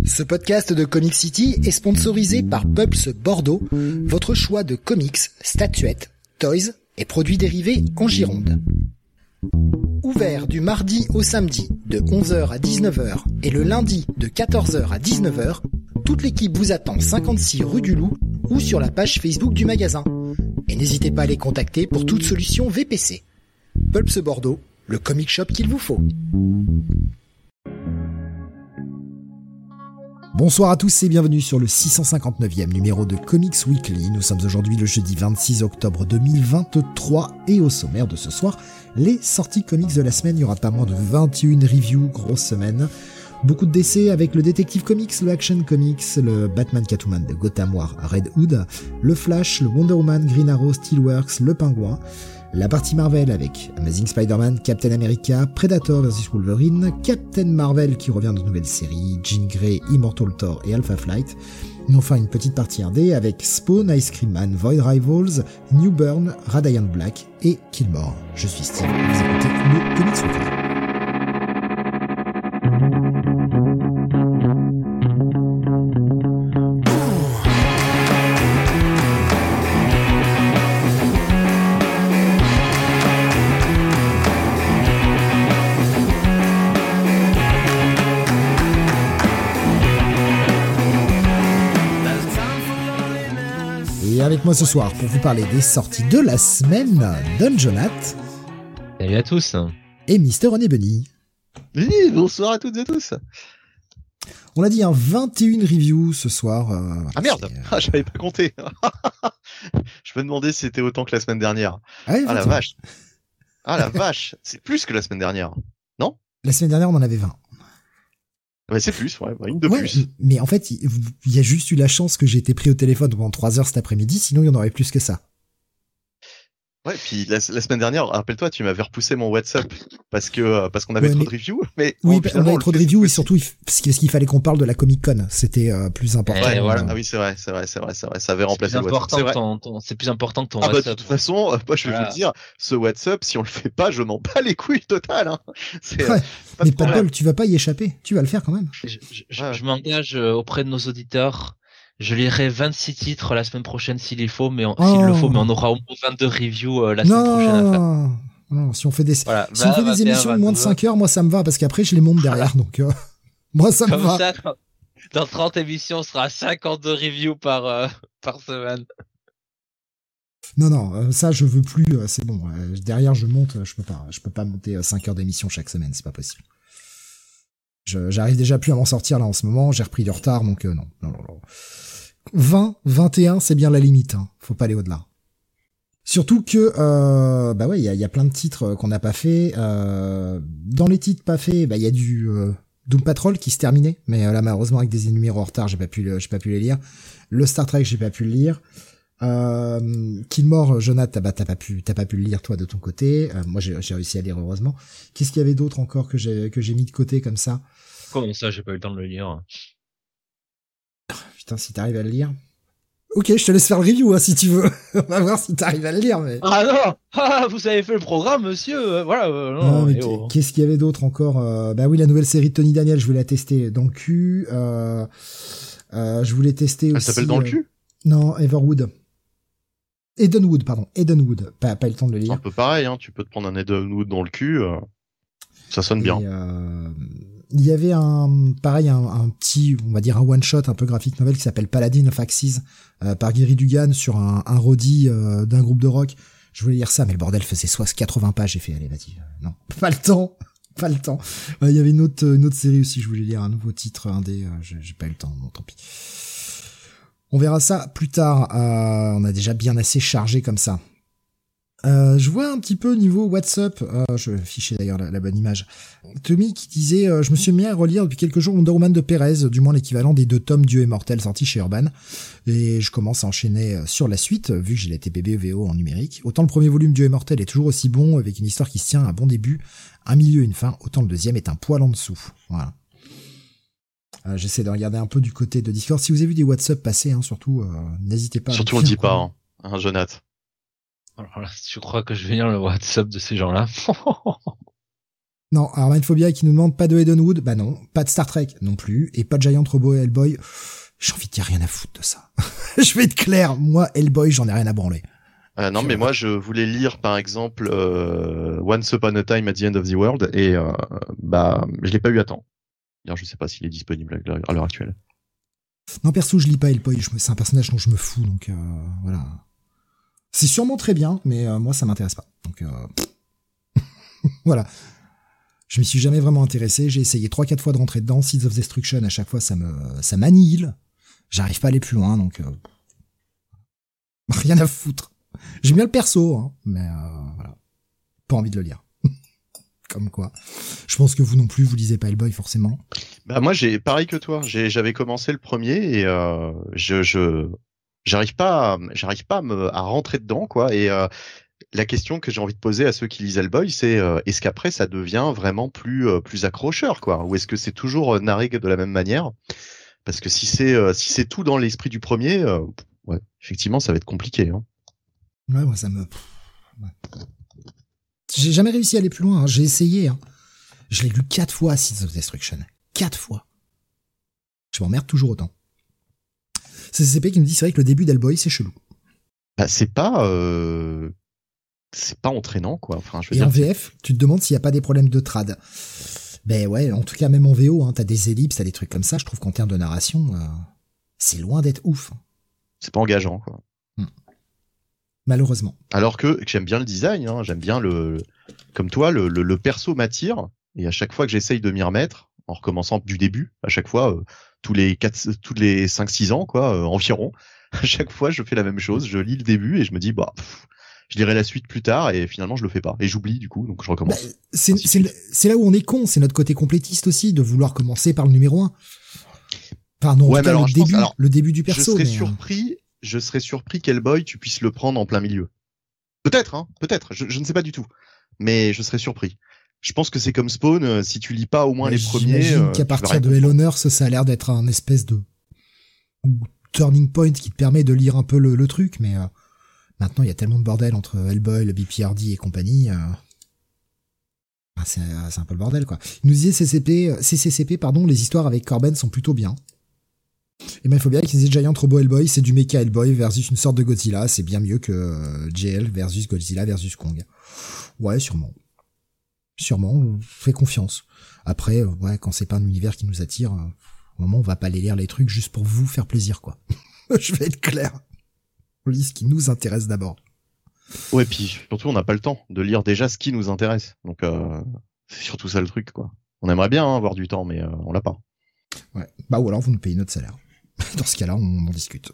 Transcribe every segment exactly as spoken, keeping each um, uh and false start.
Ce podcast de Comic City est sponsorisé par Pulps Bordeaux, votre choix de comics, statuettes, toys et produits dérivés en Gironde. Ouvert du mardi au samedi de onze heures à dix-neuf heures et le lundi de quatorze heures à dix-neuf heures, toute l'équipe vous attend cinquante-six rue du Loup ou sur la page Facebook du magasin. Et n'hésitez pas à les contacter pour toute solution V P C. Pulps Bordeaux, le comic shop qu'il vous faut. Bonsoir à tous et bienvenue sur le six cent cinquante-neuvième numéro de Comics Weekly. Nous sommes aujourd'hui le jeudi vingt-six octobre deux mille vingt-trois et au sommaire de ce soir, les sorties comics de la semaine. Il y aura pas moins de vingt et une reviews, grosse semaine. Beaucoup de décès avec le Detective Comics, le Action Comics, le Batman Catwoman de Gotham War Red Hood, le Flash, le Wonder Woman, Green Arrow, Steelworks, le Pingouin, la partie Marvel avec Amazing Spider-Man, Captain America, Predator versus Wolverine, Captain Marvel qui revient dans de nouvelles séries, Jean Grey, Immortal Thor et Alpha Flight. Et enfin une petite partie indé avec Spawn, Ice Cream Man, Void Rivals, New Burn, Radiant Black et Killmore. Je suis Steve et vous écoutez le Comics Weekly. Avec moi ce soir pour vous parler des sorties de la semaine, Don Jonath. Salut à tous. Et Mister René Bunny. Oui, bonsoir à toutes et à tous. On a dit un vingt et une reviews ce soir. Euh, ah merde, euh... ah, j'avais pas compté. Je me demandais si c'était autant que la semaine dernière. Ah, oui, ah la vache. Ah la vache, c'est plus que la semaine dernière, non? La semaine dernière on en avait vingt. Ouais, c'est plus, ouais, une de ouais, plus. Mais en fait, il y a juste eu la chance que j'ai été pris au téléphone pendant trois heures cet après-midi, sinon il y en aurait plus que ça. Ouais, puis la, la semaine dernière, rappelle-toi, tu m'avais repoussé mon WhatsApp parce que parce qu'on avait ouais, trop mais... de reviews. Mais oui, on avait trop de reviews et surtout parce qu'il fallait qu'on parle de la Comic Con. C'était euh, plus important. Ouais, voilà. Ah oui, c'est vrai, c'est vrai, c'est vrai, c'est vrai. Ça avait remplacé le WhatsApp. C'est, ton, ton, c'est plus important que ton ah WhatsApp. Bah, de toute façon, moi je vais voilà. vous dire, ce WhatsApp, si on le fait pas, je m'en bats les couilles total. Hein. C'est, ouais. pas mais pas de bol, tu vas pas y échapper. Tu vas le faire quand même. Je, je, je, ouais. je m'engage auprès de nos auditeurs. Je lirai vingt-six titres la semaine prochaine s'il il faut, mais on, oh. s'il le faut, mais on aura au moins vingt-deux reviews euh, la non. semaine prochaine à faire. Non, si on fait des, voilà. si on fait des émissions de moins de cinq heures, moi ça me va, parce qu'après je les monte derrière, donc euh, moi ça me Comme va. Ça, dans trente émissions, on sera à cinquante-deux reviews par, euh, par semaine. Non, non, euh, ça je veux plus, euh, c'est bon. Euh, derrière je monte, je peux pas, je peux pas monter euh, cinq heures d'émission chaque semaine, c'est pas possible. Je, j'arrive déjà plus à m'en sortir là en ce moment, j'ai repris du retard, donc euh, non, non, non, non. vingt, vingt et un, c'est bien la limite, hein. Faut pas aller au-delà. Surtout que, euh, bah ouais, il y a, y a plein de titres qu'on n'a pas fait. Euh, dans les titres pas faits, bah il y a du euh, Doom Patrol qui se terminait, mais euh, là malheureusement avec des numéros en retard, j'ai pas pu, le, j'ai pas pu les lire. Le Star Trek, j'ai pas pu le lire. Euh, Killmore, Jonathan, bah t'as pas pu, t'as pas pu le lire toi de ton côté. Euh, moi j'ai, j'ai réussi à lire heureusement. Qu'est-ce qu'il y avait d'autre encore que j'ai, que j'ai mis de côté comme ça? Comment ça, j'ai pas eu le temps de le lire? Putain, si t'arrives à le lire. Ok, je te laisse faire le review, hein, si tu veux. On va voir si t'arrives à le lire, mais. Ah non! Ah, vous avez fait le programme, monsieur! Euh, voilà, euh, non, non, mais oh. Qu'est-ce qu'il y avait d'autre encore? euh, Bah oui, la nouvelle série de Tony Daniel, je voulais la tester dans le cul. Euh, euh, je voulais tester Elle aussi. Elle s'appelle dans le cul? euh, Non, Everwood. Edenwood, pardon. Edenwood. Pas, pas eu le temps de le lire. C'est un peu pareil, hein. Tu peux te prendre un Edenwood dans le cul. Euh... Ça sonne Et bien. Euh... Il y avait un, pareil, un, un petit, on va dire un one-shot, un peu graphique novel qui s'appelle Paladin of Axis, euh, par Gary Dugan sur un, un roadie euh, d'un groupe de rock. Je voulais lire ça, mais le bordel faisait soit quatre-vingts pages. J'ai fait, allez, vas-y, euh, non, pas le temps, pas le temps. Euh, il y avait une autre, une autre série aussi, je voulais lire un nouveau titre indé, euh, j'ai, j'ai pas eu le temps, bon, tant pis. On verra ça plus tard. Euh, on a déjà bien assez chargé comme ça. Euh, je vois un petit peu niveau WhatsApp, euh, je vais afficher d'ailleurs la, la bonne image. Tommy qui disait, euh, je me suis mis à relire depuis quelques jours Wonder Woman de Perez, du moins l'équivalent des deux tomes Dieu et Mortel sortis chez Urban, et je commence à enchaîner sur la suite, vu que j'ai la T P B V O en numérique. Autant le premier volume Dieu et Mortel est toujours aussi bon, avec une histoire qui se tient à un bon début, un milieu et une fin, autant le deuxième est un poil en dessous. Voilà. Euh, j'essaie de regarder un peu du côté de Discord. Si vous avez vu des WhatsApp passer, hein, surtout, euh, n'hésitez pas. Surtout on le dit pas, hein, hein Jonathan. Alors là, je crois que je vais lire le WhatsApp de ces gens-là. Non, alors Mindphobia qui nous demande pas de Edenwood, bah non, pas de Star Trek non plus, et pas de Giant Robot et Hellboy. J'ai envie de dire rien à foutre de ça. Je vais être clair, moi Hellboy, j'en ai rien à branler. Euh, non, mais moi je voulais lire par exemple euh, Once Upon a Time at the End of the World et euh, bah je l'ai pas eu à temps. D'ailleurs, je sais pas s'il est disponible à l'heure actuelle. Non, perso, je lis pas Hellboy, je me... c'est un personnage dont je me fous, donc euh, voilà. C'est sûrement très bien, mais euh, moi ça m'intéresse pas. Donc euh... voilà. Je m'y suis jamais vraiment intéressé, j'ai essayé trois quatre fois de rentrer dedans, Seeds of Destruction, à chaque fois ça me ça m'annihile. J'arrive pas à aller plus loin, donc euh... rien à foutre. J'aime bien le perso, hein, mais euh, voilà. Pas envie de le lire. Comme quoi. Je pense que vous non plus, vous lisez pas Hellboy forcément. Bah moi j'ai pareil que toi, j'ai j'avais commencé le premier et euh, je je j'arrive pas à, j'arrive pas à, me, à rentrer dedans quoi et euh, la question que j'ai envie de poser à ceux qui lisent Hellboy, c'est euh, est-ce qu'après ça devient vraiment plus euh, plus accrocheur quoi, ou est-ce que c'est toujours euh, narré de la même manière? Parce que si c'est euh, si c'est tout dans l'esprit du premier, euh, ouais, effectivement ça va être compliqué. Hein. Ouais, moi ça me. Ouais. J'ai jamais réussi à aller plus loin. Hein. J'ai essayé. Hein. Je l'ai lu quatre fois Seeds of Destruction, quatre fois. Je m'emmerde toujours autant. C'est C C P qui me dit c'est vrai que le début d'Hellboy c'est chelou. Bah c'est pas. Euh... C'est pas entraînant, quoi. Enfin, je veux Et dire, en V F, tu te demandes s'il y a pas des problèmes de trad. Ben ouais, en tout cas, même en V O, hein, t'as des ellipses, t'as des trucs comme ça. Je trouve qu'en termes de narration, euh, c'est loin d'être ouf. C'est pas engageant, quoi. Hmm. Malheureusement. Alors que, que j'aime bien le design, hein, j'aime bien le, comme toi, le, le, le perso m'attire. Et à chaque fois que j'essaye de m'y remettre, en recommençant du début, à chaque fois, euh, tous les quatre, tous les cinq, six ans, quoi, euh, environ, à chaque fois, je fais la même chose. Je lis le début et je me dis, bah. Pff, je lirai la suite plus tard et finalement je le fais pas et j'oublie du coup donc je recommence. Bah, c'est, c'est, c'est là où on est con, c'est notre côté complétiste aussi de vouloir commencer par le numéro un. Pardon, ouais, en tout cas, alors, le début, pense, alors, le début du perso. Je serais mais surpris, euh... je serais surpris qu'Hellboy tu puisses le prendre en plein milieu. Peut-être, hein, peut-être. Je, je ne sais pas du tout, mais je serais surpris. Je pense que c'est comme Spawn, euh, si tu lis pas au moins mais les premiers. J'imagine euh, qu'à partir de Hell on Earth, ça a l'air d'être un espèce de turning point qui te permet de lire un peu le, le truc, mais. Euh... Maintenant, il y a tellement de bordel entre Hellboy, le B P R D et compagnie. Euh... Ah, c'est, c'est un peu le bordel, quoi. Il nous disait C C P, C C C P, pardon, les histoires avec Corben sont plutôt bien. Et ben, il faut bien qu'il disait Giant Robo Hellboy, c'est du mecha Hellboy versus une sorte de Godzilla. C'est bien mieux que euh, J L versus Godzilla versus Kong. Ouais, sûrement. Sûrement, fais confiance. Après, euh, ouais, quand c'est pas un univers qui nous attire, euh, au moment, on va pas aller lire les trucs juste pour vous faire plaisir, quoi. Je vais être clair. On lit ce qui nous intéresse d'abord. Ouais, puis surtout, on n'a pas le temps de lire déjà ce qui nous intéresse. Donc, euh, c'est surtout ça le truc, quoi. On aimerait bien hein, avoir du temps, mais euh, on l'a pas. Ouais. Bah, ou alors vous nous payez notre salaire. Dans ce cas-là, on en discute.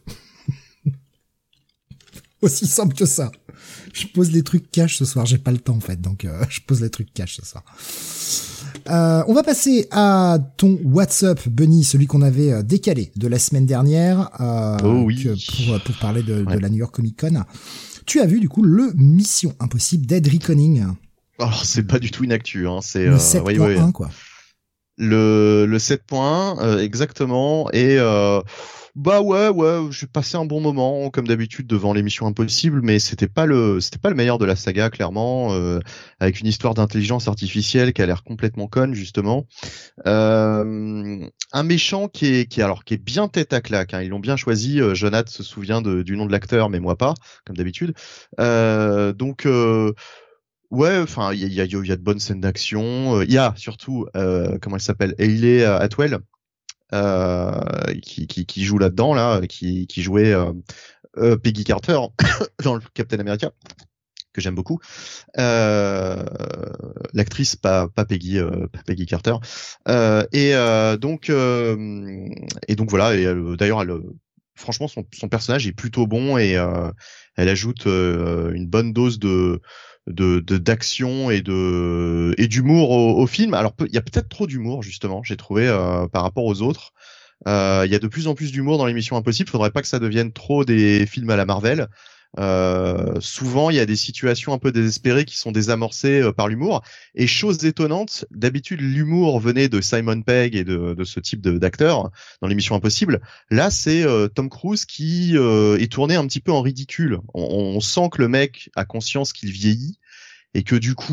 Aussi simple que ça. Je pose les trucs cash ce soir. J'ai pas le temps, en fait. Donc, euh, je pose les trucs cash ce soir. Euh, on va passer à ton WhatsApp, Benny, celui qu'on avait décalé de la semaine dernière, euh, oh oui. que pour, pour parler de, ouais. de la New York Comic Con. Tu as vu, du coup, le Mission Impossible Dead Reckoning. Alors, c'est pas du tout une actu, hein. C'est, le euh, sept point un, ouais, ouais. quoi. Le, le sept point un, euh, exactement. Et, euh, bah ouais, ouais, j'ai passé un bon moment, comme d'habitude, devant l'émission Impossible, mais c'était pas le, c'était pas le meilleur de la saga, clairement, euh, avec une histoire d'intelligence artificielle qui a l'air complètement conne, justement. Euh, un méchant qui est, qui est, alors, qui est bien tête à claque, hein. Ils l'ont bien choisi. Euh, Jonathan se souvient de, du nom de l'acteur, mais moi pas, comme d'habitude. Euh, donc, euh, ouais, enfin, il y a, y, a, y a de bonnes scènes d'action. Il y a surtout, euh, comment elle s'appelle, Hayley Atwell, euh, qui, qui, qui joue là-dedans, là, qui, qui jouait euh, euh, Peggy Carter dans le Captain America, que j'aime beaucoup. Euh, l'actrice, pas, pas Peggy, euh, pas Peggy Carter. Euh, et euh, donc, euh, et donc voilà. Et elle, d'ailleurs, elle, franchement, son, son personnage est plutôt bon et euh, elle ajoute euh, une bonne dose de de, de d'action et de et d'humour au, au film. Alors il y a peut-être trop d'humour justement, j'ai trouvé euh, par rapport aux autres. Euh, il y a de plus en plus d'humour dans les Missions Impossibles. Faudrait pas que ça devienne trop des films à la Marvel. Euh, souvent il y a des situations un peu désespérées qui sont désamorcées euh, par l'humour. Et chose étonnante, d'habitude l'humour venait de Simon Pegg et de, de ce type de, d'acteurs dans les Missions Impossibles. Là c'est euh, Tom Cruise qui euh, est tourné un petit peu en ridicule. On, on sent que le mec a conscience qu'il vieillit et que du coup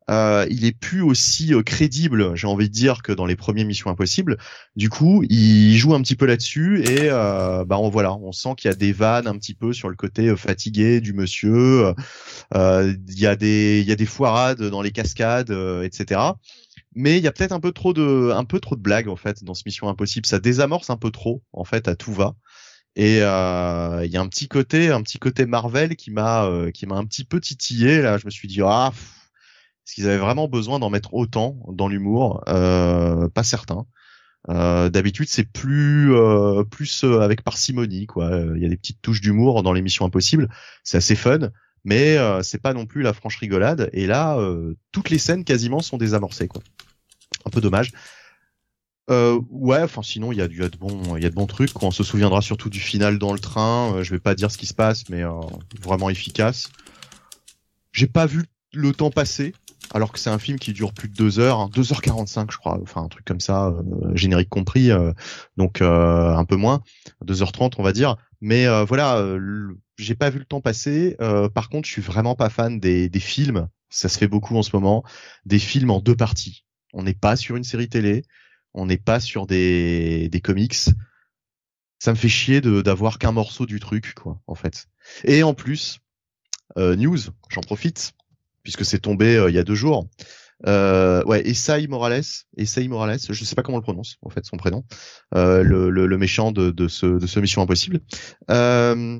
Euh, il est plus aussi euh, crédible, j'ai envie de dire, que dans les premiers Missions Impossibles. Du coup, il joue un petit peu là-dessus et euh, bah on voilà, on sent qu'il y a des vannes un petit peu sur le côté euh, fatigué du monsieur. Euh, il y a des il y a des foirades dans les cascades, euh, et cetera. Mais il y a peut-être un peu trop de un peu trop de blagues en fait dans ce Mission Impossible. Ça désamorce un peu trop en fait à tout va. Et euh, il y a un petit côté un petit côté Marvel qui m'a euh, qui m'a un petit peu titillé là. Je me suis dit ah. Pff, est-ce qu'ils avaient vraiment besoin d'en mettre autant dans l'humour? euh, Pas certain. Euh, d'habitude, c'est plus euh, plus euh, avec parcimonie, quoi. Il y a des petites touches d'humour dans les Missions Impossibles. C'est assez fun, mais euh, c'est pas non plus la franche rigolade. Et là, euh, toutes les scènes quasiment sont désamorcées, quoi. Un peu dommage. Euh, ouais, enfin sinon il y a du il y a de bons il y a de bons trucs, quoi. On se souviendra surtout du final dans le train. Euh, je vais pas dire ce qui se passe, mais euh, vraiment efficace. J'ai pas vu le temps passer. Alors que c'est un film qui dure plus de deux heures, hein, deux heures quarante-cinq je crois, enfin un truc comme ça, euh, générique compris, euh, donc euh, un peu moins, deux heures trente on va dire. Mais euh, voilà, euh, j'ai pas vu le temps passer. Euh, par contre, je suis vraiment pas fan des, des films, ça se fait beaucoup en ce moment, des films en deux parties. On n'est pas sur une série télé, on n'est pas sur des, des comics. Ça me fait chier de d'avoir qu'un morceau du truc, quoi, en fait. Et en plus, euh, news, j'en profite. Puisque c'est tombé euh, il y a deux jours. Euh, ouais, Esai Morales, Esai Morales, je sais pas comment on le prononce en fait son prénom, euh, le, le, le méchant de, de ce de ce Mission Impossible. Euh,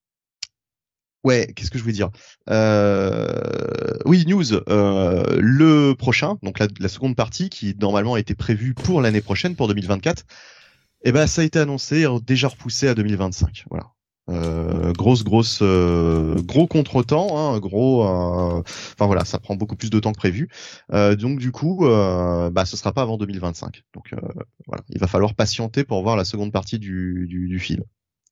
ouais, qu'est-ce que je voulais dire euh, Oui, news. Euh, le prochain, donc la, la seconde partie qui normalement a été prévue pour l'année prochaine, pour deux mille vingt-quatre. Eh ben, ça a été annoncé, déjà repoussé à deux mille vingt-cinq. Voilà. Euh, grosse grosse euh, gros contretemps, hein, gros euh, enfin voilà, ça prend beaucoup plus de temps que prévu, euh, donc du coup euh, bah ce sera pas avant deux mille vingt-cinq, donc euh, voilà, il va falloir patienter pour voir la seconde partie du du, du film.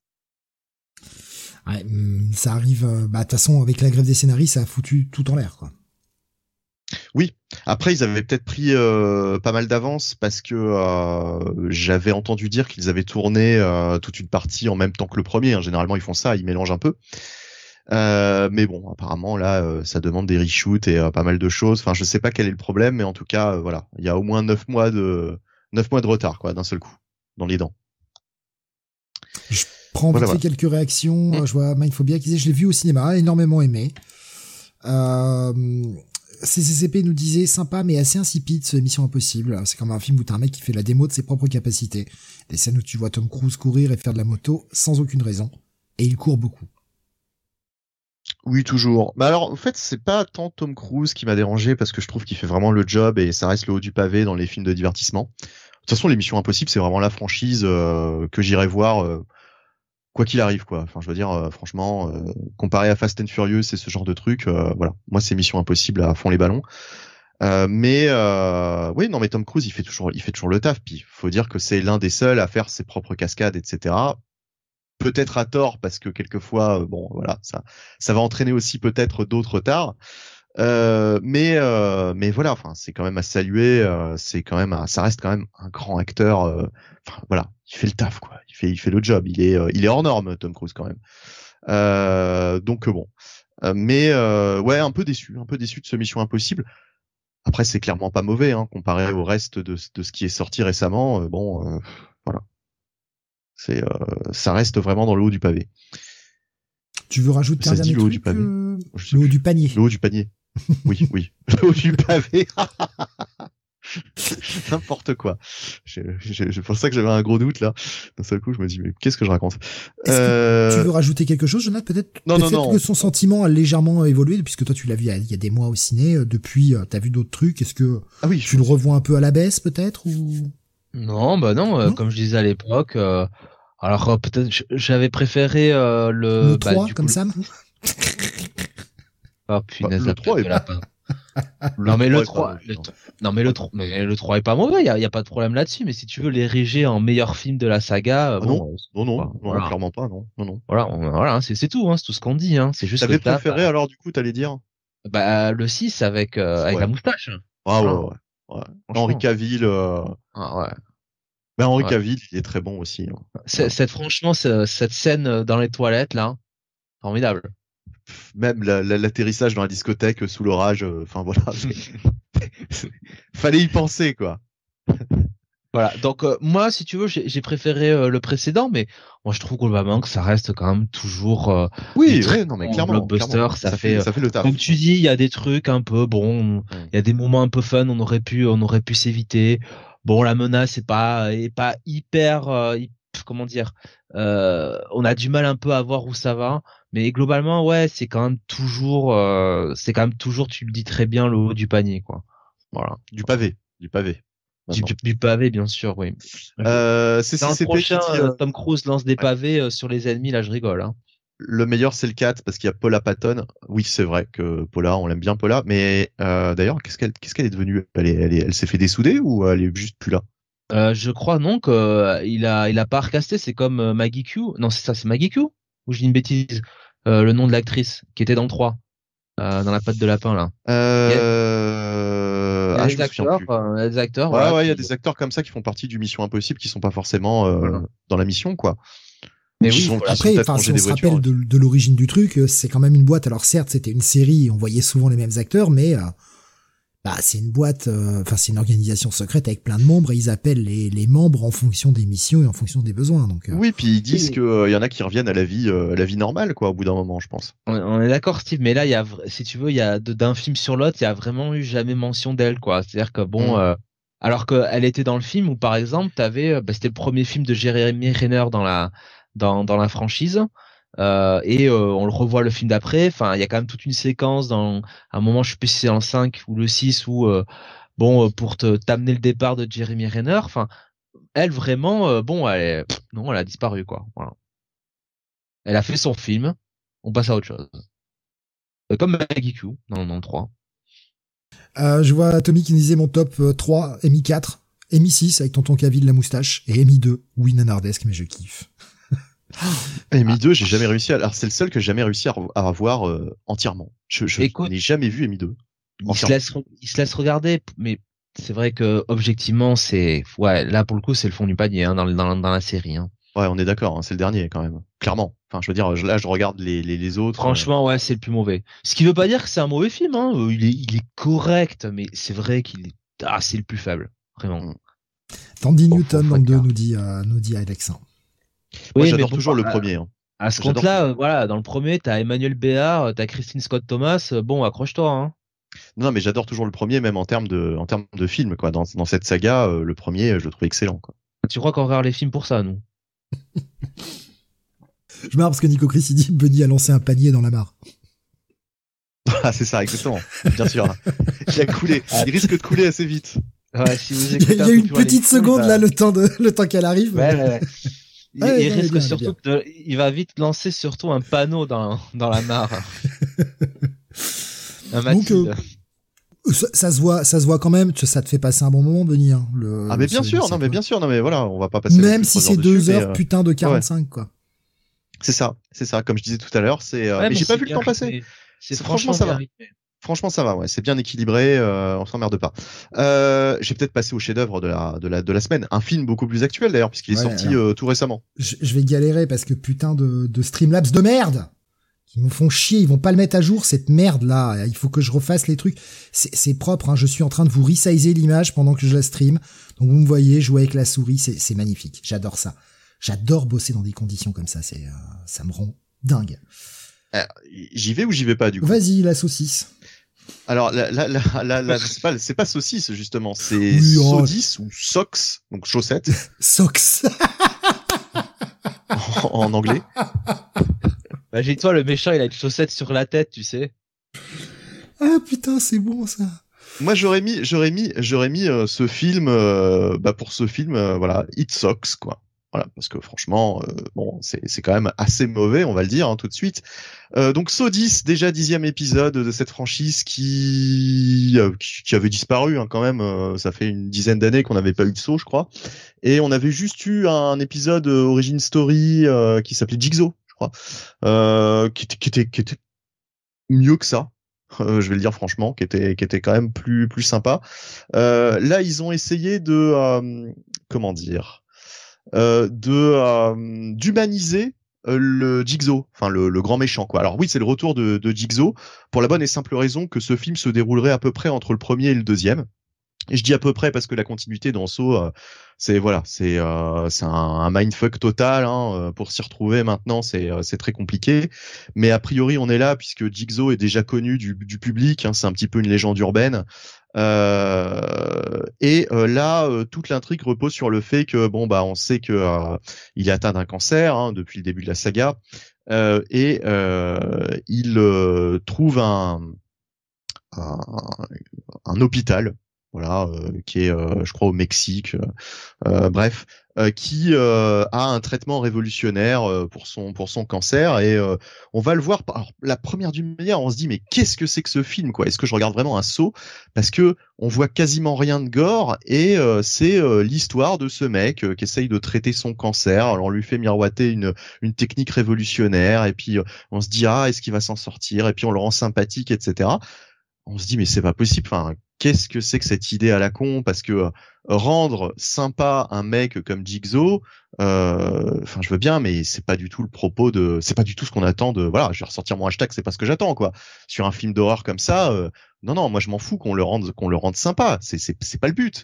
Ouais, ça arrive, bah de toute façon avec la grève des scénaristes ça a foutu tout en l'air, quoi. Oui, après ils avaient peut-être pris euh, pas mal d'avance parce que euh, j'avais entendu dire qu'ils avaient tourné euh, toute une partie en même temps que le premier, hein. Généralement ils font ça, ils mélangent un peu. Euh, mais bon, apparemment là, euh, ça demande des reshoots et euh, pas mal de choses. Enfin, je sais pas quel est le problème, mais en tout cas, euh, voilà, il y a au moins neuf mois de neuf mois de retard, quoi, d'un seul coup, dans les dents. Je prends voilà, vite voilà. fait quelques réactions. Mmh. Je vois Mindphobia qui disait, je l'ai vu au cinéma, énormément aimé. Euh, C C C P nous disait, sympa mais assez insipide ce Mission Impossible. C'est comme un film où t'as un mec qui fait la démo de ses propres capacités. Des scènes où tu vois Tom Cruise courir et faire de la moto sans aucune raison. Et il court beaucoup. Oui, toujours. Bah alors, en fait, c'est pas tant Tom Cruise qui m'a dérangé parce que je trouve qu'il fait vraiment le job et ça reste le haut du pavé dans les films de divertissement. De toute façon, les Missions Impossibles, c'est vraiment la franchise euh, que j'irai voir euh, quoi qu'il arrive, quoi. Enfin, je veux dire, euh, franchement, euh, comparé à Fast and Furious et ce genre de trucs, euh, voilà. Moi, c'est Mission Impossible à fond les ballons. Euh, mais euh, oui, non, mais Tom Cruise, il fait toujours, il fait toujours le taf. Puis, faut dire que c'est l'un des seuls à faire ses propres cascades, et cetera. Peut-être à tort parce que quelquefois, euh, bon, voilà, ça, ça va entraîner aussi peut-être d'autres retards. Euh, mais, euh, mais voilà, enfin, c'est quand même à saluer. Euh, c'est quand même, un, ça reste quand même un grand acteur. Euh, enfin, voilà, il fait le taf, quoi. Il fait, il fait le job. Il est, euh, il est hors norme, Tom Cruise quand même. Euh, donc bon, euh, mais euh, ouais, un peu déçu, un peu déçu de ce Mission Impossible. Après, c'est clairement pas mauvais, hein, comparé au reste de, de ce qui est sorti récemment. Euh, bon, euh, voilà. C'est, euh, ça reste vraiment dans le haut du pavé. Tu veux rajouter ça un dernier le haut truc, du pavé euh, le haut du panier. Le haut du panier. Oui, oui. Le haut du pavé. N'importe quoi. Je, je, c'est pour ça que j'avais un gros doute là. D'un seul coup, je me dis mais qu'est-ce que je raconte? Est-ce euh... que tu veux rajouter quelque chose, Jonathan? Peut-être, non, peut-être non, non. que son sentiment a légèrement évolué puisque toi tu l'as vu il y a des mois au ciné. Depuis, t'as vu d'autres trucs. Est-ce que ah oui, tu le revois un peu à la baisse peut-être ou? Non, bah non. non euh, comme je disais à l'époque. Euh... Alors euh, peut-être j'avais préféré euh, le, le trois bah, du comme coup, Sam. Oh punaise, bah, le trois est pas. Non mais le trois, le... non mais le trois, mais le trois est pas mauvais, il y a, y a pas de problème là-dessus, mais si tu veux l'ériger en meilleur film de la saga, ah bon, non, non, non, bah, non, voilà. clairement pas, non, non, non. Voilà, on, voilà, c'est c'est tout, hein, c'est tout ce qu'on dit, hein, c'est juste. T'avais le taf, préféré bah, alors du coup, t'allais dire? Bah le six avec euh, avec ouais. la moustache. Ah voilà. ouais, ouais. ouais. Henri Cavill. Euh... Ah ouais. Ben Henri ouais. Cavill, il est très bon aussi. Hein. C'est, ouais. cette franchement, cette scène dans les toilettes là, formidable. même la, la, l'atterrissage dans la discothèque sous l'orage, enfin euh, voilà, fallait y penser quoi. Voilà, donc euh, moi, si tu veux, j'ai, j'ai préféré euh, le précédent, mais moi je trouve globalement que ça reste quand même toujours euh, oui, ouais, non mais clairement, blockbuster. clairement. Ça, ça fait, fait, ça fait le taf. Comme tu dis, il y a des trucs un peu bon, il mm. y a des moments un peu fun, on aurait pu, on aurait pu s'éviter. Bon, la menace est pas, est pas hyper, euh, comment dire, euh, on a du mal un peu à voir où ça va, mais globalement, ouais, c'est quand même toujours, euh, c'est quand même toujours, tu le dis très bien, le haut du panier, quoi. Voilà. Du pavé, du pavé. Du, du pavé, bien sûr, oui. Euh, c'est Dans C C P le prochain, qui dit, euh... Tom Cruise lance des pavés euh, sur les ennemis, là, je rigole. Hein. Le meilleur, c'est le quatre, parce qu'il y a Paula Patton. Oui, c'est vrai que Paula, on l'aime bien, Paula. Mais euh, d'ailleurs, qu'est-ce qu'elle, qu'est-ce qu'elle est devenue elle, est, elle, est, elle s'est fait dessouder ou elle est juste plus là euh, Je crois non qu'il euh, a, il a pas recasté. C'est comme euh, Maggie Q. Non, c'est ça, c'est Maggie Q. Ou je dis une bêtise. Euh, le nom de l'actrice qui était dans le trois, euh, dans la patte de lapin là. Euh... Il y a, il y a ah, des je me acteurs, souviens plus. Euh, des acteurs. Ouais, voilà, ouais, il qui... y a des acteurs comme ça qui font partie du Mission Impossible, qui sont pas forcément euh, voilà. dans la mission, quoi. Mais oui, sont, après, enfin, si on se rappelle de, de l'origine du truc, c'est quand même une boîte. Alors certes, c'était une série, on voyait souvent les mêmes acteurs, mais euh, bah, c'est une boîte, enfin, euh, c'est une organisation secrète avec plein de membres et ils appellent les, les membres en fonction des missions et en fonction des besoins. Donc. Euh... Oui, puis ils disent et... qu'il euh, y en a qui reviennent à la vie, euh, à la vie normale, quoi, au bout d'un moment, je pense. On, on est d'accord, Steve, mais là, il y a, si tu veux, il y a d'un film sur l'autre, il y a vraiment eu jamais mention d'elle, quoi. C'est-à-dire que bon. Mm. Euh, alors qu'elle était dans le film où, par exemple, t'avais, bah, c'était le premier film de Jeremy Renner dans la dans dans la franchise euh, et euh, on le revoit le film d'après. Enfin, il y a quand même toute une séquence dans à un moment, je sais plus si c'est dans le cinq ou le six où euh, bon pour te t'amener le départ de Jeremy Renner. Enfin, elle vraiment, euh, bon, elle est, pff, non, elle a disparu quoi. Voilà. Elle a fait son film. On passe à autre chose. Euh, comme Maggie Q dans dans le trois. Euh, je vois Tommy qui nous disait mon top trois, M I quatre, M I six avec Tonton Cavill la moustache et M I deux, oui nanardesque mais je kiffe. M I deux, j'ai jamais réussi à, alors c'est le seul que j'ai jamais réussi à, à avoir euh, entièrement. Je, je Écoute, n'ai jamais vu M I deux. Il se laisse, il se laisse regarder, mais c'est vrai que objectivement c'est, ouais, là pour le coup c'est le fond du panier hein, dans, dans dans la série. Hein. Ouais, on est d'accord, hein, c'est le dernier quand même, clairement. Enfin, je veux dire, là, je regarde les les, les autres. Franchement, euh... ouais, c'est le plus mauvais. Ce qui veut pas dire que c'est un mauvais film. Hein. Il est il est correct, mais c'est vrai qu'il est, ah, c'est le plus faible, vraiment. Mm. Tandy bon, Newton dans le deux nous dit euh, nous dit Alex. Moi, oui, j'adore toujours bon, le premier. Hein. À ce compte-là, euh, voilà, dans le premier, t'as Emmanuel Béard, t'as Christine Scott Thomas. Bon, accroche-toi. Hein. Non, mais j'adore toujours le premier, même en termes de en termes de film, quoi. Dans dans cette saga, euh, le premier, je le trouve excellent, quoi. Tu crois qu'on regarde les films pour ça, nous? Je marre parce que Nico Chris il dit Bunny a lancé un panier dans la mare. Ah, c'est ça, exactement. Bien sûr. Il a coulé. Il risque de couler assez vite. Ouais, si vous il y a, il y a une petite seconde là, le temps de, le temps qu'elle arrive. Ouais, ouais, ouais. Il, ouais, il non, risque bien, surtout de, il va vite lancer surtout un panneau dans, dans la mare. Un Donc, euh, ça, ça se voit, ça se voit quand même, ça te fait passer un bon moment, Bunny, hein, le, ah, mais bien sûr, non, mais bien sûr, non, mais voilà, on va pas passer. Même si c'est deux heures, euh... putain de quarante-cinq, ouais. Quoi. C'est ça, c'est ça, comme je disais tout à l'heure, c'est, euh... ouais, mais, mais j'ai pas vu bien, le temps passer. C'est, c'est franchement, ça va. Rythmé. Franchement, ça va, ouais, c'est bien équilibré, euh, on s'emmerde pas. Euh, j'ai peut-être passé au chef-d'œuvre de la, de la, de la semaine. Un film beaucoup plus actuel d'ailleurs, puisqu'il est ouais, sorti euh, tout récemment. Je, je vais galérer parce que putain de, de Streamlabs de merde! Ils me font chier, ils vont pas le mettre à jour, cette merde là. Il faut que je refasse les trucs. C'est, c'est propre, hein. Je suis en train de vous resizer l'image pendant que je la stream. Donc vous me voyez jouer avec la souris, c'est, c'est magnifique. J'adore ça. J'adore bosser dans des conditions comme ça, c'est, euh, ça me rend dingue. Euh, j'y vais ou j'y vais pas du coup? Vas-y, la saucisse. Alors là, là, là, là, là c'est pas, c'est pas saucisse justement, c'est oui, oh. Sodis ou socks, donc chaussettes. Socks. en, en anglais. Imagine-toi, le méchant, il a une chaussette sur la tête, tu sais. Ah putain, c'est bon ça. Moi, j'aurais mis, j'aurais mis, j'aurais mis euh, ce film, euh, bah pour ce film, euh, voilà, It Sucks, quoi. Voilà, parce que franchement, euh, bon, c'est c'est quand même assez mauvais, on va le dire hein, tout de suite. Euh, donc Sodis, déjà dixième épisode de cette franchise qui euh, qui, qui avait disparu hein, quand même. Euh, ça fait une dizaine d'années qu'on n'avait pas eu de saut, je crois. Et on avait juste eu un épisode euh, Origin Story euh, qui s'appelait Jigsaw, je crois, euh, qui, qui était qui était mieux que ça. Euh, je vais le dire franchement, qui était qui était quand même plus plus sympa. Euh, là, ils ont essayé de euh, comment dire. Euh, de euh, d'humaniser euh, le Jigsaw, enfin le, le grand méchant quoi. Alors oui, c'est le retour de, de Jigsaw pour la bonne et simple raison que ce film se déroulerait à peu près entre le premier et le deuxième. Et je dis à peu près parce que la continuité dans Saw, euh, c'est voilà, c'est euh, c'est un, un mindfuck total. Hein, pour s'y retrouver maintenant, c'est euh, c'est très compliqué. Mais a priori, on est là puisque Jigsaw est déjà connu du, du public. Hein, c'est un petit peu une légende urbaine. Euh, et euh, là, euh, toute l'intrigue repose sur le fait que bon bah, on sait que euh, il est atteint d'un cancer hein, depuis le début de la saga, euh, et euh, il euh, trouve un, un un hôpital. Voilà, euh, qui est, euh, je crois, au Mexique. Euh, bref, euh, qui euh, a un traitement révolutionnaire euh, pour son pour son cancer et euh, on va le voir. Alors, la première d'une manière, on se dit mais qu'est-ce que c'est que ce film quoi ? Est-ce que je regarde vraiment un Saw ? Parce que on voit quasiment rien de gore et euh, c'est euh, l'histoire de ce mec euh, qui essaye de traiter son cancer. Alors on lui fait miroiter une une technique révolutionnaire et puis euh, on se dit ah est-ce qu'il va s'en sortir ? Et puis on le rend sympathique, et cetera. On se dit mais c'est pas possible. Enfin, qu'est-ce que c'est que cette idée à la con ? Parce que euh, rendre sympa un mec comme Jigsaw, euh, enfin je veux bien, mais c'est pas du tout le propos de, c'est pas du tout ce qu'on attend de. Voilà, je vais ressortir mon hashtag, c'est pas ce que j'attends quoi. Sur un film d'horreur comme ça, euh, non non, moi je m'en fous qu'on le rende, qu'on le rende sympa. C'est c'est c'est pas le but.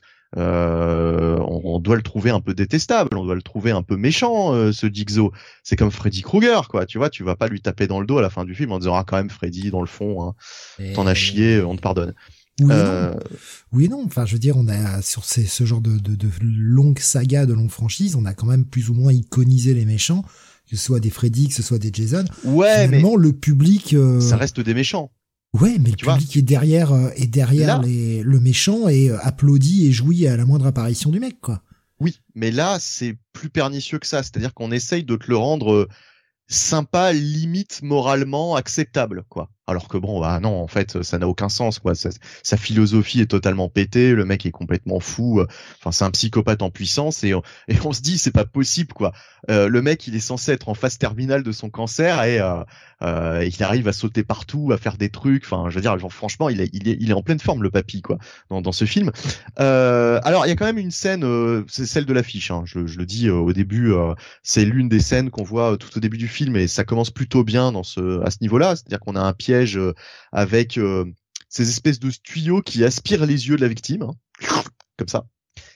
Euh, on, on doit le trouver un peu détestable, on doit le trouver un peu méchant, euh, ce Jigsaw. C'est comme Freddy Krueger, quoi. Tu vois, tu vas pas lui taper dans le dos à la fin du film en disant ah quand même Freddy dans le fond, hein, et... t'en as chié, on te pardonne. Oui, euh... non. oui, non. Enfin, je veux dire, on a sur ces, ce genre de, de, de longues sagas, de longues franchises, on a quand même plus ou moins iconisé les méchants, que ce soit des Freddy, que ce soit des Jason. Ouais, Finalement, mais le public, euh... ça reste des méchants. Ouais, mais tu le public vois, est derrière, euh, est derrière les, le méchant et euh, applaudit et jouit à la moindre apparition du mec, quoi. Oui, mais là, c'est plus pernicieux que ça. C'est-à-dire qu'on essaye de te le rendre euh, sympa, limite moralement acceptable, quoi. Alors que bon, bah non, en fait, ça n'a aucun sens, quoi. Sa, sa philosophie est totalement pétée, le mec est complètement fou. Enfin, c'est un psychopathe en puissance et on, et on se dit, c'est pas possible, quoi. Euh, le mec, il est censé être en phase terminale de son cancer et euh, euh, il arrive à sauter partout, à faire des trucs. Enfin, je veux dire, genre, franchement, il est, il est, il est en pleine forme, le papy, quoi, dans, dans ce film. Euh, alors, il y a quand même une scène, euh, c'est celle de l'affiche. Hein, je, je le dis euh, au début, euh, c'est l'une des scènes qu'on voit euh, tout au début du film et ça commence plutôt bien dans ce, à ce niveau-là. C'est-à-dire qu'on a un piège avec euh, ces espèces de tuyaux qui aspirent les yeux de la victime, hein, comme ça.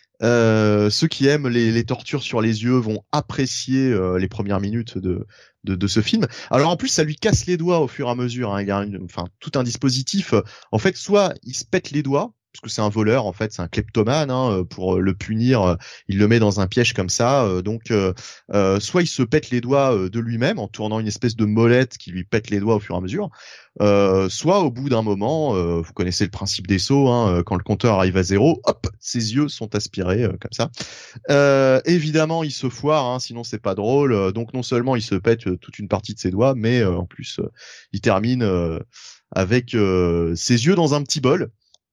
Euh, ceux qui aiment les, les tortures sur les yeux vont apprécier euh, les premières minutes de, de, de ce film. Alors en plus, ça lui casse les doigts au fur et à mesure. Hein. Il y a une, enfin tout un dispositif. En fait, soit il se pète les doigts, parce que c'est un voleur en fait, c'est un kleptomane. Hein, pour le punir, il le met dans un piège comme ça. Donc, euh, euh, soit il se pète les doigts de lui-même en tournant une espèce de molette qui lui pète les doigts au fur et à mesure. Euh, soit au bout d'un moment, euh, vous connaissez le principe des sauts, hein, quand le compteur arrive à zéro, hop, ses yeux sont aspirés euh, comme ça. Euh, évidemment, il se foire, hein, sinon c'est pas drôle. Donc non seulement il se pète euh, toute une partie de ses doigts, mais euh, en plus euh, il termine euh, avec euh, ses yeux dans un petit bol.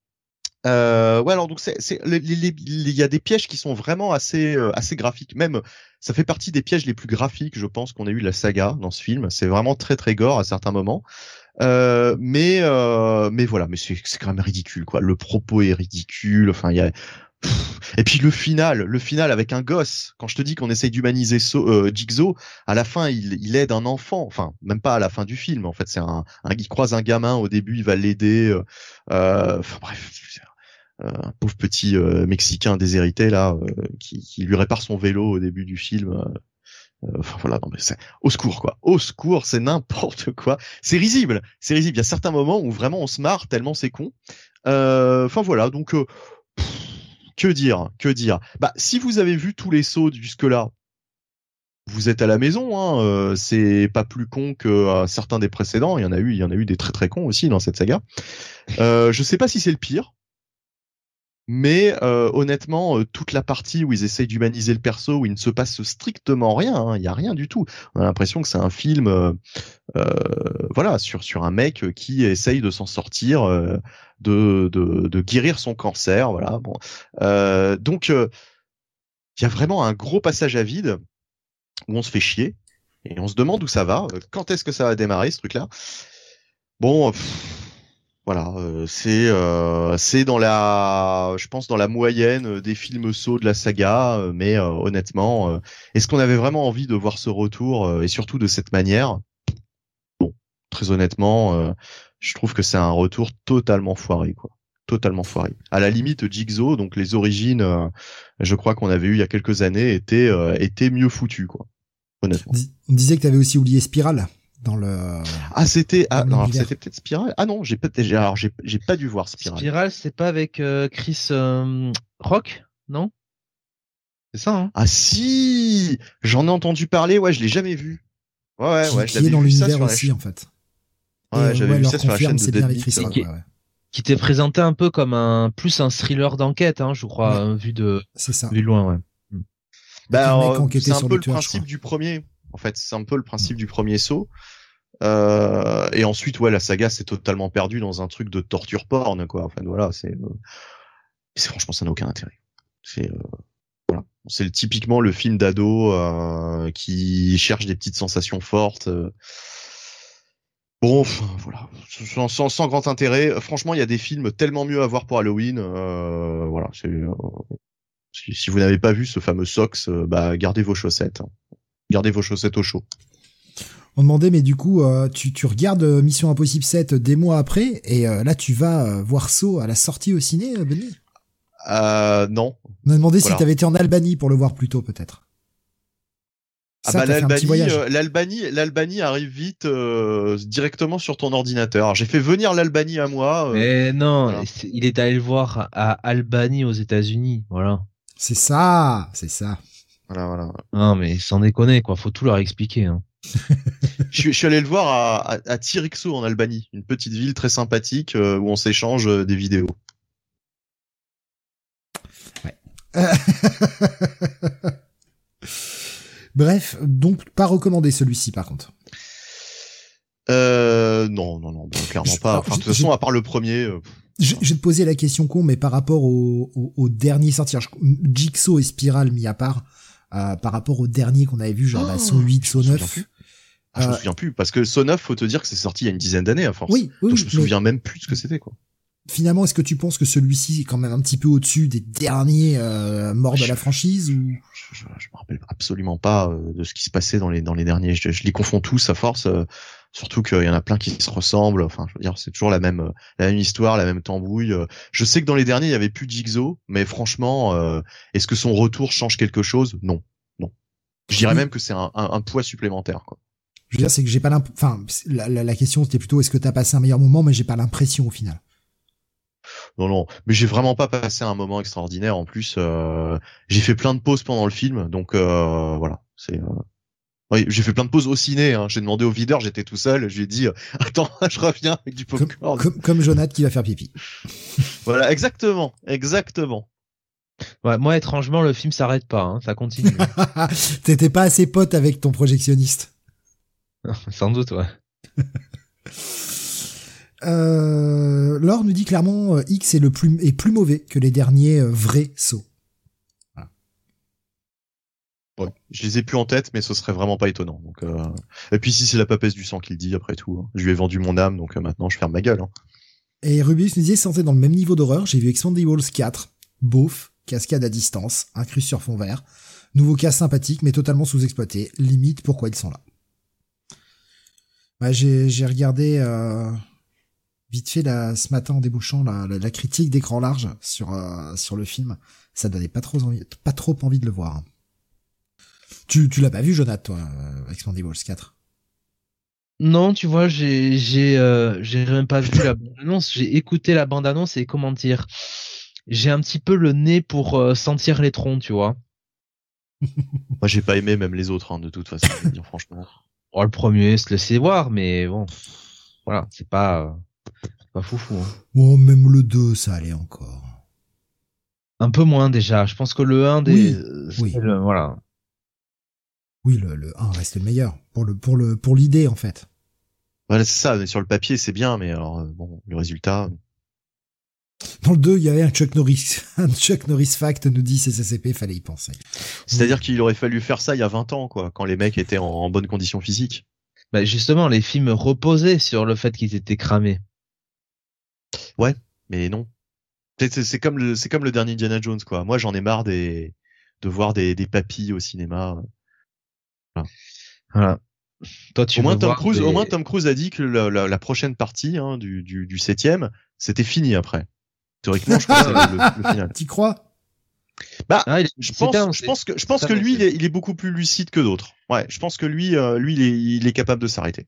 Euh, ouais, alors donc c'est, c'est, il y a des pièges qui sont vraiment assez, euh, assez graphiques. Même, ça fait partie des pièges les plus graphiques, je pense, qu'on a eu de la saga dans ce film. C'est vraiment très très gore à certains moments. Euh, mais, euh, mais voilà, mais c'est, c'est quand même ridicule, quoi. Le propos est ridicule. Enfin, il y a. Et puis le final, le final avec un gosse. Quand je te dis qu'on essaye d'humaniser so, euh, Jigsaw, à la fin il, il aide un enfant. Enfin, même pas à la fin du film. En fait, c'est un, un il croise un gamin au début, il va l'aider. Euh, enfin bref. Euh, un pauvre petit euh, Mexicain déshérité là euh, qui, qui lui répare son vélo au début du film. Euh, enfin voilà, non mais c'est au secours quoi, au secours, c'est n'importe quoi. C'est risible, c'est risible. Il y a certains moments où vraiment on se marre tellement c'est con. Euh, enfin voilà, donc euh, pff, que dire, que dire. Bah si vous avez vu tous les sauts jusque là, vous êtes à la maison, hein, euh, c'est pas plus con que euh, certains des précédents. Il y en a eu, il y en a eu des très très cons aussi dans cette saga. Euh, je sais pas si c'est le pire. Mais euh, honnêtement, euh, toute la partie où ils essayent d'humaniser le perso, où il ne se passe strictement rien, hein, il y a rien du tout. On a l'impression que c'est un film, euh, euh, voilà, sur sur un mec qui essaye de s'en sortir, euh, de, de de guérir son cancer, voilà. Bon, euh, donc euh, il y a vraiment un gros passage à vide où on se fait chier et on se demande où ça va, quand est-ce que ça va démarrer ce truc-là. Bon. Pff, Voilà, euh, c'est euh, c'est dans la, je pense dans la moyenne des films sauts de la saga, euh, mais euh, honnêtement, euh, est-ce qu'on avait vraiment envie de voir ce retour euh, et surtout de cette manière? Bon, très honnêtement, euh, je trouve que c'est un retour totalement foiré, quoi, totalement foiré. À la limite, Jigsaw, donc les origines, euh, je crois qu'on avait eu il y a quelques années, étaient euh, étaient mieux foutues, quoi, honnêtement. On disait que t'avais aussi oublié Spiral dans le. Ah c'était ah dans non alors l'univers. c'était peut-être Spiral. Ah non, j'ai peut-être j'ai- alors j'ai j'ai pas dû voir Spiral. Spiral, c'est pas avec euh, Chris euh, Rock, non? C'est ça, hein? Ah si, j'en ai entendu parler, ouais, je l'ai jamais vu. Ouais, ouais, qui, ouais, je qui est l'avais dans vu ça l'univers sur la aussi chaîne. en fait. Ouais, Et, euh, j'avais ouais, vu leur ça sur la chaîne confirme, de c'est bien avec Dead Chris Meat. Rock. Qui, Ouais, ouais. qui t'est présenté un peu comme un plus un thriller d'enquête, hein, je crois, Ouais. euh, vu de C'est ça. vu de loin, ouais. Bah, un mec euh, enquêté c'est un sur peu le le tueur, je principe crois. du premier. En fait, c'est un peu le principe du premier saut. Euh, et ensuite, ouais, la saga s'est totalement perdue dans un truc de torture porn, quoi. Enfin, voilà, c'est, euh, c'est franchement, ça n'a aucun intérêt. C'est, euh, voilà, c'est le- typiquement le film d'ado euh, qui cherche des petites sensations fortes. euh. Bon, enfin, voilà, sans, sans, sans grand intérêt. Franchement, il y a des films tellement mieux à voir pour Halloween. Euh, voilà, c'est, euh, si, si vous n'avez pas vu ce fameux Socks, euh, bah gardez vos chaussettes, hein. Gardez vos chaussettes au chaud. On demandait, mais du coup, euh, tu, tu regardes euh, Mission Impossible sept des mois après, et euh, là, tu vas euh, voir Saw à la sortie au ciné, euh, Benny. Euh, non. On a demandé Voilà. si t'avais été en Albanie pour le voir plus tôt, peut-être. Ah Ça, bah t'as fait un petit l'Albanie, voyage. euh, l'Albanie, l'Albanie arrive vite euh, directement sur ton ordinateur. Alors, j'ai fait venir l'Albanie à moi. euh, Mais non, voilà. c'est- il est allé le voir à Albany aux États-Unis, voilà. C'est ça, c'est ça. Voilà, voilà. Non, mais sans déconner, quoi, faut tout leur expliquer, hein. Je suis, je suis allé le voir à, à, à Tirixo en Albanie, une petite ville très sympathique euh, où on s'échange euh, des vidéos. Bref, donc pas recommandé celui-ci, par contre. Euh, non, non, non, bah, clairement Je- pas. alors, Enfin, de je- toute façon, je- à part le premier. euh, Je, je vais te poser la question con, mais par rapport au, au, au dernier sorti, alors, je- Jigsaw et Spiral mis à part, euh, par rapport au dernier qu'on avait vu, genre bah, Saw huit, je Saw me souviens neuf. plus. Ah, je me Euh, souviens plus parce que Saw neuf, faut te dire que c'est sorti il y a une dizaine d'années à force. Oui, oui, Donc je me mais souviens même plus de ce que c'était, quoi. finalement, est-ce que tu penses que celui-ci est quand même un petit peu au-dessus des derniers euh, morts de la franchise ou Je, je, je me rappelle absolument pas euh, de ce qui se passait dans les dans les derniers. Je, je les confonds tous à force. euh, surtout qu'il y en a plein qui se ressemblent. Enfin, je veux dire, c'est toujours la même euh, la même histoire, la même tambouille. euh. Je sais que dans les derniers, il y avait plus Jigsaw, mais franchement, euh, est-ce que son retour change quelque chose? Non, non. Je dirais Oui. même que c'est un, un, un poids supplémentaire, quoi. Je veux dire, c'est que j'ai pas l'imp... Enfin, la, la, la question c'était plutôt est-ce que t'as passé un meilleur moment, mais j'ai pas l'impression au final. Non, non, mais j'ai vraiment pas passé un moment extraordinaire. En plus, euh, j'ai fait plein de pauses pendant le film, donc euh, voilà. C'est. Euh... Oui, j'ai fait plein de pauses au ciné. Hein. J'ai demandé au videur, j'étais tout seul. Je lui ai dit, euh, attends, je reviens avec du Comme, popcorn. comme, comme Jonathan qui va faire pipi. Voilà, exactement, exactement. Ouais, moi, étrangement, le film s'arrête pas, hein, ça continue. T'étais pas assez pote avec ton projectionniste. Sans doute, ouais. Euh, Laure nous dit clairement euh, X est le plus est plus mauvais que les derniers euh, vrais sauts. Ouais. Je les ai plus en tête, mais ce serait vraiment pas étonnant. Donc, euh... et puis si c'est la papesse du sang qui le dit, après tout, hein. Je lui ai vendu mon âme, donc euh, maintenant je ferme ma gueule. Hein. Et Rubius nous disait santé dans le même niveau d'horreur. J'ai vu Expendables quatre, beauf, cascade à distance, incruste sur fond vert, nouveau cas sympathique mais totalement sous-exploité. Limite pourquoi ils sont là. Ouais, j'ai j'ai regardé euh, vite fait là ce matin en débouchant la, la, la critique d'écran large sur euh, sur le film. Ça donnait pas trop envie, pas trop envie de le voir. Tu tu l'as pas vu, Jonathan, toi, euh, Expendables quatre? Non, tu vois, j'ai j'ai euh, j'ai même pas vu la bande-annonce. J'ai écouté la bande-annonce et comment dire, j'ai un petit peu le nez pour euh, sentir les troncs, tu vois. Moi, j'ai pas aimé même les autres, hein, de toute façon. Je veux dire franchement. Oh, le premier, se laisser voir, mais bon, voilà, c'est pas euh, c'est pas foufou. Hein. Oh, même le deux, ça allait encore. Un peu moins déjà. Je pense que le un des, Oui, euh, oui. c'est le- voilà. Oui, le, le un reste le meilleur. Pour le, pour le, pour l'idée, en fait. Voilà, c'est ça. Mais sur le papier, c'est bien, mais alors euh, bon, le résultat. Dans le deux, il y avait un Chuck Norris, un Chuck Norris fact nous dit C C C P, fallait y penser. C'est-à-dire qu'il aurait fallu faire ça il y a vingt ans, quoi, quand les mecs étaient en, en bonne condition physique. Bah justement, les films reposaient sur le fait qu'ils étaient cramés. Ouais, mais non. C'est, c'est, c'est comme le, c'est comme le dernier Indiana Jones, quoi. Moi, j'en ai marre des, de voir des, des papilles au cinéma. Voilà. Voilà. Toi, tu Au moins, veux Tom voir Cruise, des... au moins, Tom Cruise a dit que la, la, la prochaine partie, hein, du, du, du septième, c'était fini après. Théoriquement, je pense que c'est le, le, le final. T'y crois? Bah, Ah, il est- je c'est pense, annoncé. je pense que, je pense C'est que lui, il annoncé. est, il est beaucoup plus lucide que d'autres. Ouais, je pense que lui, euh, lui, il est, il est capable de s'arrêter.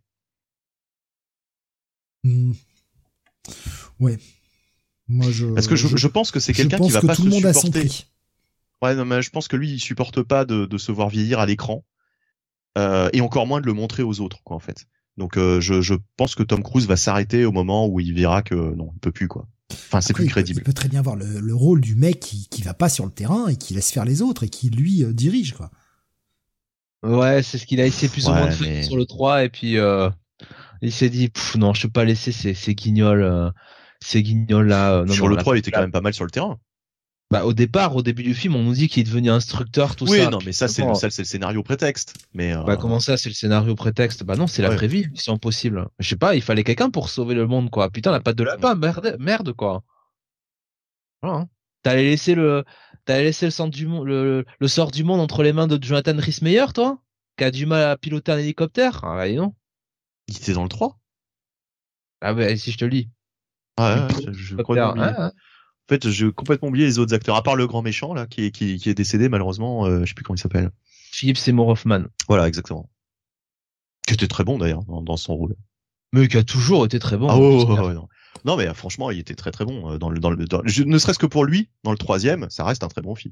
Hmm. Ouais. Moi, je. Parce que je, je, je pense que c'est je quelqu'un pense qui va que pas tout se le monde a son supporter. prix. Ouais, non, mais je pense que lui, il supporte pas de, de se voir vieillir à l'écran, euh, et encore moins de le montrer aux autres, quoi, en fait. Donc, euh, je, je pense que Tom Cruise va s'arrêter au moment où il verra que non, il peut plus, quoi. Enfin, c'est Après, plus il peut, crédible. il peut très bien voir le, le rôle du mec qui, qui va pas sur le terrain et qui laisse faire les autres et qui lui euh, dirige, quoi. Ouais, c'est ce qu'il a essayé plus ou moins de Ouais, faire mais sur le trois, et puis euh, il s'est dit, pff, non, je peux pas laisser ces, ces guignols, euh, ces guignols là. non, sur non, le là, trois, il était là- quand même pas mal sur le terrain. Bah, au départ, au début du film, on nous dit qu'il est devenu instructeur, tout Oui, ça. non, Puis mais ça, c'est le, finalement, ça, c'est le scénario prétexte. Mais, euh, bah, comment ça, c'est le scénario prétexte? Bah non, c'est la ouais. vraie vie, mission impossible. Je sais pas, il fallait quelqu'un pour sauver le monde, quoi. Putain, la patte de lapin, merde, merde, quoi. Voilà, hein. T'allais laisser le, t'allais laisser le centre du monde, le, le sort du monde entre les mains de Jonathan Rhys-Meyer, toi? Qui a du mal à piloter un hélicoptère? Ah, bah, dis non. Il était dans le trois? Ah, bah, si je te le dis. Ouais, Il ouais, pilote je, un je crois hélicoptère. oublié. Ah, ah. En fait, j'ai complètement oublié les autres acteurs, à part le grand méchant, là, qui est, qui, qui est décédé, malheureusement, euh, je sais plus comment il s'appelle. Philippe Seymour Hoffman. Voilà, exactement. Qui était très bon, d'ailleurs, dans, dans son rôle. Mais qui a toujours été très bon. Ah en ouais, plus, ouais, il a- ouais, non. Non, mais euh, franchement, il était très très bon euh, dans le, dans le, dans- je- ne serait-ce que pour lui, dans le troisième, ça reste un très bon film.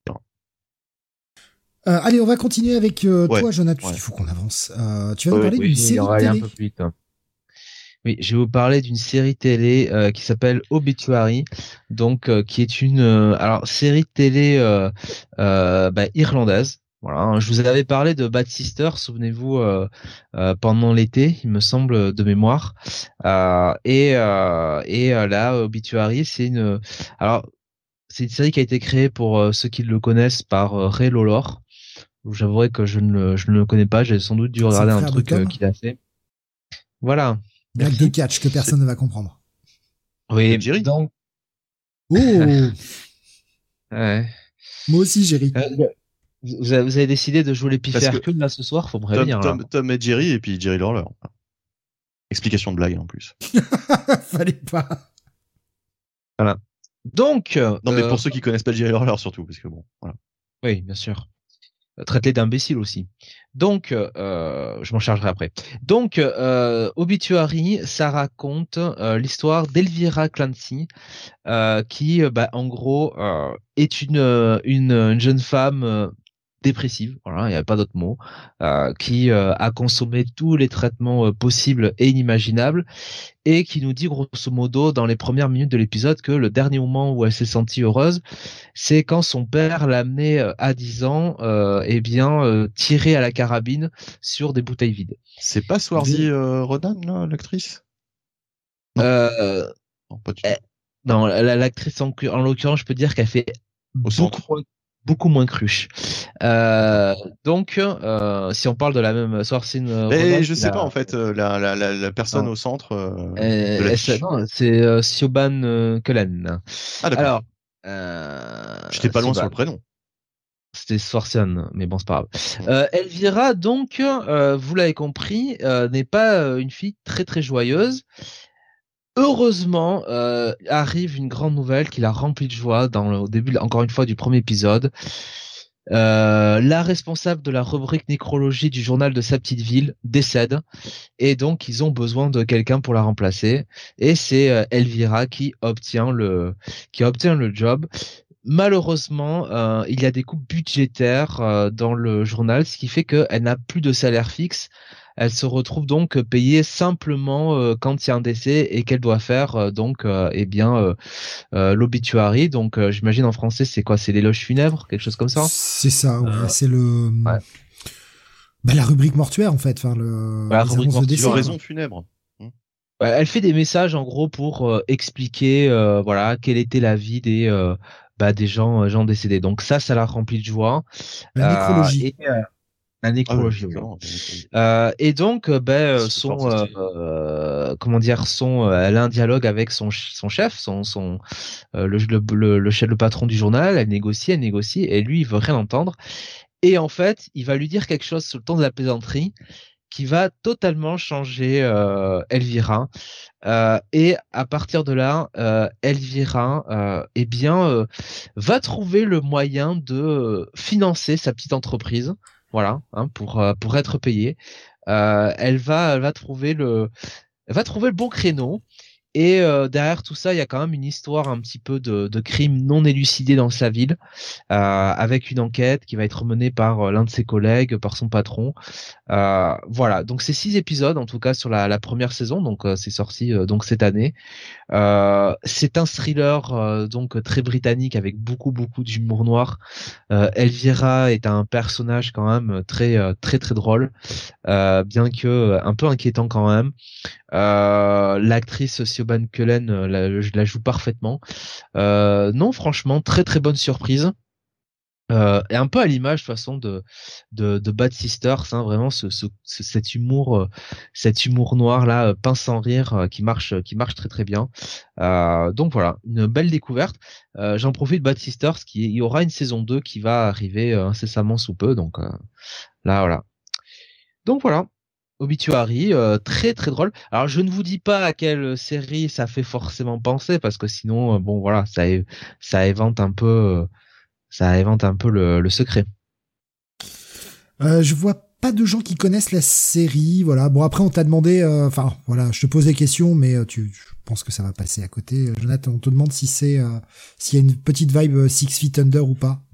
Euh, allez, on va continuer avec euh, Ouais, toi, Jonathan. ouais. Il faut qu'on avance. Euh, tu vas nous Ouais, parler Oui, d'une il y série aura de aller un télé. peu plus vite. Oui, je vais vous parler d'une série télé euh, qui s'appelle Obituary, donc euh, qui est une euh, alors série télé euh, euh, bah, irlandaise. Voilà, hein. Je vous avais parlé de Bad Sister, souvenez-vous, euh, euh, pendant l'été, il me semble, de mémoire. Euh, et euh, et euh, là, Obituary, c'est une alors c'est une série qui a été créée pour euh, ceux qui le connaissent par euh, Ray Lawlor. J'avouerai que je ne le, je ne le connais pas, j'ai sans doute dû C'est le regarder un frère de truc euh, Tom. qu'il a fait. Voilà. Blague Merci. de catch que personne ne va comprendre. Oui, Jerry. donc Oh, ouais. moi aussi, j'ai ri. Euh, vous, avez, vous avez décidé de jouer les Parce que Hercule là ce soir, faut me Tom, prévenir là. Tom, Tom et Jerry, et puis Jerry Lawler. Explication de blague, en plus. Fallait pas. Voilà. Donc, Non, mais euh, pour ceux qui connaissent pas Jerry Lawler, surtout, parce que bon, voilà. oui, bien sûr. Traite-les d'imbéciles aussi. Donc, euh, je m'en chargerai après. Donc, euh, Obituary, ça raconte euh, l'histoire d'Elvira Clancy, euh, qui, euh, bah, en gros, euh, est une, une une jeune femme euh, dépressive. Voilà, il n'y a pas d'autre mot, euh, qui euh, a consommé tous les traitements euh, possibles et inimaginables, et qui nous dit grosso modo dans les premières minutes de l'épisode que le dernier moment où elle s'est sentie heureuse, c'est quand son père l'a amenée euh, à dix ans, euh, eh bien, euh, tirer à la carabine sur des bouteilles vides. C'est pas Swarzy euh, Ronan, là, l'actrice? Non. Euh, Non, pas du tout. eh, non, la- l'actrice en, en l'occurrence, je peux dire qu'elle fait Au beaucoup centre. moins, beaucoup moins cruche. Euh, donc, euh, si on parle de la même Swarzine euh, Mais Ronan, je sais la- pas, en fait, euh, la, la, la, la personne Non. au centre euh, Euh, de elle- l'affiche. non, c'est euh, Siobhan euh, Cullen. Ah, d'accord. Alors, euh, J'étais pas loin Siobhan. sur le prénom. C'était Swarcian, mais bon, c'est pas grave. Euh, Elvira, donc, euh, vous l'avez compris, euh, n'est pas euh, une fille très très joyeuse. Heureusement, euh, arrive une grande nouvelle qui la remplit de joie dans le, au début, encore une fois, du premier épisode. Euh, la responsable de la rubrique nécrologie du journal de sa petite ville décède, et donc ils ont besoin de quelqu'un pour la remplacer. Et c'est euh, Elvira qui obtient le qui obtient le job. Malheureusement, euh, il y a des coupes budgétaires euh, dans le journal, ce qui fait qu'elle n'a plus de salaire fixe. Elle se retrouve donc payée simplement euh, quand il y a un décès et qu'elle doit faire euh, donc euh, eh bien euh, euh, l'obituary. Donc euh, j'imagine en français c'est quoi? C'est l'éloge funèbre, quelque chose comme ça. C'est ça, ouais. Euh, c'est le. ouais. Bah, la rubrique mortuaire, en fait. Enfin, le. Ouais, la les rubrique annonces de mortuaire. décès. Oraison funèbre. Ouais, elle fait des messages en gros pour euh, expliquer euh, voilà quelle était la vie des euh, bah, des gens euh, gens décédés. Donc ça, ça la remplit de joie. La nécrologie. Euh, et, euh, La nécrologie. Ah, oui. oui, euh, et donc, euh, ben, C'est son, fort, ça, euh, euh, comment dire, son, euh, elle a un dialogue avec son, ch- son chef, son, son, euh, le, le, le, le chef, le patron du journal. Elle négocie, elle négocie, et lui, il veut rien entendre. Et en fait, il va lui dire quelque chose sur le ton de la plaisanterie qui va totalement changer euh, Elvira. Euh, et à partir de là, euh, Elvira, euh, eh bien, euh, va trouver le moyen de euh, financer sa petite entreprise. Voilà, hein, pour euh, pour être payée. Euh, elle va elle va trouver le elle va trouver le bon créneau. Et euh, derrière tout ça, il y a quand même une histoire un petit peu de, de crime non élucidé dans sa ville, euh, avec une enquête qui va être menée par euh, l'un de ses collègues, par son patron. Euh, voilà, donc c'est six épisodes en tout cas sur la, la première saison, donc euh, c'est sorti euh, donc cette année. Euh, c'est un thriller euh, donc très britannique avec beaucoup beaucoup d'humour noir. Euh, Elvira est un personnage quand même très euh, très très drôle, euh, bien que euh, un peu inquiétant quand même. Euh, l'actrice Siobhan Cullen euh, la, la joue parfaitement. Euh, non, franchement, très très bonne surprise. Euh, et un peu à l'image de toute façon de de, de Bad Sisters, hein, vraiment ce, ce, ce- cet humour euh, cet humour noir là, euh, pince sans rire, euh, qui marche qui marche très très bien. Euh, donc voilà, une belle découverte. Euh, j'en profite, Bad Sisters, qui il y aura une saison deux qui va arriver euh, incessamment sous peu, donc euh, là voilà. Donc voilà. Obituary, euh, très très drôle. Alors je ne vous dis pas à quelle série ça fait forcément penser, parce que sinon euh, bon voilà, ça é- ça évente un peu euh, ça évente un peu le, le secret. Euh, je vois pas de gens qui connaissent la série, voilà. Bon, après, on t'a demandé, euh, enfin, voilà, je te pose des questions, mais euh, tu, je pense que ça va passer à côté. Euh, Jonathan, on te demande si c'est, euh, s'il y a une petite vibe euh, Six Feet Under ou pas.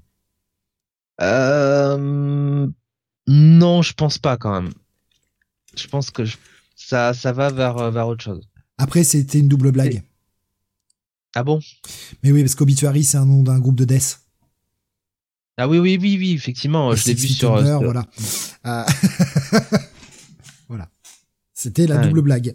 Euh, non, je pense pas quand même. Je pense que je- ça, ça va vers, euh, vers autre chose. Après, c'était une double blague. Et- Ah bon? Mais oui, parce qu'Obituary, c'est un nom d'un groupe de death. Ah oui, oui, oui, oui, effectivement, Et je l'ai Six vu Feet sur. euh, Under, sur- voilà. Euh, voilà. C'était la Ah, double blague.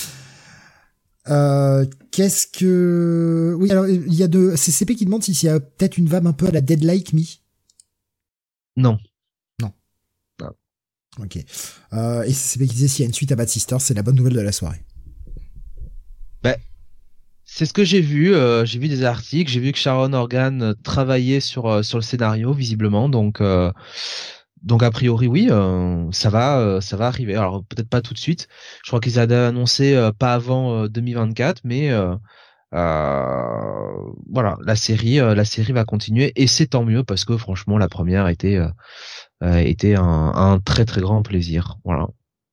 Euh, qu'est-ce que... Oui, alors, il y a de... C'est C P qui demande s'il y a peut-être une vibe un peu à la Dead Like Me. non. Non. Non. Ok. Euh, et C P qui disait s'il y a une suite à Bad Sisters, c'est la bonne nouvelle de la soirée. Ben, c'est ce que j'ai vu. Euh, j'ai vu des articles, j'ai vu que Sharon Organ euh, travaillait sur euh, sur le scénario visiblement, donc euh, donc a priori oui, euh, ça va euh, ça va arriver. Alors peut-être pas tout de suite. Je crois qu'ils avaient annoncé euh, pas avant euh, deux mille vingt-quatre, mais euh, euh, voilà, la série euh, la série va continuer et c'est tant mieux parce que franchement la première était euh, euh, était un, un très très grand plaisir. Voilà.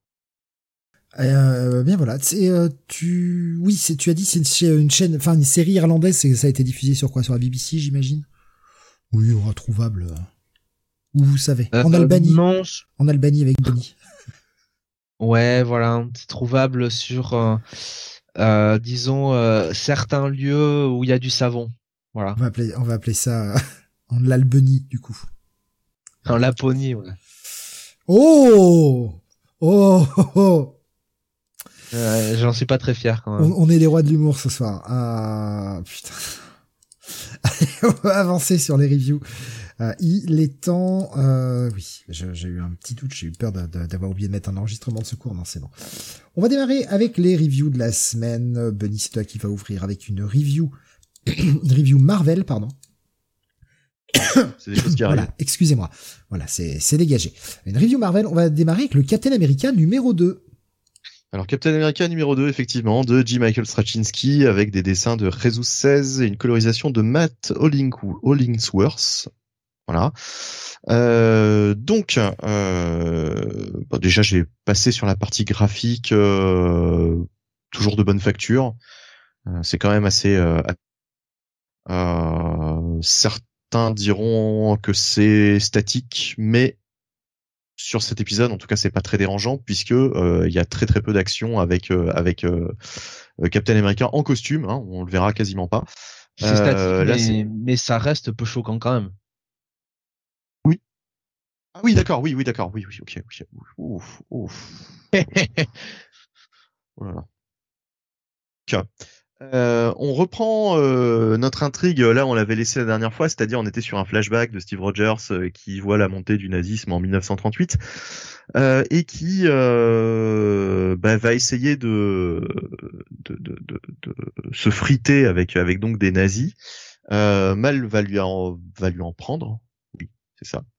Euh, bien voilà. C'est euh, tu, oui, c'est tu as dit c'est une, cha- une chaîne, enfin une série irlandaise. C'est ça a été diffusé sur quoi? Sur la B B C, j'imagine. Oui, retrouvable. euh, Où vous savez, Euh, en Albanie, non, je- en Albanie avec Bonnie. ouais, voilà, c'est trouvable sur euh, euh, disons euh, certains lieux où il y a du savon. Voilà. On va appeler, on va appeler ça euh, en l'Albanie du coup. En Laponie, ouais. Oh, oh, oh, oh. Euh, j'en suis pas très fier quand On, même. on est les rois de l'humour ce soir. Ah putain. Allez, on va avancer sur les reviews. Euh, il est temps. Euh, oui, je- j'ai eu un petit doute. J'ai eu peur de- de- d'avoir oublié de mettre un enregistrement de secours. Non, c'est bon. On va démarrer avec les reviews de la semaine. Benny, c'est toi qui va ouvrir avec une review, une review Marvel, pardon. C'est des choses qui arrivent. Voilà, excusez-moi. Voilà, c'est c'est dégagé. Une review Marvel. On va démarrer avec le Captain America numéro deux. Alors, Captain America numéro deux, effectivement, de J. Michael Straczynski, avec des dessins de Jesus seize et une colorisation de Matt Hollingw- Hollingsworth. Voilà. Euh, donc, euh, bon, déjà, j'ai passé sur la partie graphique, euh, toujours de bonne facture. Euh, c'est quand même assez... Euh, euh, certains diront que c'est statique, mais sur cet épisode, en tout cas, c'est pas très dérangeant puisque euh, il y a très très peu d'action avec euh, avec euh, Captain America en costume. Hein, on le verra quasiment pas. C'est statique, Euh, là, mais c'est mais ça reste peu choquant quand même. oui. Ah oui, d'accord. Oui, oui, d'accord. Oui, oui, ok. ok. Ouf, ouf. Oh là là. Ok. Euh, on reprend euh, notre intrigue. Là, on l'avait laissé la dernière fois, c'est-à-dire on était sur un flashback de Steve Rogers euh, qui voit la montée du nazisme en mille neuf cent trente-huit euh, et qui euh, bah, va essayer de de, de, de de se friter avec avec donc des nazis. Euh, Mal va lui en va lui en prendre. Oui, c'est ça.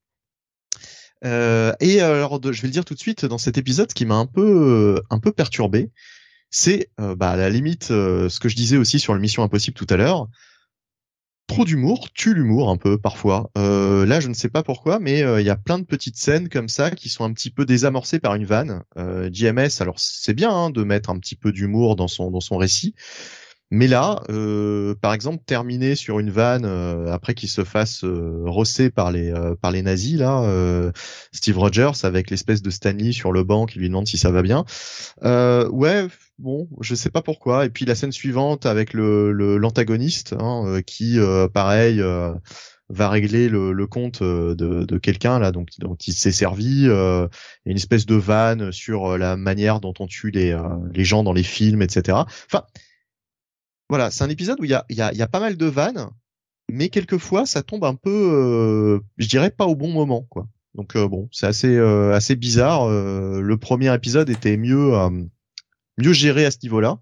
Euh, et alors, de, je vais le dire tout de suite, dans cet épisode, ce qui m'a un peu euh, un peu perturbé, c'est euh, bah, à la limite euh, ce que je disais aussi sur le Mission Impossible tout à l'heure. Trop d'humour tue l'humour un peu parfois. Euh, là, je ne sais pas pourquoi, mais il euh, y a plein de petites scènes comme ça qui sont un petit peu désamorcées par une vanne. Euh, J M S, alors c'est bien hein, de mettre un petit peu d'humour dans son dans son récit, mais là, euh, par exemple, terminer sur une vanne euh, après qu'il se fasse euh, rosser par les euh, par les nazis là, euh, Steve Rogers avec l'espèce de Stanley sur le banc qui lui demande si ça va bien. Euh, ouais, bon, je sais pas pourquoi. Et puis la scène suivante avec le le- l'antagoniste hein, euh, qui, euh, pareil, euh, va régler le, le compte euh, de, de quelqu'un là, donc dont il s'est servi. Euh, il y a une espèce de vanne sur euh, la manière dont on tue les euh, les gens dans les films, et cetera. Enfin, voilà, c'est un épisode où il y a il y a il y a pas mal de vannes, mais quelquefois ça tombe un peu, euh, je dirais pas au bon moment, quoi. Donc euh, bon, c'est assez euh, assez bizarre. Euh, le premier épisode était mieux. Euh, mieux géré à ce niveau-là.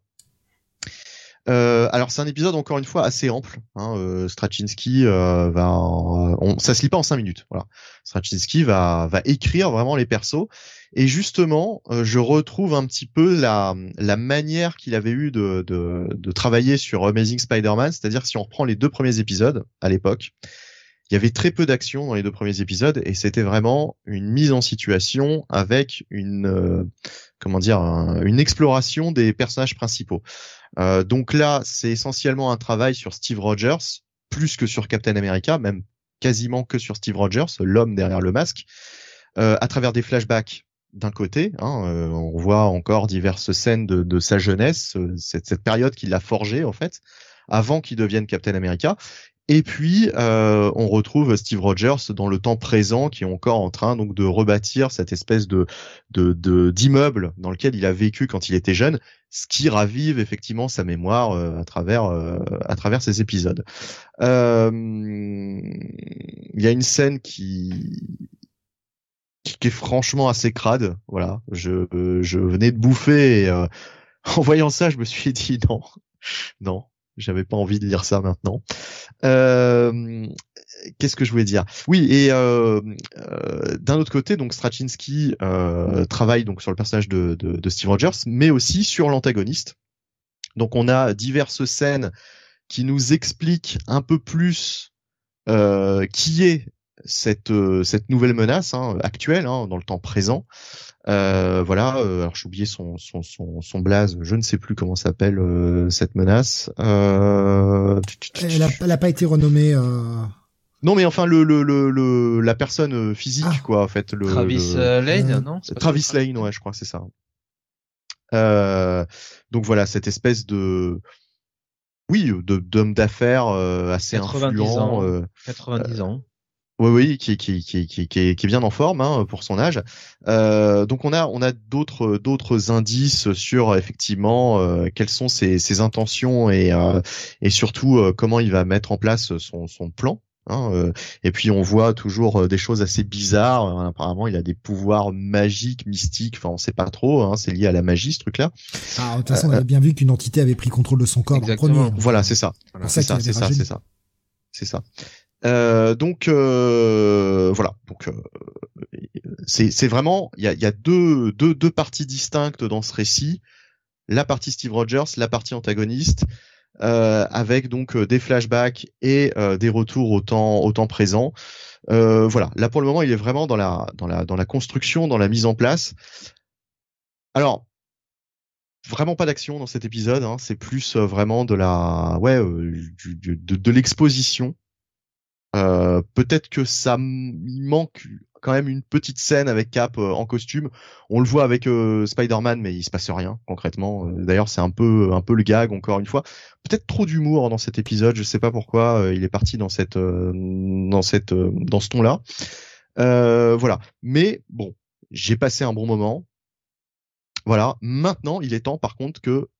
Euh, alors c'est un épisode encore une fois assez ample. Hein, euh, Straczynski euh, va, en, on, ça se lit pas en cinq minutes. Voilà, Straczynski va va écrire vraiment les persos et justement euh, je retrouve un petit peu la la manière qu'il avait eu de de, de travailler sur Amazing Spider-Man, c'est-à-dire que si on reprend les deux premiers épisodes à l'époque, il y avait très peu d'action dans les deux premiers épisodes et c'était vraiment une mise en situation avec une euh, comment dire un, une exploration des personnages principaux. Euh, donc là, c'est essentiellement un travail sur Steve Rogers plus que sur Captain America, même quasiment que sur Steve Rogers, l'homme derrière le masque, euh, à travers des flashbacks. D'un côté, hein, euh, on voit encore diverses scènes de, de sa jeunesse, euh, cette, cette période qui l'a forgé en fait, avant qu'il devienne Captain America. Et puis, euh, on retrouve Steve Rogers dans le temps présent, qui est encore en train donc de rebâtir cette espèce de de de- d'immeuble dans lequel il a vécu quand il était jeune, ce qui ravive effectivement sa mémoire euh, à travers euh, à travers ces épisodes. Euh, Il y a une scène qui qui, qui est franchement assez crade. Voilà, je euh, je venais de bouffer et euh, en voyant ça, je me suis dit non, non, j'avais pas envie de lire ça maintenant. Euh, Qu'est-ce que je voulais dire? Oui, et euh, euh, d'un autre côté, donc Straczynski euh, travaille donc sur le personnage de, de, de Steve Rogers, mais aussi sur l'antagoniste. Donc on a diverses scènes qui nous expliquent un peu plus euh, qui est cette euh, cette nouvelle menace hein, actuelle hein, dans le temps présent. Euh, voilà. Euh, alors j'ai oublié son son son son blaze. Je ne sais plus comment s'appelle euh, cette menace. Euh... Elle a, elle a pas été renommée. Euh... Non, mais enfin le le le, le la personne euh, physique Ah. quoi, en fait le Travis le... euh, Lane, Euh, non? C'est pas Travis ça, Lane, ouais, je crois que c'est ça. Euh, donc voilà, cette espèce de oui, de d'homme d'affaires euh, assez quatre-vingt-dix influent. ans. Euh, quatre-vingt-dix ans. oui, oui, qui qui qui qui qui est, qui est bien en forme hein, pour son âge. Euh, donc on a on a d'autres d'autres indices sur effectivement euh, quelles sont ses ses intentions et euh, et surtout euh, comment il va mettre en place son son plan. Hein, euh, et puis on voit toujours euh, des choses assez bizarres. Hein, apparemment, il a des pouvoirs magiques, mystiques. Enfin, on sait pas trop. Hein, c'est lié à la magie, ce truc-là. Ah, de toute façon, on avait bien vu qu'une entité avait pris contrôle de son corps Exactement. en premier. Voilà, c'est ça. Voilà. C'est ça, c'est ça, c'est ça, c'est ça. Euh, donc euh, voilà. Donc euh, c'est c'est vraiment il y a il y a deux deux deux parties distinctes dans ce récit. La partie Steve Rogers, la partie antagoniste. Euh, avec donc euh, des flashbacks et euh, des retours au temps au temps présent. Euh, voilà, là pour le moment, il est vraiment dans la dans la dans la construction, dans la mise en place. Alors vraiment pas d'action dans cet épisode, hein, c'est plus euh, vraiment de la ouais euh, du, du, de, de l'exposition. Euh, peut-être que ça m- il manque quand même une petite scène avec Cap euh, en costume. On le voit avec euh, Spider-Man, mais il se passe rien concrètement. Euh, D'ailleurs, c'est un peu un peu le gag encore une fois. Peut-être trop d'humour dans cet épisode. Je sais pas pourquoi euh, il est parti dans cette euh, dans cette euh, dans ce ton-là. Euh, voilà. Mais bon, j'ai passé un bon moment. Voilà. Maintenant, il est temps par contre que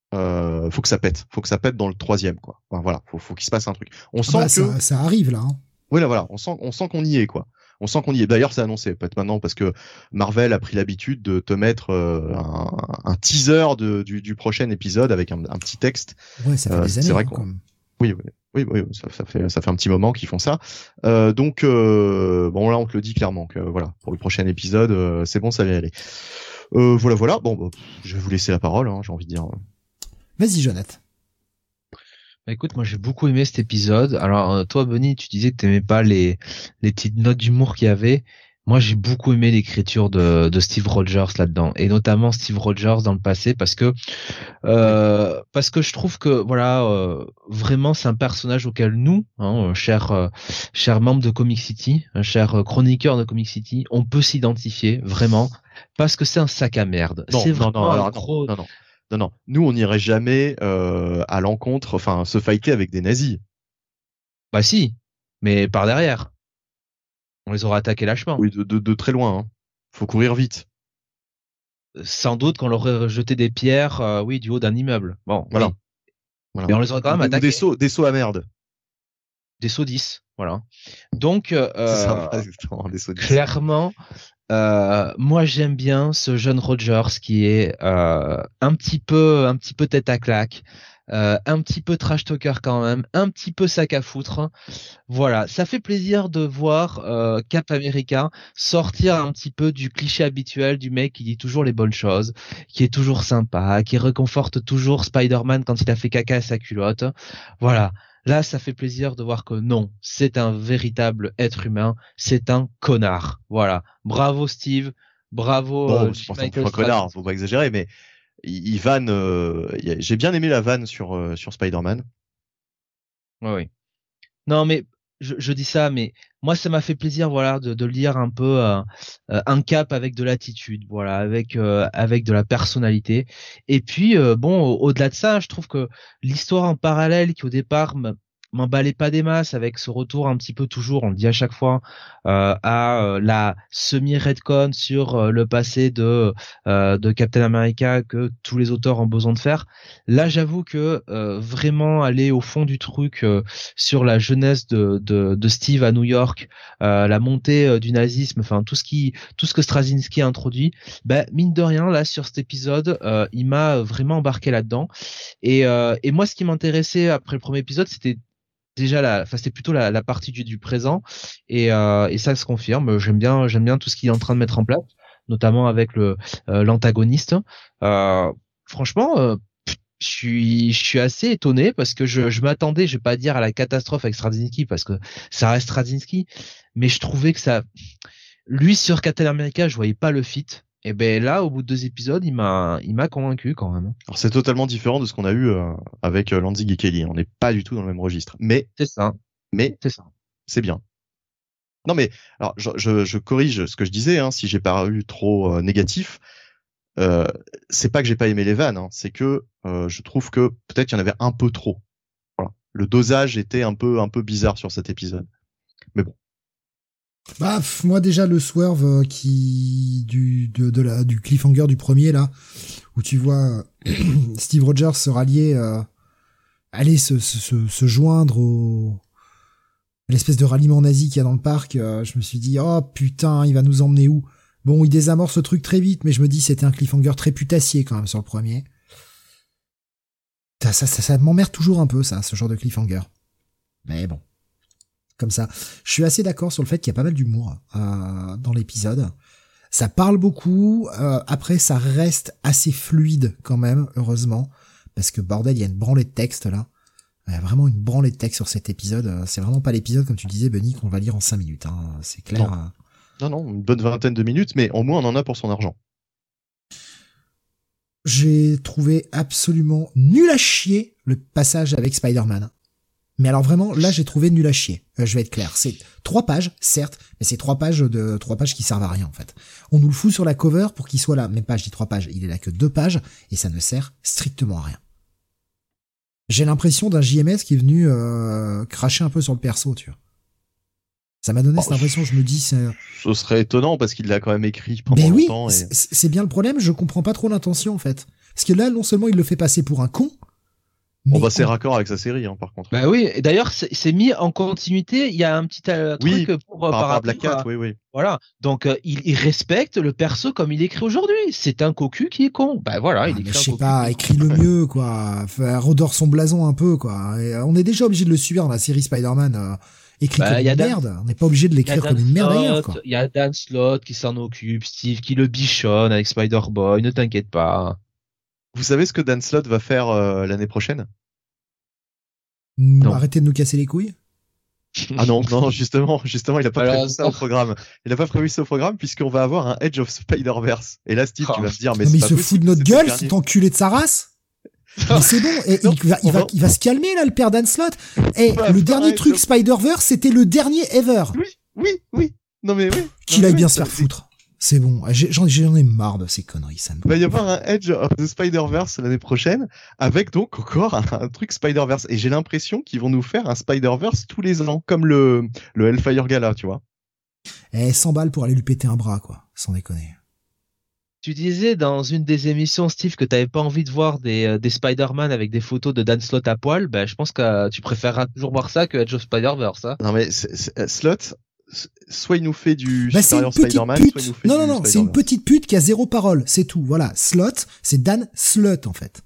euh, faut que ça pète, faut que ça pète dans le troisième, quoi. Enfin, voilà, faut, faut qu'il se passe un truc. On sent bah, que ça, ça arrive là. Hein. Oui, là, voilà, on sent, on sent qu'on y est, quoi. On sent qu'on y est. D'ailleurs, c'est annoncé, peut-être maintenant, parce que Marvel a pris l'habitude de te mettre euh, un, un teaser de, du, du prochain épisode avec un, un petit texte. Ouais, ça fait Euh, des c'est années. vrai hein, qu'on- comme... Oui, oui, oui, oui, ça, ça fait, ça fait un petit moment qu'ils font ça. Euh, donc, euh, bon, là, on te le dit clairement que voilà, pour le prochain épisode, euh, c'est bon, ça va y aller. Euh, voilà, voilà. Bon, bah, je vais vous laisser la parole. Hein, j'ai envie de dire. Vas-y, Jonathan. Bah, écoute, moi j'ai beaucoup aimé cet épisode. Alors euh, toi, Benny, tu disais que t'aimais pas les les petites notes d'humour qu'il y avait. Moi, j'ai beaucoup aimé l'écriture de, de Steve Rogers là-dedans, et notamment Steve Rogers dans le passé, parce que euh, parce que je trouve que voilà, euh, vraiment, c'est un personnage auquel nous, hein, chers euh, chers membres de Comic City, hein, chers euh, chroniqueurs de Comic City, on peut s'identifier vraiment, parce que c'est un sac à merde. Non, C'est non, vraiment non, un alors, gros. non, non, non, non. Nous, on n'irait jamais euh, à l'encontre, enfin, se fighter avec des nazis. Bah si, mais par derrière. On les aura attaqués lâchement. Oui, de, de, de très loin. Hein. Faut courir vite. Sans doute qu'on leur aurait jeté des pierres, euh, oui, du haut d'un immeuble. Bon, Voilà. oui. Voilà. Mais on les aurait quand même Ou des, ou attaqués. des sauts, des sauts à merde. Des sauts dix, voilà. Donc, euh, C'est sympa, justement, des sauts dix. clairement, euh, moi j'aime bien ce jeune Rogers qui est euh, un petit peu, un petit peu tête à claque, euh, un petit peu trash talker quand même, un petit peu sac à foutre. Voilà, ça fait plaisir de voir euh, Cap America sortir un petit peu du cliché habituel du mec qui dit toujours les bonnes choses, qui est toujours sympa, qui réconforte toujours Spider-Man quand il a fait caca à sa culotte. Voilà. Là, ça fait plaisir de voir que non, c'est un véritable être humain, c'est un connard. Voilà. Bravo Steve, bravo Bon, euh, c'est J. pas Michael un connard, Straczynski. faut pas exagérer, mais il, il vanne. Euh, il a- j'ai bien aimé la vanne sur euh, sur Spider-Man. Ouais, oui. Non, mais je, je dis ça, mais moi, ça m'a fait plaisir, voilà, de, de lire un peu euh, euh, un Cap avec de l'attitude, voilà, avec euh, avec de la personnalité. Et puis, euh, bon, au- au-delà de ça, je trouve que l'histoire en parallèle, qui au départ m- m'emballait pas des masses, avec ce retour un petit peu toujours, on le dit à chaque fois, euh, à euh, la semi-redcon sur euh, le passé de euh, de Captain America que tous les auteurs ont besoin de faire. Là, j'avoue que euh, vraiment aller au fond du truc euh, sur la jeunesse de, de, de Steve à New York, euh, la montée euh, du nazisme, enfin tout ce qui, tout ce que Straczynski a introduit, ben mine de rien là sur cet épisode, euh, il m'a vraiment embarqué là-dedans. Et, euh, et moi, ce qui m'intéressait après le premier épisode, c'était déjà la, enfin c'était plutôt la, la partie du, du présent. Et, euh, et ça se confirme. J'aime bien, j'aime bien tout ce qu'il est en train de mettre en place, notamment avec le euh, l'antagoniste. Euh, franchement. Euh, je suis, je suis assez étonné parce que je, je m'attendais, je vais pas dire à la catastrophe avec Straczynski parce que ça reste Straczynski, mais je trouvais que ça, lui sur Captain America, je voyais pas le fit. Et ben là, au bout de deux épisodes, il m'a, il m'a convaincu quand même. Alors c'est totalement différent de ce qu'on a eu euh, avec euh, Lanzig et Kelly. On n'est pas du tout dans le même registre. Mais C'est ça, mais c'est ça. c'est bien. Non mais alors je, je, je corrige ce que je disais. Hein, si j'ai paru trop euh, négatif. Euh, c'est pas que j'ai pas aimé les vannes, hein, c'est que euh, je trouve que peut-être il y en avait un peu trop. Voilà. Le dosage était un peu un peu bizarre sur cet épisode. Mais bon. Bah, pff, moi déjà le swerve euh, qui du de, de la du cliffhanger du premier là où tu vois euh, Steve Rogers se rallier euh, aller se, se, se, se joindre au à l'espèce de ralliement nazi qu'il y a dans le parc, euh, je me suis dit oh putain, il va nous emmener où? Bon, il désamorce ce truc très vite, mais je me dis c'était un cliffhanger très putassier quand même sur le premier. Ça ça ça, ça m'emmerde toujours un peu ça, ce genre de cliffhanger. Mais bon. Comme ça. Je suis assez d'accord sur le fait qu'il y a pas mal d'humour euh, dans l'épisode. Ça parle beaucoup. Euh, après, ça reste assez fluide quand même, heureusement. Parce que bordel, il y a une branlée de texte là. Il y a vraiment une branlée de texte sur cet épisode. C'est vraiment pas l'épisode, comme tu disais, Benny, qu'on va lire en cinq minutes. Hein. C'est clair. Non. non, non, une bonne vingtaine de minutes, mais au moins on en a pour son argent. J'ai trouvé absolument nul à chier le passage avec Spider-Man. Mais alors vraiment, là, j'ai trouvé nul à chier. Euh, je vais être clair. C'est trois pages, certes, mais c'est trois pages de trois pages qui servent à rien, en fait. On nous le fout sur la cover pour qu'il soit là. Même pas, je dis trois pages. Il est là que deux pages, et ça ne sert strictement à rien. J'ai l'impression d'un J M S qui est venu euh, cracher un peu sur le perso, tu vois. Ça m'a donné Oh, cette impression, je me dis... c'est... Ce serait étonnant parce qu'il l'a quand même écrit pendant Mais oui, longtemps. Et... c'est, c'est bien le problème, je comprends pas trop l'intention, en fait. Parce que là, non seulement il le fait passer pour un con, mais Bon bah c'est en- raccord avec sa série hein, par contre. Bah oui, et d'ailleurs, c'est c'est mis en continuité. Il y a un petit euh, Oui, truc pour euh, Par rapport à Black rapport Cat, à- oui oui. Voilà. Donc, euh, il, il respecte le perso comme il écrit aujourd'hui. C'est un cocu qui est con. Bah voilà, Ah, il mais écrit je un sais cocu pas, qui est écris le mieux, quoi. Enfin, redore son blason un peu, quoi. Et, euh, on est déjà obligé de le subir dans la série Spider-Man, euh, écrit Bah, comme y a une Dan- merde. On n'est pas obligé de Il y a l'écrire Dan comme une merde ailleurs, Slott, quoi. il y a Dan Slott qui s'en occupe, Steve qui le bichonne avec Spider-Boy, ne t'inquiète pas. Vous savez ce que Dan Slott va faire euh, l'année prochaine? Mm, Non. Arrêtez de nous casser les couilles. Ah non, non, justement, justement, il a pas Alors, prévu ça au programme. Il a pas prévu ça au programme puisqu'on va avoir un Edge of Spider-Verse. Et là, Steve, Oh. tu vas me dire, mais non, c'est mais il pas se possible, fout de notre c'était le gueule, dernier. cet enculé de sa race. Mais c'est bon, et Non, il va, il on va, va- il va se calmer, là, le père Dan Slott. Et On va le faire dernier un truc Edge of- Spider-Verse, c'était le dernier ever. Oui, oui, oui. Non mais oui. Qu'il Non, aille mais bien oui, se faire ça- foutre. C'est bon, j'ai- j'en j'en ai marre de ces conneries, ça me... Il va y avoir un Edge of the Spider-Verse l'année prochaine, avec donc encore un, un truc Spider-Verse. Et j'ai l'impression qu'ils vont nous faire un Spider-Verse tous les ans, comme le, le Hellfire Gala, tu vois. Eh, cent balles pour aller lui péter un bras, quoi. Sans déconner. Tu disais dans une des émissions, Steve, que t'avais pas envie de voir des, euh, des Spider-Man avec des photos de Dan Slott à poil. Ben, je pense que euh, tu préféreras toujours voir ça que Edge of Spider-Verse, hein. Non mais c'est- c'est- Slot, soit il nous fait du Bah, c'est une Superior petite Spider-Man, pute. soit il nous fait Non, du non, non, c'est une Spider-Verse. petite pute qui a zéro parole. C'est tout. Voilà. Slot, c'est Dan Slut, en fait.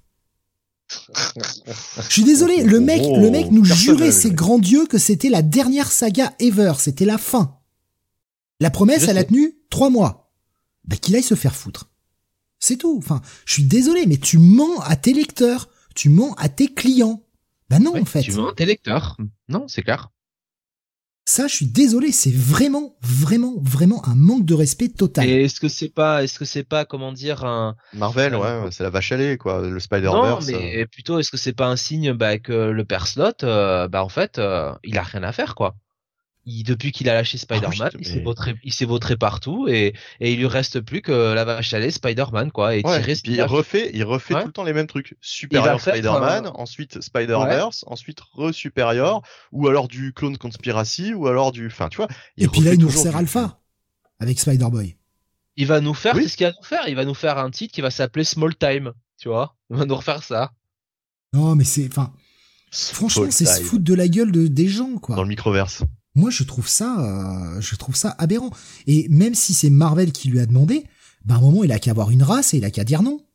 Je suis désolé, le mec, Oh, le mec nous personnel, jurait, c'est ouais. grand Dieu, que c'était la dernière saga ever. C'était la fin. La promesse, Je elle a sais. tenu trois mois. Bah, qu'il aille se faire foutre. C'est tout. Enfin, je suis désolé, mais tu mens à tes lecteurs. Tu mens à tes clients. Bah non, Ouais, en fait. Tu veux tes lecteurs. Non, c'est clair. Ça, je suis désolé, c'est vraiment, vraiment, vraiment un manque de respect total. Et est-ce que c'est pas, est-ce que c'est pas, comment dire, un, Marvel, Euh, ouais, c'est la vache à lait, quoi. Le non, Spider-Verse. euh. mais plutôt, est-ce que c'est pas un signe, bah, que le père Slott, euh, bah, en fait, euh, il a rien à faire, quoi. Il, depuis qu'il a lâché Spider-Man, oui, il mais- s'est vautré, il s'est vautré partout et, et il lui reste plus que la vache à lait Spider-Man, quoi, et Ouais, tirer puis il refait, il refait Ouais. tout le temps les mêmes trucs. Superior faire, Spider-Man, euh, ensuite Spider-Verse, ensuite re-Superior, ou alors du Clone Conspiracy, ou alors du, enfin, tu vois. Et puis là, refait il nous toujours resserre du- Alpha. Avec Spider-Boy. Il va nous faire, Oui. c'est ce qu'il va nous faire. Il va nous faire un titre qui va s'appeler Small Time, tu vois. Il va nous refaire ça. Non, mais c'est, enfin, franchement, Full c'est se time. foutre de la gueule de, des gens, quoi. Dans le microverse. Moi, je trouve ça, euh, je trouve ça aberrant. Et même si c'est Marvel qui lui a demandé, bah, à un moment, il a qu'à avoir une race et il a qu'à dire non.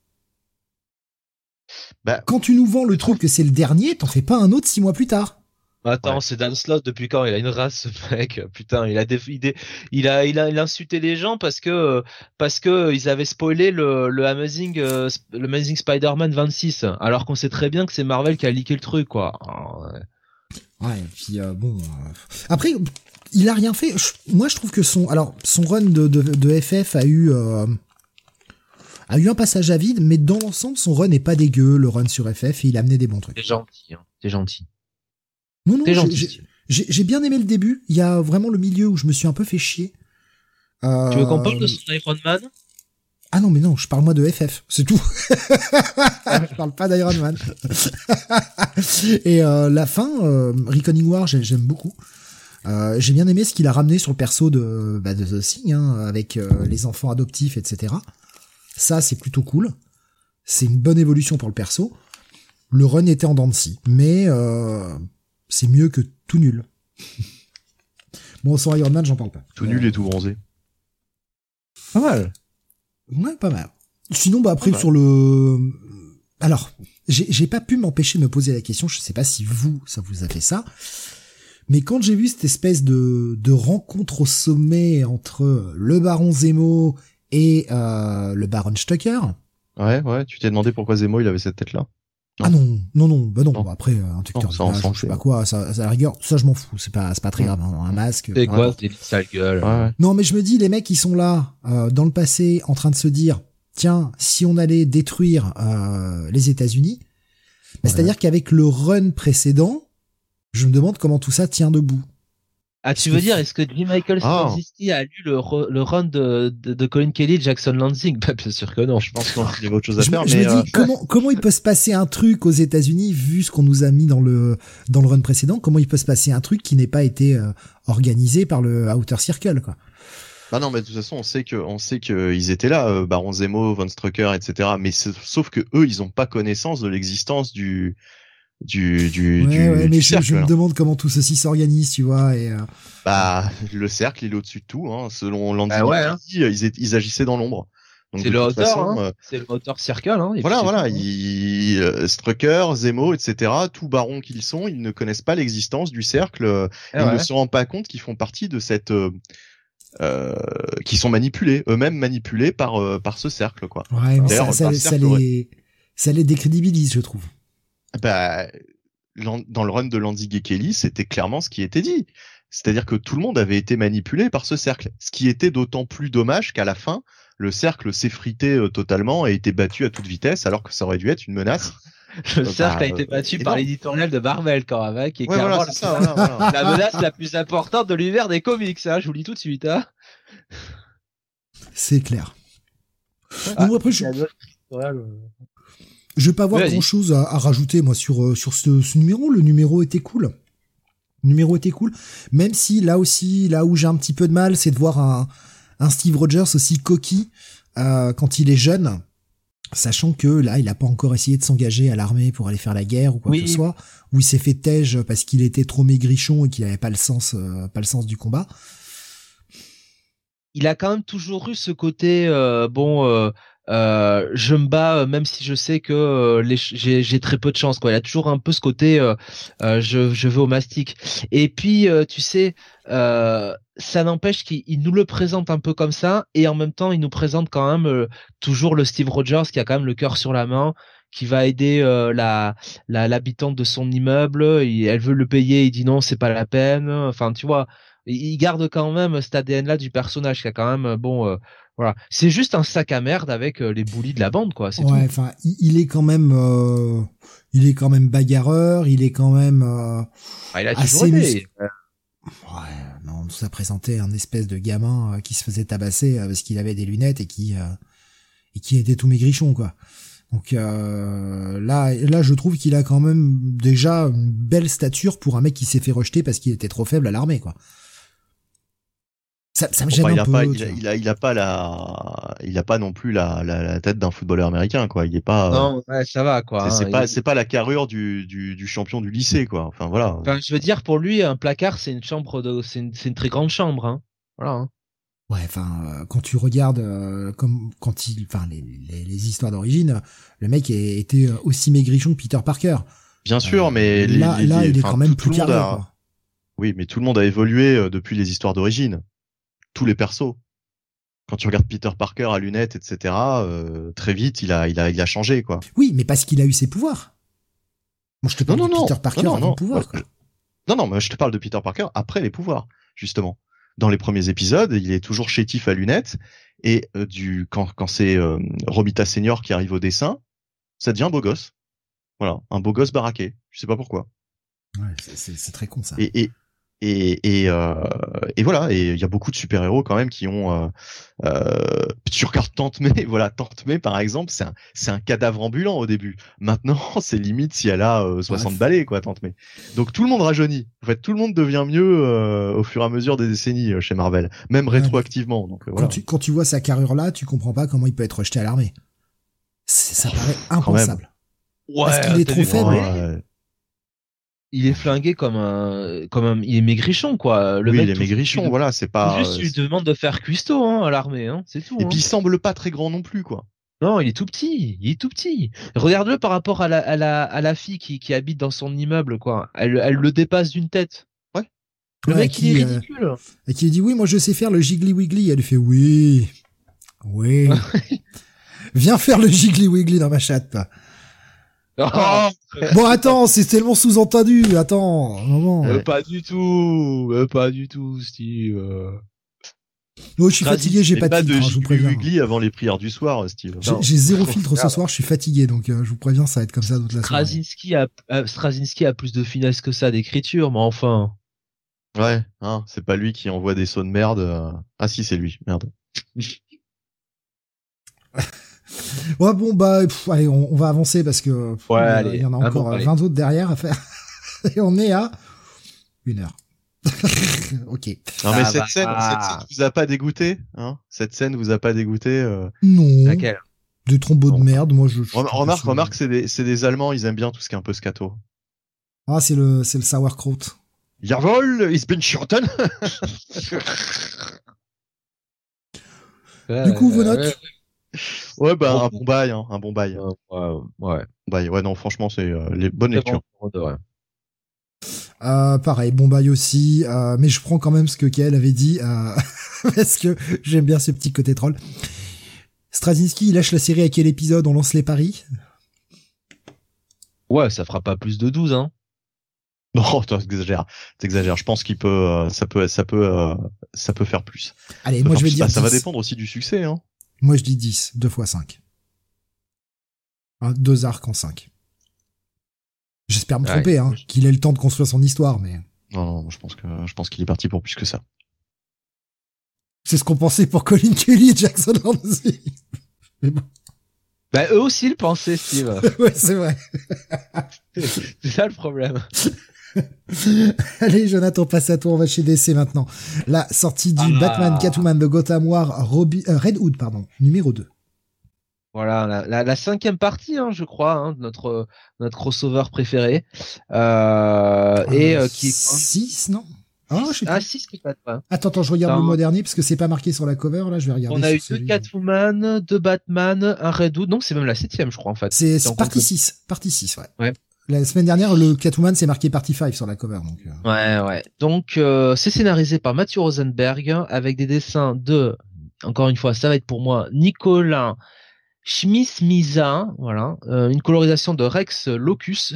Bah, Quand tu nous vends le truc que c'est le dernier, t'en fais pas un autre six mois plus tard. Attends, Ouais. c'est Dan Slott depuis quand? Il a une race, ce mec. Putain, il a des, il, dé- il a, il a, il a insulté les gens parce que, parce que ils avaient spoilé le, le Amazing, euh, Sp- le Amazing Spider-Man vingt-six. Alors qu'on sait très bien que c'est Marvel qui a leaké le truc, quoi. Oh, ouais. Ouais, et puis euh, bon. euh, Après, il a rien fait. Je- Moi, je trouve que son, alors, son run de, de, de F F a eu, euh, a eu un passage à vide, mais dans l'ensemble, son run est pas dégueu. Le run sur F F, et il a amené des bons trucs. T'es gentil, hein. T'es gentil. Non, non, T'es j'ai- gentil. j'ai- Steve. j'ai j'ai bien aimé le début. Il y a vraiment le milieu où je me suis un peu fait chier. Euh, Tu veux qu'on parle de son Iron Man? Ah non, mais non, je parle moi de F F, c'est tout. Je parle pas d'Iron Man. Et euh, la fin, euh, Reckoning War, j'ai- j'aime beaucoup. Euh, j'ai bien aimé ce qu'il a ramené sur le perso de, bah, de The Thing, hein, avec euh, les enfants adoptifs, et cetera. Ça, c'est plutôt cool. C'est une bonne évolution pour le perso. Le run était en dents de scie, mais euh, c'est mieux que tout nul. Bon, sans Iron Man, j'en parle pas. tout nul et tout bronzé. Pas mal. Ouais, pas mal. Sinon, bah après Pas mal. sur le, alors, j'ai j'ai pas pu m'empêcher de me poser la question. Je sais pas si vous, ça vous a fait ça, mais quand j'ai vu cette espèce de de rencontre au sommet entre le Baron Zemo et euh, le Baron Stucker. Ouais, ouais, tu t'es demandé pourquoi Zemo il avait cette tête-là. Non. Ah non, non, non, bah non. Non. Bon, après, un detecteur Non, de ça, on visage, s'en je sais fout. pas quoi, ça, ça à la rigueur, ça je m'en fous. C'est pas, c'est pas très Mm. grave. hein, un masque. C'est peu quoi, importe. c'est des sales gueules. Ouais, ouais. Non, mais je me dis, les mecs, ils sont là, euh, dans le passé, en train de se dire, tiens, si on allait détruire euh, les États-Unis, bah, Ouais. c'est-à-dire qu'avec le run précédent, je me demande comment tout ça tient debout. Ah, tu Parce veux que- dire, est-ce que J. Michael Ah. Straczynski a lu le, re- le run de, de, de Colin Kelly, Jackson Lansing? Bah, bien sûr que non. Je pense qu'il y avait autre chose à Je, me- faire, je mais me euh, dis, comment, comment il peut se passer un truc aux États-Unis, vu ce qu'on nous a mis dans le, dans le run précédent, comment il peut se passer un truc qui n'ait pas été euh, organisé par le Outer Circle, quoi. Bah non, mais de toute façon, on sait que, on sait que ils étaient là, euh, Baron Zemo, Von Strucker, et cetera. Mais sauf que eux, ils ont pas connaissance de l'existence du, du, du, ouais, du, ouais, du mais cercle. je, je me demande comment tout ceci s'organise, tu vois. Et euh... bah, le cercle, il est au-dessus de tout, hein. Selon Landy, bah ouais, hein. ils, étaient, ils agissaient dans l'ombre. Donc, c'est le auteur, hein. euh... c'est le auteur Circle, hein. Et voilà, voilà. Tout, hein. Il, euh, Strucker, Zemo, et cetera. Tout baron qu'ils sont, ils ne connaissent pas l'existence du cercle. Euh, ah et ouais. Ils ne se rendent pas compte qu'ils font partie de cette. Euh, Euh, qui sont manipulés, eux-mêmes manipulés par euh, par ce cercle, quoi. Ouais, mais ça, ça, ça les ça les décrédibilise, je trouve. Bah, dans le run de Landy Gekeli, c'était clairement ce qui était dit. C'est-à-dire que tout le monde avait été manipulé par ce cercle. Ce qui était d'autant plus dommage qu'à la fin, le cercle s'effritait euh, totalement et était battu à toute vitesse, alors que ça aurait dû être une menace. Le cercle bah, a été battu euh, par l'éditorial de Marvel quand même, hein, qui est ouais, clairement voilà, la, ça, voilà, voilà. la menace la plus importante de l'univers des comics, hein, je vous le dis tout de suite. Hein. C'est clair. Ah, bon, après, je... je vais pas avoir grand chose à, à rajouter moi sur euh, sur ce, ce numéro. Le numéro était cool. Le numéro était cool, même si là aussi, là où j'ai un petit peu de mal, c'est de voir un, un Steve Rogers aussi coquille euh, quand il est jeune. Sachant que là, il a pas encore essayé de s'engager à l'armée pour aller faire la guerre ou quoi oui. que ce soit, où il s'est fait tège parce qu'il était trop maigrichon et qu'il avait pas le sens, euh, pas le sens du combat. Il a quand même toujours eu ce côté, euh, bon, euh, euh, je me bats même si je sais que euh, les, j'ai, j'ai très peu de chance, quoi. Il a toujours un peu ce côté, euh, euh, je, je vais au mastic. Et puis, euh, tu sais, euh, ça n'empêche qu'il il nous le présente un peu comme ça, et en même temps, il nous présente quand même euh, toujours le Steve Rogers qui a quand même le cœur sur la main, qui va aider euh, la, la l'habitante de son immeuble. Il, elle veut le payer, il dit non, c'est pas la peine. Enfin, tu vois. Il garde quand même cet A D N-là du personnage qui a quand même bon, euh, voilà. C'est juste un sac à merde avec euh, les bullies de la bande, quoi. C'est ouais, tout. Enfin, il, il est quand même, euh, il est quand même bagarreur. Il est quand même. Euh, ah, il a toujours été. Mus... Ouais, non, ça présentait un espèce de gamin euh, qui se faisait tabasser euh, parce qu'il avait des lunettes et qui euh, et qui était tout maigrichon, quoi. Donc euh, là, là, je trouve qu'il a quand même déjà une belle stature pour un mec qui s'est fait rejeter parce qu'il était trop faible à l'armée, quoi. Ça, ça me gêne enfin, il un a peu. Pas, il, a, il a, il a pas la, il a pas non plus la, la, la tête d'un footballeur américain, quoi. Il est pas. Non, ouais, ça va, quoi. C'est, hein, c'est pas, il... c'est pas la carrure du, du, du champion du lycée, quoi. Enfin voilà. Enfin, je veux dire, pour lui, un placard, c'est une chambre de, c'est une, c'est une très grande chambre, hein. Voilà. Hein. Ouais, enfin, euh, quand tu regardes, euh, comme quand il, enfin, les, les, les histoires d'origine, le mec est, était aussi maigrichon que Peter Parker. Bien sûr, euh, mais là, les, là, les, il est enfin, quand même tout, plus tout carré. A... Quoi. Oui, mais tout le monde a évolué depuis les histoires d'origine. Tous les persos. Quand tu regardes Peter Parker à lunettes, et cetera, euh, très vite, il a, il a, il a changé, quoi. Oui, mais parce qu'il a eu ses pouvoirs. Moi, je te parle non, de non, Peter non, Parker non, avant non, le pouvoir. Quoi. Je... Non, non, mais je te parle de Peter Parker après les pouvoirs, justement. Dans les premiers épisodes, il est toujours chétif à lunettes, et euh, du quand, quand c'est euh, Romita Senior qui arrive au dessin, ça devient un beau gosse. Voilà, un beau gosse baraqué. Je sais pas pourquoi. Ouais, c'est, c'est, c'est très con ça. Et, et, et, et, euh, et voilà, et il y a beaucoup de super-héros quand même qui ont. Euh, euh, tu regardes Tante May, voilà, Tante May par exemple, c'est un, c'est un cadavre ambulant au début. Maintenant, c'est limite si elle a euh, soixante balais, quoi, Tante May. Donc tout le monde rajeunit. En fait, tout le monde devient mieux euh, au fur et à mesure des décennies euh, chez Marvel, même ouais, rétroactivement. Donc euh, quand, voilà. tu, quand tu vois sa carrure là, tu comprends pas comment il peut être rejeté à l'armée. C'est, ça paraît impensable. Ouais, parce qu'il est trop faible. Ouais. Il est flingué comme un, comme un, il est maigrichon, quoi. Le oui, mec, il est maigrichon, tout, voilà, c'est pas. Juste, tu lui demandes de faire cuistot, hein, à l'armée, hein, c'est tout. Et hein. puis il semble pas très grand non plus, quoi. Non, il est tout petit, il est tout petit. Regarde-le par rapport à la, à la, à la fille qui, qui habite dans son immeuble, quoi. Elle, elle le dépasse d'une tête. Ouais. Le ouais, mec, qui, il est ridicule. Euh, et qui dit, oui, moi, je sais faire le Jiggly Wiggly. Elle fait, oui. Oui. Viens faire le Jiggly Wiggly dans ma chatte, toi. Oh bon, attends, c'est tellement sous-entendu. Attends, un moment. Euh, pas du tout, euh, pas du tout, Steve. Moi, je suis fatigué, j'ai pas de pas filtre, de hein, je vous préviens. Wiggly avant les prières du soir, Steve. J'ai, j'ai zéro filtre ce soir, je suis fatigué, donc euh, je vous préviens, ça va être comme ça toute la soirée. Straczynski a, euh, Straczynski a plus de finesse que ça d'écriture, mais enfin. Ouais, hein, c'est pas lui qui envoie des sauts de merde. Euh... Ah si, c'est lui, merde. Ouais, bon, bah, pff, allez, on, on va avancer parce que pff, ouais, il, allez, y en a ah encore bon, vingt autres derrière à faire. Et on est à une heure. Ok. Non mais Ça cette va. scène, cette scène vous a pas dégoûté, hein? Cette scène vous a pas dégoûté euh... Non. Laquelle? Des trombeaux de Non. merde, moi je. je Rem- Remarque, je- remarque, c'est des, c'est des Allemands, ils aiment bien tout ce qui est un peu scato. Ah, c'est le, c'est le sauerkraut. Jawohl, ich bin Schotten. Du coup, vos notes? Ouais, bah Bon. un bon bail, hein, un bon bail. Ouais, ouais, ouais. Bail. Ouais, non, franchement, c'est euh, les bonnes lectures. Ouais. Euh, pareil, bon bail aussi, euh, mais je prends quand même ce que Kael avait dit, euh, parce que j'aime bien ce petit côté troll. Straczynski, il lâche la série à quel épisode? On lance les paris? Ouais, ça fera pas plus de douze, hein. Non, t'exagères, t'exagères. Je pense qu'il peut, euh, ça peut, ça peut, euh, ça peut faire plus. Allez, moi je vais plus. dire Bah, ça va dix. dépendre aussi du succès, hein. Moi je dis dix, deux fois cinq. Hein, deux arcs en cinq. J'espère me Ouais, tromper, hein, je- qu'il ait le temps de construire son histoire, mais Non, non, je pense que, je pense qu'il est parti pour plus que ça. c'est ce qu'on pensait pour Colin Kelly et Jackson Ramsey. Mais bon, Bah, eux aussi le pensaient, Steve. ouais, c'est vrai. C'est ça le problème. Allez, Jonathan, passe à toi, on va chez D C maintenant. La sortie du Ah. Batman Catwoman de Gotham War Robi- euh, Red Hood, pardon, numéro deux. Voilà, la, la, la cinquième partie, hein, je crois, hein, de notre notre crossover préféré, euh, et euh, qui est six, non? Ah, je sais ah plus. six peut-être pas. Attends, attends, je regarde Attends. le mois dernier parce que c'est pas marqué sur la cover, là, je vais regarder. On a sur eu deux celui- Catwoman, deux Batman, un Red Hood. Non, c'est même la septième, je crois en fait. C'est Si on partie compte six. Partie six, ouais. Ouais. La semaine dernière, le Catwoman, c'est marqué partie cinq sur la cover, donc. euh. le- Ouais, ouais. Donc euh, c'est scénarisé par Matthew Rosenberg avec des dessins de, encore une fois, ça va être pour moi Nicolas Schmiss-Misa, voilà, euh, une colorisation de Rex Locus.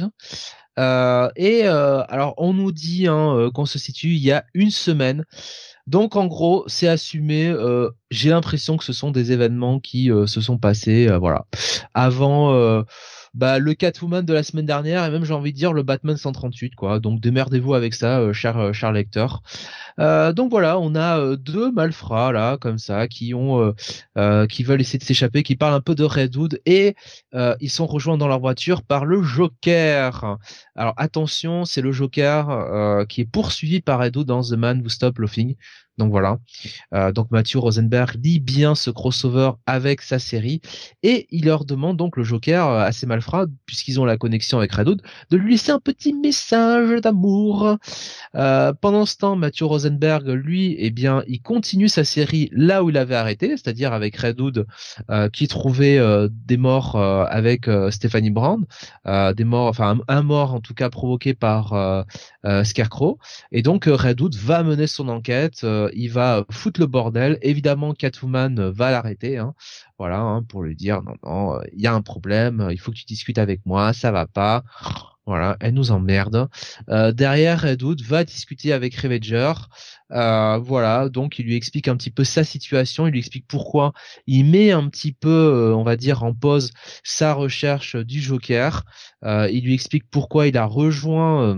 Euh, et euh, alors on nous dit hein, euh, qu'on se situe il y a une semaine. Donc en gros, c'est assumé. Euh, j'ai l'impression que ce sont des événements qui euh, se sont passés, euh, voilà, avant euh, bah, le Catwoman de la semaine dernière et même j'ai envie de dire le Batman cent trente-huit, quoi. Donc démerdez-vous avec ça, euh, cher euh, cher lecteur. Euh, donc voilà, on a euh, deux malfrats là, comme ça, qui ont, euh, euh, qui veulent essayer de s'échapper, qui parlent un peu de Red Hood et euh, ils sont rejoints dans leur voiture par le Joker. Alors attention, c'est le Joker euh, qui est poursuivi par Red Hood dans The Man Who Stopped Laughing. Donc voilà. Euh, donc Matthew Rosenberg lit bien ce crossover avec sa série et il leur demande donc le Joker euh, à ses malfrats, puisqu'ils ont la connexion avec Red Hood, de lui laisser un petit message d'amour. Euh, pendant ce temps, Matthew Rosenberg, lui, eh bien, il continue sa série là où il avait arrêté, c'est-à-dire avec Red Hood, euh, qui trouvait euh, des morts euh, avec euh, Stephanie Brand, euh, des morts, enfin un, un mort en tout cas provoqué par euh, euh, Scarecrow. Et donc euh, Red Hood va mener son enquête, euh, il va foutre le bordel. Évidemment, Catwoman euh, va l'arrêter, hein, voilà, hein, pour lui dire non, non, il y a un problème, il faut que tu discutes avec moi, ça va pas. Voilà, elle nous emmerde. Euh, derrière, Red Hood va discuter avec Ravager. Euh, voilà, donc il lui explique un petit peu sa situation, il lui explique pourquoi il met un petit peu, euh, on va dire, en pause sa recherche du Joker. Euh, il lui explique pourquoi il a rejoint euh,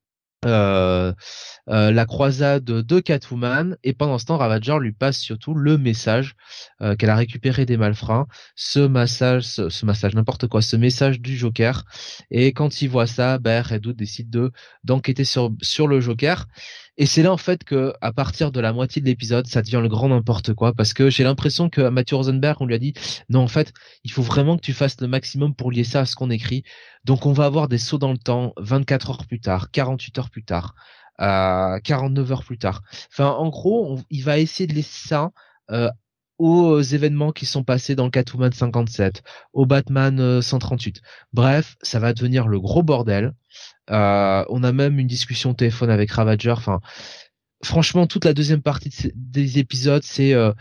euh, euh, la croisade de Catwoman, et pendant ce temps Ravager lui passe surtout le message euh, qu'elle a récupéré des malfrats, ce massage, ce, ce massage, n'importe quoi, ce message du Joker. Et quand il voit ça, ben Red Hood décide de d'enquêter sur sur le Joker. Et c'est là en fait que à partir de la moitié de l'épisode, ça devient le grand n'importe quoi, parce que j'ai l'impression que à Matthew Rosenberg, on lui a dit non, en fait, il faut vraiment que tu fasses le maximum pour lier ça à ce qu'on écrit. Donc on va avoir des sauts dans le temps, vingt-quatre heures plus tard, quarante-huit heures plus tard, euh, quarante-neuf heures plus tard. Enfin, en gros, on, il va essayer de laisser ça euh, aux événements qui sont passés dans le Catwoman cinquante-sept, au Batman euh, cent trente-huit. Bref, ça va devenir le gros bordel. Euh, on a même une discussion au téléphone avec Ravager. Enfin, franchement, toute la deuxième partie de ces, des épisodes, c'est euh,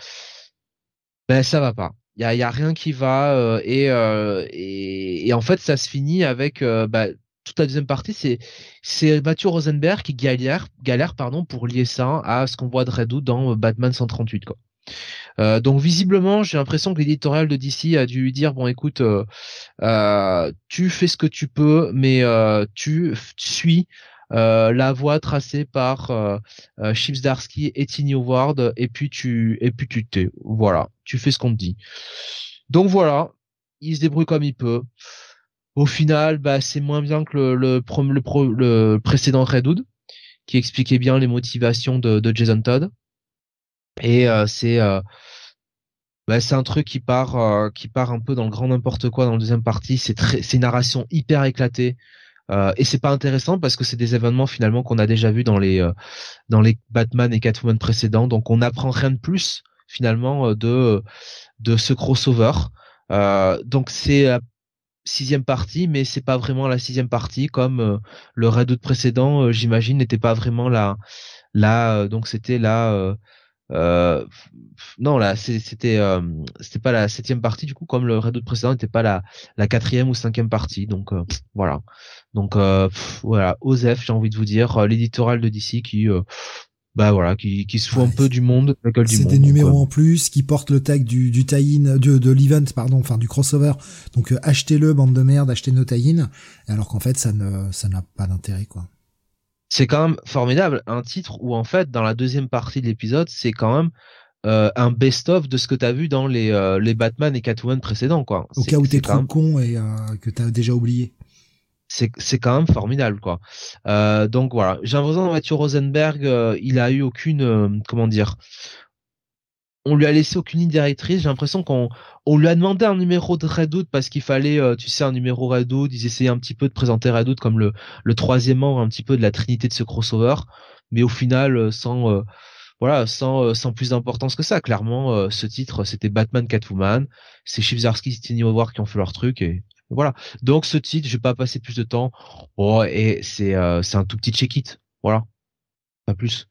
ben ça va pas. Il y a, y a rien qui va euh, et, euh, et et en fait ça se finit avec euh, bah, toute la deuxième partie, c'est c'est Matthew Rosenberg qui galère galère pardon pour lier ça à ce qu'on voit de Red Hood dans Batman cent trente-huit, quoi. Euh, donc visiblement, j'ai l'impression que l'éditorial de D C a dû lui dire bon écoute, euh, euh, tu fais ce que tu peux, mais euh, tu f- suis euh, la voie tracée par euh, euh, Chip Zdarsky et Tiny Howard, et puis tu et puis tu t'es voilà, tu fais ce qu'on te dit. Donc voilà, il se débrouille comme il peut. Au final, bah c'est moins bien que le le, prom- le, pro- le précédent Red Hood, qui expliquait bien les motivations de, de Jason Todd. Et euh, c'est euh, bah, c'est un truc qui part euh, qui part un peu dans le grand n'importe quoi dans la deuxième partie. C'est très c'est une narration hyper éclatée. Euh, et c'est pas intéressant parce que c'est des événements finalement qu'on a déjà vus dans les euh, dans les Batman et Catwoman précédents, donc on apprend rien de plus finalement euh, de de ce crossover. Euh, donc c'est la sixième partie, mais c'est pas vraiment la sixième partie comme euh, le Red Hood précédent, euh, j'imagine, n'était pas vraiment la la euh, donc c'était la euh, euh, non là c'est- c'était euh, c'était pas la septième partie du coup, comme le Red Hood précédent n'était pas la la quatrième ou cinquième partie, donc euh, voilà. Donc euh, pff, voilà, Osef, j'ai envie de vous dire, euh, l'éditorial de D C qui euh, bah voilà, qui qui se fout Ouais, un peu du monde, de la gueule du c'est monde. des donc, numéros euh, en plus qui portent le tag du, du tie-in, de, de l'event, pardon, enfin du crossover. Donc euh, achetez-le, bande de merde, achetez nos tie-in. Alors qu'en fait, ça ne, ça n'a pas d'intérêt, quoi. c'est quand même formidable, un titre où en fait dans la deuxième partie de l'épisode, c'est quand même euh, un best-of de ce que t'as vu dans les euh, les Batman et Catwoman précédents, quoi. Au C'est cas où c'est t'es quand trop même con et euh, que t'as déjà oublié. c'est c'est quand même formidable, quoi. Euh, donc voilà, j'ai l'impression que Mathieu Rosenberg, euh, il a eu aucune euh, comment dire, on lui a laissé aucune ligne directrice. J'ai l'impression qu'on on lui a demandé un numéro de Red Hood parce qu'il fallait, euh, tu sais, un numéro Red Hood. Ils essayaient un petit peu de présenter Red Hood comme le le troisième membre un petit peu de la trinité de ce crossover, mais au final, euh, sans euh, voilà, sans euh, sans plus d'importance que ça. Clairement, euh, ce titre, c'était Batman Catwoman. C'est Chip Zdarsky et Steny Howard qui ont fait leur truc et voilà. Donc ce titre, je vais pas passer plus de temps. Oh, et c'est euh, c'est un tout petit check-it. Voilà, pas plus.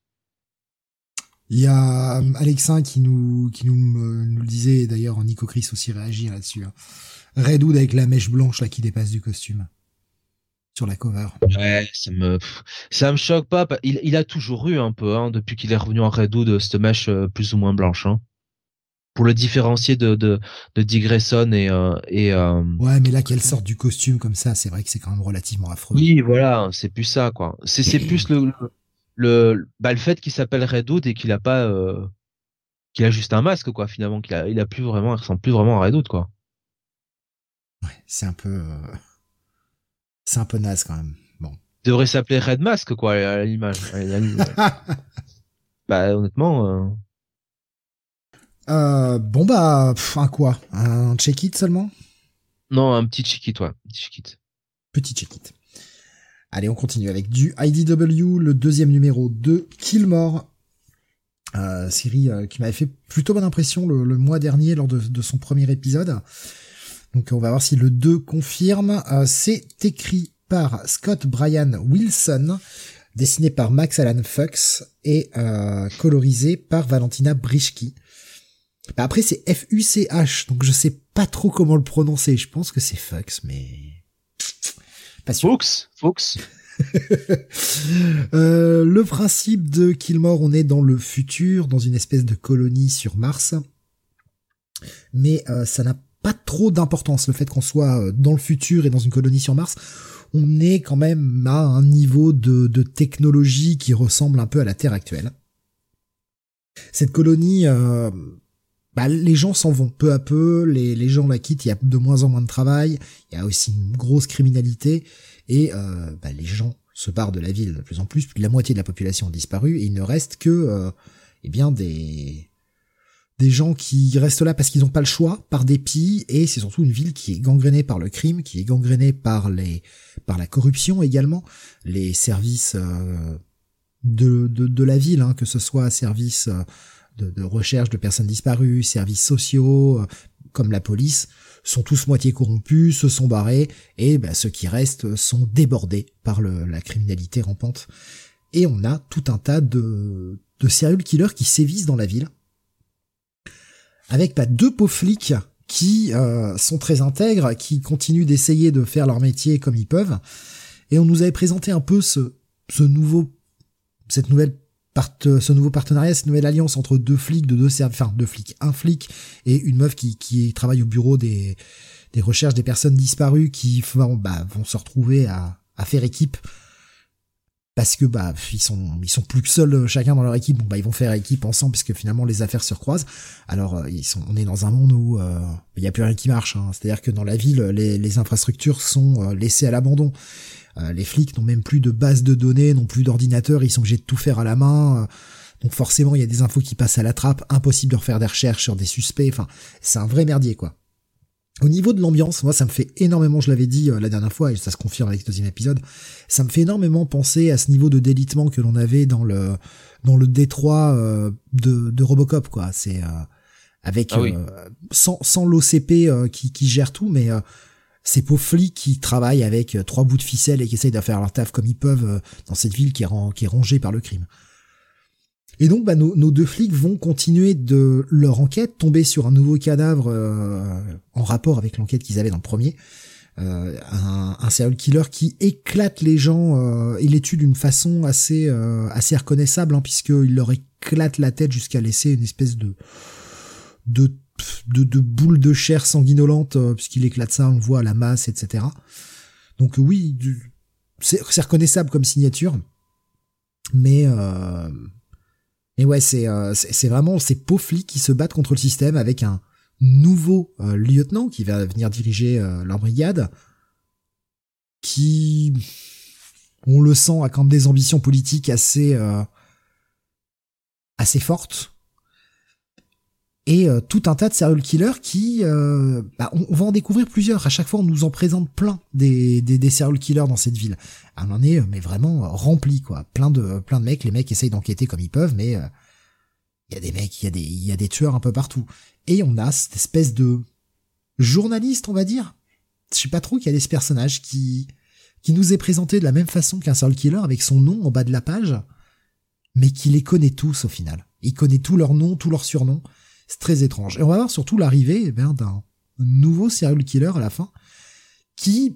Il y a euh, Alexin qui nous, qui nous, euh, nous le disait, et d'ailleurs Nico Chris aussi réagit là-dessus. Hein. Red Hood avec la mèche blanche là qui dépasse du costume sur la cover. Ouais, ça me, pff, ça me choque pas. pa- Il, il a toujours eu un peu, hein, depuis qu'il est revenu en Red Hood, cette mèche euh, plus ou moins blanche, hein, pour le différencier de de, de Dick Grayson et euh, et euh, Ouais, mais là qu'elle sorte du costume comme ça, c'est vrai que c'est quand même relativement affreux. oui, voilà, c'est plus ça, quoi. C'est c'est plus le le le, bah, le fait qu'il s'appelle Red Hood et qu'il a pas euh, qu'il a juste un masque, quoi. Finalement, qu'il a il a plus vraiment, il ressemble plus vraiment à Red Hood, quoi. Ouais, c'est un peu, euh, c'est un peu naze quand même. Bon. Il devrait s'appeler Red Mask, quoi, à l'image. À la limite, ouais. Bah honnêtement. Euh... euh, bon bah, pff, un quoi? Un check-it seulement? Non, un petit chiquit, ouais. Un petit chiquit. Petit check-it. Allez, on continue avec du I D W, le deuxième numéro de Killmore. Euh, série euh, qui m'avait fait plutôt bonne impression le, le mois dernier lors de, de son premier épisode. Donc on va voir si le deux confirme. Euh, c'est écrit par Scott Bryan Wilson, dessiné par Max Alan Fuchs et euh, colorisé par Valentina Brischke. Bah après c'est F U C H, donc je sais pas trop comment le prononcer. Je pense que c'est Fuchs, mais pas sûr. Fuchs, Fuchs. euh, le principe de Killmore, on est dans le futur, dans une espèce de colonie sur Mars, mais euh, ça n'a pas trop d'importance le fait qu'on soit dans le futur et dans une colonie sur Mars. On est quand même à un niveau de, de technologie qui ressemble un peu à la Terre actuelle. Cette colonie, euh, bah, les gens s'en vont peu à peu, les, les gens la quittent, il y a de moins en moins de travail, il y a aussi une grosse criminalité, et euh, bah, les gens se barrent de la ville de plus en plus, plus de la moitié de la population a disparu, et il ne reste que euh, eh bien des des gens qui restent là parce qu'ils n'ont pas le choix, par dépit, et c'est surtout une ville qui est gangrénée par le crime, qui est gangrénée par les par la corruption également, les services euh, de, de de la ville, hein, que ce soit services de, de recherche de personnes disparues, services sociaux, euh, comme la police, sont tous moitié corrompus, se sont barrés, et bah, ceux qui restent sont débordés par le, la criminalité rampante. Et on a tout un tas de, de serial killers qui sévissent dans la ville, avec bah, deux pauvres flics qui euh, sont très intègres, qui continuent d'essayer de faire leur métier comme ils peuvent. Et on nous avait présenté un peu ce, ce nouveau, cette nouvelle part, ce nouveau partenariat, cette nouvelle alliance entre deux flics, de deux services, enfin deux flics, un flic et une meuf qui, qui travaille au bureau des, des recherches des personnes disparues, qui vont, bah, vont se retrouver à, à faire équipe. Parce que bah ils sont ils sont plus que seuls chacun dans leur équipe, bon bah ils vont faire équipe ensemble parce que finalement les affaires se recroisent. Alors euh, ils sont on est dans un monde où il euh, y a plus rien qui marche, hein. C'est-à-dire que dans la ville les les infrastructures sont euh, laissées à l'abandon. Euh, les flics n'ont même plus de base de données, n'ont plus d'ordinateur, ils sont obligés de tout faire à la main. Euh, donc forcément, il y a des infos qui passent à la trappe, impossible de refaire des recherches sur des suspects. Enfin, c'est un vrai merdier, quoi. Au niveau de l'ambiance, moi, ça me fait énormément, je l'avais dit euh, la dernière fois, et ça se confirme avec le deuxième épisode, ça me fait énormément penser à ce niveau de délitement que l'on avait dans le dans le détroit euh, de, de Robocop, quoi. C'est euh, avec ah oui. euh, sans sans l'O C P euh, qui qui gère tout, mais euh, ces pauvres flics qui travaillent avec euh, trois bouts de ficelle et qui essayent de faire leur taf comme ils peuvent euh, dans cette ville qui est ran- qui est rongée par le crime. Et donc, bah, nos, nos deux flics vont continuer de leur enquête, tomber sur un nouveau cadavre euh, en rapport avec l'enquête qu'ils avaient dans le premier. Euh, un, un serial killer qui éclate les gens, euh, il les tue d'une façon assez euh, assez reconnaissable, hein, puisqu'il leur éclate la tête jusqu'à laisser une espèce de de de, de boule de chair sanguinolente, euh, puisqu'il éclate ça, on le voit à la masse, et cetera. Donc oui, du, c'est, c'est reconnaissable comme signature, mais euh, Et ouais, c'est, euh, c'est c'est vraiment ces pauvres flics qui se battent contre le système avec un nouveau euh, lieutenant qui va venir diriger euh, leur brigade, qui, on le sent, a quand même des ambitions politiques assez euh, assez fortes, et euh, tout un tas de serial killers qui, euh, bah, on, on va en découvrir plusieurs. À chaque fois, on nous en présente plein des des, des serial killers dans cette ville. On en est, mais vraiment rempli, quoi. Plein de plein de mecs. Les mecs essayent d'enquêter comme ils peuvent, mais euh, il y a des mecs, il y a des il y a des tueurs un peu partout. Et on a cette espèce de journaliste, on va dire. Je sais pas trop, qu'il y a des personnages qui qui nous est présenté de la même façon qu'un serial killer, avec son nom en bas de la page, mais qui les connaît tous au final. Il connaît tous leurs noms, tous leurs surnoms. C'est très étrange. Et on va voir surtout l'arrivée eh bien, d'un nouveau serial killer à la fin, qui,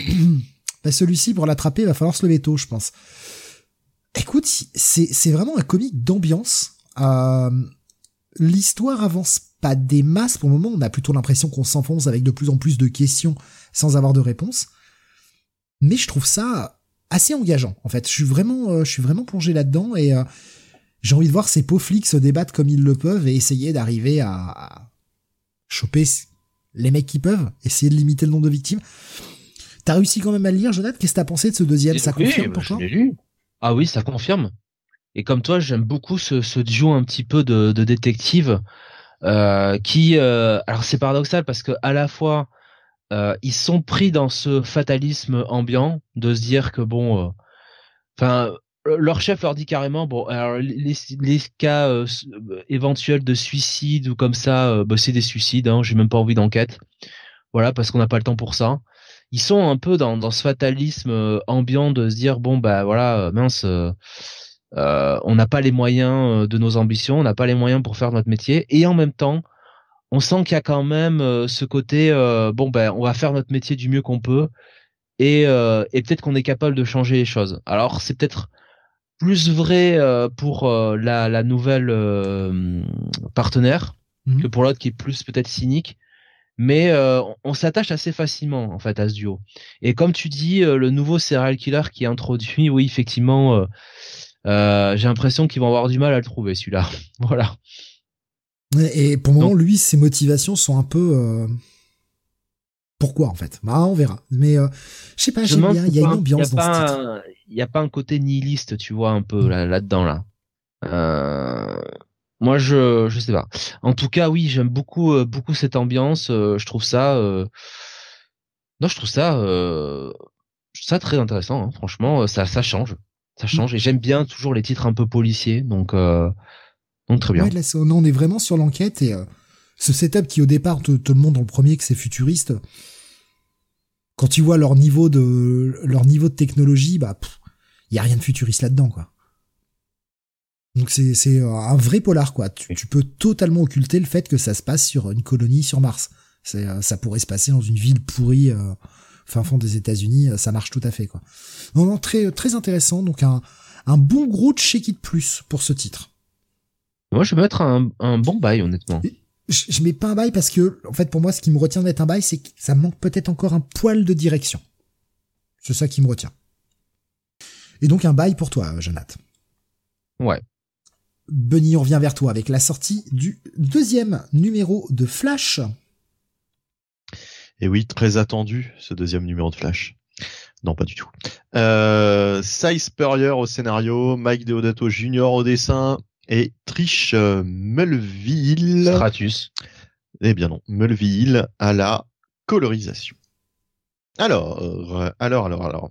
bah, celui-ci, pour l'attraper, va falloir se lever tôt, je pense. Écoute, c'est, c'est vraiment un comique d'ambiance. Euh, l'histoire avance pas des masses pour le moment. On a plutôt l'impression qu'on s'enfonce avec de plus en plus de questions sans avoir de réponse. Mais je trouve ça assez engageant, en fait. Je suis vraiment, euh, je suis vraiment plongé là-dedans, et euh, j'ai envie de voir ces pauvres flics se débattre comme ils le peuvent et essayer d'arriver à, à choper les mecs qui peuvent, essayer de limiter le nombre de victimes. T'as réussi quand même à le lire, Jonathan? Qu'est-ce que t'as pensé de ce deuxième? Ça oui, confirme bah, pour je toi? l'ai lu. Ah oui, ça confirme. Et comme toi, j'aime beaucoup ce, ce duo un petit peu de, de détectives euh, qui, euh, alors c'est paradoxal parce que à la fois euh, ils sont pris dans ce fatalisme ambiant de se dire que bon, enfin. Euh, leur chef leur dit carrément, bon, alors les, les cas euh, éventuels de suicide ou comme ça, euh, bah, c'est des suicides, hein, j'ai même pas envie d'enquête. Voilà, parce qu'on n'a pas le temps pour ça. Ils sont un peu dans, dans ce fatalisme euh, ambiant de se dire, bon, bah voilà, euh, mince, euh, euh, on n'a pas les moyens euh, de nos ambitions, on n'a pas les moyens pour faire notre métier. Et en même temps, on sent qu'il y a quand même euh, ce côté, euh, bon, ben, on va faire notre métier du mieux qu'on peut. Et, euh, et peut-être qu'on est capable de changer les choses. Alors, c'est peut-être plus vrai euh, pour euh, la, la nouvelle euh, partenaire mmh. que pour l'autre qui est plus peut-être cynique, mais euh, on, on s'attache assez facilement en fait à ce duo. Et comme tu dis, euh, le nouveau serial killer qui est introduit, oui effectivement, euh, euh, j'ai l'impression qu'ils vont avoir du mal à le trouver celui-là. Voilà. Et pour le moment, Donc, lui, ses motivations sont un peu euh... pourquoi en fait? Bah on verra. Mais euh, je sais pas, je j'aime bien. Il y a une ambiance dans ce titre. Il y a pas un côté nihiliste, tu vois, un peu là, là-dedans là. Euh, moi, je je sais pas. En tout cas, oui, j'aime beaucoup euh, beaucoup cette ambiance. Euh, je trouve ça. Euh... Non, je trouve ça euh... ça très intéressant. Hein. Franchement, ça ça change, ça change. Et j'aime bien toujours les titres un peu policiers. Donc euh... donc très bien. Ouais, là, on est vraiment sur l'enquête, et euh, ce setup qui au départ te, te le montre dans le premier que c'est futuriste. Quand tu vois leur niveau de leur niveau de technologie, bah il y a rien de futuriste là-dedans, quoi. Donc c'est c'est un vrai polar, quoi. Tu, tu peux totalement occulter le fait que ça se passe sur une colonie sur Mars. C'est ça pourrait se passer dans une ville pourrie euh, fin fond des États-Unis, ça marche tout à fait, quoi. Non, non, très très intéressant. Donc un un bon gros check it plus pour ce titre. Moi, je vais mettre un un bon bail, honnêtement. Et je, je mets pas un bail parce que, en fait, pour moi, ce qui me retient d'être un bail, c'est que ça manque peut-être encore un poil de direction. C'est ça qui me retient. Et donc un bail pour toi, Jonathan. Ouais. Benny, on revient vers toi avec la sortie du deuxième numéro de Flash. Et oui, très attendu, ce deuxième numéro de Flash. Non, pas du tout. Euh, Cy Spurrier au scénario, Mike Deodato Junior au dessin et Trish euh, Mulvihill. Stratus. Eh bien non, Mulvihill à la colorisation. Alors, euh, alors, alors, alors.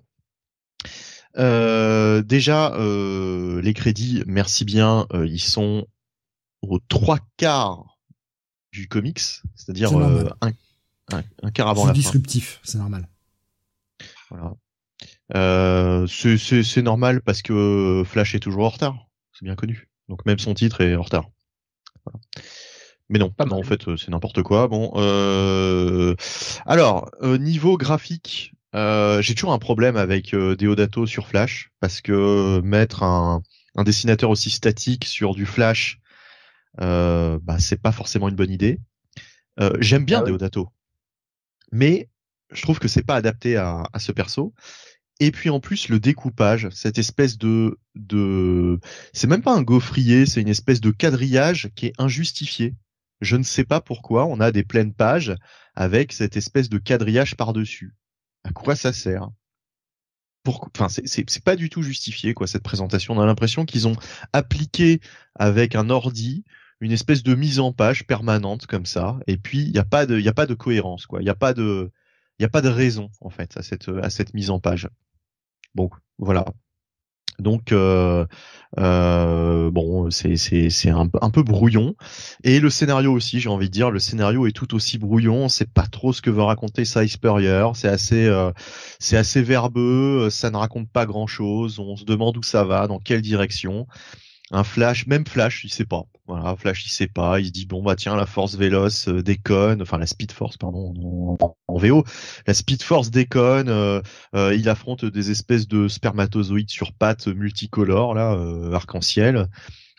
Euh, déjà, euh, les crédits, merci bien, euh, ils sont aux trois quarts du comics, c'est-à-dire C'est euh, normal. un, un, un quart avant C'est la fin. disruptif, c'est normal. Voilà. Euh, c'est, c'est, c'est normal parce que Flash est toujours en retard, c'est bien connu. Donc même son titre est en retard. Voilà. Mais non, Pas non mal. en fait c'est n'importe quoi. Bon, euh... alors euh, niveau graphique, euh, j'ai toujours un problème avec euh, Deodato sur Flash parce que mettre un, un dessinateur aussi statique sur du Flash, euh, bah c'est pas forcément une bonne idée. Euh, j'aime bien Ah oui. Deodato, mais je trouve que c'est pas adapté à, à ce perso. Et puis en plus le découpage, cette espèce de de, c'est même pas un gaufrier, c'est une espèce de quadrillage qui est injustifié. Je ne sais pas pourquoi on a des pleines pages avec cette espèce de quadrillage par-dessus. À quoi ça sert? Pour, enfin, c'est, c'est, c'est pas du tout justifié, quoi, cette présentation. On a l'impression qu'ils ont appliqué avec un ordi une espèce de mise en page permanente comme ça. Et puis, il n'y a pas de, il y a pas de cohérence, quoi. Il n'y a pas de, il y a pas de raison, en fait, à cette, à cette mise en page. Bon, voilà. Donc euh, euh, bon, c'est c'est c'est un, un peu brouillon. Et le scénario aussi, j'ai envie de dire, le scénario est tout aussi brouillon. On sait pas trop ce que veut raconter Cy Spurrier. C'est assez euh, c'est assez verbeux. Ça ne raconte pas grand chose. On se demande où ça va, dans quelle direction. Un Flash, même Flash, il sait pas. Voilà, Flash, il sait pas. Il se dit bon bah tiens, la Force Véloce euh, déconne, enfin la Speed Force, pardon, en, en V O. La Speed Force déconne. Euh, euh, il affronte des espèces de spermatozoïdes sur pattes multicolores là, euh, arc-en-ciel,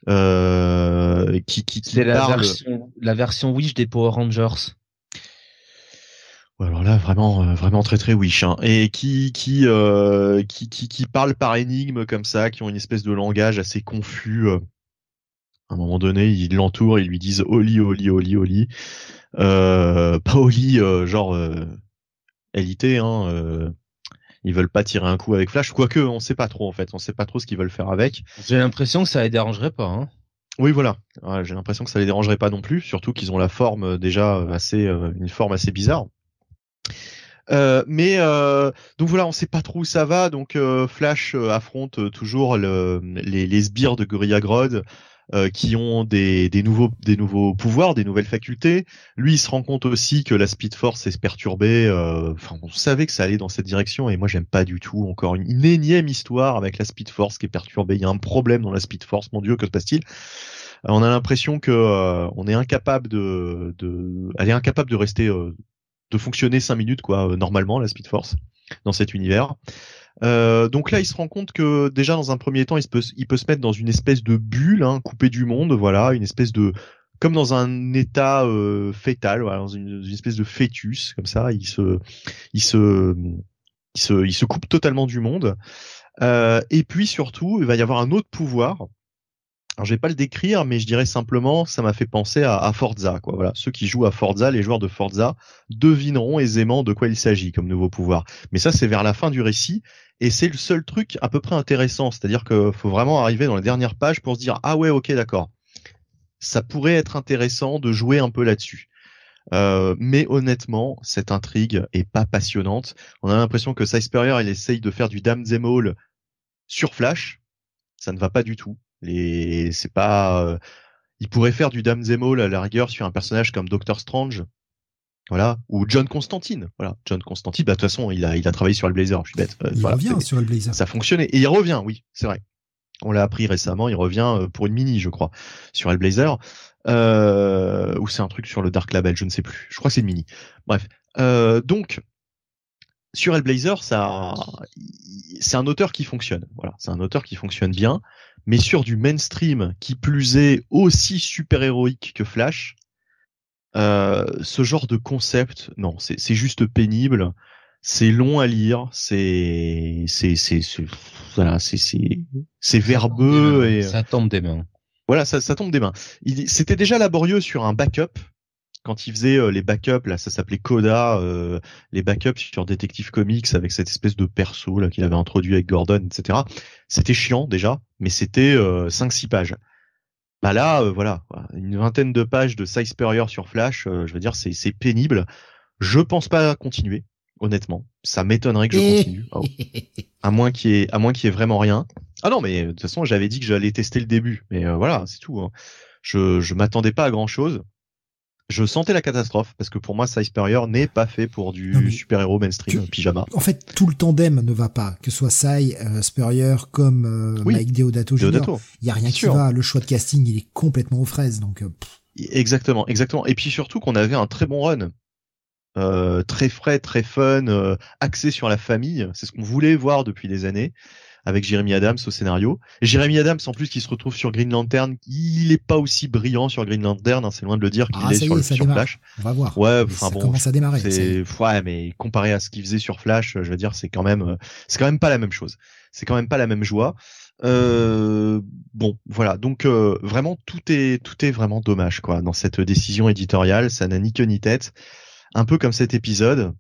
euh, qui qui qui C'est la parlent. version, la version Wish des Power Rangers. Ouais, alors là, vraiment, euh, vraiment très très wish, hein. Et qui qui, euh, qui qui qui parlent par énigmes comme ça, qui ont une espèce de langage assez confus. euh. À un moment donné, ils l'entourent, ils lui disent Oli, Oli, Oli, Oli. Euh, pas Oli, euh, genre euh, L I T, hein. Euh, ils veulent pas tirer un coup avec Flash, quoique on sait pas trop en fait, on sait pas trop ce qu'ils veulent faire avec. J'ai l'impression que ça les dérangerait pas, hein. Oui, voilà. Ouais, j'ai l'impression que ça les dérangerait pas non plus, surtout qu'ils ont la forme euh, déjà assez, euh, une forme assez bizarre. Euh, mais euh, donc voilà, on sait pas trop où ça va. Donc euh, Flash euh, affronte euh, toujours le, les, les sbires de Gorilla Grodd euh, qui ont des, des nouveaux des nouveaux pouvoirs, des nouvelles facultés. Lui, il se rend compte aussi que la Speed Force est perturbée. euh, Enfin, on savait que ça allait dans cette direction, et moi j'aime pas du tout. Encore une, une énième histoire avec la Speed Force qui est perturbée. Il y a un problème dans la Speed Force. Mon Dieu, que se passe-t-il? Euh, On a l'impression que euh, on est incapable de, de, elle est incapable de rester euh, de fonctionner cinq minutes quoi, euh, normalement la Speed Force dans cet univers. Euh, donc là, il se rend compte que déjà dans un premier temps, il peut, il peut se mettre dans une espèce de bulle, hein, coupée du monde, voilà, une espèce de, comme dans un état euh, fœtal, voilà, dans une, une espèce de fœtus, comme ça, il se, il se, il se, il se coupe totalement du monde. Euh, et puis surtout, il va y avoir un autre pouvoir. Alors je vais pas le décrire, mais je dirais simplement, ça m'a fait penser à, à Forza, quoi. Voilà, ceux qui jouent à Forza, les joueurs de Forza, devineront aisément de quoi il s'agit comme nouveau pouvoir. Mais ça, c'est vers la fin du récit, et c'est le seul truc à peu près intéressant. C'est-à-dire que faut vraiment arriver dans les dernières pages pour se dire ah ouais, ok, d'accord, ça pourrait être intéressant de jouer un peu là-dessus. Euh, mais honnêtement, cette intrigue est pas passionnante. On a l'impression que Cy Spurrier, il essaye de faire du damn all sur Flash, ça ne va pas du tout. Les, c'est pas, euh, il pourrait faire du Damn à la rigueur sur un personnage comme Doctor Strange, voilà, ou John Constantine, voilà, John Constantine. Bah de toute façon, il a, il a travaillé sur Hellblazer, je suis bête. Euh, Il voilà, revient c'est- sur Hellblazer. ça fonctionnait et il revient, oui, c'est vrai. On l'a appris récemment, il revient euh, pour une mini, je crois, sur Hellblazer, euh, ou c'est un truc sur le Dark Label, je ne sais plus. Je crois que c'est une mini. Bref, euh, donc. Sur Hellblazer, ça, c'est un auteur qui fonctionne. Voilà, c'est un auteur qui fonctionne bien, mais sur du mainstream qui plus est aussi super héroïque que Flash, euh, ce genre de concept, non, c'est, c'est juste pénible. C'est long à lire, c'est, c'est, c'est, c'est voilà, c'est, c'est, c'est verbeux et ça tombe des mains. voilà, ça, ça tombe des mains. Il, c'était déjà laborieux sur un backup. quand il faisait euh, les backups, là, ça s'appelait Coda, euh, les backups sur Detective Comics avec cette espèce de perso là qu'il avait introduit avec Gordon, et cetera. C'était chiant déjà, mais c'était euh, cinq six pages. Bah là, euh, voilà, une vingtaine de pages de Cy Spurrier sur Flash, euh, je veux dire, c'est c'est pénible. Je pense pas continuer, honnêtement. Ça m'étonnerait que je continue, oh. à moins qu'il y ait, à moins qu'il y ait vraiment rien. Ah non, mais de toute façon, j'avais dit que j'allais tester le début, mais euh, voilà, c'est tout. Hein. Je je m'attendais pas à grand chose. Je sentais la catastrophe parce que pour moi, Cy Spurrier n'est pas fait pour du non, super-héros mainstream tu, pyjama. En fait, tout le tandem ne va pas, que ce soit Cy, euh, Spurrier comme euh, oui, Mike Deodato junior Il y a rien qui va. Le choix de casting, il est complètement aux fraises, donc. Euh, exactement, exactement. Et puis surtout qu'on avait un très bon run. Euh, très frais, très fun, euh, axé sur la famille. C'est ce qu'on voulait voir depuis des années avec Jeremy Adams au scénario. Et Jeremy Adams, en plus, qui se retrouve sur Green Lantern, il est pas aussi brillant sur Green Lantern, hein, c'est loin de le dire qu'il ah, est sur, y est, le, ça sur démarre. Flash. On va voir. Ouais, enfin ça bon. commence à démarrer. C'est, ouais, mais comparé à ce qu'il faisait sur Flash, je veux dire, c'est quand même, c'est quand même pas la même chose. C'est quand même pas la même joie. Euh, bon, voilà. Donc euh, vraiment, tout est, tout est vraiment dommage, quoi, dans cette décision éditoriale. Ça n'a ni queue ni tête. Un peu comme cet épisode.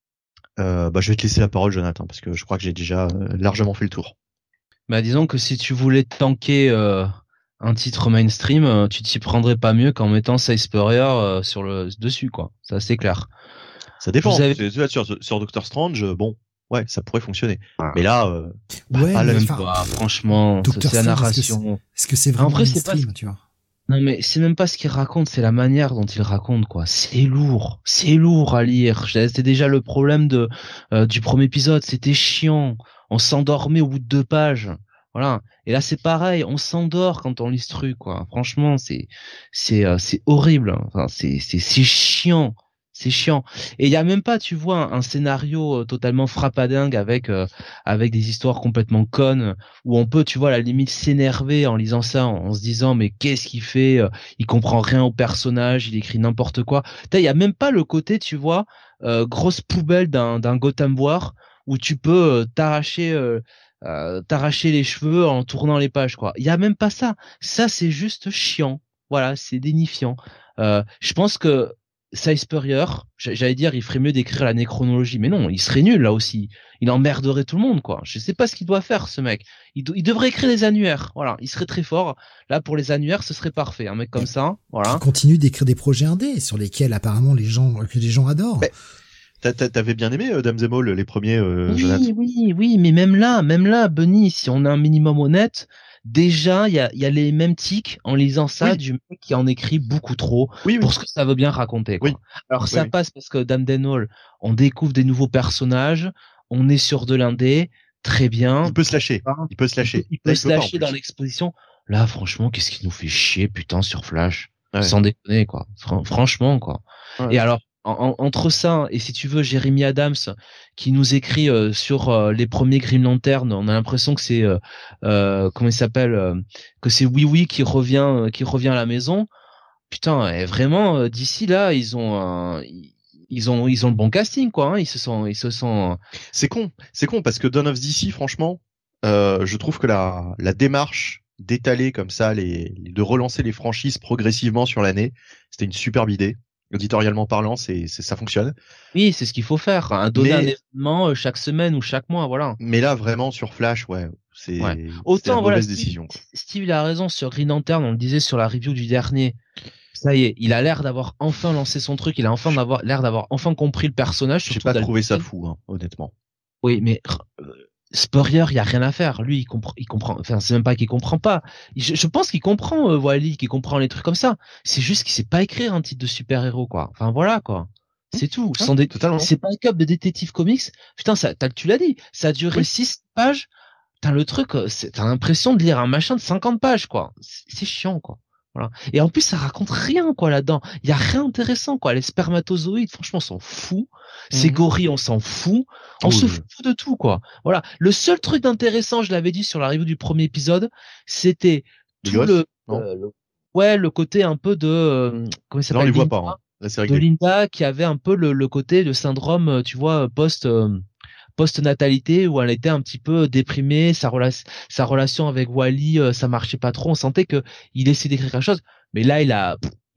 Euh, bah, je vais te laisser la parole, Jonathan, parce que je crois que j'ai déjà euh, largement fait le tour. Bah, disons que si tu voulais tanker euh, un titre mainstream, euh, tu t'y prendrais pas mieux qu'en mettant Cy Spurrier euh, sur le dessus, quoi. Ça, c'est clair. Ça dépend. Avez... C'est, sur, sur Doctor Strange, bon, ouais, ça pourrait fonctionner. Ah. Mais là, euh, ouais, pas mais la enfin, pas, franchement, Doctor c'est la Strange, narration. Est-ce que c'est, est-ce que c'est vraiment en vrai, mainstream, c'est pas... tu vois? Non, mais c'est même pas ce qu'il raconte, c'est la manière dont il raconte, quoi. C'est lourd, c'est lourd à lire. C'était déjà le problème de euh, du premier épisode, c'était chiant. On s'endormait au bout de deux pages. Voilà. Et là, c'est pareil, on s'endort quand on lit ce truc, quoi. Franchement, c'est c'est euh, c'est horrible. Enfin, c'est c'est c'est chiant. C'est chiant. Et il y a même pas, tu vois, un scénario totalement frappadingue avec euh, avec des histoires complètement connes où on peut, tu vois, à la limite s'énerver en lisant ça, en, en se disant mais qu'est-ce qu'il fait, il comprend rien au personnage, il écrit n'importe quoi. Il y a même pas le côté, tu vois, euh, grosse poubelle d'un d'un Gotham War où tu peux euh, t'arracher euh, euh, t'arracher les cheveux en tournant les pages, quoi. Il y a même pas ça. Ça, c'est juste chiant. Voilà, c'est dénifiant. Euh, je pense que Cy Spurrier, j'allais dire, il ferait mieux d'écrire la néchronologie, mais non, il serait nul là aussi. Il emmerderait tout le monde, quoi. Je sais pas ce qu'il doit faire, ce mec. Il, do- il devrait écrire des annuaires. Voilà, il serait très fort. Là, pour les annuaires, ce serait parfait. Un mec comme ça, voilà. Il continue d'écrire des projets indés sur lesquels apparemment les gens, que les gens adorent. Mais... T'avais bien aimé euh, Dames et Moll, les premiers, euh, oui, Jonathan. Oui, oui, mais même là, même là, Bunny, si on est un minimum honnête, déjà, il y a, y a les mêmes tics en lisant ça oui. du mec qui en écrit beaucoup trop oui, pour oui. ce que ça veut bien raconter, quoi. Oui. Alors oui, ça oui. passe parce que Dame Denol, on découvre des nouveaux personnages, on est sur de l'indé, très bien. Il peut se lâcher. Il peut se lâcher. Il peut, il peut là, se il peut lâcher dans l'exposition. Là, franchement, qu'est-ce qui nous fait chier, putain, sur Flash. Ouais. Sans déconner, quoi. Fran- franchement, quoi. Ouais. Et alors, En, entre ça et si tu veux Jeremy Adams qui nous écrit euh, sur euh, les premiers Green Lantern, on a l'impression que c'est euh, euh, comment il s'appelle euh, que c'est Oui Oui qui revient euh, qui revient à la maison. Putain, et vraiment euh, d'ici là ils ont un, ils ont ils ont le bon casting, quoi. Hein, ils se sont ils se sont. C'est con, c'est con parce que Dawn of D C, franchement, euh, je trouve que la la démarche d'étaler comme ça les de relancer les franchises progressivement sur l'année, c'était une superbe idée. Éditorialement parlant, c'est, c'est ça fonctionne. Oui, c'est ce qu'il faut faire. Hein, donner mais, un événement chaque semaine ou chaque mois, voilà. Mais là, vraiment sur Flash, ouais, c'est, ouais. Autant, c'est la voilà, mauvaise Steve, décision. Quoi. Steve, il a raison sur Green Lantern. On le disait sur la review du dernier. Ça y est, il a l'air d'avoir enfin lancé son truc. Il a enfin d'avoir l'air d'avoir enfin compris le personnage. J'ai pas trouvé ça fou, hein, honnêtement. Oui, mais euh, Spurrier, il y a rien à faire. Lui, il comprend, il comprend. Enfin, c'est même pas qu'il comprend pas. Je, je pense qu'il comprend, euh, Wally, qu'il comprend les trucs comme ça. C'est juste qu'il sait pas écrire un titre de super-héros, quoi. Enfin, voilà, quoi. C'est tout. Ah, Sans dé- totalement. C'est pas un cup de Detective Comics. Putain, ça, t'as, tu l'as dit. Ça a duré six oui. pages. T'as le truc, c'est, t'as l'impression de lire un machin de cinquante pages, quoi. C'est, c'est chiant, quoi. Voilà. Et en plus, ça raconte rien, quoi, là-dedans. Il y a rien d'intéressant, quoi. Les spermatozoïdes, franchement, on s'en fout. Ces mmh. gorilles, on s'en fout. On oh, se fout de tout, quoi. Voilà. Le seul truc d'intéressant, je l'avais dit sur la review du premier épisode, c'était tout gosses, le, euh, le, ouais, le côté un peu de, euh, comment ça s'appelle? Non, on les voit Linda, pas, hein. Là, c'est de Linda, qui avait un peu le, le côté, le syndrome, tu vois, post, euh, post-natalité où elle était un petit peu déprimée, sa, rela- sa relation avec Wally, euh, ça marchait pas trop, on sentait que il essayait d'écrire quelque chose, mais là il a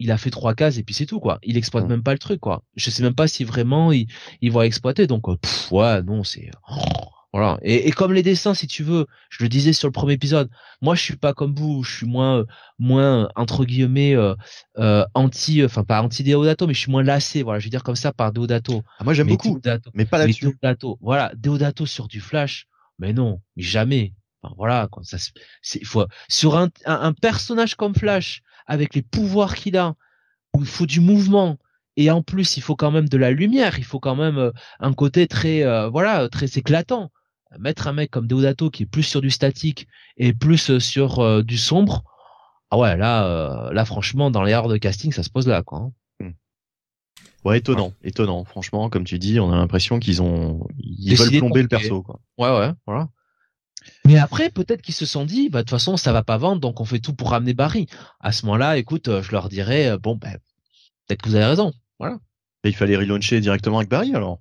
il a fait trois cases et puis c'est tout quoi. Il exploite Mm. même pas le truc quoi. Je sais même pas si vraiment il, il va exploiter. Donc euh, pff, ouais non c'est oh, voilà. Et, et comme les dessins si tu veux, je le disais sur le premier épisode, moi je suis pas comme vous, je suis moins moins entre guillemets euh, euh, anti, enfin pas anti Deodato, mais je suis moins lassé. Voilà, je veux dire comme ça par Deodato. Ah, moi j'aime Mais beaucoup, Deodato, mais pas mais là-dessus. Deodato, voilà, Deodato sur du Flash, mais non, mais jamais. Enfin, voilà quoi, ça se- c'est il faut sur un, un un personnage comme Flash avec les pouvoirs qu'il a où il faut du mouvement et en plus il faut quand même de la lumière, il faut quand même euh, un côté très euh, voilà très éclatant. Mettre un mec comme Deodato qui est plus sur du statique et plus euh, sur euh, du sombre, ah ouais là euh, là franchement dans les arts de casting ça se pose là quoi. Hein. Mm. Ouais, étonnant, étonnant. Franchement, comme tu dis, on a l'impression qu'ils ont, ils Décidé veulent de plomber le compliquer. perso, quoi. Ouais ouais voilà. Mais après peut-être qu'ils se sont dit bah de toute façon ça va pas vendre donc on fait tout pour ramener Barry. À ce moment-là écoute euh, je leur dirais euh, bon ben peut-être que vous avez raison. Voilà. Et il fallait relauncher directement avec Barry, alors.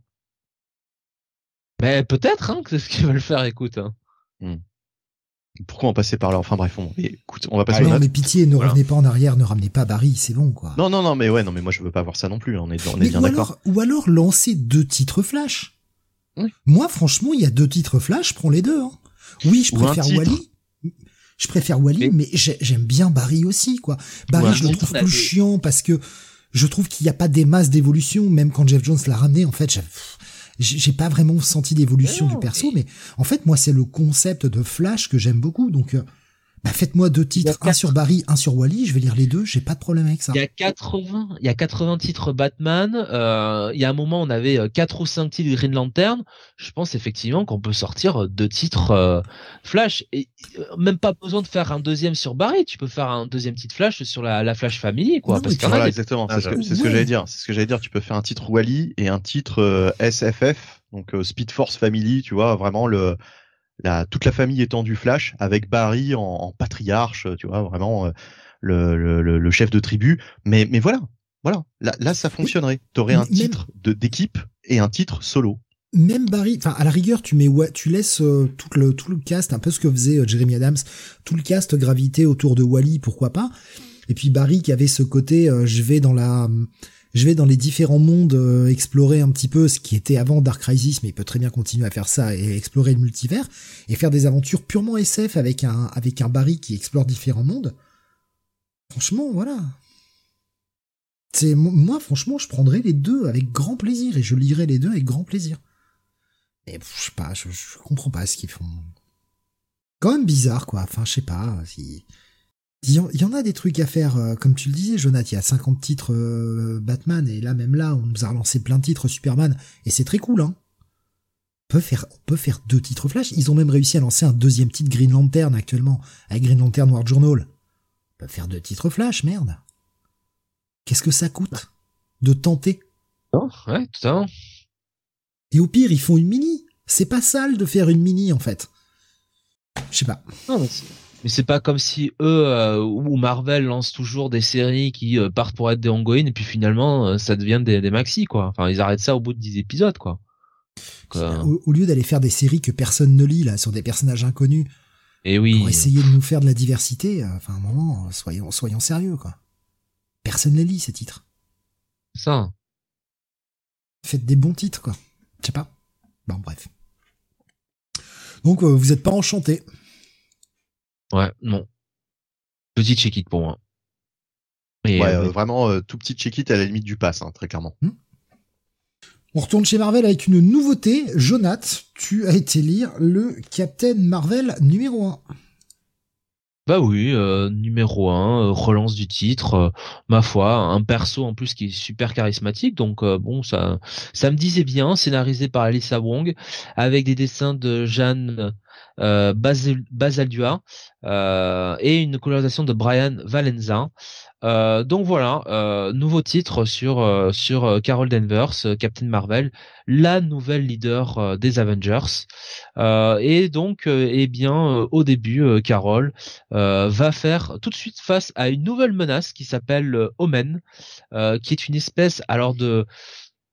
Mais peut-être hein, que c'est ce qu'ils veulent faire, écoute. Hein. Mm. Pourquoi on passait par là? Enfin bref, on, écoute, on va passer Ah aux non, notes. mais pitié, ne Voilà. revenez pas en arrière, ne ramenez pas Barry, c'est bon, quoi. Non, non, non, mais ouais, non, mais moi je veux pas voir ça non plus. On est, on est Mais bien ou d'accord. alors, ou alors lancer deux titres Flash. Oui. Moi, franchement, il y a deux titres Flash, je prends les deux. Hein. Oui, je Ou un préfère titre. Wally. Je préfère Wally, Mais- mais, j'ai- j'aime bien Barry aussi, quoi. Ou Barry, un je le titre, trouve là, plus mais- chiant parce que je trouve qu'il n'y a pas des masses d'évolution. Même quand Jeff Jones l'a ramené, en fait, j'ai- j'ai j'ai pas vraiment senti d'évolution Mais non, du perso. Mais... mais en fait, moi, c'est le concept de Flash que j'aime beaucoup. Donc, euh, bah, faites-moi deux titres, un quatre- sur Barry, un sur Wally. Je vais lire les deux. J'ai pas de problème avec ça. Il y a quatre-vingts, il y a quatre-vingts titres Batman. Euh, il y a un moment, on avait euh, quatre ou cinq titres Green Lantern. Je pense effectivement qu'on peut sortir euh, deux titres euh, Flash. Et euh, même pas besoin de faire un deuxième sur Barry. Tu peux faire un deuxième titre Flash sur la, la Flash Family, quoi. Non, parce et qu'il y en a Voilà, des- exactement. C'est ce que, c'est ce Ouais. que j'allais dire. C'est ce que j'allais dire. Tu peux faire un titre Wally et un titre euh, S F F, donc euh, Speed Force Family. Tu vois, vraiment le, la, toute la famille étant du Flash avec Barry en, en patriarche. Tu vois, vraiment euh, le, le, le, le chef de tribu. Mais, mais voilà, voilà. Là, là, ça fonctionnerait. T'aurais un Même- titre de d'équipe et un titre solo. Même Barry, enfin à la rigueur, tu mets ouais, tu laisses euh, tout le tout le cast, un peu ce que faisait euh, Jeremy Adams, tout le cast graviter autour de Wally, pourquoi pas. Et puis Barry qui avait ce côté, euh, je vais dans la, je vais dans les différents mondes euh, explorer un petit peu ce qui était avant Dark Crisis, mais il peut très bien continuer à faire ça et explorer le multivers et faire des aventures purement S F avec un avec un Barry qui explore différents mondes. Franchement, voilà. C'est moi, franchement, je prendrais les deux avec grand plaisir et je lirais les deux avec grand plaisir. Et pff, je sais pas, je, je comprends pas ce qu'ils font. Quand même bizarre, quoi. Enfin, je sais pas. Si... Il y, en, il y en a des trucs à faire, euh, comme tu le disais, Jonathan, il y a cinquante titres euh, Batman, et là, même là, on nous a relancé plein de titres Superman, et c'est très cool, hein. On peut faire, on peut faire deux titres Flash. Ils ont même réussi à lancer un deuxième titre Green Lantern actuellement, avec Green Lantern War Journal. On peut faire deux titres Flash, merde. Qu'est-ce que ça coûte de tenter? Non, ouais, tout à fait. Et au pire, ils font une mini. C'est pas sale de faire une mini, en fait. Je sais pas. Non, mais c'est- mais c'est pas comme si eux euh, ou Marvel lancent toujours des séries qui euh, partent pour être des ongoing et puis finalement euh, ça devient des, des maxi quoi. Enfin ils arrêtent ça au bout de dix épisodes quoi. Donc, euh, Au, au lieu d'aller faire des séries que personne ne lit, là, sur des personnages inconnus, et oui. pour essayer de nous faire de la diversité, euh, enfin, à un moment, euh, soyons, soyons sérieux, quoi. Personne ne lit, ces titres. Ça. Faites des bons titres, quoi. Je sais pas. Bon, bref. Donc, euh, vous êtes pas enchantés. Ouais, non. Petit check-it pour moi. Et, Ouais, euh, euh, vraiment euh, tout petit check-it à la limite du pass, hein, très clairement. On retourne chez Marvel avec une nouveauté. Jonath, tu as été lire le Captain Marvel numéro un. Bah oui, euh, numéro un, euh, relance du titre, euh, ma foi, un perso en plus qui est super charismatique, donc euh, bon ça, ça me disait bien, scénarisé par Alyssa Wong, avec des dessins de Jeanne euh, Basel- Basaldua euh, et une colorisation de Brian Valenza. Euh, donc voilà, euh, nouveau titre sur euh, sur euh, Carol Danvers, euh, Captain Marvel, la nouvelle leader euh, des Avengers. Euh, et donc, euh, eh bien, euh, au début, euh, Carol euh, va faire tout de suite face à une nouvelle menace qui s'appelle euh, Omen, euh, qui est une espèce alors de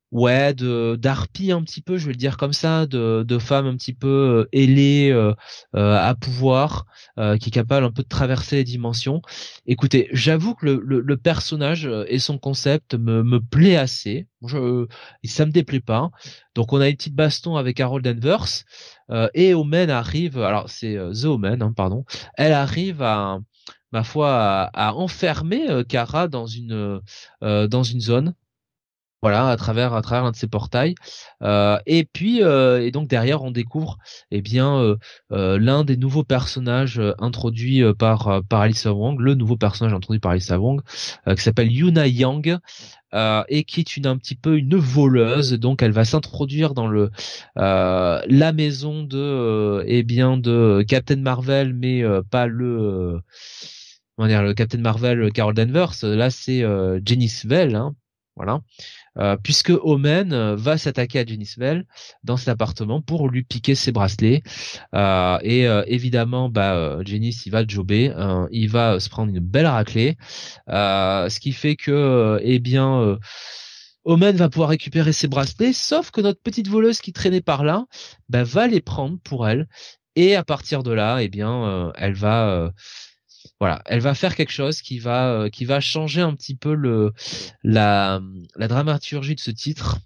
Ouais, de d'harpies un petit peu, je vais le dire comme ça, de de femmes un petit peu euh, ailées euh, euh, à pouvoir, euh, qui est capable un peu de traverser les dimensions. Écoutez, j'avoue que le, le, le personnage euh, et son concept me me plaît assez. Je ça me déplaît pas. Donc on a une petite baston avec Carol Danvers euh, et Omen arrive. Alors c'est euh, The Omen, hein, pardon. Elle arrive à ma foi à, à enfermer euh, Kara dans une euh, dans une zone. Voilà, à travers à travers un de ces portails. Euh, et puis euh, et donc derrière on découvre eh bien euh, euh, l'un des nouveaux personnages euh, introduits euh, par euh, par Alyssa Wong, le nouveau personnage introduit par Alyssa Wong, euh, qui s'appelle Yuna Yang. Euh, et qui est une un petit peu une voleuse, donc elle va s'introduire dans le euh, la maison de euh, eh bien de Captain Marvel, mais euh, pas le euh, comment dire le Captain Marvel Carol Danvers. Là c'est euh, Jenny Svell, hein, voilà. Euh, puisque Omen euh, va s'attaquer à Jenny Svell dans cet appartement pour lui piquer ses bracelets. Euh, et euh, évidemment, bah, euh, Jenny, il va jobber, euh, il va se prendre une belle raclée, euh, ce qui fait que, euh, eh bien, euh, Omen va pouvoir récupérer ses bracelets, sauf que notre petite voleuse qui traînait par là, bah, va les prendre pour elle. Et à partir de là, eh bien, euh, elle va euh, voilà, elle va faire quelque chose qui va euh, qui va changer un petit peu le la la dramaturgie de ce titre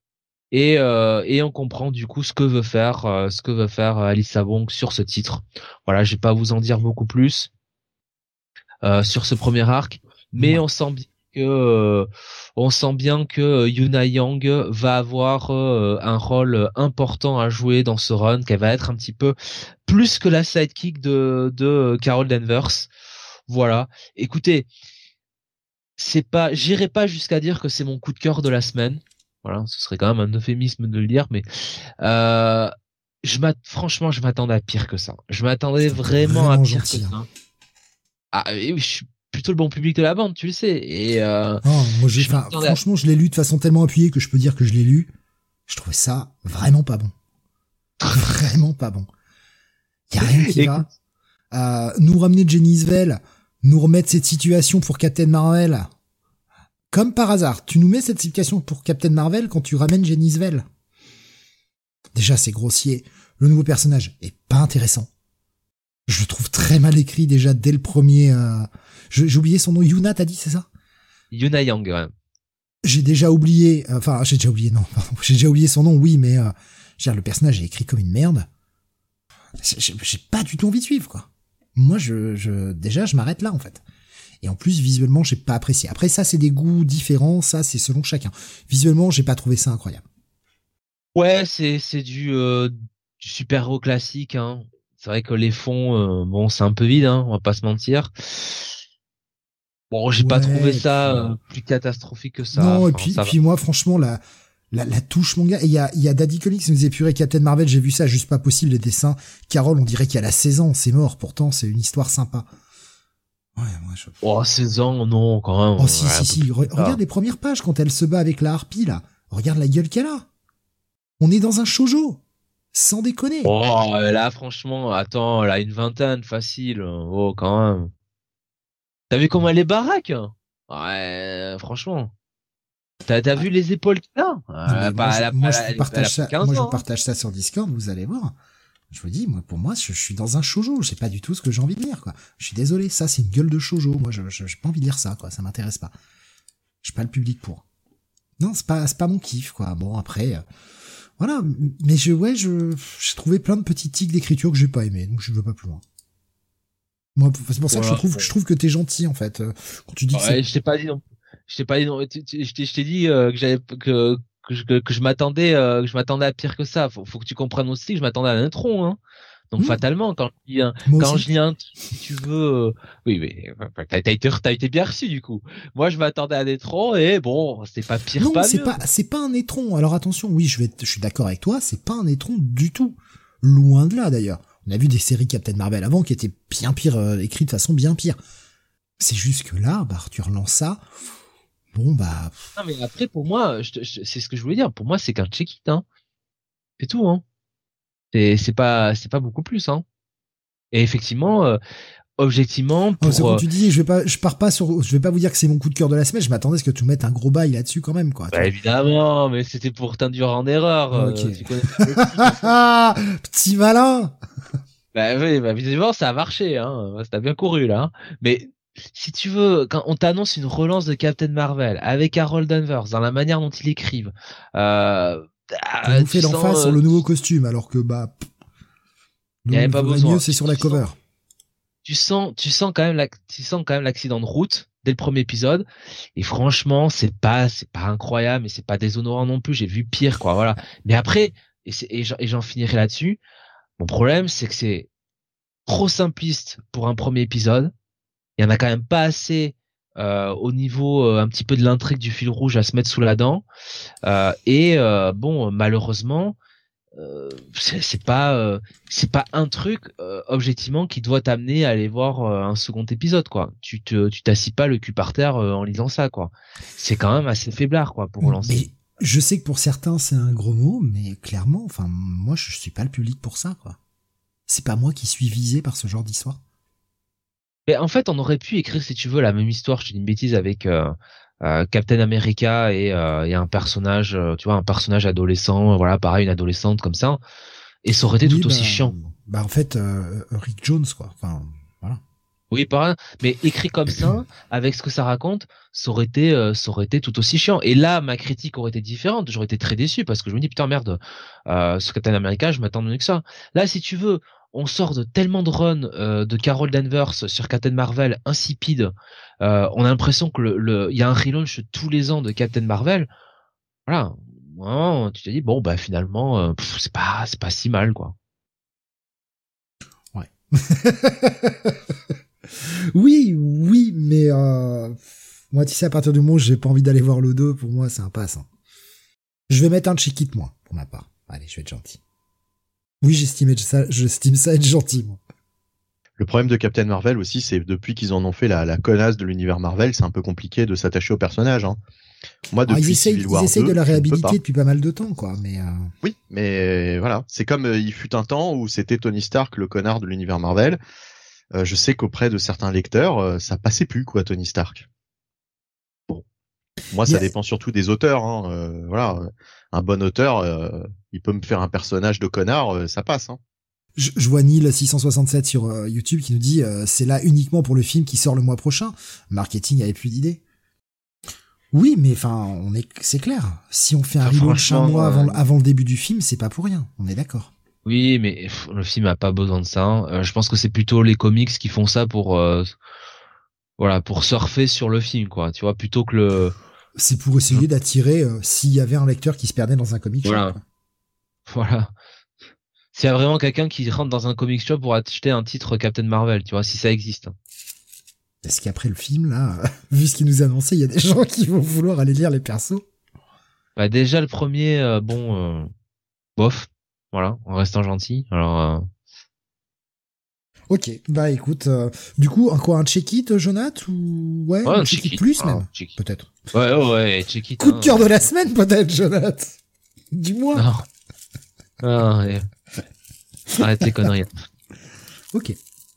et euh, et on comprend du coup ce que veut faire euh, ce que veut faire Alyssa Wong sur ce titre. Voilà, je vais pas vous en dire beaucoup plus euh, sur ce premier arc, mais Ouais. on sent bien que euh, on sent bien que Yuna Yang va avoir euh, un rôle important à jouer dans ce run, qu'elle va être un petit peu plus que la sidekick de de Carol Danvers. Voilà. Écoutez, c'est pas, j'irai pas jusqu'à dire que c'est mon coup de cœur de la semaine. Voilà, ce serait quand même un euphémisme de le dire, mais euh, je m'att- franchement, je m'attendais à pire que ça. Je m'attendais Putain, t'es vraiment à vraiment pire que gentil, hein. ça. Ah, et oui, je suis plutôt le bon public de la bande, tu le sais. Et euh, Non, moi j'ai, je enfin, m'attendais à... franchement, je l'ai lu de façon tellement appuyée que je peux dire que je l'ai lu. Je trouvais ça vraiment pas bon. Vraiment pas bon. Y a rien qui Écoute, va. Euh, nous ramener Jenny Svell, nous remettre cette situation pour Captain Marvel. Comme par hasard, tu nous mets cette situation pour Captain Marvel quand tu ramènes Jenny Svell. Déjà, c'est grossier. Le nouveau personnage est pas intéressant. Je le trouve très mal écrit déjà dès le premier. Euh... je- J'ai oublié son nom. Yuna, t'as dit, c'est ça? Yuna Yang, ouais. J'ai déjà oublié. euh, Enfin, j'ai déjà oublié. Non, pardon. J'ai déjà oublié son nom. Oui, mais euh, je veux dire, le personnage est écrit comme une merde. J'ai j'ai pas du tout envie de suivre, quoi. Moi, je, je déjà, je m'arrête là, en fait. Et en plus, visuellement, j'ai pas apprécié. Après, ça, c'est des goûts différents. Ça, c'est selon chacun. Visuellement, j'ai pas trouvé ça incroyable. Ouais, c'est c'est du, euh, du super-héros classique, hein. C'est vrai que les fonds, euh, bon, c'est un peu vide, hein, on va pas se mentir. Bon, j'ai pas trouvé Ouais, et ça puis... euh, plus catastrophique que ça. Non, et Enfin, puis, ça va. puis moi, franchement, la, la, la touche manga, et il y a, il y a Daddy Comics qui nous disait, purée, Captain Marvel, j'ai vu ça, juste pas possible, les dessins. Carole, on dirait qu'elle a seize ans, c'est mort, pourtant, c'est une histoire sympa. Ouais, moi, je... Oh, seize ans, non, quand même. Oh, si, Ouais, si, un peu si, plus re- que ça. regarde les premières pages quand elle se bat avec la harpie, là. Regarde la gueule qu'elle a. On est dans un shoujo. Sans déconner. Oh, euh, là, franchement, attends, elle a une vingtaine, facile. Oh, quand même. T'as vu comment elle est baraque? Ouais, franchement. T'as, t'as Ah, vu les épaules qu'elle a? non, Euh, mais moi, pas, je, elle a moi, pas, je elle, vous est- elle a partage plus ça, moi, quinze je vous ans, hein. partage ça sur Discord, vous allez voir. Je vous dis, moi, pour moi, je, je suis dans un shoujo. C'est pas du tout ce que j'ai envie de lire, quoi. Je suis désolé, ça, c'est une gueule de shoujo. Moi, je, je, j'ai pas envie de lire ça, quoi. Ça m'intéresse pas. Je suis pas le public pour. Non, c'est pas, c'est pas mon kiff, quoi. Bon, après, euh, voilà. Mais je, ouais, je, j'ai trouvé plein de petits tics d'écriture que j'ai pas aimé, donc je veux pas plus loin. Moi, c'est pour ça que je Voilà. trouve, je trouve que t'es gentil, en fait. Euh, Quand tu dis que c'est, Ouais, je t'ai pas dit non. Je t'ai pas dit non. Tu- tu- Je t'ai, je t'ai dit euh, que j'avais, que, que je, que, que je m'attendais, euh, que je m'attendais à pire que ça. Faut, faut que tu comprennes aussi que je m'attendais à un intro, hein. Donc Hmm, fatalement, quand je lis un, moi quand aussi. je lis un, truc, si tu veux, euh, oui, mais euh, t'as, t'as été, t'as été bien reçu du coup. Moi, je m'attendais à des troncs et bon, c'est pas pire, Non, pas c'est mieux. pas, c'est pas un étron. Alors attention, oui, je vais, être- je suis d'accord avec toi, c'est pas un étron du tout. Loin de là, d'ailleurs. On a vu des séries Captain Marvel avant qui étaient bien pire, euh, écrites de façon bien pire. C'est juste que là, bah, tu relances ça. Bon, bah, Non, mais après, pour moi, je te- je- c'est ce que je voulais dire. Pour moi, c'est qu'un check-it, hein. C'est tout, hein. C'est, c'est pas, c'est pas beaucoup plus, hein. Et effectivement, euh, objectivement, pour... Oh, c'est quand tu dis, je vais pas, je pars pas sur, je vais pas vous dire que c'est mon coup de cœur de la semaine. Je m'attendais à ce que tu mettes un gros bail là-dessus quand même, quoi. Bah, évidemment, mais c'était pour t'induire en erreur. Ok. Euh, tu connais... Petit malin. Bah oui, bah visiblement ça a marché, hein. Ça a bien couru là. Hein. Mais si tu veux, quand on t'annonce une relance de Captain Marvel avec Carol Danvers, dans la manière dont ils écrivent, euh, on nous fait l'emphase sens, sur le nouveau costume, alors que bah, il y avait pas besoin. Mieux, c'est sur la tu cover. Sens, tu sens, tu sens quand même, la, tu sens quand même l'accident de route dès le premier épisode. Et franchement, c'est pas, c'est pas incroyable, mais c'est pas déshonorant non plus. J'ai vu pire, quoi. Voilà. Mais après, et, et j'en finirai là-dessus. Mon problème, c'est que c'est trop simpliste pour un premier épisode. Il y en a quand même pas assez euh, au niveau euh, un petit peu de l'intrigue du fil rouge à se mettre sous la dent. Euh, et euh, bon, malheureusement, euh, c'est, c'est pas, euh, c'est pas un truc euh, objectivement qui doit t'amener à aller voir euh, un second épisode, quoi. Tu te, tu t'assis pas le cul par terre euh, en lisant ça, quoi. C'est quand même assez faiblard, quoi, pour relancer. Mais je sais que pour certains c'est un gros mot, mais clairement, enfin moi je suis pas le public pour ça, quoi. C'est pas moi qui suis visé par ce genre d'histoire. Mais en fait, on aurait pu écrire, si tu veux, la même histoire, je te dis une bêtise, avec euh, euh, Captain America et, euh, et un personnage, euh, tu vois, un personnage adolescent, voilà, pareil, une adolescente comme ça, et ça aurait été Oui, tout bah, aussi chiant. Bah en fait, euh, Rick Jones, quoi. Enfin, voilà. Oui, pareil, mais écrit comme ça, avec ce que ça raconte, ça aurait été, euh, ça aurait été tout aussi chiant. Et là, ma critique aurait été différente. J'aurais été très déçu parce que je me dis putain merde, euh, ce Captain America, je m'attendais mieux que ça. Là, si tu veux, on sort de tellement de runs euh, de Carol Danvers sur Captain Marvel insipide. Euh, on a l'impression que le, le, il y a un relaunch tous les ans de Captain Marvel. Voilà, vraiment, tu te dis bon bah finalement, euh, pff, c'est pas, c'est pas si mal, quoi. Ouais. Oui, oui, mais euh, moi, tu sais, à partir du moment où j'ai pas envie d'aller voir le deux, pour moi, c'est un pass. Hein. Je vais mettre un check-it, moi, pour ma part. Allez, je vais être gentil. Oui, j'estime ça, j'estime ça être gentil, moi. Le problème de Captain Marvel aussi, c'est depuis qu'ils en ont fait la, la connasse de l'univers Marvel, c'est un peu compliqué de s'attacher au personnage. Hein. Moi, depuis Alors, ils essayent, Civil War ils essayent deux, de la je ne peux réhabiliter pas. depuis pas mal de temps, quoi, mais... Euh... Oui, mais voilà, c'est comme euh, il fut un temps où c'était Tony Stark, le connard de l'univers Marvel. Euh, je sais qu'auprès de certains lecteurs, euh, ça passait plus, quoi, Tony Stark. Bon, moi, ça Yeah. dépend surtout des auteurs. Hein. Euh, voilà, un bon auteur, euh, il peut me faire un personnage de connard, euh, ça passe. Hein. Je, je vois Neil six cent soixante-sept sur euh, YouTube qui nous dit euh, c'est là uniquement pour le film qui sort le mois prochain. Marketing avait plus d'idées. Oui, mais enfin, on est, c'est clair. Si on fait un Enfin, relaunch un franchement, mois avant, euh, avant le début du film, c'est pas pour rien. On est d'accord. Oui, mais pff, le film a pas besoin de ça. Hein. Euh, je pense que c'est plutôt les comics qui font ça pour, euh, voilà, pour surfer sur le film, quoi. Tu vois, plutôt que le. C'est pour essayer d'attirer euh, s'il y avait un lecteur qui se perdait dans un comic shop. Voilà. Quoi. Voilà. S'il y a vraiment quelqu'un qui rentre dans un comic shop pour acheter un titre Captain Marvel, tu vois, si ça existe. Est-ce qu'après le film, là, vu ce qu'il nous annonçait, il y a des gens qui vont vouloir aller lire les persos? Bah déjà le premier, euh, bon, euh, bof, voilà, en restant gentil. Alors. Euh... Ok, bah écoute, euh, du coup, un quoi, un check-it, Jonath, ou ouais, Ouais, un un check-it check-it. plus Ah, même, check-it. peut-être. Ouais, ouais, ouais, check it. Coup de hein. cœur de la semaine, peut-être, Jonath. Dis-moi. Non. Non, ouais. Arrête tes conneries. Ok.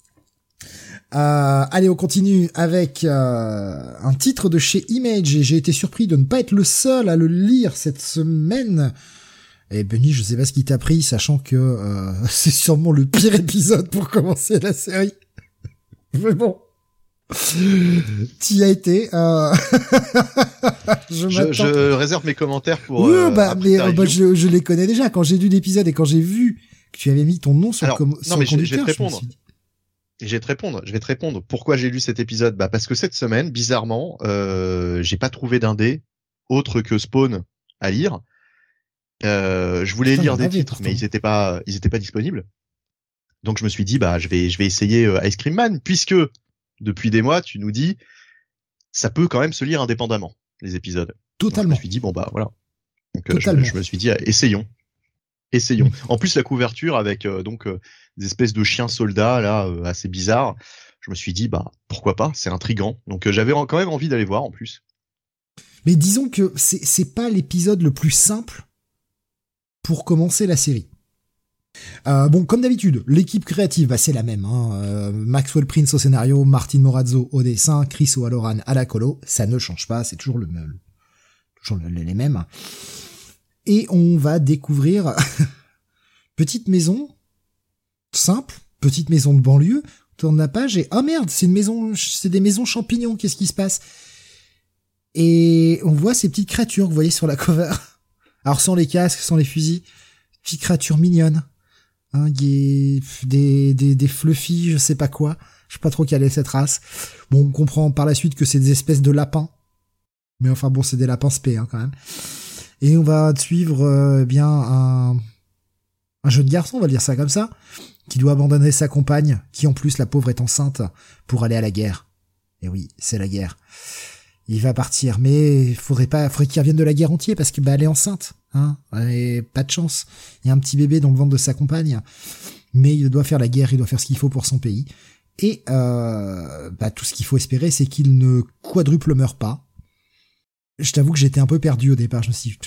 Euh, allez, on continue avec euh, un titre de chez Image, et j'ai été surpris de ne pas être le seul à le lire cette semaine. Et Benny, je sais pas ce qui t'a pris, sachant que euh, c'est sûrement le pire épisode pour commencer la série. Mais bon, t'y as été. Euh... je, Je, je réserve mes commentaires pour. Oui, euh, bah, après mais ta euh, bah, review. je, je les connais déjà. Quand j'ai lu l'épisode et quand j'ai vu que tu avais mis ton nom sur Alors, le, com- non, sur mais le je- je vais conducteur, te je me répondre. suis dit, Et je vais te répondre. Je vais te répondre. Pourquoi j'ai lu cet épisode? Bah parce que cette semaine, bizarrement, euh, j'ai pas trouvé d'indé autre que Spawn à lire. Euh, je voulais Putain, lire il y en des avait, titres, pourtant. mais ils étaient pas, ils étaient pas disponibles. Donc je me suis dit bah je vais, je vais essayer euh, Ice Cream Man, puisque depuis des mois tu nous dis ça peut quand même se lire indépendamment les épisodes. Donc, je Totalement. me suis dit bon bah voilà. Donc euh, je, Totalement. je me suis dit euh, essayons. Essayons. Mm. En plus, la couverture avec euh, donc euh, des espèces de chiens soldats là, euh, assez bizarres. Je me suis dit bah pourquoi pas, c'est intriguant. Donc euh, j'avais en- quand même envie d'aller voir en plus. Mais disons que c'est, c'est pas l'épisode le plus simple pour commencer la série. Euh, bon, comme d'habitude, l'équipe créative, bah, c'est la même. Hein. Euh, Maxwell Prince au scénario, Martin Morazzo au dessin, Chris O'Halloran à la colo. Ça ne change pas, c'est toujours le même, toujours les mêmes. Et on va découvrir petite maison simple, petite maison de banlieue. On tourne la page et oh merde, c'est une maison, c'est des maisons champignons. Qu'est-ce qui se passe? Et on voit ces petites créatures que vous voyez sur la cover. Alors sans les casques, sans les fusils, petites créatures mignonnes. Hein, des, des, des, des fluffy, je sais pas quoi. Je sais pas trop quelle est cette race. Bon, on comprend par la suite que c'est des espèces de lapins. Mais enfin bon, c'est des lapins spé, hein, quand même. Et on va suivre, euh, bien un, un jeune garçon, on va dire ça comme ça, qui doit abandonner sa compagne, qui en plus, la pauvre, est enceinte, pour aller à la guerre. Et oui, c'est la guerre. Il va partir, mais il faudrait pas, faudrait qu'il revienne de la guerre entière, parce que, bah, elle est enceinte. Hein, et pas de chance. Il y a un petit bébé dans le ventre de sa compagne, mais il doit faire la guerre, il doit faire ce qu'il faut pour son pays. Et euh, bah, tout ce qu'il faut espérer, c'est qu'il ne quadruple meure pas. Je t'avoue que j'étais un peu perdu au départ. Je me suis dit...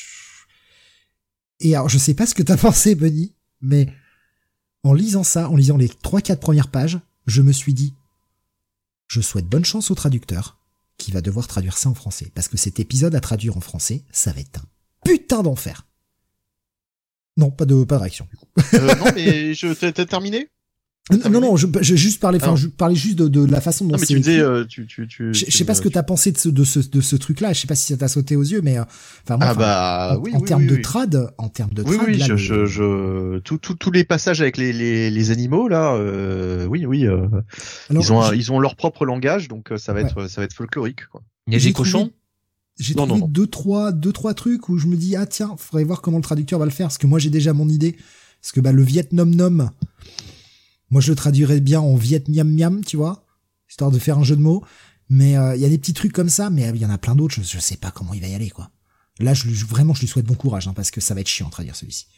Et alors, je sais pas ce que t'as pensé, Bunny, mais en lisant ça, en lisant les trois quatre premières pages, je me suis dit, je souhaite bonne chance au traducteur qui va devoir traduire ça en français, parce que cet épisode à traduire en français, ça va être un putain d'enfer. Non, pas de pas de réaction du coup. Euh, non, mais je t'as, t'as terminé Non, non, non, je, je juste parler, enfin, je parlais juste de, de la façon dont non, mais c'est. tu me disais, euh, tu, tu, tu. Je, je sais pas ce que t'as pensé de ce, de ce, de ce truc-là. Je sais pas si ça t'a sauté aux yeux, mais, euh, enfin, moi, ah bah, en, oui, en oui, termes oui, de oui. trad, en termes de oui, trad, oui, là, je, le... je, je, tous, tous, tous les passages avec les, les, les animaux là, euh, oui, oui, euh, Alors, ils ont, un, j'ai... ils ont leur propre langage, donc ça va ouais. être, ça va être folklorique, quoi. Il y a j'ai des cochons. trouvé... J'ai non, trouvé non, non. deux, trois, deux, trois trucs où je me dis, ah, tiens, faudrait voir comment le traducteur va le faire, parce que moi, j'ai déjà mon idée. Parce que, bah, le Vietnam nom, moi, je le traduirais bien en Viet Miam Miam, tu vois, histoire de faire un jeu de mots. Mais, il euh, y a des petits trucs comme ça, mais il y en a plein d'autres, je, je sais pas comment il va y aller, quoi. Là, je, je, vraiment, je lui souhaite bon courage, hein, parce que ça va être chiant de traduire celui-ci.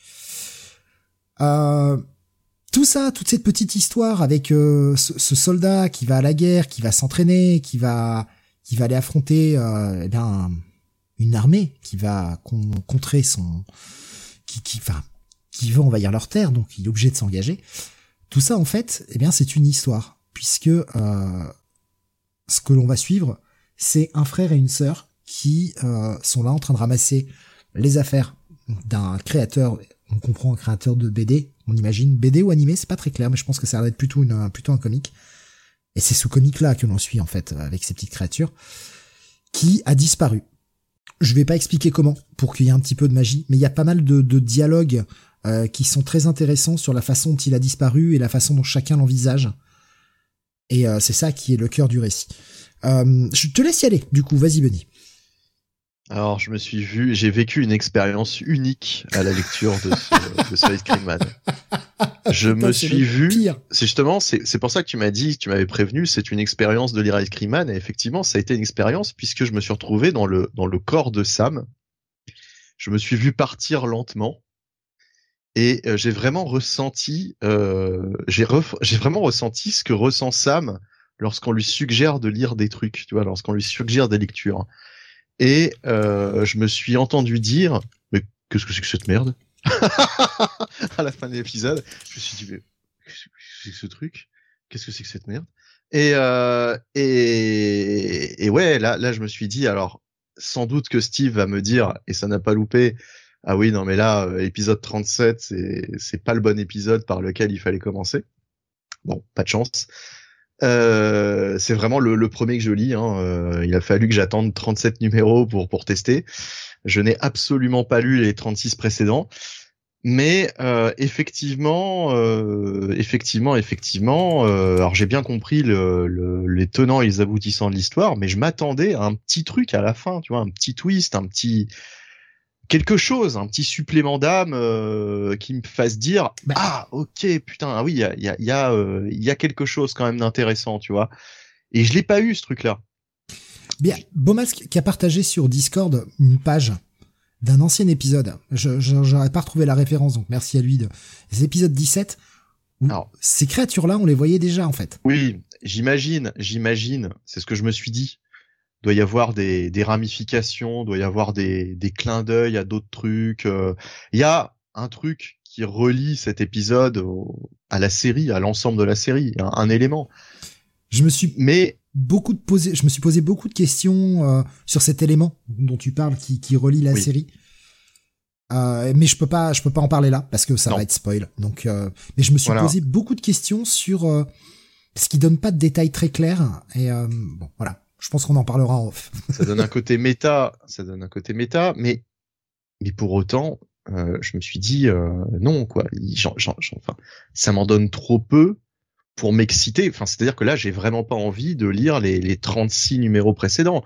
Euh, tout ça, toute cette petite histoire avec euh, ce, ce soldat qui va à la guerre, qui va s'entraîner, qui va, qui va aller affronter, euh, eh bien, une armée qui va con- contrer son, qui, qui, enfin, qui veut envahir leur terre, donc il est obligé de s'engager. Tout ça, en fait, eh bien, c'est une histoire, puisque euh, ce que l'on va suivre, c'est un frère et une sœur qui euh, sont là en train de ramasser les affaires d'un créateur. On comprend un créateur de B D, on imagine B D ou animé, c'est pas très clair, mais je pense que ça va être plutôt une, plutôt un comique. Et c'est ce comique-là que l'on suit en fait avec ces petites créatures qui a disparu. Je vais pas expliquer comment pour qu'il y ait un petit peu de magie, mais il y a pas mal de, de dialogues euh, qui sont très intéressants sur la façon dont il a disparu et la façon dont chacun l'envisage. Et euh, c'est ça qui est le cœur du récit. Euh, je te laisse y aller. Du coup, vas-y, Benny. Alors, je me suis vu, j'ai vécu une expérience unique à la lecture de ce, de ce Ice Cream Man. Je Putain, me c'est suis le vu, pire. c'est justement, c'est, c'est pour ça que tu m'as dit, tu m'avais prévenu, c'est une expérience de lire Ice Cream Man, et effectivement, ça a été une expérience puisque je me suis retrouvé dans le, dans le corps de Sam. Je me suis vu partir lentement, et euh, j'ai vraiment ressenti, euh, j'ai, ref, j'ai vraiment ressenti ce que ressent Sam lorsqu'on lui suggère de lire des trucs, tu vois, lorsqu'on lui suggère des lectures. Et euh, je me suis entendu dire, mais qu'est-ce que c'est que cette merde? À la fin de l'épisode, je me suis dit, mais qu'est-ce que c'est que ce truc? Qu'est-ce que c'est que cette merde? Et, euh, et, et ouais, là, là, je me suis dit, alors, sans doute que Steve va me dire, et ça n'a pas loupé, ah oui, non, mais là, euh, épisode trente-sept, c'est, c'est pas le bon épisode par lequel il fallait commencer. Bon, pas de chance. Euh, c'est vraiment le, le premier que je lis. Hein. Euh, il a fallu que j'attende trente-sept numéros pour pour tester. Je n'ai absolument pas lu les trente-six précédents, mais euh, effectivement, euh, effectivement, effectivement. Euh, alors j'ai bien compris le, le, les tenants et les aboutissants de l'histoire, mais je m'attendais à un petit truc à la fin, tu vois, un petit twist, un petit quelque chose, un petit supplément d'âme euh, qui me fasse dire bah, ah ok putain ah oui il y a il y a il y a euh, il y a quelque chose quand même d'intéressant, tu vois, et je l'ai pas eu ce truc là. Bien, Beaumasque qui a partagé sur Discord une page d'un ancien épisode, je, je j'aurais pas retrouvé la référence, donc merci à lui, de l'épisode dix-sept où alors, ces créatures là on les voyait déjà en fait. Oui, j'imagine j'imagine c'est ce que je me suis dit. Doit y avoir des, des ramifications, doit y avoir des, des clins d'œil à d'autres trucs. Il euh, y a un truc qui relie cet épisode au, à la série, à l'ensemble de la série, un, un élément. Je me suis mais beaucoup de posé, je me suis posé beaucoup de questions euh, sur cet élément dont tu parles qui, qui relie la oui. série. Euh, mais je peux pas, je peux pas en parler là parce que ça non. va être spoil. Donc, euh, mais je me suis voilà. posé beaucoup de questions sur euh, ce qui donne pas de détails très clairs. Et euh, bon, voilà. Je pense qu'on en parlera en off. Ça donne un côté méta, ça donne un côté méta, mais mais pour autant, euh, je me suis dit euh, non quoi. J'en, j'en, j'en, enfin, ça m'en donne trop peu pour m'exciter. Enfin, c'est-à-dire que là, j'ai vraiment pas envie de lire les les trente-six numéros précédents.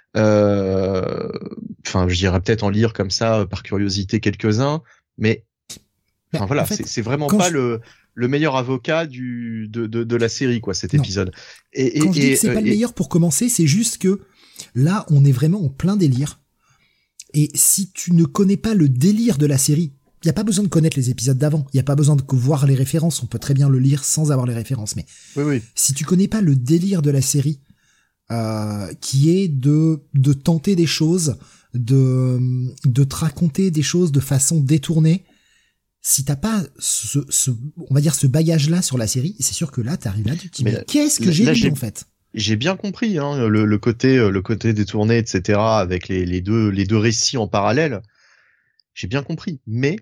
Euh, enfin, je dirais peut-être en lire comme ça par curiosité quelques-uns, mais enfin bah, voilà, en fait, c'est, c'est vraiment pas je... le le meilleur avocat du de de, de la série quoi cet non. épisode. Et, et quand je et, dis que c'est euh, pas et... le meilleur pour commencer, c'est juste que là, on est vraiment en plein délire. Et si tu ne connais pas le délire de la série, il y a pas besoin de connaître les épisodes d'avant, il y a pas besoin de voir les références, on peut très bien le lire sans avoir les références. Mais oui, oui. si tu connais pas le délire de la série, euh, qui est de de tenter des choses, de de te raconter des choses de façon détournée. Si t'as pas ce, ce, on va dire ce bagage-là sur la série, c'est sûr que là, t'arrives là, tu te dis, mais, mais qu'est-ce que là, j'ai lu en fait? J'ai bien compris, hein, le, le côté, le côté détourné, et cetera, avec les, les deux, les deux récits en parallèle. J'ai bien compris, mais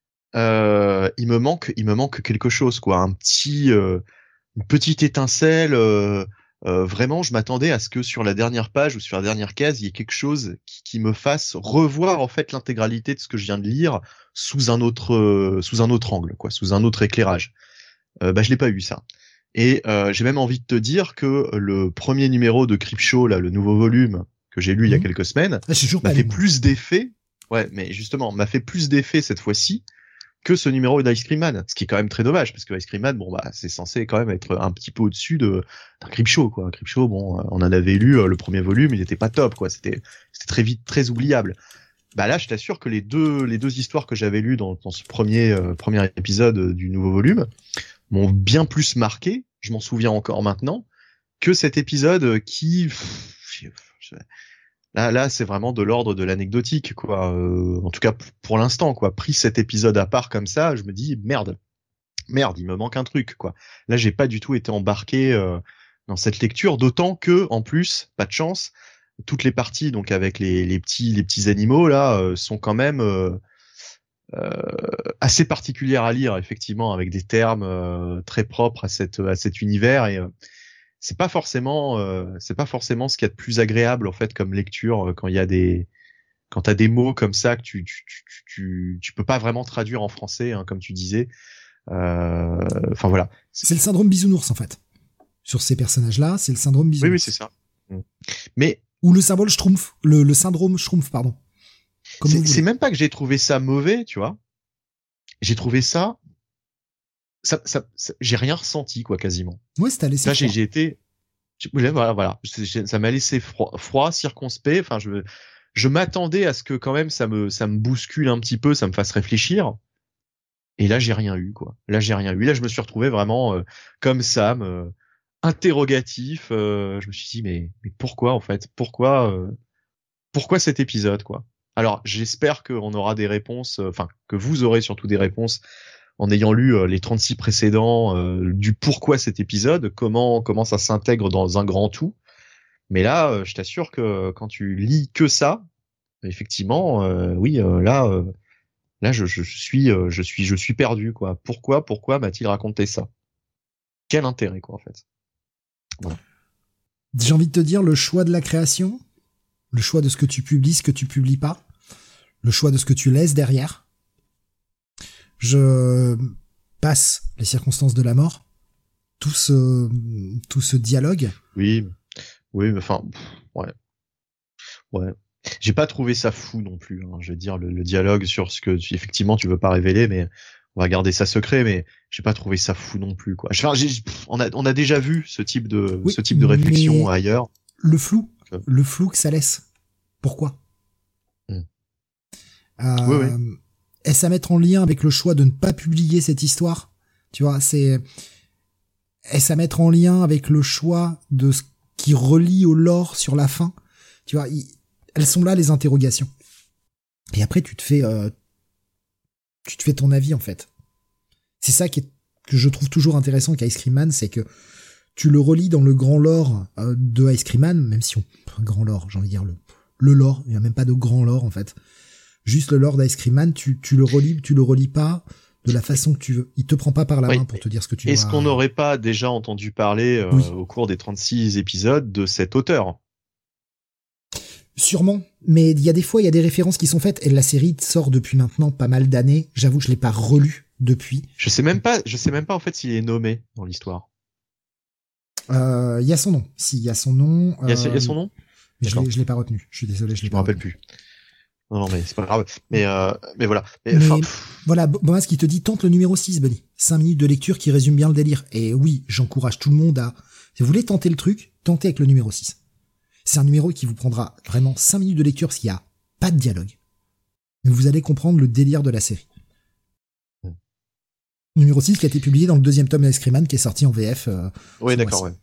euh, il me manque, il me manque quelque chose, quoi, un petit, euh, une petite étincelle. Euh, euh, vraiment, je m'attendais à ce que sur la dernière page ou sur la dernière case, il y ait quelque chose qui, qui me fasse revoir en fait l'intégralité de ce que je viens de lire sous un autre, euh, sous un autre angle, quoi, sous un autre éclairage. Euh, bah, je l'ai pas eu ça. Et euh, j'ai même envie de te dire que le premier numéro de Creepshow, là, le nouveau volume que j'ai lu mmh. il y a quelques semaines, ah, m'a fait plus d'effet. Ouais, mais justement, m'a fait plus d'effet cette fois-ci que ce numéro d'Ice Cream Man, ce qui est quand même très dommage parce que Ice Cream Man, bon bah c'est censé quand même être un petit peu au-dessus de d'un Creepshow quoi. Creepshow, bon, on en avait lu le premier volume, il était pas top quoi, c'était c'était très vite très oubliable. Bah là, je t'assure que les deux les deux histoires que j'avais lues dans, dans ce premier euh, premier épisode du nouveau volume m'ont bien plus marqué, je m'en souviens encore maintenant, que cet épisode qui pff, je, Là, là, c'est vraiment de l'ordre de l'anecdotique, quoi. Euh, en tout cas, pour l'instant, quoi. Pris cet épisode à part comme ça, je me dis merde, merde, il me manque un truc, quoi. Là, j'ai pas du tout été embarqué euh, dans cette lecture, d'autant que, en plus, pas de chance, toutes les parties, donc avec les, les petits, les petits animaux là, euh, sont quand même euh, euh, assez particulières à lire, effectivement, avec des termes euh, très propres à cette, à cet univers et euh, c'est pas forcément euh, c'est pas forcément ce qu'il y a de plus agréable en fait comme lecture euh, quand il y a des quand t'as des mots comme ça que tu tu tu tu, tu peux pas vraiment traduire en français hein, comme tu disais enfin euh, voilà c'est le syndrome bisounours en fait sur ces personnages là c'est le syndrome bisounours oui oui c'est ça mais ou le symbole Schtroumpf le le syndrome Schtroumpf pardon comme c'est, c'est même pas que j'ai trouvé ça mauvais tu vois j'ai trouvé ça Ça, ça, ça, j'ai rien ressenti quoi quasiment. Ouais, c'était laissé. Là, j'ai, j'ai été, voilà, voilà, ça m'a laissé froid, froid, circonspect. Enfin, je, je m'attendais à ce que quand même ça me, ça me bouscule un petit peu, ça me fasse réfléchir. Et là, j'ai rien eu quoi. Là, j'ai rien eu. Là, je me suis retrouvé vraiment euh, comme Sam, euh, interrogatif. Euh, je me suis dit mais, mais pourquoi en fait, pourquoi, euh, pourquoi cet épisode quoi. Alors, j'espère qu'on aura des réponses, enfin euh, que vous aurez surtout des réponses. En ayant lu euh, les trente-six précédents, euh, du pourquoi cet épisode, comment comment ça s'intègre dans un grand tout. Mais là, euh, je t'assure que quand tu lis que ça, effectivement, euh, oui, euh, là, euh, là, je, je suis, euh, je suis, je suis perdu, quoi. Pourquoi, pourquoi m'a-t-il raconté ça? Quel intérêt, quoi, en fait. Voilà. J'ai envie de te dire le choix de la création, le choix de ce que tu publies, ce que tu publies pas, le choix de ce que tu laisses derrière. Je passe les circonstances de la mort, tout ce, tout ce dialogue. Oui, oui, mais enfin, ouais, ouais. J'ai pas trouvé ça fou non plus. Hein. Je veux dire le, le dialogue sur ce que tu, effectivement tu veux pas révéler, mais on va garder ça secret. Mais j'ai pas trouvé ça fou non plus, quoi. Enfin, j'ai, on a, on a déjà vu ce type de, oui, ce type de réflexion ailleurs. Le flou, okay. le flou que ça laisse. Pourquoi hmm. euh, Oui, oui. Est-ce à mettre en lien avec le choix de ne pas publier cette histoire? Tu vois, c'est, est-ce à mettre en lien avec le choix de ce qui relie au lore sur la fin? Tu vois, il, elles sont là, les interrogations. Et après, tu te fais, euh, tu te fais ton avis, en fait. c'est ça qui est, que je trouve toujours intéressant avec Ice Cream Man, c'est que tu le relis dans le grand lore euh, de Ice Cream Man, même si on, un grand lore, j'ai envie de dire le, le lore, il y a même pas de grand lore en fait. Juste le lore d'Ice Cream Man, tu, tu le relis, tu le relis pas de la façon que tu veux. Il te prend pas par la oui. main pour te dire ce que tu veux. Est-ce qu'on n'aurait pas déjà entendu parler euh, oui. au cours des trente-six épisodes de cet auteur? Sûrement, mais il y a des fois, il y a des références qui sont faites, et la série sort depuis maintenant pas mal d'années. J'avoue, je l'ai pas relu depuis. Je sais même pas, je sais même pas en fait s'il est nommé dans l'histoire. Il euh, y a son nom. Si, il y a son nom. Il y, euh, y a son nom. Mais je l'ai, je l'ai pas retenu. Je suis désolé, je l'ai je pas me rappelle retenu. plus. Non, non, mais c'est pas grave. Mais, euh, mais voilà. Mais, mais enfin, voilà, Bomas qui te dit, tente le numéro six, Bunny. cinq minutes de lecture qui résume bien le délire. Et oui, j'encourage tout le monde à, si vous voulez tenter le truc, tentez avec le numéro six. C'est un numéro qui vous prendra vraiment cinq minutes de lecture s'il y a pas de dialogue. Mais vous allez comprendre le délire de la série. Mm. Numéro six qui a été publié dans le deuxième tome d'Ice Cream Man qui est sorti en V F. Euh, oui, d'accord, ouais.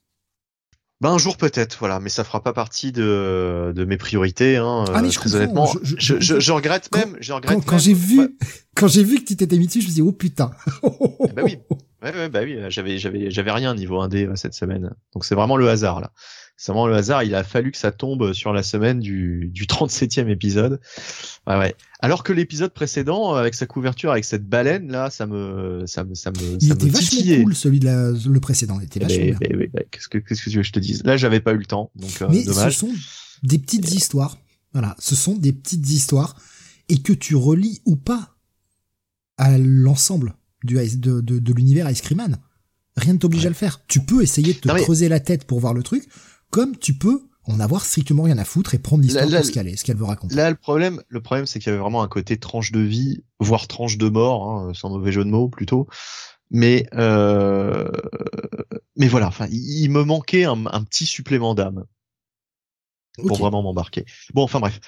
Ben un jour peut-être, voilà, mais ça fera pas partie de de mes priorités, hein. Ah mais je très comprends. honnêtement, je, je, je, je, je regrette quand, même, je regrette quand, même. Quand j'ai vu, ouais. quand j'ai vu que tu t'étais mis dessus, je me suis dit oh putain. Eh bah oui, ouais, ouais, bah oui, j'avais j'avais j'avais rien niveau indé cette semaine, donc c'est vraiment le hasard là. C'est vraiment le hasard. Il a fallu que ça tombe sur la semaine du du trente-septième épisode. Ouais, ouais. Alors que l'épisode précédent, avec sa couverture, avec cette baleine là, ça me, ça me, ça me, il ça était me vachement titillait. cool celui de la, le précédent. Il était vachement mais, bien. Mais, mais, mais, qu'est-ce que, qu'est-ce que tu veux que je te dise? Là, j'avais pas eu le temps, donc euh, mais dommage. Ce sont des petites et... histoires. Voilà, ce sont des petites histoires et que tu relis ou pas à l'ensemble du de de, de l'univers Ice Cream Man. Rien ne t'oblige ouais. à le faire. Tu peux essayer de te non, mais... creuser la tête pour voir le truc, comme tu peux en avoir strictement rien à foutre et prendre l'histoire là, là, pour ce qu'elle est, ce qu'elle veut raconter. Là, le problème, le problème, c'est qu'il y avait vraiment un côté tranche de vie, voire tranche de mort, hein, sans mauvais jeu de mots, plutôt. Mais, euh, mais voilà, enfin, il, il me manquait un, un petit supplément d'âme pour okay. vraiment m'embarquer. Bon, enfin bref.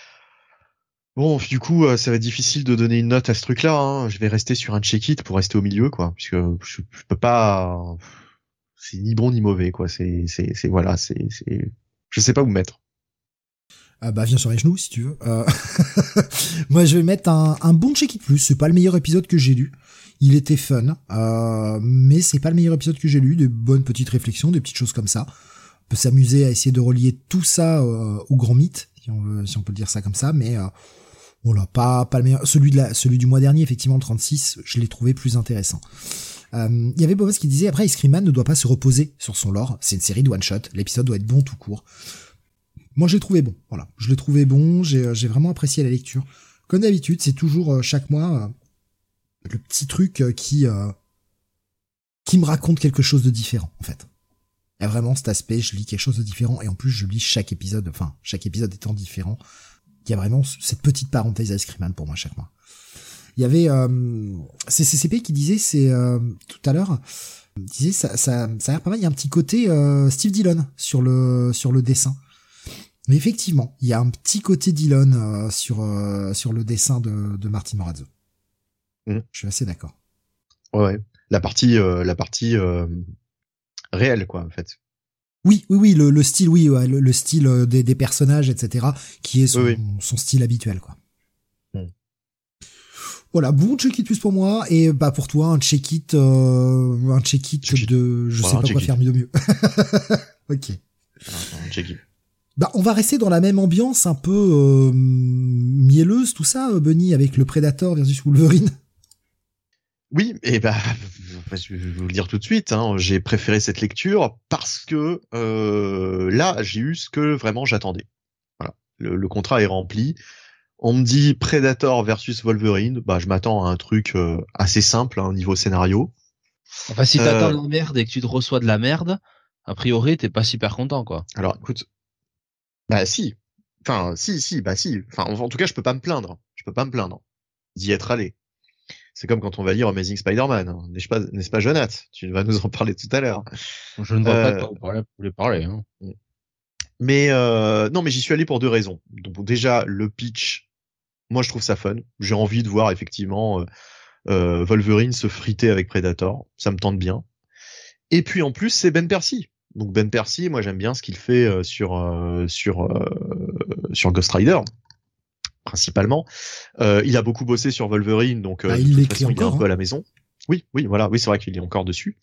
Bon, du coup, ça va être difficile de donner une note à ce truc-là. Hein. Je vais rester sur un check-it pour rester au milieu, quoi, puisque je, je peux pas. C'est ni bon ni mauvais, quoi. C'est, c'est, c'est voilà, c'est, c'est. Je sais pas où mettre. Ah bah viens sur les genoux si tu veux. Euh... Moi je vais mettre un, un bon check-it plus. C'est pas le meilleur épisode que j'ai lu. Il était fun, euh, mais c'est pas le meilleur épisode que j'ai lu. Des bonnes petites réflexions, des petites choses comme ça. On peut s'amuser à essayer de relier tout ça euh, au grand mythe, si on, veut, si on peut le dire ça comme ça. Mais euh, voilà, pas pas le meilleur. Celui de la, celui du mois dernier, effectivement, le trente-six, je l'ai trouvé plus intéressant. Il euh, y avait Bobas qui disait après Ice Cream Man ne doit pas se reposer sur son lore, c'est une série de one shot, l'épisode doit être bon tout court. Moi je l'ai trouvé bon, voilà, je l'ai trouvé bon, j'ai j'ai vraiment apprécié la lecture. Comme d'habitude, c'est toujours euh, chaque mois euh, le petit truc euh, qui euh, qui me raconte quelque chose de différent en fait. Il y a vraiment cet aspect, je lis quelque chose de différent et en plus je lis chaque épisode, enfin chaque épisode étant différent. Il y a vraiment cette petite parenthèse Ice Cream Man pour moi chaque mois. Il y avait euh, c'est C C P qui disait c'est euh, tout à l'heure il disait ça ça ça a l'air pas mal, il y a un petit côté euh, Steve Dillon sur le sur le dessin. Mais effectivement, il y a un petit côté Dillon euh, sur euh, sur le dessin de de Martin Morazzo. Mmh. Je suis assez d'accord. Ouais, ouais. La partie euh, la partie euh, réelle quoi en fait. Oui, oui, oui, le, le style, oui, ouais, le, le style des, des personnages, et cetera, qui est son, oui, oui. son style habituel, quoi. Mm. Voilà, bon check-it plus pour moi, et bah pour toi, un check-it, euh, un check-it check de, je voilà, sais pas quoi faire mieux de mieux. Ok. Un check-it. Bah, on va rester dans la même ambiance, un peu euh, mielleuse, tout ça, Bunny, avec le Predator versus Wolverine. Oui, et bah, je vais vous le dire tout de suite, hein, j'ai préféré cette lecture parce que euh, là, j'ai eu ce que vraiment j'attendais. Voilà, le, le contrat est rempli. On me dit Predator versus Wolverine, bah je m'attends à un truc euh, assez simple hein, niveau scénario. Enfin, si t'attends euh, de la merde et que tu te reçois de la merde, a priori, t'es pas super content, quoi. Alors, écoute, bah si, enfin si, si, bah si. Enfin, en, en tout cas, je peux pas me plaindre. Je peux pas me plaindre d'y être allé. C'est comme quand on va lire Amazing Spider-Man, hein. n'est-ce pas, n'est-ce pas, Jonathan? Tu vas nous en parler tout à l'heure. Je ne vois euh, pas de quoi vous voulez parler. Hein. Mais euh, non, mais j'y suis allé pour deux raisons. Donc déjà, le pitch, moi je trouve ça fun. J'ai envie de voir effectivement euh, euh, Wolverine se friter avec Predator. Ça me tente bien. Et puis en plus, c'est Ben Percy. Donc Ben Percy, moi j'aime bien ce qu'il fait euh, sur euh, sur euh, sur Ghost Rider. Principalement, euh, il a beaucoup bossé sur Wolverine, donc euh, bah, de il toute l'écrit façon, encore, il est un hein. peu à la maison. Oui, oui, voilà, oui, c'est vrai qu'il est encore dessus.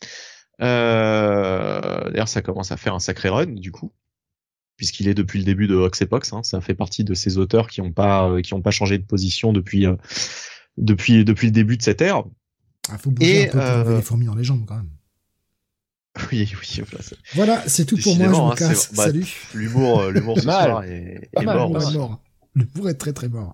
Euh, d'ailleurs, ça commence à faire un sacré run, du coup, puisqu'il est depuis le début de Hoxepox. Hein, ça fait partie de ces auteurs qui n'ont pas, euh, qui ont pas changé de position depuis, euh, depuis, depuis le début de cette ère. Ah, faut bouger Et, un peu pour euh... enlever les fourmis dans les jambes, quand même. Oui, oui, voilà. C'est, voilà, c'est tout pour moi, je me hein, casse. bah, Salut. L'humour, l'humour ce soir est, est mal, mort. L'humour est mort. L'humour est très très mort.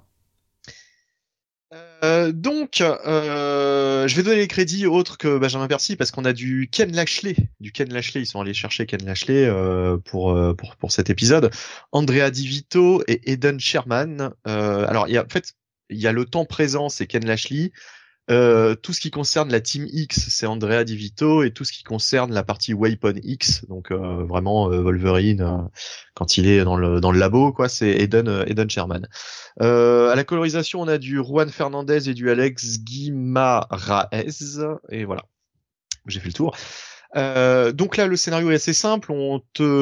Euh, donc, euh, je vais donner les crédits autres que Benjamin Percy parce qu'on a du Ken Lashley, du Ken Lashley. Ils sont allés chercher Ken Lashley euh, pour pour pour cet épisode. Andrea Di Vito et Eden Sherman. Euh, alors, il y a en fait il y a le temps présent, c'est Ken Lashley. Euh, tout ce qui concerne la Team X, c'est Andrea Di Vito, et tout ce qui concerne la partie Weapon X, donc euh, vraiment euh, Wolverine euh, quand il est dans le dans le labo, quoi, c'est Eden euh, Eden Sherman. Euh, à la colorisation, on a du Juan Fernandez et du Alex Guimaraes, et voilà, j'ai fait le tour. Euh, donc là, le scénario est assez simple. On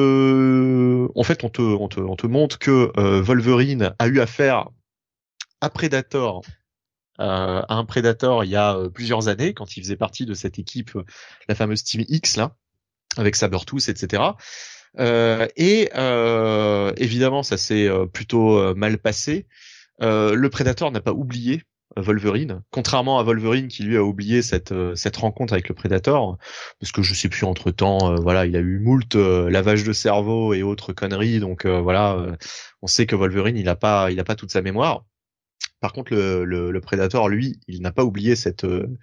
te, en fait, on te on te on te montre que euh, Wolverine a eu affaire à Predator. Euh, à un Predator il y a euh, plusieurs années, quand il faisait partie de cette équipe, euh, la fameuse Team X là, avec Sabertooth, et cetera. Euh, et euh, évidemment, ça s'est euh, plutôt euh, mal passé. Euh, le Predator n'a pas oublié Wolverine, contrairement à Wolverine qui lui a oublié cette euh, cette rencontre avec le Predator, parce que je sais plus entre temps, euh, voilà, il a eu moult euh, lavage de cerveau et autres conneries, donc euh, voilà, euh, on sait que Wolverine il a pas il a pas toute sa mémoire. Par contre, le, le, le Predator, lui, il n'a pas oublié cette,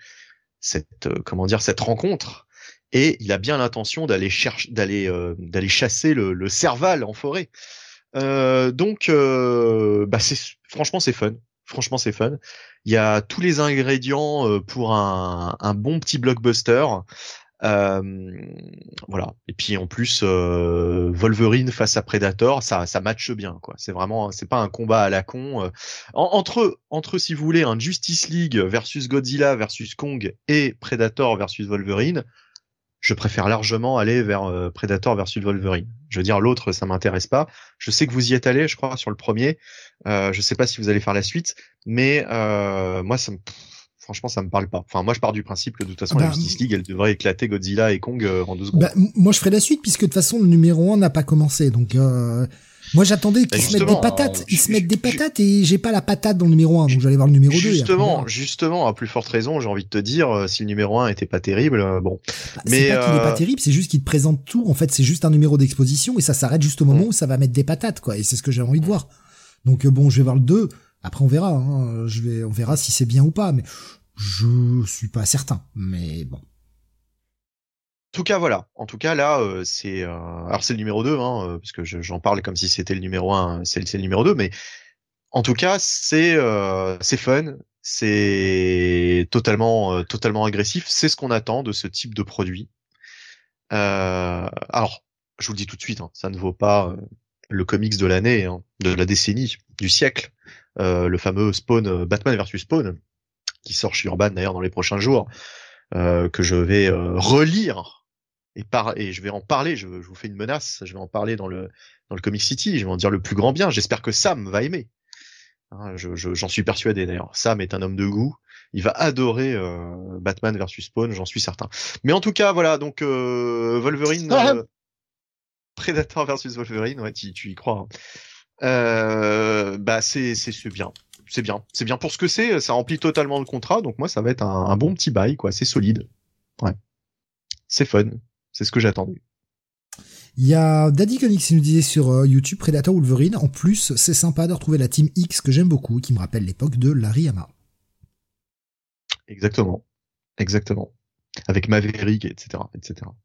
cette, comment dire, cette rencontre, et il a bien l'intention d'aller chercher, d'aller, euh, d'aller chasser le, le Serval en forêt. Euh, donc, euh, bah c'est, franchement, c'est fun. Franchement, c'est fun. Il y a tous les ingrédients pour un, un bon petit blockbuster. Euh, voilà. Et puis en plus, euh, Wolverine face à Predator, ça, ça matche bien, quoi. C'est vraiment, c'est pas un combat à la con. Euh, en, entre, entre, si vous voulez, un Justice League versus Godzilla versus Kong et Predator versus Wolverine, je préfère largement aller vers euh, Predator versus Wolverine. Je veux dire, l'autre, ça m'intéresse pas. Je sais que vous y êtes allé, je crois, sur le premier. Euh, je sais pas si vous allez faire la suite, mais euh, moi, ça me franchement, ça me parle pas. Enfin, moi, je pars du principe que de toute façon, bah, la Justice League, elle devrait éclater Godzilla et Kong euh, en deux secondes. Bah, moi, je ferai la suite puisque de toute façon, le numéro un n'a pas commencé. Donc, euh, moi, j'attendais qu'ils bah, se mettent des patates. Euh, ils je, se mettent des patates je, et j'ai pas la patate dans le numéro un. Donc, j'allais voir le numéro deux. Justement, justement, à plus forte raison, j'ai envie de te dire, euh, si le numéro un était pas terrible, euh, bon. Bah, mais c'est pas euh... qu'il est pas terrible, c'est juste qu'il te présente tout. En fait, c'est juste un numéro d'exposition et ça s'arrête juste au moment mmh. où ça va mettre des patates, quoi. Et c'est ce que j'ai envie de voir. Donc, bon, je vais voir le deux. Après, on verra. Hein. Je vais, on verra si c'est bien ou pas. Mais je suis pas certain, mais bon. En tout cas, voilà. En tout cas, là, euh, c'est, euh... alors c'est le numéro deux, hein, parce que je, j'en parle comme si c'était le numéro un. C'est, c'est le numéro deux, mais en tout cas, c'est, euh, c'est fun, c'est totalement, euh, totalement agressif. C'est ce qu'on attend de ce type de produit. Euh... Alors, je vous le dis tout de suite, hein, ça ne vaut pas euh, le comics de l'année, hein, de la décennie, du siècle, euh, le fameux Spawn, euh, Batman versus Spawn, qui sort chez Urban d'ailleurs dans les prochains jours, euh, que je vais euh, relire et par et je vais en parler. Je, je vous fais une menace. Je vais en parler dans le dans le Comic City. Je vais en dire le plus grand bien. J'espère que Sam va aimer. Hein, je, je, j'en suis persuadé d'ailleurs. Sam est un homme de goût. Il va adorer euh, Batman versus Spawn, j'en suis certain. Mais en tout cas, voilà. Donc euh, Wolverine, euh, Predator versus Wolverine. Ouais, tu, tu y crois. Hein. Euh, bah c'est c'est c'est bien. C'est bien, c'est bien pour ce que c'est, ça remplit totalement le contrat, donc moi ça va être un, un bon petit bail, quoi, c'est solide. Ouais. C'est fun, c'est ce que j'attendais. Il y a Daddy Comics qui nous disait sur euh, YouTube Predator Wolverine, en plus c'est sympa de retrouver la Team X que j'aime beaucoup, qui me rappelle l'époque de Larry Hama. Exactement, exactement. Avec Maverick, et cetera, et cetera.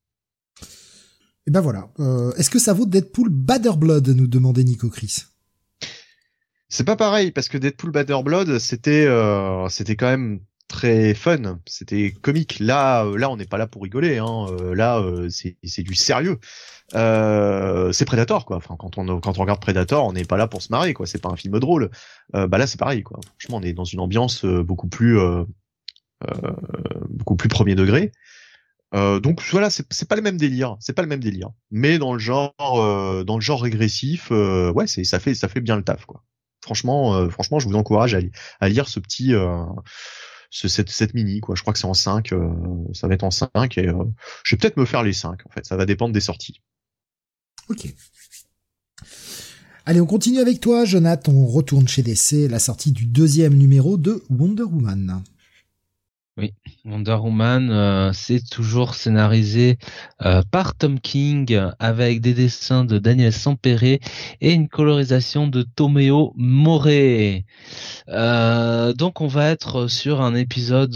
Et ben voilà, euh, est-ce que ça vaut Deadpool Badder Blood, nous demandait Nico Chris. C'est pas pareil parce que Deadpool Badder Blood c'était euh, c'était quand même très fun, c'était comique. Là là on n'est pas là pour rigoler, hein. Là euh, c'est c'est du sérieux. Euh, c'est Predator, quoi. Enfin quand on quand on regarde Predator, on n'est pas là pour se marrer, quoi. C'est pas un film drôle. Euh, bah là c'est pareil, quoi. Franchement on est dans une ambiance beaucoup plus euh, euh, beaucoup plus premier degré. Euh, donc voilà, c'est c'est pas le même délire, c'est pas le même délire. Mais dans le genre euh, dans le genre régressif, euh, ouais c'est ça fait ça fait bien le taf, quoi. Franchement, euh, franchement, je vous encourage à, à lire ce petit, euh, ce, cette, cette mini, quoi. Je crois que c'est en cinq, euh, ça va être en cinq, et euh, je vais peut-être me faire les cinq, en fait. Ça va dépendre des sorties. Ok. Allez, on continue avec toi, Jonathan. On retourne chez D C, la sortie du deuxième numéro de Wonder Woman. Oui, Wonder Woman, euh, c'est toujours scénarisé euh, par Tom King avec des dessins de Daniel Sampere et une colorisation de Tomeo Morey. Euh, donc on va être sur un épisode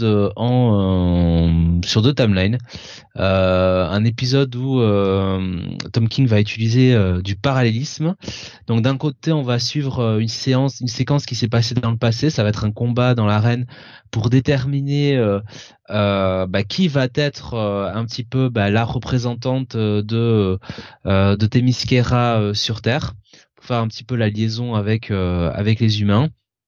en euh, sur deux timelines. Euh, un épisode où euh, Tom King va utiliser euh, du parallélisme. Donc d'un côté, on va suivre euh, une séance, une séquence qui s'est passée dans le passé. Ça va être un combat dans l'arène pour déterminer euh, euh, bah, qui va être euh, un petit peu bah, la représentante de euh, de Themyscira euh, sur Terre, pour faire un petit peu la liaison avec euh, avec les humains.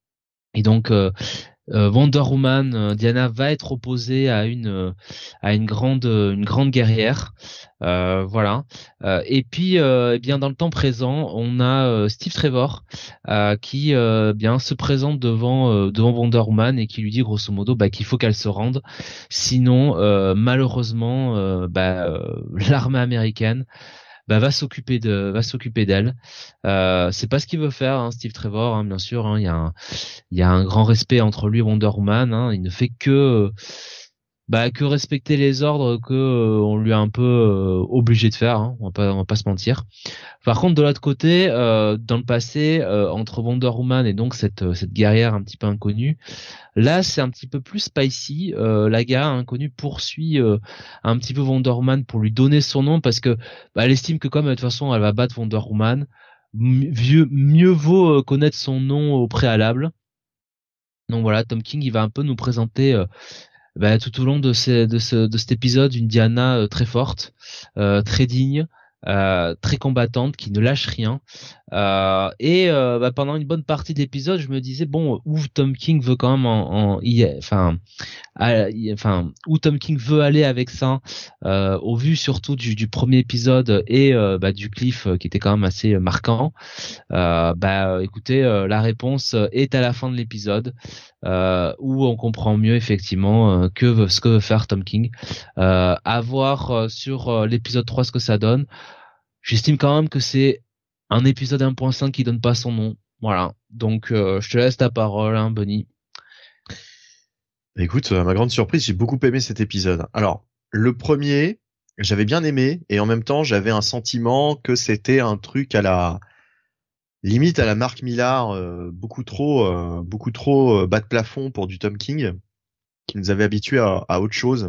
Et donc euh, Euh, Wonder Woman, euh, Diana va être opposée à une euh, à une grande euh, une grande guerrière, euh, voilà. Euh, et puis, euh, eh bien dans le temps présent, on a euh, Steve Trevor euh, qui euh, bien se présente devant euh, devant Wonder Woman et qui lui dit grosso modo bah, qu'il faut qu'elle se rende, sinon euh, malheureusement euh, bah, euh, l'armée américaine bah, va s'occuper de va s'occuper d'elle. Euh, c'est pas ce qu'il veut faire, hein, Steve Trevor, hein, bien sûr. Hein, il y a un il y a un grand respect entre lui et Wonder Woman. Hein, il ne fait que bah que respecter les ordres que euh, on lui a un peu euh, obligé de faire. Hein, on va pas on va pas se mentir. Par contre, de l'autre côté, euh, dans le passé, euh, entre Wonder Woman et donc cette cette guerrière un petit peu inconnue, là c'est un petit peu plus spicy. Euh, la guerrière inconnue poursuit euh, un petit peu Wonder Woman pour lui donner son nom parce que bah, elle estime que comme de toute façon elle va battre Wonder Woman, mieux mieux vaut euh, connaître son nom au préalable. Donc voilà, Tom King il va un peu nous présenter euh, bah, tout au long de, ces, de, ce, de cet épisode une Diana euh, très forte, euh, très digne, euh, très combattante, qui ne lâche rien. Euh, et euh, bah, pendant une bonne partie de l'épisode, je me disais bon, où Tom King veut quand même en, en y, enfin, à, y, enfin, où Tom King veut aller avec ça, euh, au vu surtout du, du premier épisode et euh, bah, du cliff euh, qui était quand même assez marquant. Euh, bah, écoutez, euh, la réponse est à la fin de l'épisode. Euh, où on comprend mieux effectivement euh, que veut, ce que veut faire Tom King. Euh, à voir euh, sur euh, l'épisode trois ce que ça donne. J'estime quand même que c'est un épisode un point cinq qui donne pas son nom. Voilà. Donc euh, je te laisse ta parole, hein, Bunny. Écoute, à ma grande surprise, j'ai beaucoup aimé cet épisode. Alors, le premier, j'avais bien aimé, et en même temps, j'avais un sentiment que c'était un truc à la limite à la Mark Millar, euh, beaucoup trop, euh, beaucoup trop euh, bas de plafond pour du Tom King, qui nous avait habitués à, à autre chose.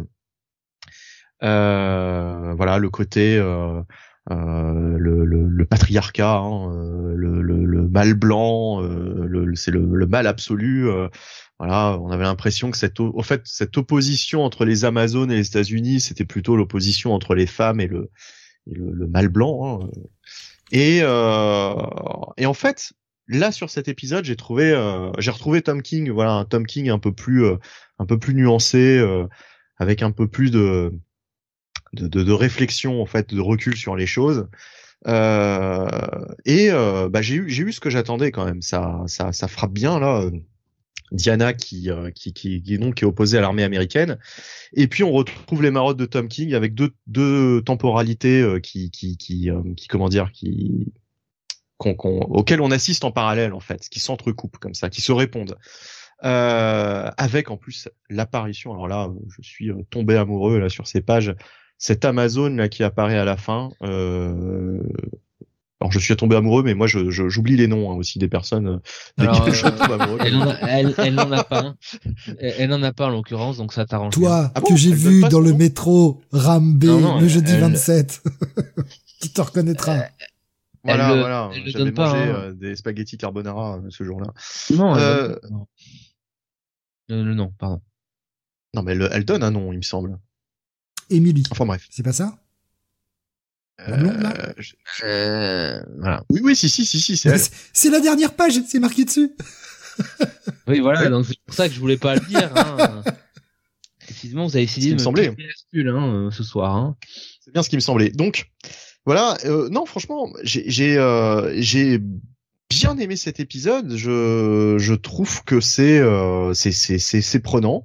Euh, voilà, le côté, euh, euh, le, le, le patriarcat, hein, euh, le, le, le mal blanc, euh, le, c'est le, le mal absolu. Euh, voilà, on avait l'impression que cette, au fait, cette opposition entre les Amazones et les États-Unis, c'était plutôt l'opposition entre les femmes et le, et le, le mal blanc. Hein. Et, euh, et en fait, là sur cet épisode, j'ai trouvé, euh, j'ai retrouvé Tom King, voilà, un Tom King un peu plus, euh, un peu plus nuancé, euh, avec un peu plus de, de, de, de réflexion en fait, de recul sur les choses. Euh, et euh, bah j'ai eu, j'ai eu ce que j'attendais quand même. Ça, ça, ça frappe bien là. Diana qui, euh, qui, qui, qui donc est opposée à l'armée américaine. Et puis on retrouve les marottes de Tom King avec deux, deux temporalités euh, qui, qui, qui, euh, qui, comment dire, qui, qu'on, qu'on, auxquelles on assiste en parallèle en fait, qui s'entrecoupent comme ça, qui se répondent. Euh, avec en plus l'apparition. Alors là, je suis tombé amoureux là sur ces pages. Cette Amazone là qui apparaît à la fin. Euh, Alors je suis tombé amoureux, mais moi je, je j'oublie les noms hein, aussi des personnes. Alors, euh, je tombe amoureux. Elle, en a, elle, elle n'en a pas. Hein. Elle, elle n'en a pas en l'occurrence, donc ça t'arrange. Toi ah que bon, j'ai vu dans le nom métro Rambé non, non, le jeudi elle... vingt-sept, tu te reconnaîtras. Euh, voilà, elle voilà. Elle J'avais pas, mangé hein. euh, des spaghettis carbonara euh, ce jour-là. Non, euh... elle non. Le, le nom, pardon. Non, mais elle, elle donne un nom, il me semble. Émilie. Enfin bref. C'est pas ça? La blonde, là euh, je... euh, voilà. Oui, oui, si, si, si, si, c'est elle. C'est la dernière page, c'est marqué dessus. Oui, voilà, ouais. Donc c'est pour ça que je voulais pas le dire. Hein. Effectivement, vous avez essayé de me semblait. Pull, hein, ce soir. Hein. C'est bien ce qui me semblait. Donc, voilà. Euh, non, franchement, j'ai, j'ai, euh, j'ai bien aimé cet épisode. Je, je trouve que c'est, euh, c'est, c'est, c'est, c'est prenant.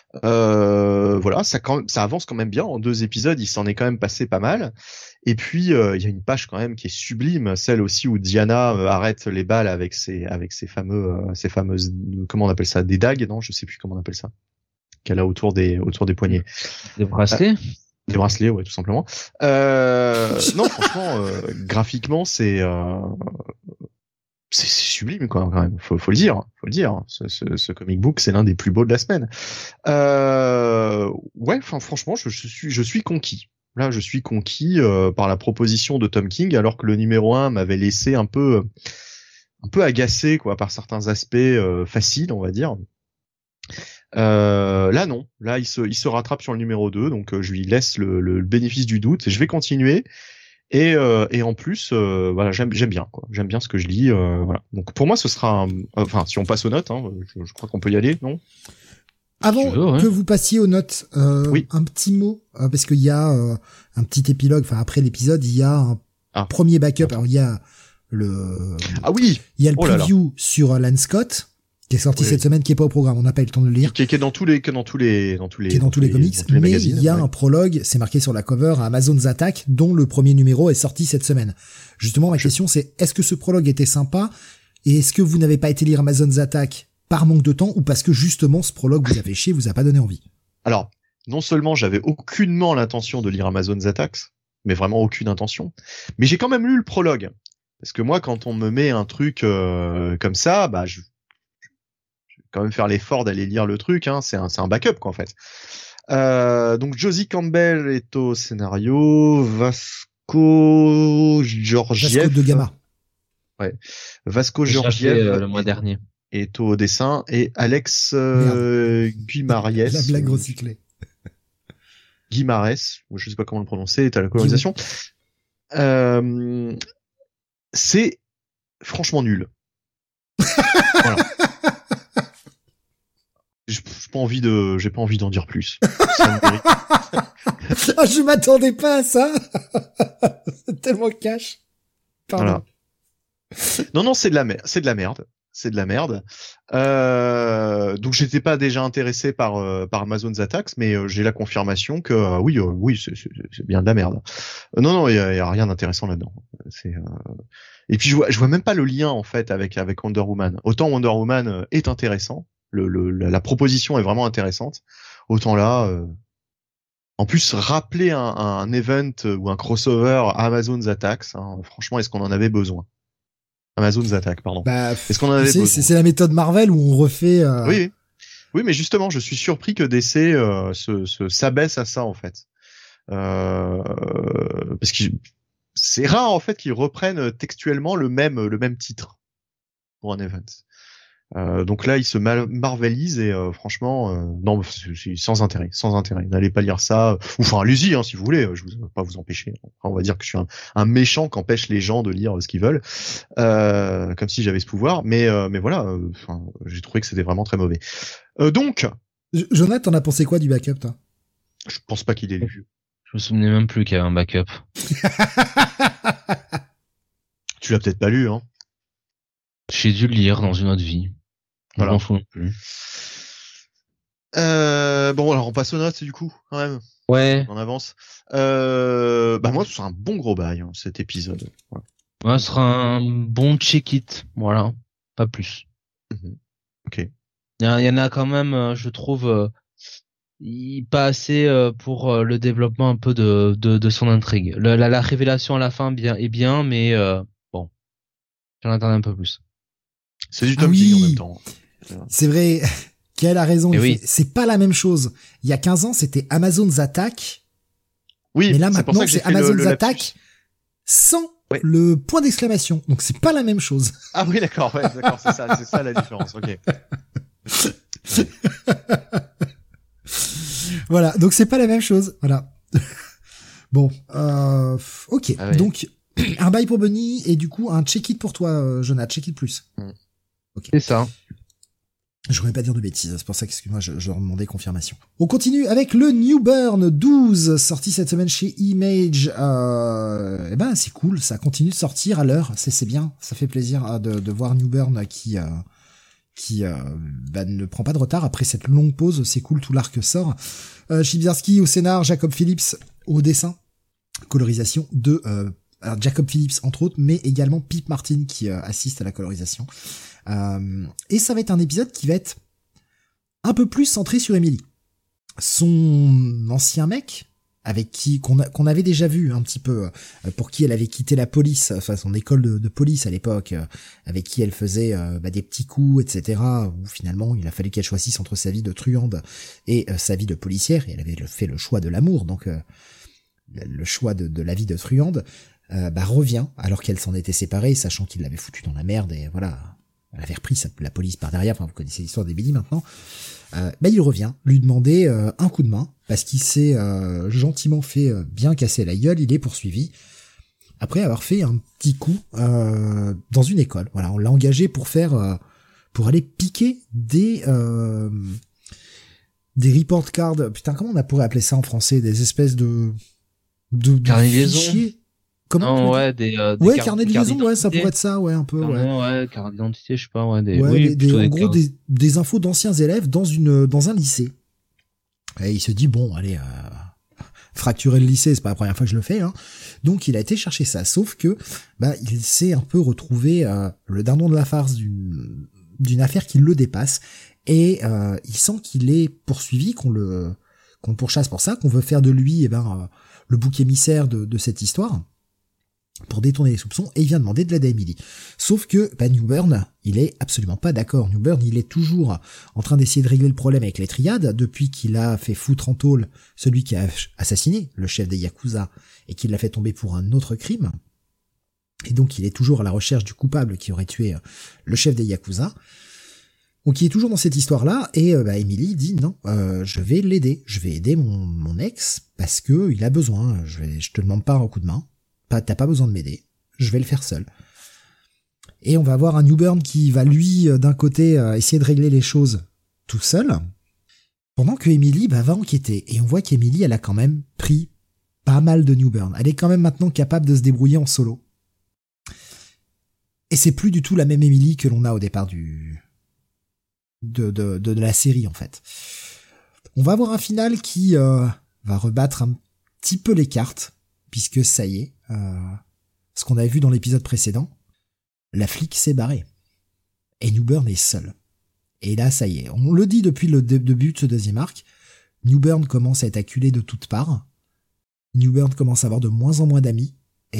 Euh, voilà, ça, quand, ça avance quand même bien. En deux épisodes, il s'en est quand même passé pas mal. Et puis, euh, il y a une page quand même qui est sublime, celle aussi où Diana euh, arrête les balles avec ses, avec ses fameux, euh, ses fameuses, comment on appelle ça, des dagues, non, je sais plus comment on appelle ça, qu'elle a autour des, autour des poignets. Des bracelets. Euh, des bracelets, ouais, tout simplement. Euh, non, franchement, euh, graphiquement, c'est, euh, c'est, c'est sublime, quoi, quand même. Faut, faut le dire, faut le dire. Ce, ce, ce comic book, c'est l'un des plus beaux de la semaine. Euh, ouais, enfin, franchement, je, je suis, je suis conquis. Là, je suis conquis euh, par la proposition de Tom King, alors que le numéro un m'avait laissé un peu, un peu agacé, quoi, par certains aspects euh, faciles, on va dire. Euh, là non, là il se, il se rattrape sur le numéro deux, donc euh, je lui laisse le, le, le bénéfice du doute et je vais continuer. Et, euh, et en plus, euh, voilà, j'aime, j'aime bien, quoi. J'aime bien ce que je lis. Euh, voilà. Donc pour moi, ce sera, un... enfin, si on passe aux notes, hein, je, je crois qu'on peut y aller, non ? Avant veux, ouais. que vous passiez aux notes, euh, oui. un petit mot, euh, parce qu'il y a euh, un petit épilogue. Enfin, après l'épisode, il y a un ah. premier backup. Alors il y a le, ah oui, il y a le oh preview sur Lance Scott, qui est sorti oui. cette semaine, qui est pas au programme. On n'a pas eu le temps de le lire. Qui, qui est dans tous les, qui est dans tous les, dans tous les, qui est dans, dans tous les, les comics. Tous les mais il y a ouais. un prologue, c'est marqué sur la cover, à Amazon's Attack, dont le premier numéro est sorti cette semaine. Justement, ma Je... question, c'est est-ce que ce prologue était sympa et est-ce que vous n'avez pas été lire Amazon's Attack par manque de temps ou parce que justement ce prologue vous a fait chier, vous a pas donné envie? Alors, non seulement j'avais aucunement l'intention de lire Amazon's Attack, mais vraiment aucune intention, mais j'ai quand même lu le prologue. Parce que moi, quand on me met un truc euh, comme ça, bah je quand même faire l'effort d'aller lire le truc, hein, c'est un, c'est un backup, quoi, en fait. Euh, donc, Josie Campbell est au scénario, Vasco Georgiev. Vasco de Gama. Ouais. Vasco Georgiev. Euh, le mois dernier. Est au dessin, et Alex, euh, Guimaraes. La blague recyclée. Guimarães, je sais pas comment le prononcer, est à la colonisation. Euh, c'est franchement nul. Voilà. J'ai pas envie de, j'ai pas envie d'en dire plus. Ça ah, je m'attendais pas à ça. C'est tellement cash. Pardon. Voilà. Non, non, c'est de la merde. C'est de la merde. C'est de la merde. Euh, donc j'étais pas déjà intéressé par euh, par Amazon's Attacks, mais euh, j'ai la confirmation que euh, oui, euh, oui, c'est, c'est, c'est bien de la merde. Euh, non, non, il y a, y a rien d'intéressant là-dedans. C'est euh... et puis je vois, je vois même pas le lien en fait avec avec Wonder Woman. Autant Wonder Woman est intéressant. Le, le, la proposition est vraiment intéressante. Autant là, euh... en plus, rappeler un, un event ou un crossover Amazon's Attacks, hein, franchement, est-ce qu'on en avait besoin? Amazon's Attack, pardon. Bah, est-ce qu'on en avait c'est, besoin? C'est la méthode Marvel où on refait. Euh... Oui, oui, mais justement, je suis surpris que D C euh, se, se s'abaisse à ça en fait, euh, parce que c'est rare en fait qu'ils reprennent textuellement le même le même titre pour un event. Euh, donc là, il se mal- marvelise et euh, franchement, euh, non, c'est, c'est sans intérêt, sans intérêt. N'allez pas lire ça. Ou enfin, allez-y, hein, si vous voulez. Je ne vais pas vous empêcher. Enfin, on va dire que je suis un, un méchant qui empêche les gens de lire ce qu'ils veulent, euh, comme si j'avais ce pouvoir. Mais, euh, mais voilà. Euh, enfin, j'ai trouvé que c'était vraiment très mauvais. Euh, donc, Jonathan, t'en as pensé quoi du backup, toi? Je pense pas qu'il ait lu. Je me souvenais même plus qu'il y avait un backup. Tu l'as peut-être pas lu, hein. J'ai dû le lire dans une autre vie. Voilà. Je m'en souviens plus. Euh, bon, alors on passe aux notes du coup, quand même. Ouais. On avance. Euh, bah moi, c'est un bon gros bail, hein, cet épisode. Voilà. Ouais, ce sera un bon check-it. Voilà. Pas plus. Mmh. Ok. Il y, y en a quand même, je trouve, euh, pas assez euh, pour euh, le développement un peu de, de, de son intrigue. Le, la, la révélation à la fin bien, est bien, mais euh, bon, j'en attendais un peu plus. C'est du Tom King ah oui. en même temps. C'est vrai, Kael a raison. Oui. Fait, c'est pas la même chose. Il y a quinze ans, c'était Amazon's Attack. Oui, mais là, c'est maintenant, pour ça que c'est Amazon's Attack sans ouais. le point d'exclamation. Donc, c'est pas la même chose. Ah oui, d'accord, ouais, d'accord, c'est ça, c'est ça la différence, ok. Voilà, donc c'est pas la même chose. Voilà. Bon, euh, ok. Ah ouais. Donc, un bail pour Bunny et du coup, un check-it pour toi, Jonathan. Check-it plus. Mm. Okay. C'est ça. Je voudrais pas dire de bêtises, c'est pour ça que excuse-moi, je, je leur demandais confirmation. On continue avec le New Burn douze, sorti cette semaine chez Image. Euh, et ben c'est cool, ça continue de sortir à l'heure, c'est c'est bien, ça fait plaisir de, de voir New Burn qui euh, qui euh, bah, ne prend pas de retard après cette longue pause, c'est cool, tout l'arc sort. Euh, Chip Zdarsky au scénar, Jacob Phillips au dessin, colorisation de euh, alors Jacob Phillips entre autres, mais également Pip Martin qui euh, assiste à la colorisation. Euh, et ça va être un épisode qui va être un peu plus centré sur Emily. Son ancien mec, avec qui qu'on, a, qu'on avait déjà vu un petit peu, euh, pour qui elle avait quitté la police, enfin son école de, de police à l'époque, euh, avec qui elle faisait euh, bah, des petits coups, et cetera. Où finalement il a fallu qu'elle choisisse entre sa vie de truande et euh, sa vie de policière. Et elle avait fait le choix de l'amour, donc euh, le choix de, de la vie de truande, euh, bah revient alors qu'elle s'en était séparée, sachant qu'il l'avait foutu dans la merde et voilà. Elle avait repris sa, la police par derrière, enfin vous connaissez l'histoire des Billy maintenant. Euh, bah il revient lui demander euh, un coup de main parce qu'il s'est euh, gentiment fait euh, bien casser la gueule. Il est poursuivi après avoir fait un petit coup euh, dans une école. Voilà, on l'a engagé pour faire euh, pour aller piquer des euh, des report cards. Putain, comment on pourrait appeler ça en français? Des espèces de de, de carnet de liaison. Fichiers. Comment non, ouais, des, euh, des ouais, car- carnet de liaison, ouais, ça pourrait être ça, ouais, un peu, carnet, ouais. Ouais, carte d'identité, je sais pas, ouais, des, ouais, oui, des, des, en des gros, cartes. des, des infos d'anciens élèves dans une, dans un lycée. Et il se dit, bon, allez, euh, fracturer le lycée, c'est pas la première fois que je le fais, hein. Donc, il a été chercher ça. Sauf que, bah, il s'est un peu retrouvé, euh, le dindon de la farce d'une, d'une affaire qui le dépasse. Et, euh, il sent qu'il est poursuivi, qu'on le, qu'on le pourchasse pour ça, qu'on veut faire de lui, eh ben, euh, le bouc émissaire de, de cette histoire, pour détourner les soupçons, et il vient demander de l'aide à Emily. Sauf que, bah, New Burn, il est absolument pas d'accord. New Burn, il est toujours en train d'essayer de régler le problème avec les triades, depuis qu'il a fait foutre en tôle celui qui a assassiné le chef des Yakuza, et qui l'a fait tomber pour un autre crime. Et donc, il est toujours à la recherche du coupable qui aurait tué le chef des Yakuza. Donc, il est toujours dans cette histoire-là, et euh, bah, Emily dit, non, euh, je vais l'aider, je vais aider mon, mon ex, parce que il a besoin, je, vais, je te demande pas un coup de main. Pas, t'as pas besoin de m'aider, je vais le faire seul. Et on va avoir un New Burn qui va lui, d'un côté, euh, essayer de régler les choses tout seul, pendant que Emily bah, va enquêter. Et on voit qu'Emily, elle a quand même pris pas mal de New Burn. Elle est quand même maintenant capable de se débrouiller en solo. Et c'est plus du tout la même Emily que l'on a au départ du de, de, de, de la série, en fait. On va avoir un final qui euh, va rebattre un petit peu les cartes, puisque ça y est, euh, ce qu'on avait vu dans l'épisode précédent, la flic s'est barrée. Et New Burn est seul. Et là, ça y est, on le dit depuis le début de ce deuxième arc, New Burn commence à être acculé de toutes parts, New Burn commence à avoir de moins en moins d'amis,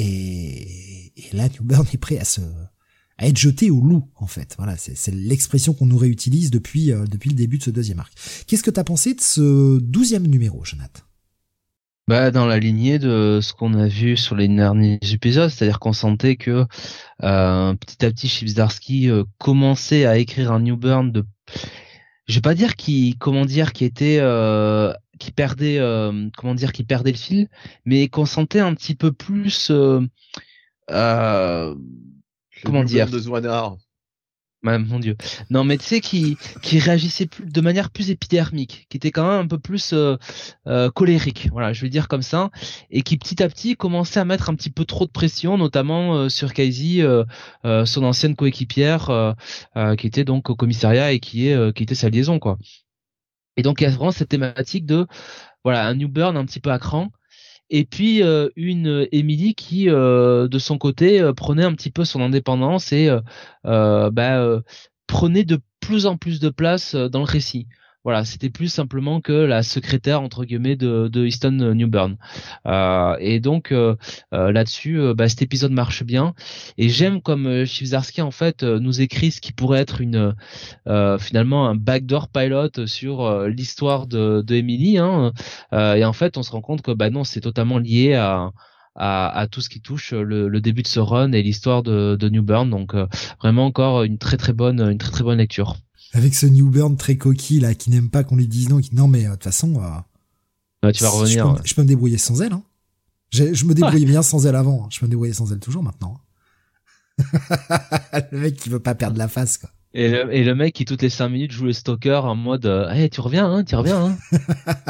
et, et là, New Burn est prêt à se, à être jeté au loup, en fait. Voilà, c'est, c'est l'expression qu'on nous réutilise depuis, euh, depuis le début de ce deuxième arc. Qu'est-ce que t'as pensé de ce douzième numéro, Jonathan? Bah, dans la lignée de ce qu'on a vu sur les derniers épisodes, c'est-à-dire qu'on sentait que euh, petit à petit Chip Zdarsky euh, commençait à écrire un New Burn de, je vais pas dire qui, comment dire, qui était, euh, qui perdait, euh, comment dire, qui perdait le fil, mais qu'on sentait un petit peu plus, euh, euh, comment New dire, Burn de Zwanar. Ah, mon Dieu. Non, mais tu sais, qui, qui réagissait plus, de manière plus épidermique, qui était quand même un peu plus euh, euh, colérique, voilà, je vais dire comme ça, et qui petit à petit commençait à mettre un petit peu trop de pression, notamment euh, sur Casey, euh, euh, son ancienne coéquipière, euh, euh, qui était donc au commissariat et qui est, euh, qui était sa liaison, quoi. Et donc il y a vraiment cette thématique de, voilà, un New Burn un petit peu à cran. Et puis euh, une Emily qui, euh, de son côté, euh, prenait un petit peu son indépendance et euh, euh, bah, euh, prenait de plus en plus de place euh, dans le récit. Voilà, c'était plus simplement que la secrétaire entre guillemets de, de Easton New Burn. Euh, et donc euh, euh, là-dessus, euh, bah, cet épisode marche bien. Et j'aime comme euh, Chip Zdarsky en fait euh, nous écrit ce qui pourrait être une euh, finalement un backdoor pilot sur euh, l'histoire de, de Emily. Hein. Euh, et en fait, on se rend compte que bah non, c'est totalement lié à À, à tout ce qui touche le, le début de ce run et l'histoire de, de New Burn. Donc euh, vraiment encore une très très bonne une très très bonne lecture. Avec ce New Burn très coquille là, qui n'aime pas qu'on lui dise non, qui non mais de euh, toute façon, euh, ouais, tu vas revenir. Je peux, ouais. je peux me débrouiller sans elle. Hein. Je, je me débrouillais ouais. bien sans elle avant. Je peux me débrouiller sans elle toujours maintenant. Le mec qui veut pas perdre la face quoi. Et le, et le mec qui toutes les cinq minutes joue le stalker en mode euh, hey, tu reviens hein, tu reviens hein.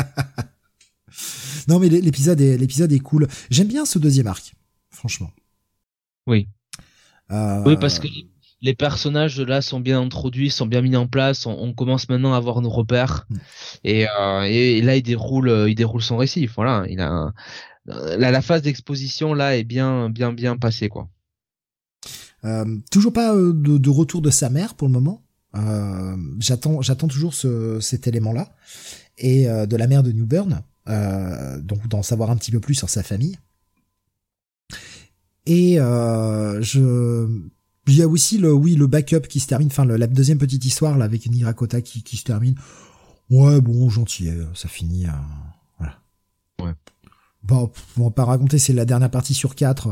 Non mais l'épisode est l'épisode est cool. J'aime bien ce deuxième arc, franchement. Oui. Euh... Oui, parce que les personnages là sont bien introduits, sont bien mis en place. On, on commence maintenant à avoir nos repères. Mm. Et, euh, et là il déroule il déroule son récit. Voilà, il a un... la, la phase d'exposition là est bien bien bien passée quoi. Euh, toujours pas euh, de, de retour de sa mère pour le moment. Euh, j'attends, j'attends toujours ce, cet élément-là et euh, de la mère de New Bern. Euh, donc d'en savoir un petit peu plus sur sa famille. Et euh, je, il y a aussi le, oui, le backup qui se termine. Enfin, le, la deuxième petite histoire là avec Nier Kota qui, qui se termine. Ouais, bon, gentil, ça finit. Euh, voilà. Ouais. Bon, on va pas raconter. C'est la dernière partie sur quatre. Euh,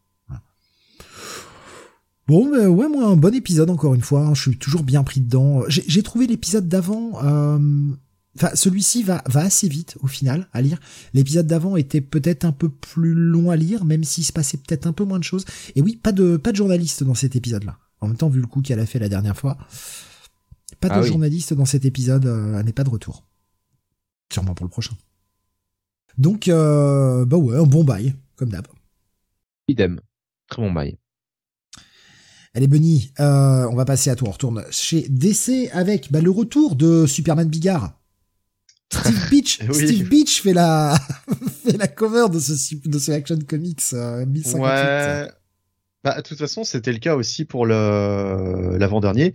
Bon, bah ouais, moi, un bon épisode, encore une fois, hein, je suis toujours bien pris dedans. J'ai, j'ai trouvé l'épisode d'avant, euh, enfin, celui-ci va, va assez vite, au final, à lire. L'épisode d'avant était peut-être un peu plus long à lire, même s'il se passait peut-être un peu moins de choses. Et oui, pas de, pas de journaliste dans cet épisode-là. En même temps, vu le coup qu'elle a fait la dernière fois, pas de ah oui. journaliste dans cet épisode, euh, elle n'est pas de retour. Sûrement pour le prochain. Donc, euh, bah ouais, un bon bail, comme d'hab. Idem. Très bon bail. Allez Benny, euh, on va passer à toi. On retourne chez D C avec bah, le retour de Superman Bigard. Steve Beach, oui. Steve Beach fait la fait la cover de ce de ce Action Comics euh, mille cinquante-huit. Ouais. Bah de toute façon c'était le cas aussi pour le l'avant-dernier.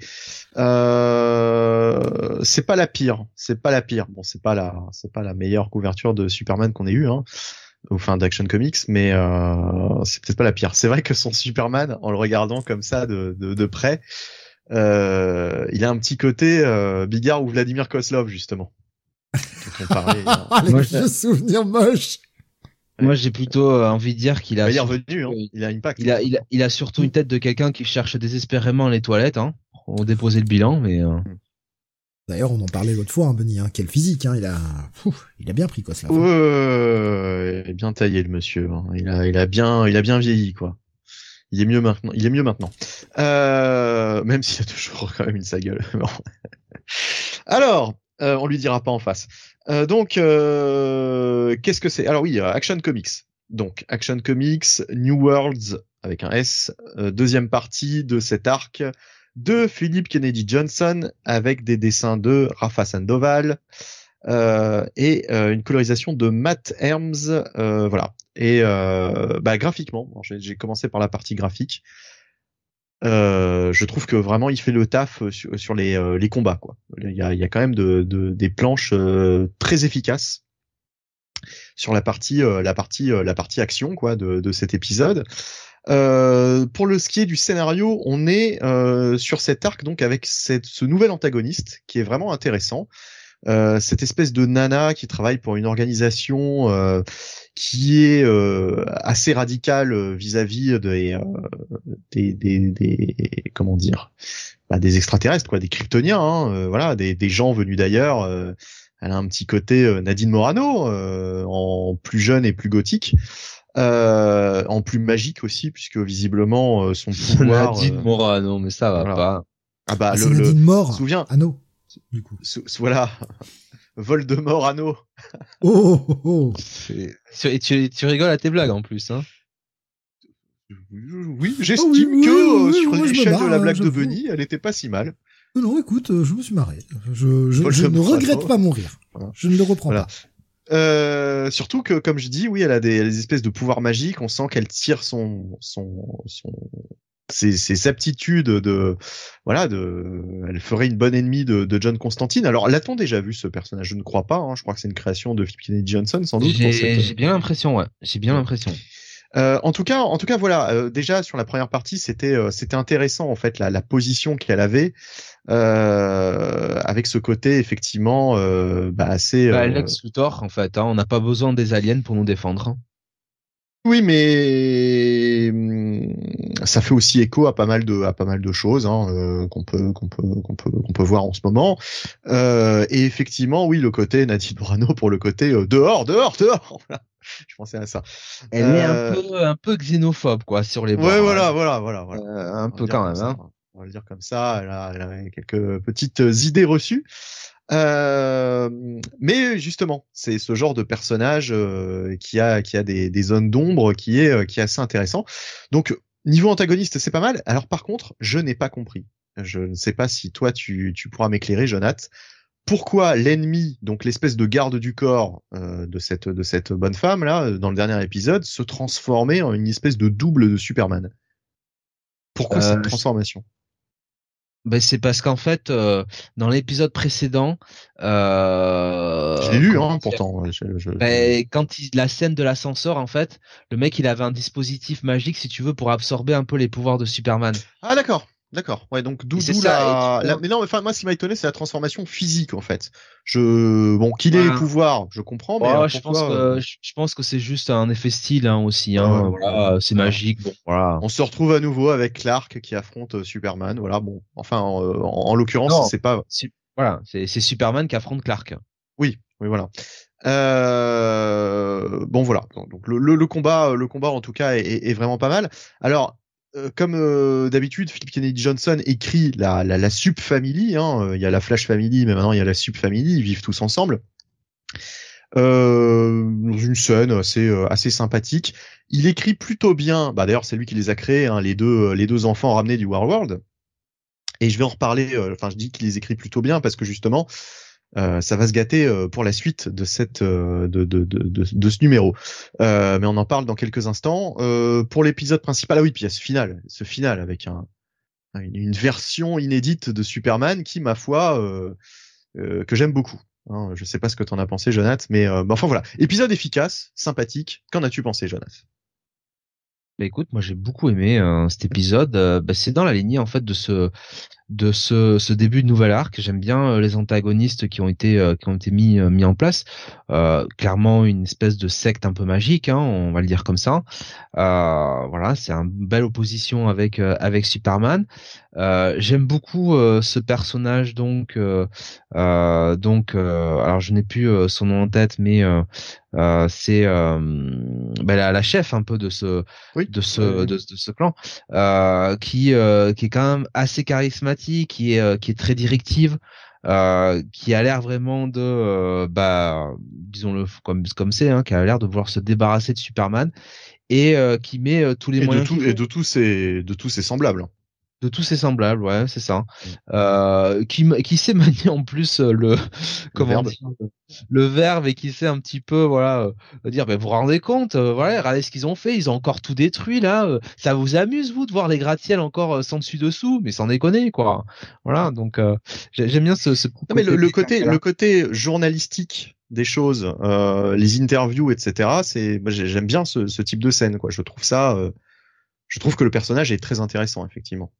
Euh... C'est pas la pire, c'est pas la pire. Bon c'est pas la c'est pas la meilleure couverture de Superman qu'on ait eu hein. Enfin d'Action Comics, mais euh, c'est peut-être pas la pire. C'est vrai que son Superman, en le regardant comme ça de de, de près, euh, il a un petit côté euh, Bigard ou Vladimir Kozlov justement. On parlait, hein. Les vieux souvenirs moches. Moi j'ai plutôt envie de dire qu'il a. Il est revenu, hein. Il a impact. Il a il a il a surtout une tête de quelqu'un qui cherche désespérément les toilettes, hein. On déposait le bilan, mais. Euh... D'ailleurs, on en parlait l'autre fois, hein, Benny, hein. Quel physique, hein. Il a, Ouf, il a bien pris, quoi, cela. Ouais, il est bien taillé, le monsieur, hein. Il a, il a bien, il a bien vieilli, quoi. Il est mieux maintenant, il est mieux maintenant. Euh, même s'il a toujours quand même une sa gueule. Bon. Alors, euh, on lui dira pas en face. Euh, donc, euh, qu'est-ce que c'est? Alors oui, Action Comics. Donc, Action Comics, New Worlds, avec un S, euh, deuxième partie de cet arc de Philip Kennedy Johnson avec des dessins de Rafa Sandoval euh, et euh, une colorisation de Matt Herms, euh, voilà. Et euh, bah, graphiquement, bon, j'ai, j'ai commencé par la partie graphique. Euh, je trouve que vraiment il fait le taf sur, sur les, euh, les combats quoi. Il y a, il y a quand même de, de, des planches euh, très efficaces sur la partie euh, la partie euh, la partie action quoi de, de cet épisode. Euh, pour le ce qui est du scénario, on est euh, sur cet arc donc avec cette, ce nouvel antagoniste qui est vraiment intéressant. Euh, cette espèce de nana qui travaille pour une organisation euh, qui est euh, assez radicale vis-à-vis des, euh, des, des, des comment dire bah, des extraterrestres quoi, des kryptoniens, hein, euh, voilà, des, des gens venus d'ailleurs. Euh, elle a un petit côté euh, Nadine Morano euh, en plus jeune et plus gothique. Euh, en plus magique aussi puisque visiblement euh, son pouvoir Nadine euh, Morano, mais ça va voilà. pas. Ah bah ah, le, c'est Nadine le Mort. Souviens Anneau. Du coup. Sou, voilà. Voldemort Anneau. Oh, oh, oh. Et tu, tu rigoles à tes blagues en plus, hein. Oui, j'estime oh, oui, oui, que oui, sur oui, l'échelle de la blague je de vous... Benny, elle était pas si mal. Non, non, écoute, je me suis marré. Je, je, je ne regrette Anneau. pas mon rire. Voilà. Je ne le reprends voilà. pas. Euh, surtout que, comme je dis, oui, elle a des, elle a des espèces de pouvoirs magiques. On sent qu'elle tire son, son, son, ses, ses aptitudes de, voilà, de, elle ferait une bonne ennemie de, de John Constantine. Alors, l'a-t-on déjà vu ce personnage? Je ne crois pas. Hein. Je crois que c'est une création de Philip Kennedy Johnson, sans doute. J'ai, pour cette... j'ai bien l'impression, ouais. J'ai bien ouais. l'impression. Euh, en tout cas, en tout cas, voilà. Euh, déjà sur la première partie, c'était, euh, c'était intéressant en fait la, la position qu'elle avait. Euh, avec ce côté effectivement euh, bah, assez bah, euh... Lex Luthor en fait hein, on n'a pas besoin des aliens pour nous défendre hein. Oui mais ça fait aussi écho à pas mal de à pas mal de choses hein, euh, qu'on peut qu'on peut qu'on peut qu'on peut voir en ce moment euh, et effectivement oui le côté Nadine Morano pour le côté euh, dehors dehors dehors voilà. Je pensais à ça. Elle euh... est un peu un peu xénophobe quoi sur les bords. Ouais voilà voilà voilà voilà. Euh, un peu quand même hein. on va le dire comme ça. Elle a, elle a quelques petites idées reçues. Euh, mais justement, c'est ce genre de personnage euh, qui a qui a des, des zones d'ombre qui est qui est assez intéressant. Donc niveau antagoniste, c'est pas mal. Alors par contre, je n'ai pas compris. Je ne sais pas si toi tu tu pourras m'éclairer, Jonath. Pourquoi l'ennemi, donc l'espèce de garde du corps euh, de cette de cette bonne femme là, dans le dernier épisode, se transformait en une espèce de double de Superman? Pourquoi euh, cette transformation? Ben c'est parce qu'en fait, euh, dans l'épisode précédent, euh, je l'ai lu, hein, pourtant. Je, je, ben, je... quand il, la scène de l'ascenseur, en fait, le mec, il avait un dispositif magique, si tu veux, pour absorber un peu les pouvoirs de Superman. Ah d'accord, d'accord. Ouais, donc d'où la... la. Mais non, enfin moi, ce qui m'a étonné, c'est la transformation physique, en fait. Je, bon, qu'il ait voilà. les pouvoirs, je comprends, mais oh, euh, je pourquoi, pense que euh... je pense que c'est juste un effet style hein, aussi. Hein, ah ouais, voilà, ouais. C'est ouais. magique. Bon, voilà. On se retrouve à nouveau avec Clark qui affronte Superman. Voilà, bon, enfin, en, en, en l'occurrence, c'est pas. Su- voilà, c'est, c'est Superman qui affronte Clark. Oui, oui, voilà. Euh... Bon, voilà. Donc le, le, le combat, le combat en tout cas est, est vraiment pas mal. Alors. Euh, comme euh, d'habitude, Philip Kennedy Johnson écrit la, la, la Sup Family. Hein. Il y a la Flash Family, mais maintenant il y a la Sup Family. Ils vivent tous ensemble. Euh, dans une scène assez euh, assez sympathique. Il écrit plutôt bien. Bah d'ailleurs, c'est lui qui les a créés, hein, les deux les deux enfants ramenés du Warworld. Et je vais en reparler. Euh, enfin, je dis qu'il les écrit plutôt bien parce que justement. Euh, ça va se gâter euh, pour la suite de cette euh, de, de, de, de, de ce numéro. Euh, mais on en parle dans quelques instants. Euh, pour l'épisode principal, ah oui, puis il y a ce final, ce final avec un, une, une version inédite de Superman qui, ma foi, euh, euh, que j'aime beaucoup. Hein, je sais pas ce que t'en as pensé, Jonath, mais euh, bah, enfin voilà, épisode efficace, sympathique. Qu'en as-tu pensé, Jonath? Bah écoute, moi j'ai beaucoup aimé euh, cet épisode. Euh, bah, c'est dans la lignée en fait de ce de ce, ce début de nouvel arc. J'aime bien euh, les antagonistes qui ont été euh, qui ont été mis euh, mis en place. Euh, clairement une espèce de secte un peu magique, hein, on va le dire comme ça. Euh, voilà, c'est une belle opposition avec euh, avec Superman. Euh, j'aime beaucoup euh, ce personnage donc euh, euh, donc euh, alors je n'ai plus euh, son nom en tête, mais euh, euh, c'est euh, bah, la, la chef un peu de ce oui, de ce oui, oui. De, de ce clan euh, qui euh, qui est quand même assez charismatique, qui est euh, qui est très directive, euh, qui a l'air vraiment de euh, bah disons-le comme comme c'est hein, qui a l'air de vouloir se débarrasser de Superman et euh, qui met euh, tous les et moyens de tout, et de tous ses de tous ses semblables. De tous ses semblables, ouais, c'est ça. Euh, qui qui sait manier en plus le, le comment dire, le verbe et qui sait un petit peu voilà euh, dire, ben vous vous rendez compte, euh, voilà, regardez ce qu'ils ont fait, ils ont encore tout détruit là. Euh, ça vous amuse vous de voir les gratte-ciel encore euh, sans dessus dessous, mais sans déconner quoi. Voilà, donc euh, j'aime bien ce. ce non mais le, le côté le côté journalistique des choses, euh, les interviews, et cetera. C'est, moi, j'aime bien ce, ce type de scène quoi. Je trouve ça, euh, je trouve que le personnage est très intéressant effectivement.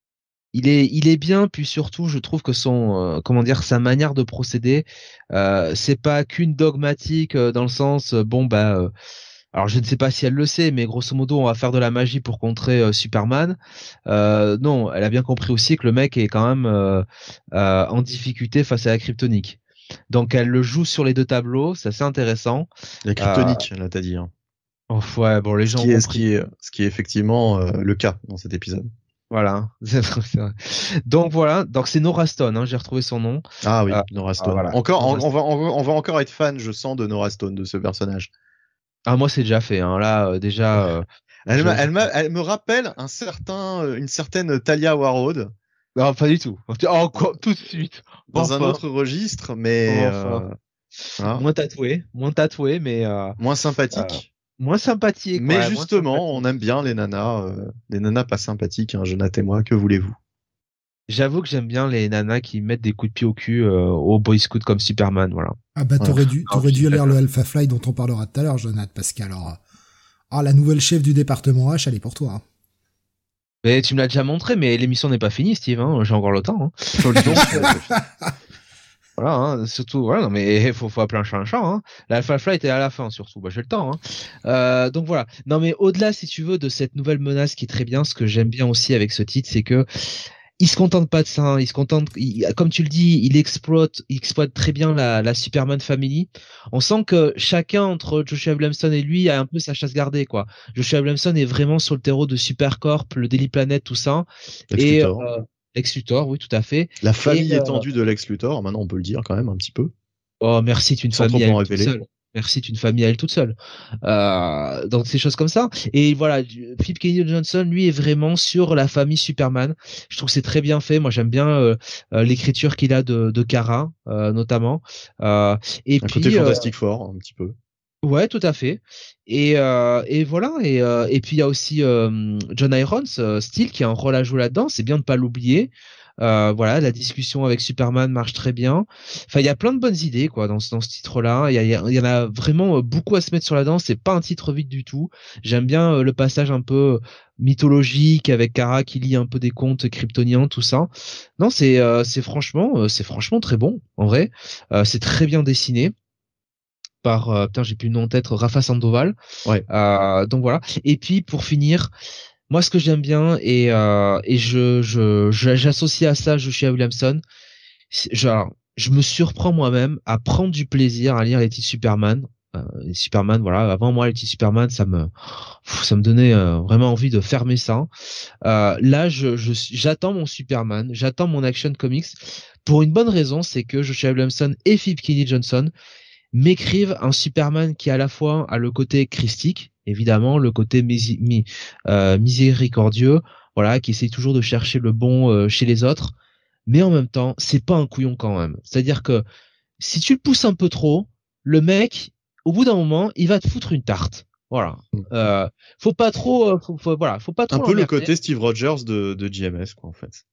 Il est, il est bien, puis surtout, je trouve que son, euh, comment dire, sa manière de procéder, euh, c'est pas qu'une dogmatique euh, dans le sens, euh, bon bah, euh, alors je ne sais pas si elle le sait, mais grosso modo, on va faire de la magie pour contrer euh, Superman. Euh, non, elle a bien compris aussi que le mec est quand même euh, euh, en difficulté face à la kryptonique. Donc elle le joue sur les deux tableaux, c'est assez intéressant. La kryptonique, euh, là t'as dit. Hein. Oh, ouais, bon les gens. Ce qui est, ce qui est, ce qui est effectivement euh, le cas dans cet épisode. Voilà, c'est vrai. Donc voilà, donc c'est Nora Stone, hein, j'ai retrouvé son nom. Ah oui, euh, Nora Stone. Ah, voilà. Encore, Nora on, Stone. On, va, on, va, on va encore être fan, je sens, de Nora Stone, de ce personnage. Ah moi c'est déjà fait, hein. Là euh, déjà. Euh, elle, je... m'a, elle, m'a, elle me rappelle un certain, une certaine Talia Warroad. Non, pas du tout. Oh, quoi, tout de suite. Dans enfin. un autre registre, mais enfin. euh, voilà. moins tatoué, moins tatoué, mais euh, moins sympathique. Euh... Moins sympathique. Mais ouais, justement, sympathique. On aime bien les nanas, euh, les nanas pas sympathiques, hein, Jonath et moi, que voulez-vous? J'avoue que j'aime bien les nanas qui mettent des coups de pied au cul euh, aux Boy Scouts comme Superman, voilà. Ah bah t'aurais ouais. dû, t'aurais ah, dû lire le Alpha Flight dont on parlera tout à l'heure, Jonath, parce qu'alors, ah la nouvelle chef du département H, elle est pour toi. Hein. Mais tu me l'as déjà montré, mais l'émission n'est pas finie, Steve. Hein, j'ai encore le temps. Hein. Voilà, hein, surtout, voilà, non, mais il faut, faut appeler un chat un chat, hein. L'Alpha Flight est à la fin, surtout, bah, j'ai le temps, hein. Euh, donc voilà. Non, mais au-delà, si tu veux, de cette nouvelle menace qui est très bien, ce que j'aime bien aussi avec ce titre, c'est que il se contente pas de ça, hein. Il se contente, il, comme tu le dis, il exploite, il exploite très bien la, la Superman Family. On sent que chacun entre Joshua Williamson et lui a un peu sa chasse gardée, quoi. Joshua Williamson est vraiment sur le terreau de Supercorp, le Daily Planet, tout ça. Lex Et Luthor. euh, Lex Luthor, oui, tout à fait. La famille et, étendue euh... de Lex Luthor, maintenant on peut le dire quand même un petit peu. Oh, merci, tu une Sans famille à trop en elle toute révéler. seule. Merci, tu une famille à elle toute seule. Euh, donc ces choses comme ça. Et voilà, Philip Kennedy Johnson, lui, est vraiment sur la famille Superman. Je trouve que c'est très bien fait. Moi, j'aime bien euh, euh, l'écriture qu'il a de, de Kara, euh, notamment. Euh, et un puis, côté euh, Fantastic Four, un petit peu. Ouais, tout à fait. Et euh, et voilà. Et euh, et puis il y a aussi euh, John Irons, euh, Steel, qui a un rôle à jouer là-dedans. C'est bien de pas l'oublier. Euh, voilà, la discussion avec Superman marche très bien. Enfin, il y a plein de bonnes idées quoi dans ce dans ce titre-là. Il y, a, il y en a vraiment beaucoup à se mettre sur la dent. C'est pas un titre vide du tout. J'aime bien euh, le passage un peu mythologique avec Kara qui lit un peu des contes kryptoniens, tout ça. Non, c'est euh, c'est franchement euh, c'est franchement très bon en vrai. Euh, c'est très bien dessiné par euh, putain j'ai plus le nom en tête, Rafa Sandoval. Ouais. Euh, donc voilà. Et puis pour finir, moi ce que j'aime bien et euh, et je je j'associe à ça Joshua Williamson. Genre je me surprends moi-même à prendre du plaisir à lire les titres Superman. Euh, les Superman, voilà. Avant moi les titres Superman, ça me ça me donnait euh, vraiment envie de fermer ça. Euh, là je je j'attends mon Superman, j'attends mon Action Comics pour une bonne raison, c'est que Joshua Williamson et Philip Kennedy Johnson m'écrivent un Superman qui à la fois a le côté christique, évidemment, le côté misi- mi- euh, miséricordieux, voilà, qui essaie toujours de chercher le bon euh, chez les autres, mais en même temps, c'est pas un couillon quand même. C'est-à-dire que si tu le pousses un peu trop, le mec, au bout d'un moment, il va te foutre une tarte. Voilà. Euh, faut pas trop, euh, faut, faut, voilà, faut pas trop un peu le l'emmerder. côté Steve Rogers de, de J M S, quoi, en fait.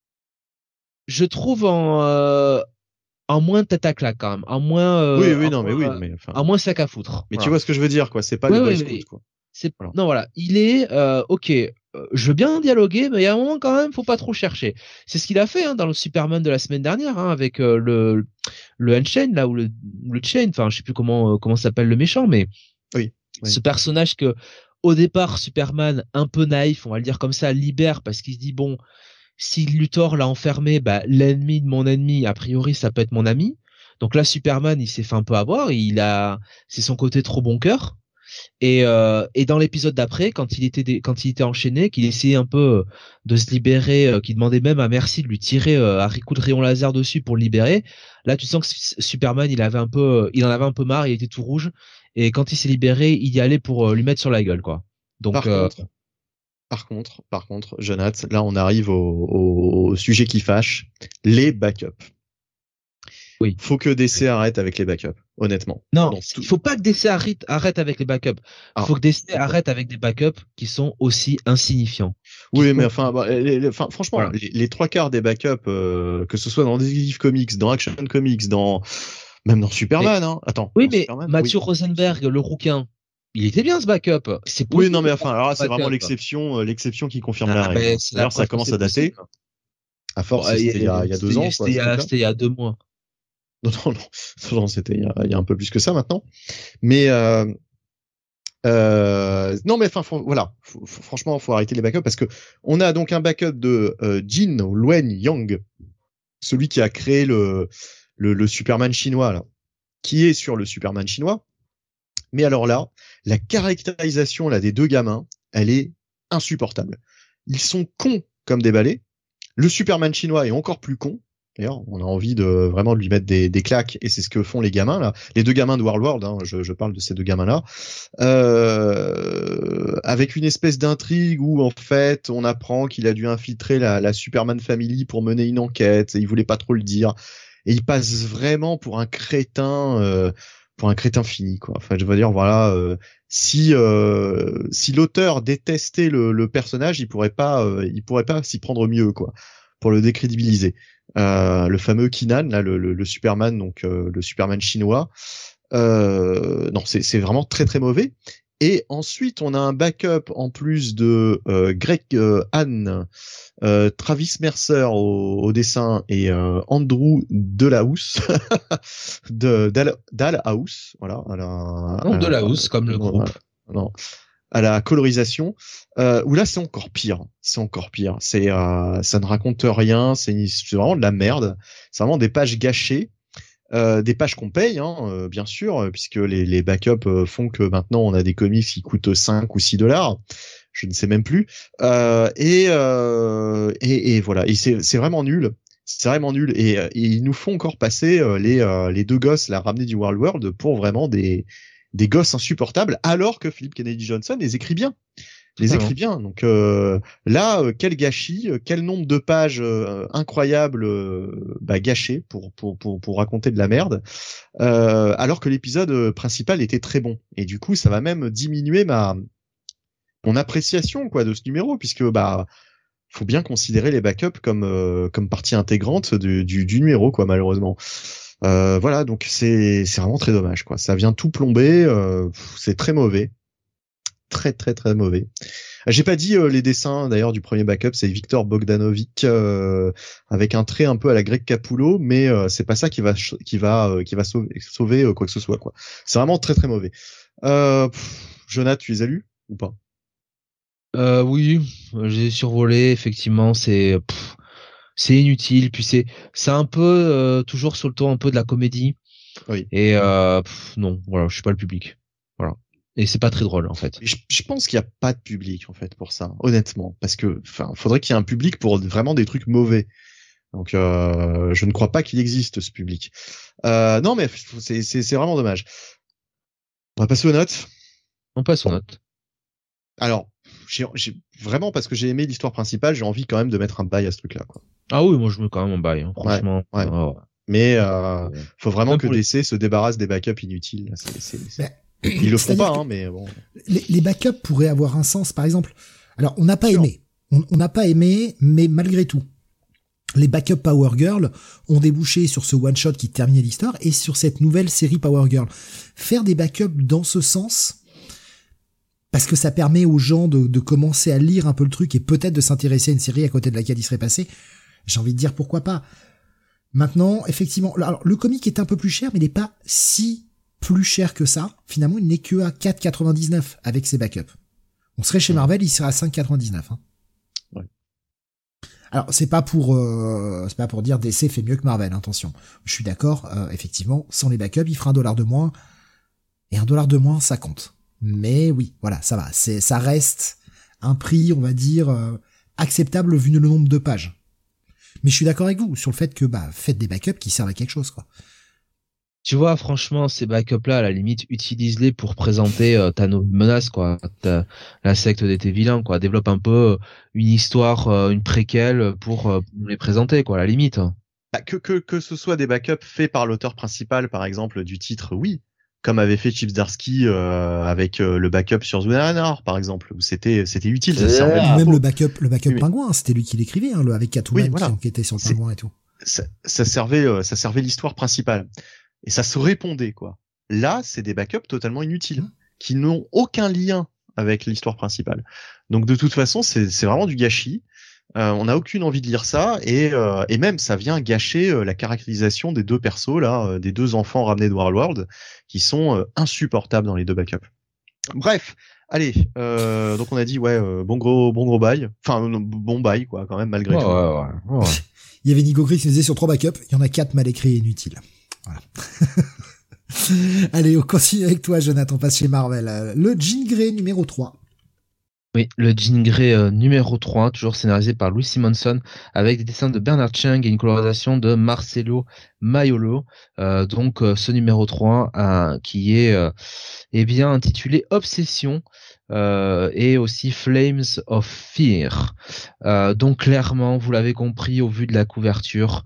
Je trouve en euh, en moins tête à claque quand même, en moins euh, oui oui en non mais oui moins, non, mais enfin en moins sac à foutre. mais Voilà. tu vois ce que je veux dire quoi, c'est pas oui, le oui, boy oui, scout oui. quoi. C'est voilà. non voilà, il est euh, ok. Euh, je veux bien dialoguer, mais il y a un moment quand même, faut pas trop chercher. C'est ce qu'il a fait hein, dans le Superman de la semaine dernière hein, avec euh, le le Unchained là ou le le Chain, enfin je sais plus comment euh, comment s'appelle le méchant, mais oui, oui. Ce personnage que au départ Superman un peu naïf, on va le dire comme ça, libère parce qu'il se dit bon, si Luthor l'a enfermé, bah l'ennemi de mon ennemi, a priori ça peut être mon ami. Donc là Superman il s'est fait un peu avoir, il a c'est son côté trop bon cœur. Et euh, et dans l'épisode d'après, quand il était dé... quand il était enchaîné, qu'il essayait un peu de se libérer, euh, qu'il demandait même à Merci de lui tirer euh, un coup de rayon laser dessus pour le libérer. Là, tu sens que Superman, il avait un peu, il en avait un peu marre, il était tout rouge. Et quand il s'est libéré, il y allait pour euh, lui mettre sur la gueule, quoi. Donc par euh... contre, par contre, par contre, Jonathan, là on arrive au, au, au sujet qui fâche, les backups. Oui. Faut que D C arrête avec les backups, honnêtement. Non, Donc, il faut pas que D C arrête, arrête avec les backups. Il ah, faut que D C arrête avec des backups qui sont aussi insignifiants. Oui, sont... mais enfin, bah, les, les, enfin franchement, voilà. les, les trois quarts des backups, euh, que ce soit dans Detective Comics, dans Action Comics, dans même dans Superman, mais... hein. Attends. Oui, mais Superman, Mathieu oui. Rosenberg, le rouquin, il était bien ce backup. C'est oui, non, mais enfin, alors là, c'est vraiment l'exception, euh, l'exception qui confirme ah, la règle. D'ailleurs, ça commence à dater. Possible. À force, bon, c'était il y a, il y a deux ans, quoi. C'était il y a deux mois. Non, non, non, non c'était il y, a, il y a un peu plus que ça maintenant. Mais euh, euh, non, mais enfin, faut, voilà. Faut, faut, franchement, faut arrêter les backups parce que on a donc un backup de euh, Jin Luen Yang, celui qui a créé le, le le Superman chinois là, qui est sur le Superman chinois. Mais alors là, la caractérisation là des deux gamins, elle est insupportable. Ils sont cons comme des balais. Le Superman chinois est encore plus con. D'ailleurs, on a envie de vraiment de lui mettre des, des claques, et c'est ce que font les gamins là, les deux gamins de World World. Hein, je, je parle de ces deux gamins là, euh, avec une espèce d'intrigue où en fait on apprend qu'il a dû infiltrer la, la Superman Family pour mener une enquête, et il voulait pas trop le dire, et il passe vraiment pour un crétin, euh, pour un crétin fini quoi. Enfin, je veux dire voilà, euh, si euh, si l'auteur détestait le, le personnage, il pourrait pas, euh, il pourrait pas s'y prendre mieux quoi, pour le décrédibiliser. Euh, le fameux Kinan, là, le, le, le Superman, donc euh, le Superman chinois. Euh, non, c'est, c'est vraiment très très mauvais. Et ensuite, on a un backup en plus de euh, Greg euh, Hahn, euh, Travis Mercer au, au dessin et euh, Andrew Delahouse de Dal, Dalhouse, voilà. À la, non, à Delahouse comme le non, groupe. Non, à la colorisation, euh, où là c'est encore pire, c'est encore pire. C'est euh, ça ne raconte rien, c'est, c'est vraiment de la merde. C'est vraiment des pages gâchées, euh, des pages qu'on paye, hein, euh, bien sûr, puisque les, les backups euh, font que maintenant on a des comics qui coûtent cinq ou six dollars. Je ne sais même plus. Euh, et, euh, et et voilà. Et c'est c'est vraiment nul. C'est vraiment nul. Et, et ils nous font encore passer euh, les euh, les deux gosses là ramenés du World World pour vraiment des des gosses insupportables, alors que Philip Kennedy Johnson les écrit bien. Les écrit bien. Donc euh, là, euh, quel gâchis, euh, quel nombre de pages euh, incroyables euh, bah, gâchées pour pour pour pour raconter de la merde, euh, alors que l'épisode principal était très bon. Et du coup, ça va même diminuer ma mon appréciation quoi de ce numéro, puisque bah faut bien considérer les backups comme euh, comme partie intégrante du, du du numéro quoi, malheureusement. Euh, voilà, donc c'est c'est vraiment très dommage quoi. Ça vient tout plomber, euh, c'est très mauvais, très très très mauvais. J'ai pas dit euh, les dessins d'ailleurs du premier backup, c'est Victor Bogdanovic euh, avec un trait un peu à la Greg Capullo, mais euh, c'est pas ça qui va qui va euh, qui va sauver, sauver euh, quoi que ce soit quoi. C'est vraiment très très mauvais. Euh, pff, Jonathan, tu les as lus ou pas? Euh, oui, j'ai survolé. Effectivement, c'est pff, c'est inutile. Puis c'est c'est un peu euh, toujours sur le ton un peu de la comédie. Oui. Et euh, pff, non, voilà, je suis pas le public. Voilà. Et c'est pas très drôle en fait. Je, je pense qu'il y a pas de public en fait pour ça, honnêtement, parce que enfin, faudrait qu'il y ait un public pour vraiment des trucs mauvais. Donc euh, je ne crois pas qu'il existe ce public. Euh, non mais c'est c'est c'est vraiment dommage. On va passer aux notes. On passe aux notes. Alors, j'ai, j'ai vraiment parce que j'ai aimé l'histoire principale, j'ai envie quand même de mettre un bail à ce truc-là, quoi. Ah oui, moi je mets quand même un bail, hein, franchement. Ouais, ouais. Oh. Mais euh, faut vraiment Même que pour les- D C se débarrasse des backups inutiles. Là. C'est, c'est, c'est... Mais- Ils le font C'est-à-dire pas, que hein, mais bon. Les, les backups pourraient avoir un sens, par exemple. Alors, on n'a pas Sûr. aimé. On on n'a pas aimé, mais malgré tout, les backups Power Girl ont débouché sur ce one-shot qui terminait l'histoire et sur cette nouvelle série Power Girl. Faire des backups dans ce sens, parce que ça permet aux gens de, de commencer à lire un peu le truc et peut-être de s'intéresser à une série à côté de laquelle il serait passé, j'ai envie de dire pourquoi pas. Maintenant, effectivement, alors le comic est un peu plus cher, mais il n'est pas si plus cher que ça. Finalement, il n'est que à quatre quatre-vingt-dix-neuf avec ses backups. On serait chez Marvel, il serait à cinq quatre-vingt-dix-neuf. Hein. Ouais. Alors, c'est pas pour euh, c'est pas pour dire D C fait mieux que Marvel, attention. Je suis d'accord, euh, effectivement, sans les backups, il fera un dollar de moins. Et un dollar de moins, ça compte. Mais oui, voilà, ça va. C'est, ça reste un prix, on va dire, euh, acceptable vu le nombre de pages. Mais je suis d'accord avec vous sur le fait que, bah, faites des backups qui servent à quelque chose, quoi. Tu vois, franchement, ces backups-là, à la limite, utilise-les pour présenter euh, ta nouvelle menace, quoi. Ta, la secte des tes vilains, quoi. Développe un peu euh, une histoire, euh, une préquelle pour euh, les présenter, quoi, à la limite. Bah, que que que ce soit des backups faits par l'auteur principal, par exemple, du titre, oui. Comme avait fait Chip Zdarsky euh, avec euh, le backup sur Zwinar, par exemple, où c'était c'était utile, ça servait Ou à même l'info. le backup, le backup Oui, mais- pingouin, c'était lui qui l'écrivait, hein, le, avec Catwoman Oui, voilà. qui enquêtait sur le C'est- pingouin et tout. ça, ça servait euh, ça servait l'histoire principale et ça se répondait quoi. Là, c'est des backups totalement inutiles Mmh. qui n'ont aucun lien avec l'histoire principale. Donc de toute façon, c'est c'est vraiment du gâchis. Euh, on n'a aucune envie de lire ça et euh, et même ça vient gâcher euh, la caractérisation des deux persos là, euh, des deux enfants ramenés de Warlord qui sont euh, insupportables dans les deux backups. Bref, allez, euh, donc on a dit ouais, euh, bon gros bon gros bail, enfin non, bon bail quoi quand même malgré Ouais, tout. ouais, ouais, ouais. Il y avait Nico Gris qui faisait sur trois backups, il y en a quatre mal écrits et inutiles. Voilà. Allez, on continue avec toi, Jonathan, on passe chez Marvel. Euh, Le Jean Grey numéro trois. Oui, le Jean Grey euh, numéro trois, toujours scénarisé par Louis Simonson, avec des dessins de Bernard Chang et une colorisation de Marcelo Maiolo. Euh, donc euh, ce numéro trois, euh, qui est euh, eh bien intitulé Obsession, euh, et aussi Flames of Fear. Euh, donc clairement, vous l'avez compris au vu de la couverture,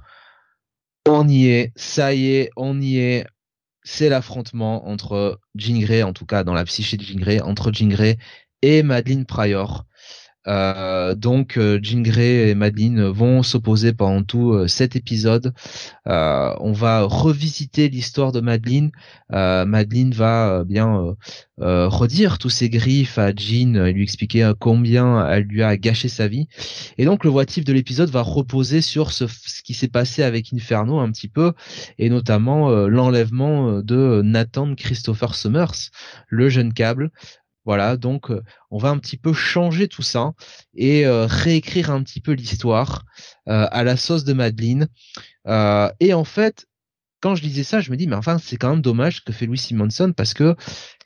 on y est, ça y est, on y est. C'est l'affrontement entre Jean Grey, en tout cas dans la psyché de Jean Grey, entre Jean Grey et Madeline Pryor. Euh, donc euh, Jean Grey et Madeline vont s'opposer pendant tout euh, cet épisode. Euh, on va revisiter l'histoire de Madeline. Euh, Madeline va euh, bien euh, euh, redire tous ses griefs à Jean et lui expliquer euh, combien elle lui a gâché sa vie. Et donc le voitif de l'épisode va reposer sur ce, ce qui s'est passé avec Inferno un petit peu, et notamment euh, l'enlèvement de Nathan Christopher Summers, le jeune câble. Voilà, donc euh, on va un petit peu changer tout ça et euh, réécrire un petit peu l'histoire euh, à la sauce de Madeline. Euh, et en fait, quand je lisais ça, je me dis mais enfin c'est quand même dommage ce que fait Louis Simonson parce que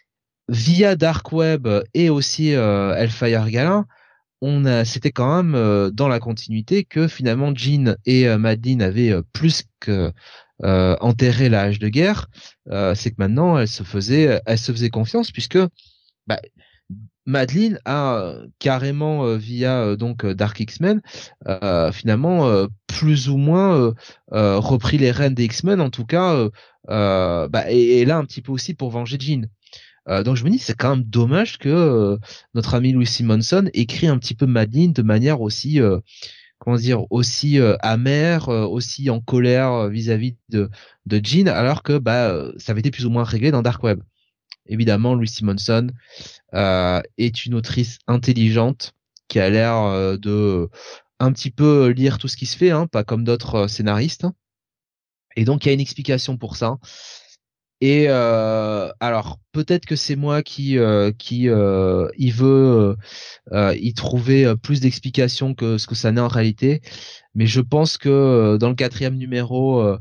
via Dark Web et aussi euh, Hellfire Gala, on a, c'était quand même euh, dans la continuité que finalement Jean et euh, Madeline avaient euh, plus que euh, enterré la hache de guerre. Euh, c'est que maintenant elle se faisait, elle se faisait confiance puisque bah, Madeline a euh, carrément euh, via euh, donc euh, Dark X-Men euh, finalement euh, plus ou moins euh, euh, repris les rênes des X-Men en tout cas euh, euh, bah, et, et là un petit peu aussi pour venger Jean. Euh, donc je me dis c'est quand même dommage que euh, notre ami Louis Simonson écrit un petit peu Madeline de manière aussi euh, comment dire aussi euh, amère, euh, aussi en colère euh, vis-à-vis de de Jean alors que bah euh, ça avait été plus ou moins réglé dans Dark Web. Évidemment Louis Simonson euh, est une autrice intelligente qui a l'air euh, de un petit peu lire tout ce qui se fait, hein, pas comme d'autres euh, scénaristes. Et donc il y a une explication pour ça. Et euh, alors peut-être que c'est moi qui euh, qui euh, y veut euh, y trouver euh, plus d'explications que ce que ça n'est en réalité, mais je pense que euh, dans le quatrième numéro euh,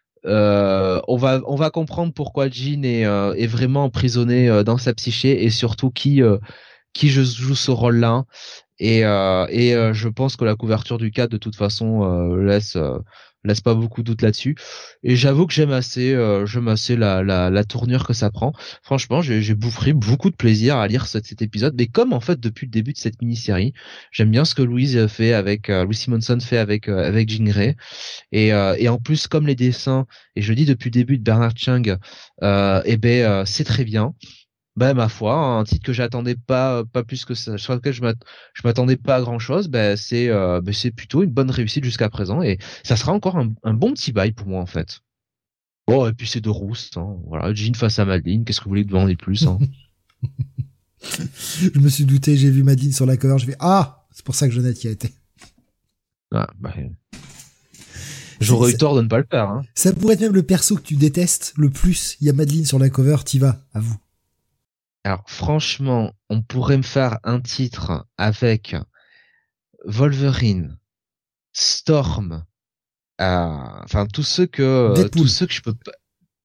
euh, on va on va comprendre pourquoi Jean est euh, est vraiment emprisonné euh, dans sa psyché et surtout qui euh, qui joue ce rôle-là. Et euh, et euh, je pense que la couverture du cadre de toute façon euh, laisse euh, laisse pas beaucoup de doute là-dessus. Et j'avoue que j'aime assez euh, j'aime assez la, la la tournure que ça prend. Franchement, j'ai j'ai pris beaucoup de plaisir à lire cet, cet épisode. Mais comme en fait depuis le début de cette mini-série, j'aime bien ce que Louise fait avec euh, Louis Simonson fait avec euh, avec Jean Grey. Et euh, et en plus comme les dessins et je dis depuis le début de Bernard Chang, euh, et ben euh, c'est très bien. Ben ma foi, un titre que j'attendais pas pas plus que ça, sur lequel je m'att- je m'attendais pas à grand chose, ben c'est euh, ben c'est plutôt une bonne réussite jusqu'à présent et ça sera encore un, un bon petit bail pour moi en fait. Bon et puis c'est de rousse, hein, voilà, Jean face à Madeline, qu'est-ce que vous voulez demander de plus hein. Je me suis douté, j'ai vu Madeline sur la cover, je vais ah, c'est pour ça que Jonathan y a été. Ah, ben, j'aurais eu tort de ne pas le faire. Hein. Ça pourrait être même le perso que tu détestes le plus. Il y a Madeline sur la cover, t'y vas, à vous. Alors franchement, on pourrait me faire un titre avec Wolverine, Storm, euh, enfin tous ceux que Deadpool. tous ceux que je peux pas.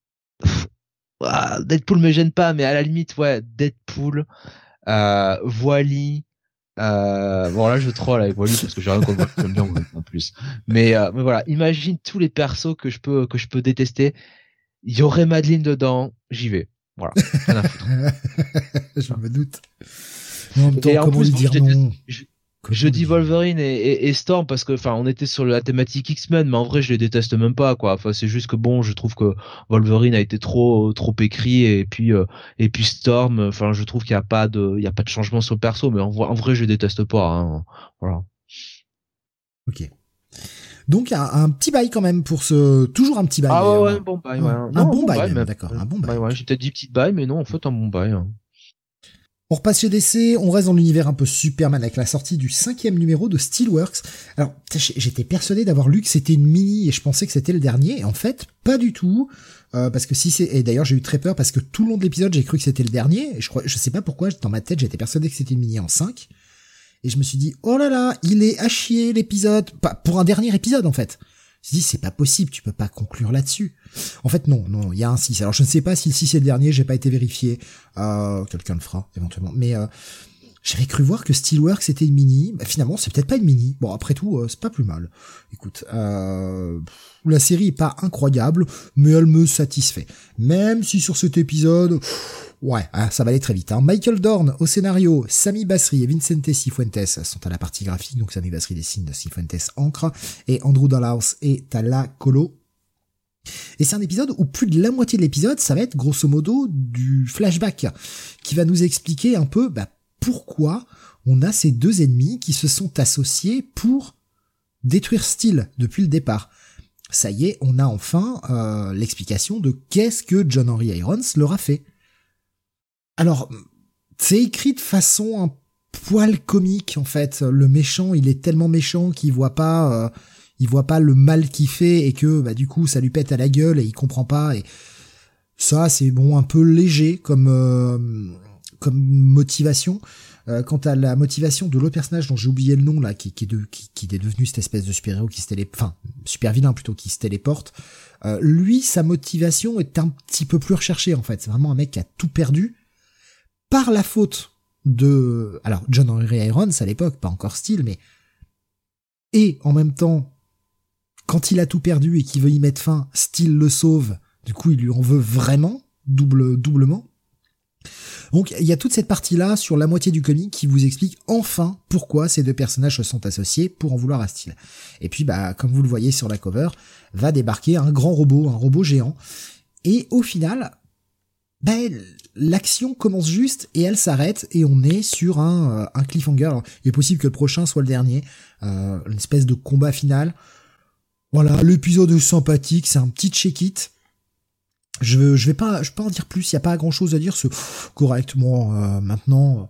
Ah, Deadpool me gêne pas, mais à la limite ouais, Deadpool, euh, Wally. Euh, bon là je troll avec Wally parce que j'ai rien contre Wally, j'aime bien Wally en plus. Mais euh, mais voilà, imagine tous les persos que je peux que je peux détester. Il y aurait Madeline dedans, j'y vais. Voilà, rien à foutre. Je me doute. Mais en même temps, Et en comment plus, lui bon, dire je, non je, Comment je dis lui- Wolverine et, et, et Storm parce que, enfin, on était sur la thématique X-Men, mais en vrai, je les déteste même pas, quoi. Enfin, c'est juste que bon, je trouve que Wolverine a été trop, trop écrit et puis, euh, et puis Storm, enfin, je trouve qu'il y a pas de, il y a pas de changement sur le perso, mais en, vrai- en vrai, je les déteste pas. Hein. Voilà. Ok. Donc un, un petit bail quand même pour ce toujours un petit bail. Ah ouais, d'ailleurs. ouais, bon bail, ouais. Un, Non, un bon bail, bail, même, même. d'accord, un bon bail. Ouais, ouais, j'ai peut-être dit petite bail, mais non, en fait, un bon bail. Hein. On repasse chez D C, on reste dans l'univers un peu Superman avec la sortie du cinquième numéro de Steelworks. Alors, j'étais persuadé d'avoir lu que c'était une mini et je pensais que c'était le dernier. Et en fait, pas du tout. Euh, parce que si c'est, et d'ailleurs j'ai eu très peur parce que tout le long de l'épisode j'ai cru que c'était le dernier. Et je crois, je sais pas pourquoi, dans ma tête j'étais persuadé que c'était une mini en cinq. Et je me suis dit, oh là là, il est à chier l'épisode. Pas, pour un dernier épisode en fait. Je me suis dit, c'est pas possible, tu peux pas conclure là-dessus. En fait, non, non, il y a un six. Alors, je ne sais pas si le six est le dernier, j'ai pas été vérifié. Euh, quelqu'un le fera, éventuellement. Mais, euh, j'avais cru voir que Steelworks c'était une mini. Bah, finalement, c'est peut-être pas une mini. Bon, après tout, euh, c'est pas plus mal. Écoute, euh, la série est pas incroyable, mais elle me satisfait. Même si sur cet épisode, ouais, hein, ça va aller très vite. Hein. Michael Dorn au scénario, Sami Basri et Vincente Cifuentes sont à la partie graphique, donc Sami Basri dessine, Cifuentes encre, et Andrew Dalhouse est à la colo. Et c'est un épisode où plus de la moitié de l'épisode, ça va être grosso modo du flashback, qui va nous expliquer un peu bah, pourquoi on a ces deux ennemis qui se sont associés pour détruire Steel depuis le départ. Ça y est, on a enfin euh, l'explication de qu'est-ce que John Henry Irons leur a fait. Alors, c'est écrit de façon un poil comique en fait. Le méchant, il est tellement méchant qu'il voit pas, euh, il voit pas le mal qu'il fait et que bah du coup ça lui pète à la gueule et il comprend pas. Et ça, c'est bon, un peu léger comme euh, comme motivation. Euh, quant à la motivation de l'autre personnage dont j'ai oublié le nom là, qui, qui est de, qui, qui est devenu cette espèce de super-héros qui se télé, enfin super vilain plutôt, qui se téléporte. Euh, lui, sa motivation est un petit peu plus recherchée en fait. C'est vraiment un mec qui a tout perdu par la faute de, alors John Henry Irons à l'époque, pas encore Steel, mais et en même temps, quand il a tout perdu et qu'il veut y mettre fin, Steel le sauve. Du coup, il lui en veut vraiment, double, doublement. Donc, il y a toute cette partie-là sur la moitié du comic qui vous explique enfin pourquoi ces deux personnages se sont associés pour en vouloir à Steel. Et puis, bah, comme vous le voyez sur la cover, va débarquer un grand robot, un robot géant. Et au final, bah, l'action commence juste et elle s'arrête et on est sur un, un cliffhanger. Alors, il est possible que le prochain soit le dernier, euh, une espèce de combat final. Voilà, l'épisode est sympathique, c'est un petit check-it. Je, je vais pas, je vais pas en dire plus. Il y a pas grand chose à dire. C'est correctement euh, maintenant.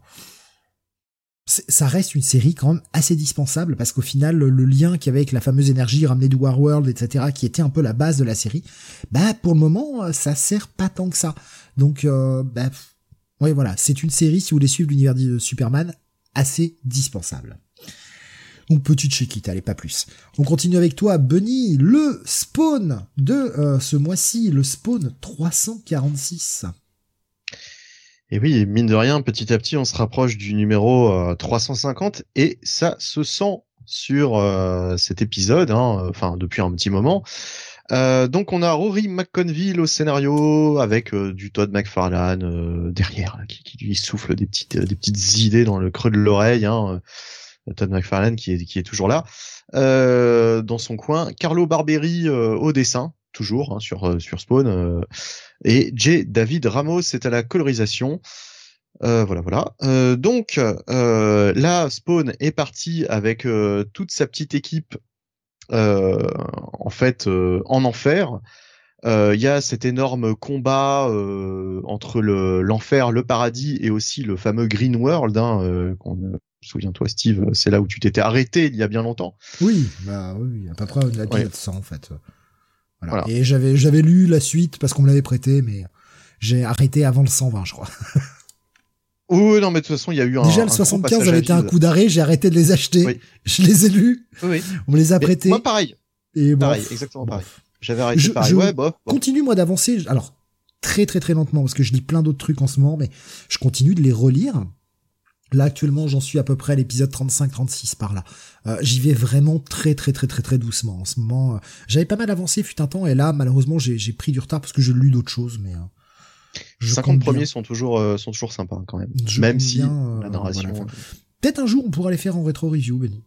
Ça reste une série quand même assez dispensable parce qu'au final, le, le lien qu'il y avait avec la fameuse énergie ramenée de Warworld, et cetera, qui était un peu la base de la série, bah pour le moment, ça sert pas tant que ça. Donc, euh, bah, ouais, voilà, c'est une série si vous voulez suivre l'univers de Superman, assez dispensable. Donc petite check-it, allez, pas plus. On continue avec toi, Bunny, le Spawn de euh, ce mois-ci, le Spawn trois cent quarante-six. Et oui, mine de rien, petit à petit, on se rapproche du numéro euh, trois cent cinquante et ça se sent sur euh, cet épisode, hein, enfin depuis un petit moment. Euh, donc on a Rory McConville au scénario avec euh, du Todd McFarlane euh, derrière, là, qui, qui lui souffle des petites, euh, des petites idées dans le creux de l'oreille. Hein, Todd McFarlane qui est qui est toujours là euh, dans son coin, Carlo Barberi euh, au dessin toujours hein, sur euh, sur Spawn euh, et J. David Ramos est à la colorisation. Euh, voilà voilà. Euh, donc euh, là Spawn est parti avec euh, toute sa petite équipe euh, en fait euh, en enfer. Il euh, y a cet énorme combat euh, entre le l'enfer, le paradis et aussi le fameux Green World hein, euh, qu'on souviens-toi, Steve, c'est là où tu t'étais arrêté il y a bien longtemps. Oui, bah oui, à peu près au-delà ouais. de ça en fait. Voilà. Voilà. Et j'avais j'avais lu la suite parce qu'on me l'avait prêté, mais j'ai arrêté avant le cent vingt, je crois. Oui, non, mais de toute façon, il y a eu un. Déjà le un soixante-quinze avait été un coup d'arrêt, j'ai arrêté de les acheter. Oui. Je les ai lus. Oui, oui. On me les a mais prêtés. Moi, pareil. Et bon, pareil, exactement bon. pareil. J'avais arrêté je, pareil. Je ouais, bof. Bon. Continue moi d'avancer. Alors très très très lentement parce que je lis plein d'autres trucs en ce moment, mais je continue de les relire. Là, actuellement, j'en suis à peu près à l'épisode trente-cinq trente-six par là. Euh, j'y vais vraiment très, très, très, très, très doucement. En ce moment, euh, j'avais pas mal avancé, fut un temps, et là, malheureusement, j'ai, j'ai pris du retard parce que je lis d'autres choses, mais, euh, je cinquante premiers sont toujours, euh, sont toujours sympas, quand même. Je même si bien, euh, la narration. Voilà, peut-être un jour, on pourra les faire en rétro-review, Benny.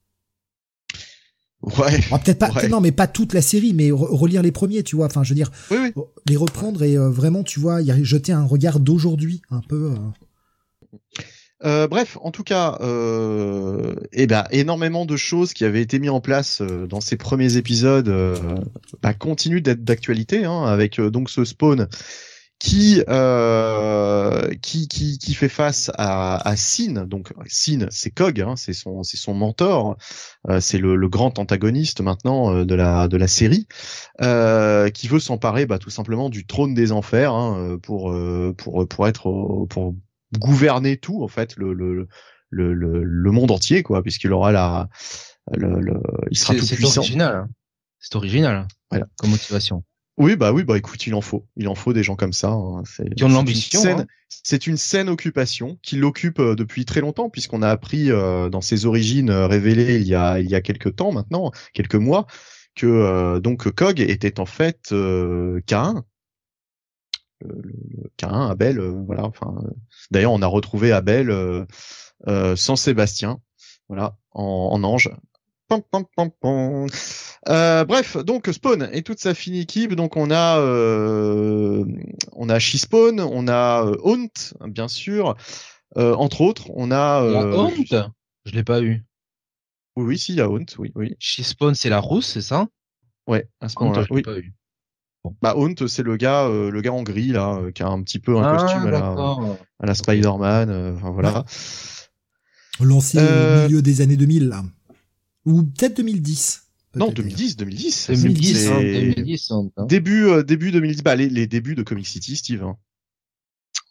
Ouais. Alors, peut-être pas, ouais. peut-être, non, mais pas toute la série, mais re- relire les premiers, tu vois. Enfin, je veux dire, oui, oui. les reprendre et euh, vraiment, tu vois, y jeter un regard d'aujourd'hui, un peu. Euh... Euh, bref, en tout cas, euh, eh ben, énormément de choses qui avaient été mises en place euh, dans ces premiers épisodes euh, bah, continuent d'être d'actualité, hein, avec euh, donc ce Spawn qui euh, qui qui qui fait face à, à Sin. Donc Sin, c'est Cog, hein, c'est son c'est son mentor, euh, c'est le, le grand antagoniste maintenant euh, de la de la série, euh, qui veut s'emparer bah, tout simplement du trône des enfers hein, pour euh, pour pour être pour gouverner tout en fait le le le le, le monde entier quoi puisqu'il aura la le, le il sera c'est, tout c'est puissant. Original, hein. C'est original hein, voilà. Comme motivation. Oui bah oui bah écoute il en faut il en faut des gens comme ça hein. C'est, qui ont de l'ambition. C'est une, scène, hein. c'est une saine occupation qui l'occupe euh, depuis très longtemps puisqu'on a appris euh, dans ses origines euh, révélées il y a il y a quelques temps maintenant quelques mois que euh, donc Cog était en fait euh, Caïn. Le, le Caïn, Abel, euh, voilà. Enfin, euh, d'ailleurs, on a retrouvé Abel euh, euh, sans Sébastien, voilà, en, en ange. Pam, pam, pam, pam. Euh, bref, donc Spawn et toute sa fine équipe. Donc on a, euh, on a She-Spawn, on a euh, Haunt, bien sûr, euh, entre autres. On a. Euh, euh, Haunt, je l'ai pas eu. Oui, oui, si, il y a Haunt, oui, oui. She-Spawn, c'est la rousse, c'est ça? Ouais, à ce moment-là, je l'ai oui. pas eu. Bon. Bah Haunt, c'est le gars, euh, le gars en gris là, euh, qui a un petit peu un ah, costume à la, à la Spider-Man. Euh, enfin voilà. Lancé euh... au milieu des années deux mille là, ou peut-être deux mille dix. Peut-être non, deux mille dix, deux mille dix. deux mille dix, c'est hein, deux mille dix hein. Début, euh, début deux mille dix. Bah les, les débuts de Comic City, Steve. Hein.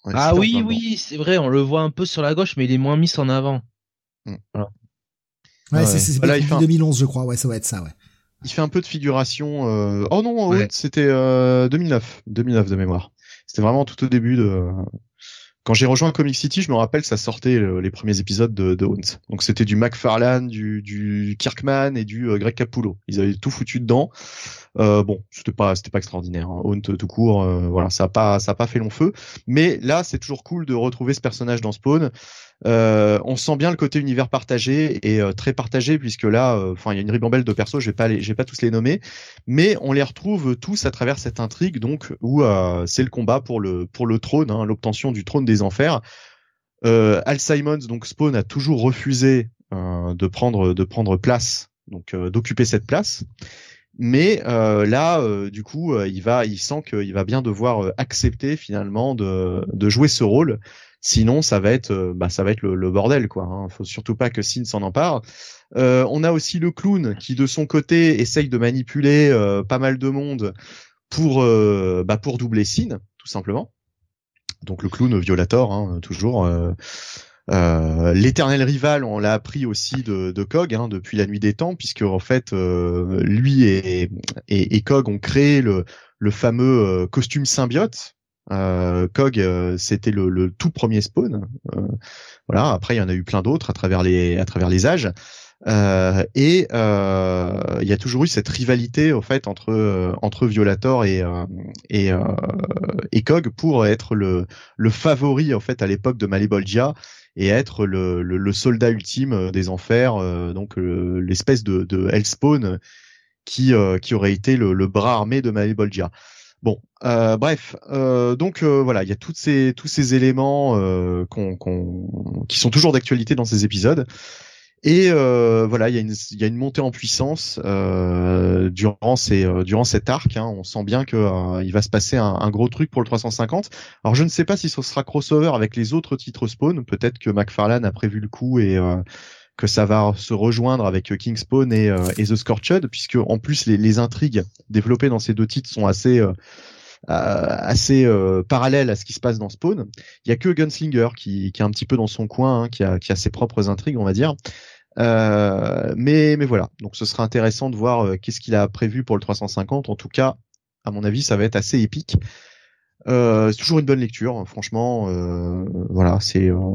Ouais, Ah super oui, plein dedans. oui, c'est vrai, on le voit un peu sur la gauche, mais il est moins mis en avant. Mm. Voilà. Ouais, Ah c'est ouais. c'est Voilà, il Batman fait un, deux mille onze, je crois. Ouais, ça va être ça, ouais. il fait un peu de figuration. Euh... Oh non, en Ouais. haute, c'était euh, deux mille neuf, deux mille neuf de mémoire. C'était vraiment tout au début de. Quand j'ai rejoint Comic City, je me rappelle, ça sortait euh, les premiers épisodes de, de Haunt. Donc c'était du McFarlane, du, du Kirkman et du euh, Greg Capullo. Ils avaient tout foutu dedans. Euh, bon, c'était pas, c'était pas extraordinaire. Hein. Haunt tout court, euh, voilà, ça a pas, ça a pas fait long feu. Mais là, c'est toujours cool de retrouver ce personnage dans Spawn. Euh, on sent bien le côté univers partagé et euh, très partagé puisque là, enfin, euh, il y a une ribambelle de persos. Je vais pas les, je vais pas tous les nommer, mais on les retrouve tous à travers cette intrigue, donc où euh, c'est le combat pour le pour le trône, hein, l'obtention du trône des enfers. Euh, Al Simons, donc Spawn, a toujours refusé euh, de prendre de prendre place, donc euh, d'occuper cette place. Mais euh, là, euh, du coup, euh, il va, il sent qu'il va bien devoir euh, accepter finalement de de jouer ce rôle. Sinon, ça va être, euh, bah, ça va être le, le bordel, quoi. Hein. Faut surtout pas que Sin s'en empare. Euh, on a aussi le clown qui, de son côté, essaye de manipuler euh, pas mal de monde pour, euh, bah, pour doubler Sin, tout simplement. Donc le clown Violator, hein, toujours. Euh, euh, l'éternel rival, on l'a appris aussi de, de Cog hein, depuis la nuit des temps, puisque en fait, euh, lui et, et, et Cog ont créé le, le fameux euh, costume symbiote. Euh, Cog, euh, c'était le, le tout premier Spawn. Euh, voilà. Après, il y en a eu plein d'autres à travers les à travers les âges. Euh, et euh, il y a toujours eu cette rivalité en fait entre euh, entre Violator et euh, et, euh, et Cog pour être le le favori en fait à l'époque de Malebolgia et être le, le, le soldat ultime des enfers, euh, donc euh, l'espèce de, de Hellspawn qui euh, qui aurait été le, le bras armé de Malebolgia. Bon, euh, bref, euh, donc euh, voilà, il y a toutes ces tous ces éléments euh, qu'on, qu'on, qui sont toujours d'actualité dans ces épisodes. Et euh, voilà, il y a une il y a une montée en puissance euh, durant ces euh, durant cet arc. Hein, on sent bien que euh, il va se passer un, un gros truc pour le trois cent cinquante. Alors je ne sais pas si ce sera crossover avec les autres titres Spawn. Peut-être que McFarlane a prévu le coup et euh, que ça va se rejoindre avec King Spawn et, euh, et The Scorched, puisque en plus les, les intrigues développées dans ces deux titres sont assez euh, assez euh, parallèles à ce qui se passe dans Spawn. Il y a que Gunslinger qui, qui est un petit peu dans son coin, hein, qui a qui a ses propres intrigues, on va dire. Euh, mais mais voilà, donc ce sera intéressant de voir euh, qu'est-ce qu'il a prévu pour le trois cent cinquante. En tout cas, à mon avis, ça va être assez épique. Euh, c'est toujours une bonne lecture, franchement. Euh, voilà, c'est euh,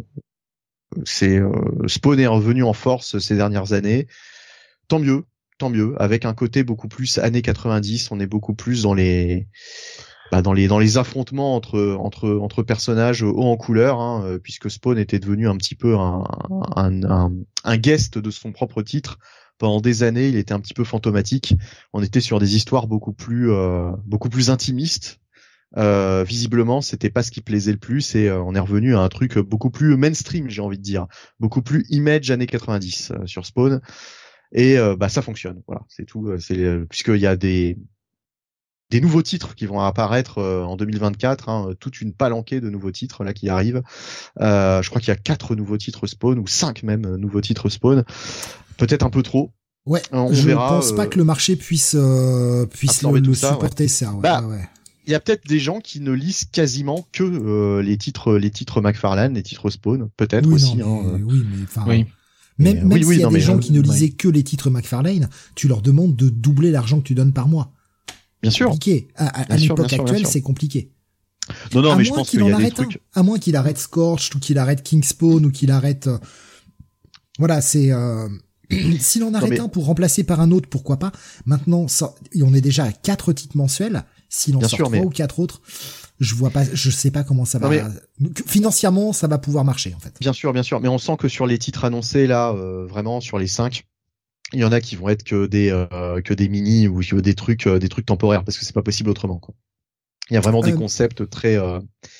c'est euh, Spawn est revenu en force ces dernières années. Tant mieux, tant mieux. Avec un côté beaucoup plus années quatre-vingt-dix, on est beaucoup plus dans les bah, dans les dans les affrontements entre entre entre personnages haut en couleur, hein, euh, puisque Spawn était devenu un petit peu un, un un un guest de son propre titre pendant des années. Il était un petit peu fantomatique. On était sur des histoires beaucoup plus euh, beaucoup plus intimistes. Euh, visiblement, c'était pas ce qui plaisait le plus et euh, on est revenu à un truc beaucoup plus mainstream, j'ai envie de dire, beaucoup plus image années quatre-vingt-dix euh, sur Spawn. Et euh, bah ça fonctionne. Voilà, c'est tout. C'est euh, puisqu'il y a des des nouveaux titres qui vont apparaître euh, en deux mille vingt-quatre, hein, toute une palanquée de nouveaux titres là qui arrivent. Euh, je crois qu'il y a quatre nouveaux titres Spawn ou cinq même euh, nouveaux titres Spawn. Peut-être un peu trop. Ouais. On je verra, pense euh, pas que le marché puisse euh, puisse le, absorber tout le ça, supporter ouais. ça. Ouais, Bah, ouais, ouais. Il y a peut-être des gens qui ne lisent quasiment que euh, les titres les titres McFarlane, les titres Spawn, peut-être Oui, aussi. non, mais, Hein, oui, mais enfin. Oui. Même, Mais, même oui, s'il oui, y a non, des mais, gens euh, qui ne oui. lisaient que les titres McFarlane, tu leur demandes de doubler l'argent que tu donnes par mois. Bien sûr. Compliqué. À, à, Bien à sûr, l'époque bien sûr, actuelle, bien sûr. c'est compliqué. Non, non, à mais je moins pense qu'il qu'il y en a des arrête trucs. un. À moins qu'il arrête Scorched ou qu'il arrête Kingspawn ou qu'il arrête. Euh... Voilà, c'est. Euh... S'il en arrête mais... un pour remplacer par un autre, pourquoi pas. Maintenant, ça... on est déjà à quatre titres mensuels. S'il en Bien sort sûr, trois mais... ou quatre autres, je vois pas. Je sais pas comment ça va. Non, mais... Financièrement, ça va pouvoir marcher en fait. Bien sûr, bien sûr. Mais on sent que sur les titres annoncés là, euh, vraiment sur les cinq. Il y en a qui vont être que des euh, que des mini ou que des trucs euh, des trucs temporaires parce que c'est pas possible autrement quoi. Il y a vraiment des euh... concepts très euh,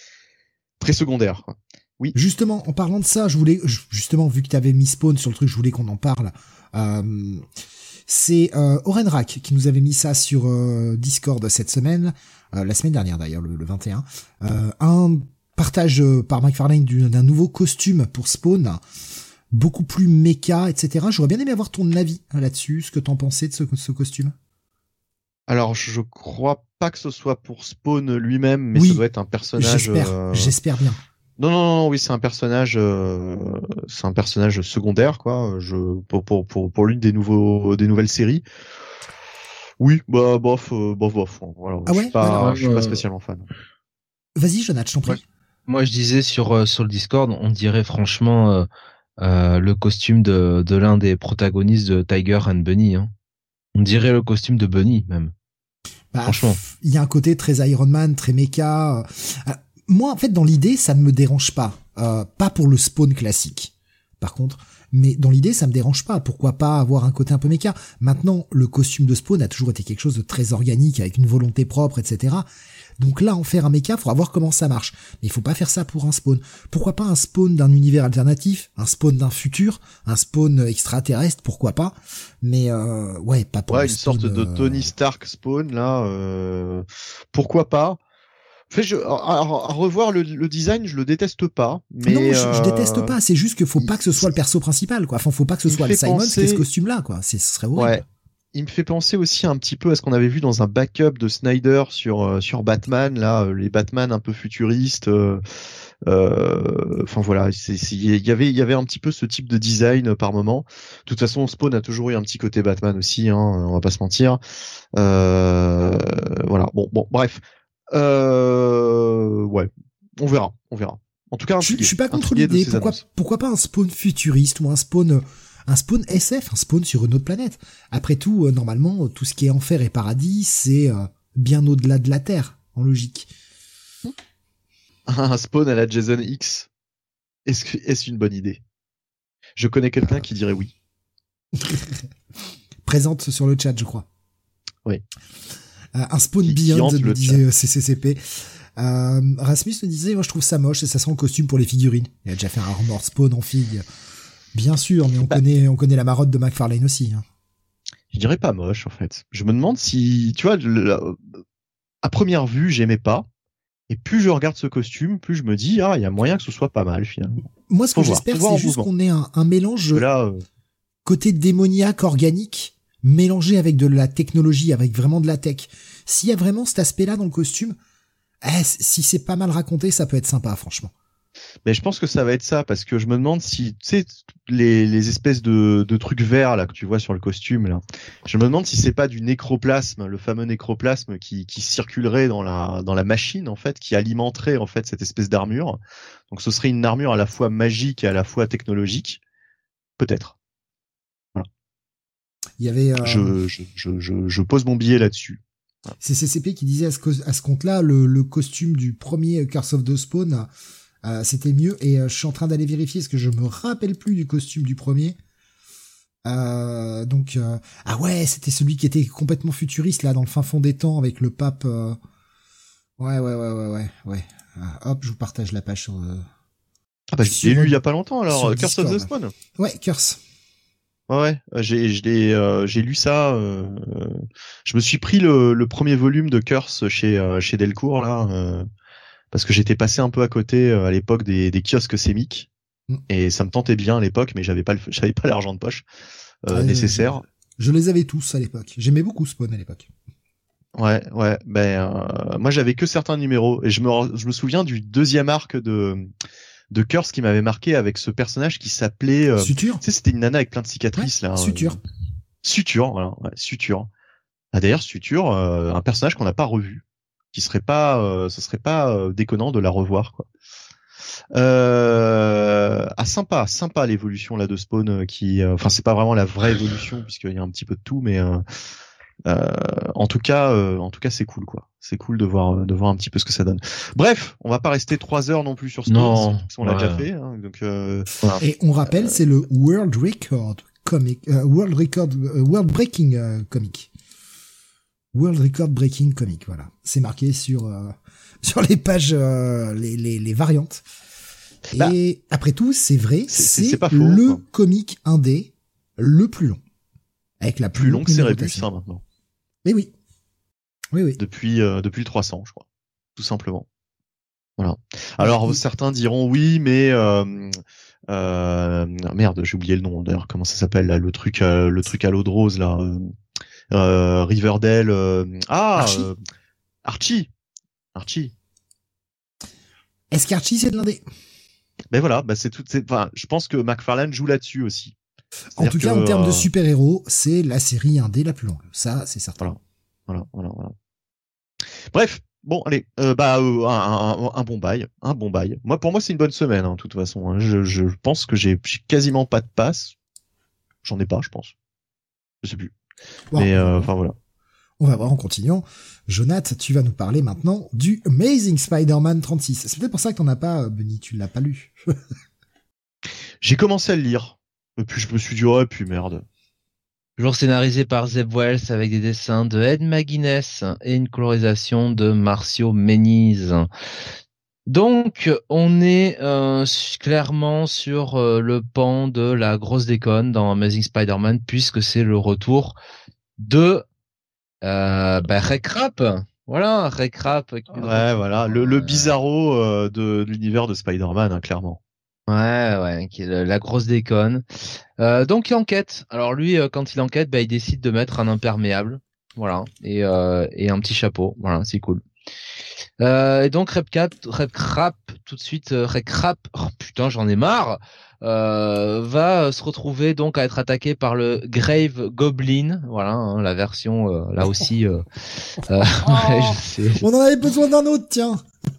très secondaires. Quoi. Oui. Justement, en parlant de ça, je voulais justement vu que tu avais mis Spawn sur le truc, je voulais qu'on en parle. Euh, c'est euh, Orenrak qui nous avait mis ça sur euh, Discord cette semaine, euh, la semaine dernière d'ailleurs, le, le vingt et un. Euh, un partage euh, par McFarlane d'un nouveau costume pour Spawn. Beaucoup plus méca, et cetera. J'aurais bien aimé avoir ton avis hein, là-dessus, ce que t'en pensais de ce, ce costume. Alors, je crois pas que ce soit pour Spawn lui-même, mais oui, ça doit être un personnage. J'espère, euh... j'espère bien. Non, non, non, oui, c'est un personnage, euh, c'est un personnage secondaire, quoi. Je pour pour pour pour l'une des nouveaux des nouvelles séries. Oui, bah bof, euh, bof, bof. Voilà, ah je ouais suis pas, ouais, je suis euh... pas spécialement fan. Vas-y, Jonathan, je t'en prie. Ouais. Moi, je disais sur euh, sur le Discord, on dirait franchement euh, euh, le costume de de l'un des protagonistes de Tiger and Bunny. Hein. On dirait le costume de Bunny même. Bah, franchement. Il y a un côté très Iron Man, très méca. Euh, moi, en fait, dans l'idée, ça ne me dérange pas. Euh, pas pour le Spawn classique, par contre. Mais dans l'idée, ça me dérange pas. Pourquoi pas avoir un côté un peu méca? Maintenant, le costume de Spawn a toujours été quelque chose de très organique, avec une volonté propre, et cetera. Donc là, en faire un méca, faudra voir comment ça marche. Mais il faut pas faire ça pour un Spawn. Pourquoi pas un Spawn d'un univers alternatif, un Spawn d'un futur, un Spawn extraterrestre, pourquoi pas. Mais euh, ouais, pas pour ouais, une Spawn, sorte de Tony Stark Spawn là. Euh, pourquoi pas? Fait, je, à, à revoir le, le design, je le déteste pas. Mais non, je, euh... je déteste pas. C'est juste qu'il faut pas que ce soit le perso principal, quoi. Enfin, faut pas que ce soit le Simon penser... qui ait ce costume-là, quoi. C'est, ce serait horrible. Ouais. Il me fait penser aussi un petit peu à ce qu'on avait vu dans un backup de Snyder sur euh, sur Batman, là, euh, les Batman un peu futuristes. Euh, euh, enfin voilà, il y avait il y avait un petit peu ce type de design par moment. De toute façon, Spawn a toujours eu un petit côté Batman aussi, hein, on va pas se mentir. Euh, voilà. Bon, bon, bref. Euh, ouais, on verra, on verra. En tout cas, je, je suis pas contre l'idée. Pourquoi, pourquoi pas un Spawn futuriste ou un Spawn, un Spawn S F, un Spawn sur une autre planète. Après tout, euh, normalement, tout ce qui est enfer et paradis, c'est euh, bien au-delà de la Terre, en logique. Un Spawn à la Jason X. Est-ce que, est-ce une bonne idée? Je connais quelqu'un qui dirait oui. Présente sur le chat, je crois. Oui. Euh, un Spawn qui, Beyond, qui me disait C C C P. Euh, Rasmus me disait, moi je trouve ça moche et ça sent le costume pour les figurines. Il a déjà fait un Armor Spawn en figue. Bien sûr, mais on bah, connaît, on connaît la marotte de McFarlane aussi. Hein. Je dirais pas moche en fait. Je me demande si, tu vois, le, à première vue, j'aimais pas. Et plus je regarde ce costume, plus je me dis, ah, il y a moyen que ce soit pas mal finalement. Moi, ce que j'espère, c'est juste qu'on ait un, un mélange là, euh... côté démoniaque, organique, mélangé avec de la technologie, avec vraiment de la tech. S'il y a vraiment cet aspect-là dans le costume, eh, si c'est pas mal raconté, ça peut être sympa, franchement. Mais je pense que ça va être ça, parce que je me demande si, tu sais, les, les espèces de, de trucs verts là que tu vois sur le costume là, je me demande si c'est pas du nécroplasme, le fameux nécroplasme qui, qui circulerait dans la, dans la machine en fait, qui alimenterait en fait cette espèce d'armure. Donc ce serait une armure à la fois magique et à la fois technologique, peut-être. Voilà. Il y avait. Euh... Je, je, je, je, je pose mon billet là-dessus. Voilà. C'est C C P qui disait à ce, à ce compte-là, le, le costume du premier Curse of the Spawn. Euh, c'était mieux et euh, je suis en train d'aller vérifier parce que je me rappelle plus du costume du premier. Euh, donc euh, ah ouais, c'était celui qui était complètement futuriste là dans le fin fond des temps avec le pape. Euh... Ouais ouais ouais ouais ouais ouais. Ah, hop, je vous partage la page sur. Euh... Ah bah je l'ai lu il y a pas longtemps alors. Curse of the Spawn. Ouais, Curse. Ouais, j'ai je l'ai euh, j'ai lu ça. Euh, je me suis pris le, le premier volume de Curse chez euh, chez Delcourt là. Euh, parce que j'étais passé un peu à côté euh, à l'époque des, des kiosques sémiques mm. et ça me tentait bien à l'époque, mais j'avais pas le, j'avais pas l'argent de poche euh, ah, nécessaire. Je, je les avais tous à l'époque. J'aimais beaucoup Spawn à l'époque. Ouais, ouais. Ben euh, moi j'avais que certains numéros et je me je me souviens du deuxième arc de de Curse qui m'avait marqué avec ce personnage qui s'appelait euh, Suture. Tu sais, c'était une nana avec plein de cicatrices ouais, là. Suture. Euh, Suture, voilà. Ouais, Suture. Ah, d'ailleurs, Suture, euh, un personnage qu'on n'a pas revu. Qui serait pas, euh, ce serait pas euh, déconnant de la revoir quoi. Euh, ah sympa, sympa l'évolution là de Spawn euh, qui, enfin euh, c'est pas vraiment la vraie évolution puisqu'il y a un petit peu de tout, mais euh, euh, en tout cas, euh, en tout cas c'est cool quoi. C'est cool de voir, de voir un petit peu ce que ça donne. Bref, on va pas rester trois heures non plus sur Spawn, non, on l'a ouais. déjà fait. Hein, donc. Euh, voilà. Et on rappelle, c'est le World Record comic, euh, World Record, euh, World Breaking euh, comic. World Record Breaking Comic, voilà. C'est marqué sur euh, sur les pages, euh, les, les les variantes. Bah, et après tout, c'est vrai, c'est, c'est, c'est pas faux, le quoi. Comic indé le plus long, avec la plus, plus longue Cerebus hein, maintenant. Mais oui, oui, oui. Depuis euh, depuis le trois cents, je crois, tout simplement. Voilà. Alors oui. Certains diront oui, mais euh, euh, merde, j'ai oublié le nom d'ailleurs. Comment ça s'appelle là, le truc, euh, le truc à l'eau de rose là. Euh, euh, Riverdale. Euh... Ah, Archie. euh, Archie. Archie. Est-ce qu'Archie c'est de l'indé? Mais voilà, bah c'est tout. C'est, enfin, je pense que McFarlane joue là-dessus aussi. En tout C'est-à-dire cas, que, en termes de euh, super-héros, c'est la série indé la plus longue. Ça, c'est certain. Voilà, voilà, voilà, voilà. Bref, bon, allez, euh, bah euh, un, un, un bon bail, un bon bail. Moi, pour moi, c'est une bonne semaine, hein, de toute façon. Hein. Je, je pense que j'ai, j'ai quasiment pas de passe. J'en ai pas, je pense. Je sais plus. Bon, Mais on va enfin euh, voilà. On va voir en continuant. Jonath, tu vas nous parler maintenant du Amazing Spider-Man trente-six. C'est peut-être pour ça que t'en as pas, Benny, tu l'as pas lu. J'ai commencé à le lire. Et puis je me suis dit, ouais, puis merde. Toujours scénarisé par Zeb Wells avec des dessins de Ed McGuinness et une colorisation de Marcio Méniz. Donc, on est euh, clairement sur euh, le pan de la grosse déconne dans Amazing Spider-Man, puisque c'est le retour de euh, bah, Rick Rapp. Voilà, Rick Rapp. Qui Ouais, voilà, le, le bizarro euh, de, de l'univers de Spider-Man, hein, clairement. Ouais, ouais, qui est le- la grosse déconne. Euh, donc il enquête. Alors lui, euh, quand il enquête, bah, il décide de mettre un imperméable, voilà, et, euh, et un petit chapeau. Voilà, c'est cool. Euh, et donc Repcap, Repcrap, tout de suite, euh, Repcrap, oh putain, j'en ai marre, euh, va se retrouver donc à être attaqué par le Grave Goblin, voilà, hein, la version euh, là aussi. Euh, euh, ouais, je sais. On en avait besoin d'un autre, tiens.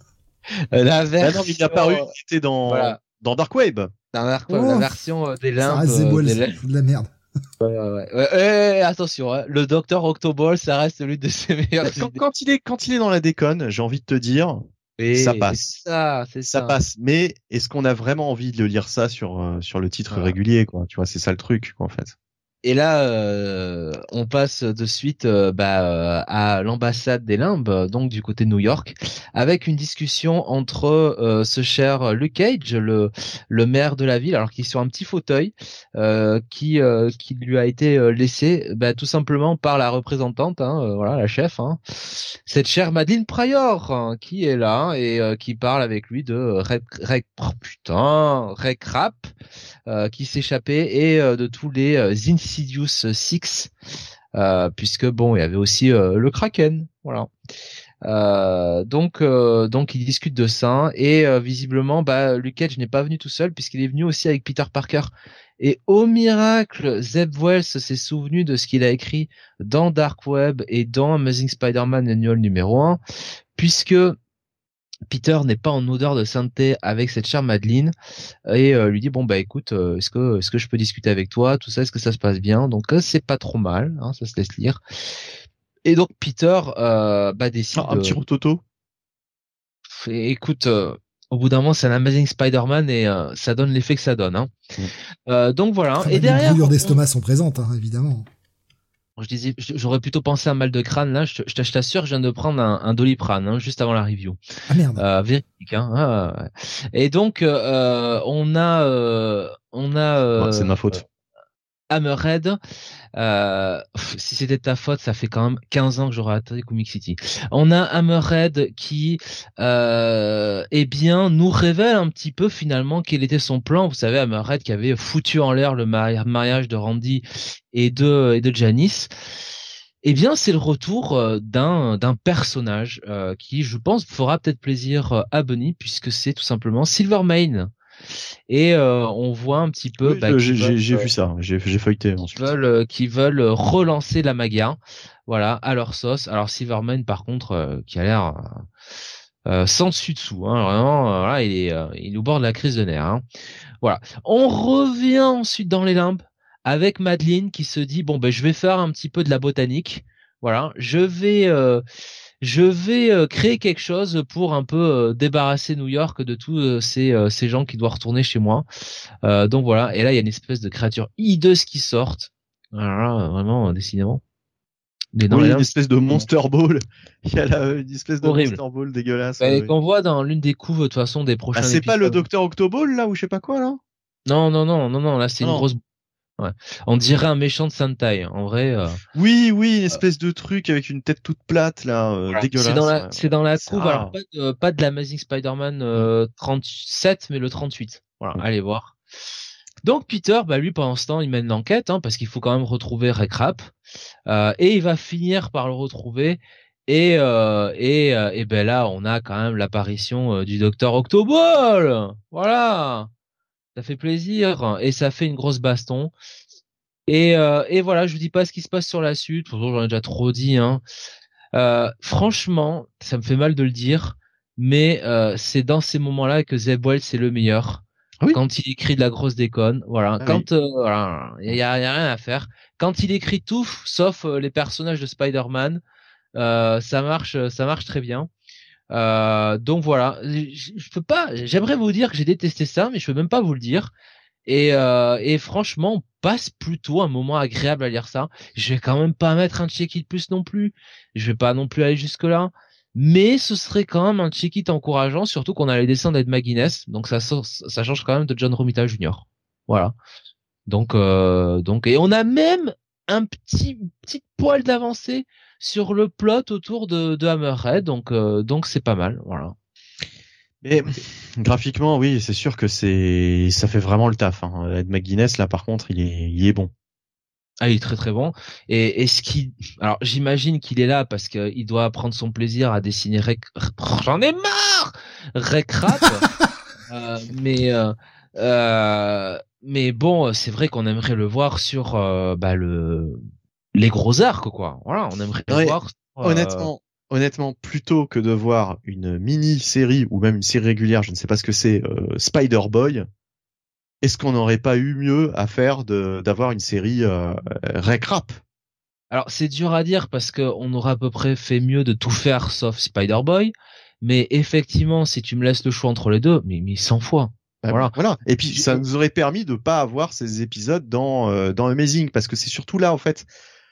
La version. Ah non, mais il est apparu, il était dans Voilà. dans Dark Web. La, Oh, la version euh, des Ça limbes. reste Zeb euh, Wells, des limbes. c'est de la merde. Ouais, ouais, ouais. Ouais, ouais, attention, hein, le docteur Octoball, ça reste l'une de ses meilleures Quand, idées. quand il est quand il est dans la déconne, j'ai envie de te dire, Et ça passe. C'est ça, c'est ça ça. passe. Mais est-ce qu'on a vraiment envie de lire ça sur euh, sur le titre Voilà. régulier, quoi? Tu vois, c'est ça le truc, quoi, en fait. Et là, euh, on passe de suite euh, bah, euh, à l'ambassade des Limbes, euh, donc du côté de New York, avec une discussion entre euh, ce cher Luke Cage, le le maire de la ville, alors qu'il est sur un petit fauteuil euh, qui euh, qui lui a été euh, laissé, bah, tout simplement par la représentante, hein, euh, voilà, la chef, hein, cette chère Madeleine Pryor, hein, qui est là et euh, qui parle avec lui de Rec, Rec, oh, putain, Rec Rap. Euh, qui s'échappait et euh, de tous les euh, Insidious Six, euh, puisque bon, il y avait aussi euh, le Kraken, voilà. Euh, donc, euh, donc ils discutent de ça et euh, visiblement, bah, Luke Cage n'est pas venu tout seul puisqu'il est venu aussi avec Peter Parker. Et au miracle, Zeb Wells s'est souvenu de ce qu'il a écrit dans Dark Web et dans Amazing Spider-Man Annual numéro un, puisque Peter n'est pas en odeur de sainteté avec cette chère Madeleine et euh, lui dit bon bah écoute euh, est-ce que est-ce que je peux discuter avec toi, tout ça, est-ce que ça se passe bien, donc euh, c'est pas trop mal, hein, ça se laisse lire. Et donc Peter euh, bah décide Ah, un petit rototo. de... écoute euh, au bout d'un moment c'est un Amazing Spider-Man et euh, ça donne l'effet que ça donne, hein. Mmh. Euh, donc voilà. Enfin, et les derrière brûlures on... d'estomac sont présentes, hein, évidemment. Je disais, j'aurais plutôt pensé à un mal de crâne là. Je, je t'assure, je viens de prendre un, un Doliprane hein, juste avant la review. Ah merde. Euh, véridique. Hein. Ah, ouais. Et donc euh, on a, euh, on a. Euh, ouais, c'est de ma faute. Hammerhead. Euh, si c'était ta faute, ça fait quand même quinze ans que j'aurais atterri Comic City. On a Hammerhead qui, euh, eh bien, nous révèle un petit peu finalement quel était son plan. Vous savez, Hammerhead qui avait foutu en l'air le mari- mariage de Randy et de et de Janice. Eh bien, c'est le retour d'un d'un personnage euh, qui, je pense, fera peut-être plaisir à Bunny puisque c'est tout simplement Silvermane. Et euh, on voit un petit peu oui, bah, j'ai, veulent, j'ai vu ça, j'ai, j'ai feuilleté qui ensuite. veulent, euh, qui veulent relancer la Maga, voilà, à leur sauce. Alors Silverman par contre euh, qui a l'air euh, euh, sans dessus dessous, hein, vraiment, euh, voilà, il est euh, il nous borde la crise de nerfs, hein. Voilà. On revient ensuite dans les limbes avec Madeleine qui se dit bon ben je vais faire un petit peu de la botanique, voilà, je vais euh, je vais euh, créer quelque chose pour un peu euh, débarrasser New York de tous euh, ces euh, ces gens qui doivent retourner chez moi. Euh, donc voilà, et là il y a une espèce de créature hideuse qui sortent. Voilà, vraiment, décidément. Mais oui, une espèce de Monster Ball. Il y a là, une espèce de horrible. Monster Ball dégueulasse. Bah, oui. Qu'on voit dans l'une des couves de toute façon des prochains. Ah, c'est épisodes. Pas le Docteur Octoball là ou je sais pas quoi là. Non non non non non là c'est ah, une non. grosse. Ouais. On dirait un méchant de Sentai, en vrai. Euh... Oui, oui, une espèce de truc avec une tête toute plate là, euh, voilà. dégueulasse. C'est dans la, ouais. c'est dans la couve, ah. alors pas de, pas de l'Amazing Spider-Man euh, trente-sept, mais le trente-huit. Voilà, mmh. Allez voir. Donc Peter, bah lui pendant ce temps, il mène l'enquête hein, parce qu'il faut quand même retrouver Ray Crap euh, et il va finir par le retrouver et euh, et euh, et ben là on a quand même l'apparition euh, du docteur Octoball. Voilà, ça fait plaisir et ça fait une grosse baston. Et euh, et voilà, je vous dis pas ce qui se passe sur la suite. Pourtant j'en ai déjà trop dit. Hein. Euh, franchement, ça me fait mal de le dire, mais euh, c'est dans ces moments-là que Zeb Wells c'est le meilleur. Oui. Quand il écrit de la grosse déconne, voilà. Ah Quand oui. euh, voilà, il y a, y a rien à faire. Quand il écrit tout, sauf euh, les personnages de Spider-Man, euh, ça marche, ça marche très bien. Euh, donc voilà, je, je peux pas. J'aimerais vous dire que j'ai détesté ça, mais je peux même pas vous le dire. Et, euh, et franchement, on passe plutôt un moment agréable à lire ça. Je vais quand même pas mettre un check-it plus non plus. Je vais pas non plus aller jusque là. Mais ce serait quand même un check-it encourageant, surtout qu'on a les dessins d'Ed McGuinness. Donc ça, ça change quand même de John Romita Junior Voilà. Donc, euh, donc, et on a même un petit, petit poil d'avancée sur le plot autour de, de Hammerhead. Donc, euh, donc c'est pas mal. Voilà. Mais graphiquement, oui, c'est sûr que c'est, ça fait vraiment le taf. Hein. Ed McGuinness, là, par contre, il est, il est bon. Ah, il est très très bon. Et est-ce qu'il, alors j'imagine qu'il est là parce qu'il doit prendre son plaisir à dessiner Rec... J'en ai marre, Rec Rap. euh, mais euh, euh, mais bon, c'est vrai qu'on aimerait le voir sur euh, bah le les gros arcs quoi. Voilà, on aimerait le Ouais, voir. Sur, euh... Honnêtement. Honnêtement, plutôt que de voir une mini-série ou même une série régulière, je ne sais pas ce que c'est, euh, Spider-Boy, est-ce qu'on n'aurait pas eu mieux à faire de d'avoir une série euh, Rec-Rap? Alors c'est dur à dire parce que on aurait à peu près fait mieux de tout faire sauf Spider-Boy, mais effectivement, si tu me laisses le choix entre les deux, mais mais cent fois. Bah, voilà. Voilà. Et puis ça nous aurait permis de pas avoir ces épisodes dans euh, dans Amazing parce que c'est surtout là en fait.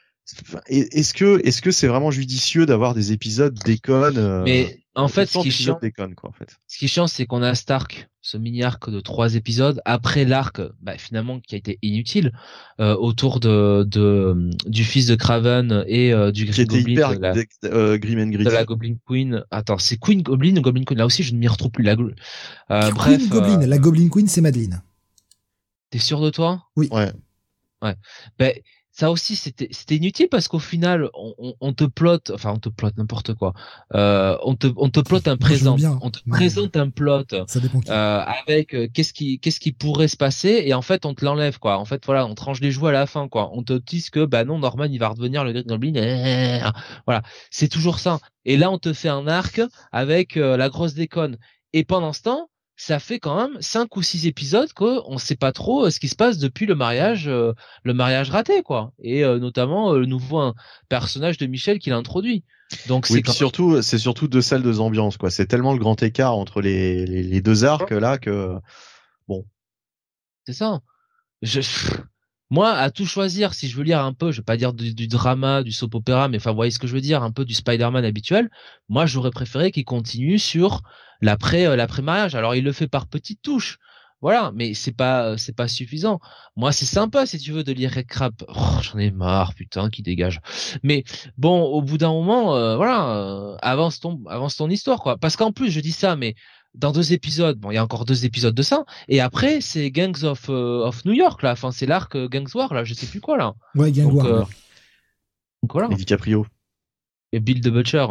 Est-ce que est-ce que c'est vraiment judicieux d'avoir des épisodes déconnes euh, Mais en fait, ce qui est chiant, déconne, quoi, en fait. Ce qui est chiant, c'est qu'on a Stark, ce mini arc de trois épisodes après l'arc, bah, finalement qui a été inutile euh, autour de, de du fils de Kraven et euh, du Green Goblin, hyper de la, euh, Grim and Gritty. de la Goblin Queen. Attends, c'est Queen Goblin ou Goblin Queen? Là aussi, je ne m'y retrouve plus. La euh, Queen bref, Goblin, euh, la Goblin Queen, c'est Madeleine. T'es sûr de toi? Oui. Ouais. Ouais. Ben ça aussi c'était c'était inutile parce qu'au final on, on, on te plotte, enfin on te plotte n'importe quoi. Euh, on te on te plotte un présent, bien, on te présente un plot ça dépend qui. Euh, avec euh, qu'est-ce qui qu'est-ce qui pourrait se passer et en fait on te l'enlève quoi. En fait voilà, on tranche les joues à la fin quoi. On te dit que bah non Norman il va redevenir le Green Goblin. Voilà, c'est toujours ça. Et là on te fait un arc avec euh, la grosse déconne. Et pendant ce temps ça fait quand même cinq ou six épisodes qu'on sait pas trop ce qui se passe depuis le mariage, euh, le mariage raté, quoi. Et euh, notamment euh, le nouveau un, personnage de Michel qu'il a introduit. Donc oui, c'est quand surtout, même... c'est surtout deux salles, deux ambiances, quoi. C'est tellement le grand écart entre les, les, les deux arcs là que bon. C'est ça. Je... Moi, à tout choisir, si je veux lire un peu, je vais pas dire du, du drama, du soap opéra, mais enfin, vous voyez ce que je veux dire, un peu du Spider-Man habituel. Moi, j'aurais préféré qu'il continue sur l'après, euh, l'après-mariage. Alors, il le fait par petites touches. Voilà, mais c'est pas, c'est pas suffisant. Moi, c'est sympa, si tu veux, de lire Red Crap. Oh, j'en ai marre, putain, qui dégage. Mais bon, au bout d'un moment, euh, voilà, euh, avance ton, avance ton histoire, quoi. Parce qu'en plus, je dis ça, mais dans deux épisodes, bon, il y a encore deux épisodes de ça, et après, c'est Gangs of, euh, of New York, là. Enfin, c'est l'arc euh, Gangs War, là, je sais plus quoi, là. Ouais, Gang donc, War. euh, Ouais. donc voilà. Et DiCaprio. Et Bill the Butcher.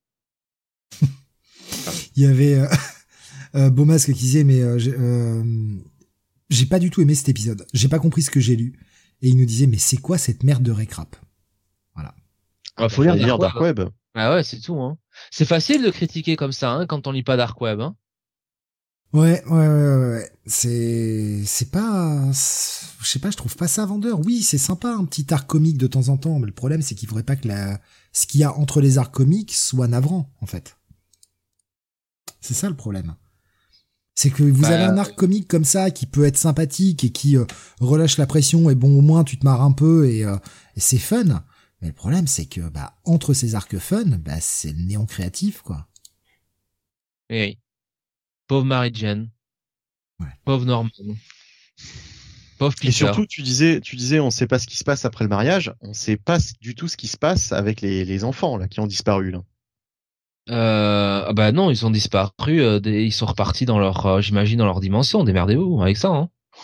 Il y avait euh, euh, Beaumasque qui disait, mais euh, j'ai, euh, j'ai pas du tout aimé cet épisode. J'ai pas compris ce que j'ai lu. Et il nous disait, mais c'est quoi cette merde de récrap? Voilà. Ah, faut lire Dark, Dark Web. Web. Ah ouais, c'est tout, hein. C'est facile de critiquer comme ça, hein, quand on lit pas Dark Web, hein. Ouais, ouais, ouais, ouais. C'est, c'est pas, je sais pas, je trouve pas ça vendeur. Oui, c'est sympa, un petit arc comique de temps en temps, mais le problème, c'est qu'il faudrait pas que la, ce qu'il y a entre les arcs comiques soit navrant, en fait. C'est ça le problème. C'est que vous bah, avez un arc comique comme ça qui peut être sympathique et qui euh, relâche la pression et bon, au moins, tu te marres un peu et, euh, et c'est fun. Mais le problème, c'est que, bah, entre ces arcs fun, bah, c'est le néant créatif, quoi. Oui. Pauvre Mary-Jane. Ouais. Pauvre Norman. Pauvre Peter. Et surtout, tu disais, tu disais, on sait pas ce qui se passe après le mariage. On sait pas du tout ce qui se passe avec les, les enfants, là, qui ont disparu, là. Euh, bah non, ils ont disparu, euh, des, ils sont repartis dans leur, euh, j'imagine, dans leur dimension. Démerdez-vous avec ça, hein.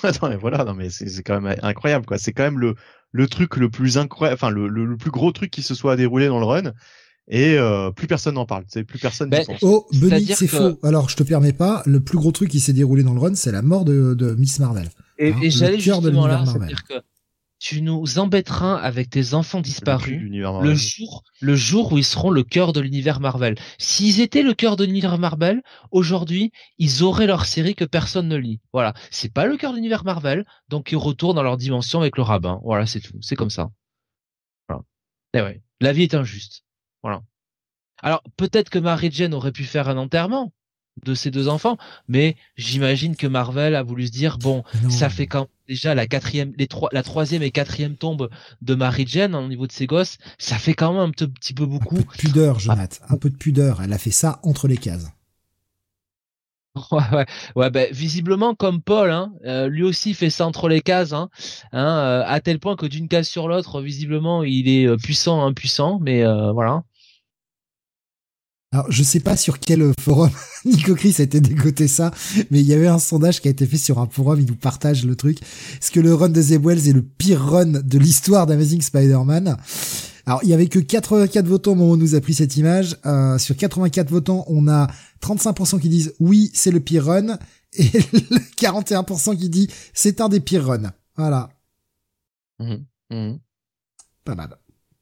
Attends, mais voilà, non mais c'est, c'est quand même incroyable, quoi. C'est quand même le le truc le plus incroyable, enfin le, le le plus gros truc qui se soit déroulé dans le run. Et euh, plus personne n'en parle, c'est plus personne n'y Ben, pense. Oh, Benny, c'est que- faux. Alors, je te permets pas. Le plus gros truc qui s'est déroulé dans le run, c'est la mort de, de Miss Marvel. Et, Hein, et le j'allais cœur de justement là, l'univers Marvel. c'est-à-dire que tu nous embêteras avec tes enfants Le plus disparus d'univers le Marvel. jour, le jour où ils seront le cœur de l'univers Marvel. S'ils étaient le cœur de l'univers Marvel, aujourd'hui, ils auraient leur série que personne ne lit. Voilà. C'est pas le cœur de l'univers Marvel, donc ils retournent dans leur dimension avec le rabbin. Voilà, c'est tout. C'est comme ça. Voilà. Et ouais. La vie est injuste. Voilà. Alors, peut-être que Mary Jane aurait pu faire un enterrement de ses deux enfants, mais j'imagine que Marvel a voulu se dire, bon, Mais non. ça fait quand déjà la quatrième, les trois, la troisième et quatrième tombe de Mary Jane au niveau de ses gosses, ça fait quand même un petit, petit peu Un beaucoup. peu de pudeur, Jonathan. Un peu de pudeur. Elle a fait ça entre les cases. Ouais, ouais, ouais, ben visiblement comme Paul, hein, euh, lui aussi fait ça entre les cases, hein, hein, euh, à tel point que d'une case sur l'autre, visiblement, il est euh, puissant, impuissant, mais euh, voilà. Alors, je sais pas sur quel forum Nico Chris a été dégoté ça, mais il y avait un sondage qui a été fait sur un forum, il nous partage le truc. Est-ce que le run de Zeb Wells est le pire run de l'histoire d'Amazing Spider-Man? Alors, il y avait que quatre-vingt-quatre votants au moment où on nous a pris cette image. Euh, sur quatre-vingt-quatre votants, on a trente-cinq pour cent qui disent oui, c'est le pire run, et quarante et un pour cent qui dit c'est un des pires runs. Voilà. Mmh. Mmh. Pas mal.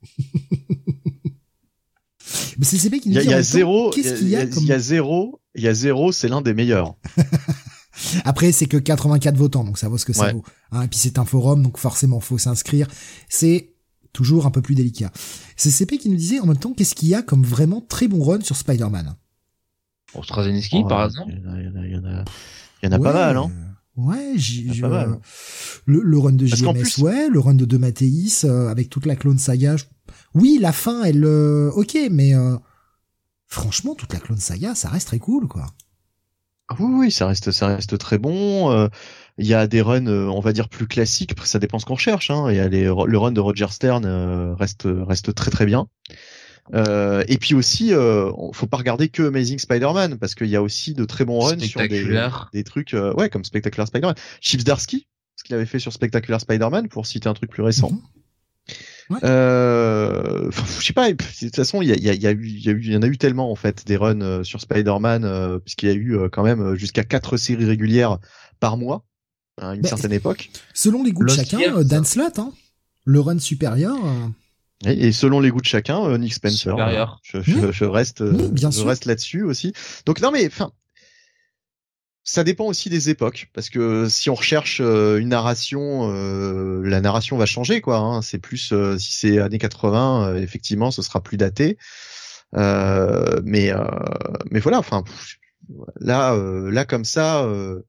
Mais c'est C P qui Il nous y a, dit il y en a même temps, zéro, il y qu'est-ce a, qu'il y a il comme... y a zéro, il y a zéro, c'est l'un des meilleurs. Après, c'est que quatre-vingt-quatre votants, donc ça vaut ce que ça Ouais. vaut. Hein, et puis c'est un forum, donc forcément, faut s'inscrire. C'est toujours un peu plus délicat. C'est C P qui nous disait en même temps, qu'est-ce qu'il y a comme vraiment très bon run sur Spider-Man? Pour Straczynski, Oh, par exemple. Il y en a, il y en a, il y en a, il y en a Ouais, pas mal, hein. euh, Ouais, j'ai, Il y en a je- pas mal. Le, le run de Parce qu'en J M S, plus- ouais, le run de De Matteis, euh, avec toute la Clone Saga. je- Oui, la fin, elle, euh, ok, mais euh, franchement, toute la Clone Saga, ça reste très cool, quoi. Ah oui, oui, ça reste, ça reste très bon. Euh, Il y a des runs, euh, on va dire plus classiques. Après, ça dépend ce qu'on recherche. Hein. Il y a les, le run de Roger Stern euh, reste, reste très très bien. Euh, et puis aussi, euh, faut pas regarder que Amazing Spider-Man parce qu'il y a aussi de très bons runs sur des, Spectaculaire. des trucs, euh, ouais, comme Spectacular Spider-Man. Chips Darsky, ce qu'il avait fait sur Spectacular Spider-Man, pour citer un truc plus récent. Mhm. Ouais. Euh, enfin, je sais pas. De toute façon, il y a, il y a, il y a eu, il y a eu, il y en a eu tellement en fait des runs euh, sur Spider-Man, euh, puisqu'il y a eu euh, quand même jusqu'à quatre séries régulières par mois à une Bah, certaine époque. Selon les goûts de Lost chacun, Years. euh, Dan Slott, hein, le run supérieur, euh, Et, et selon les goûts de chacun, euh, Nick Spencer. Supérieur. euh, Je, je, Oui. je reste, euh, Oui, bien je sûr. reste là-dessus aussi. Donc non, mais enfin, ça dépend aussi des époques, parce que si on recherche euh, une narration, euh, la narration va changer, quoi. Hein. C'est plus euh, si c'est années quatre-vingts, euh, effectivement, ce sera plus daté. Euh, mais euh, mais voilà, enfin pff, là euh, là comme ça. Euh,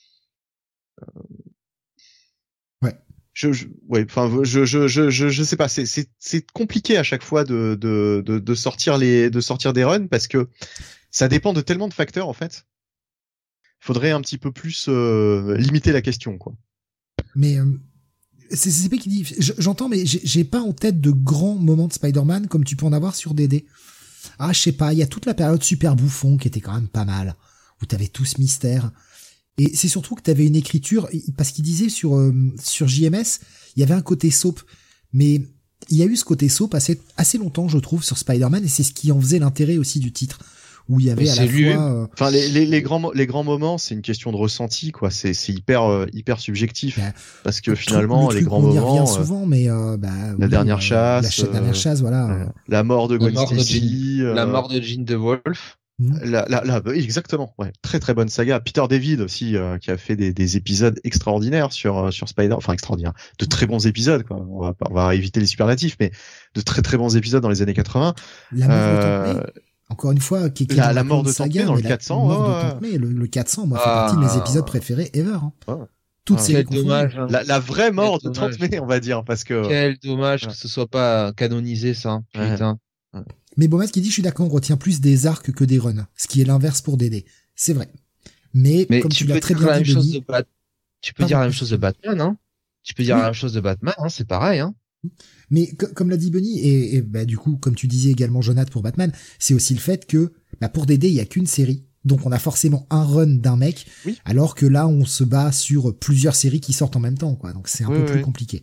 Ouais. Je, je ouais, enfin je je je je je sais pas, c'est c'est c'est compliqué à chaque fois de de de de sortir les de sortir des runs parce que ça dépend de tellement de facteurs en fait. Faudrait un petit peu plus euh, limiter la question, quoi. mais euh, c'est C P qui dit, j- j'entends, mais j'ai j'ai pas en tête de grands moments de Spider-Man comme tu peux en avoir sur D D. Ah, je sais pas, il y a toute la période super bouffon qui était quand même pas mal, où t'avais tout ce mystère. Et c'est surtout que t'avais une écriture, parce qu'il disait sur euh, sur J M S, il y avait un côté soap, mais il y a eu ce côté soap assez assez longtemps, je trouve, sur Spider-Man, et c'est ce qui en faisait l'intérêt aussi du titre, où il y avait Mais à la c'est lui. fois euh, Enfin les les les grands mo- les grands moments, c'est une question de ressenti, quoi. C'est c'est hyper euh, hyper subjectif Bah, parce que le truc- finalement le les truc grands où on y moments, revient euh, souvent, mais euh, bah, la oui, dernière euh, chasse, la, cha- dernière euh, chasse, voilà. euh, la mort de La Gwen mort de Stacy, La euh, mort de Jean DeWolf. La, la, la, bah, exactement, ouais, très très bonne saga. Peter David aussi, euh, qui a fait des, des épisodes extraordinaires sur euh, sur Spider, enfin extraordinaires, de très bons épisodes, quoi. On va pas- on va éviter les superlatifs, mais de très très bons épisodes dans les années quatre-vingts. La mort de Euh, Tante May, encore une fois, qui, qui est la- dans la mort Clone de Tante Saga, May dans mais le la quatre cents, mort ouais, de Tante ouais. May, le, le quatre cents, moi, fait Ah. partie de mes épisodes préférés ever. Hein. Ouais. Toutes Ah, ces Quel dommage. hein. La, la vraie mort Quel de Tante dommage. May, on va dire, parce que Quel dommage Ouais. que ce soit pas canonisé, ça. Ouais. Putain. Mais Bomas qui dit, je suis d'accord, on retient plus des arcs que des runs, ce qui est l'inverse pour D D. C'est vrai. Mais, Mais comme tu tu, l'as peux très dire la bien même dit, chose Denis, de Bat- Tu peux Pardon, dire la même chose de excuse-moi. Batman, hein. Tu peux dire Oui. la même chose de Batman, hein. C'est pareil, hein. mais co- comme l'a dit Benny, et, et bah, du coup, comme tu disais également, Jonathan, pour Batman, c'est aussi le fait que bah, pour D D, il y a qu'une série. Donc on a forcément un run d'un mec, oui. alors que là on se bat sur plusieurs séries qui sortent en même temps, quoi. Donc c'est un oui, peu oui. plus compliqué.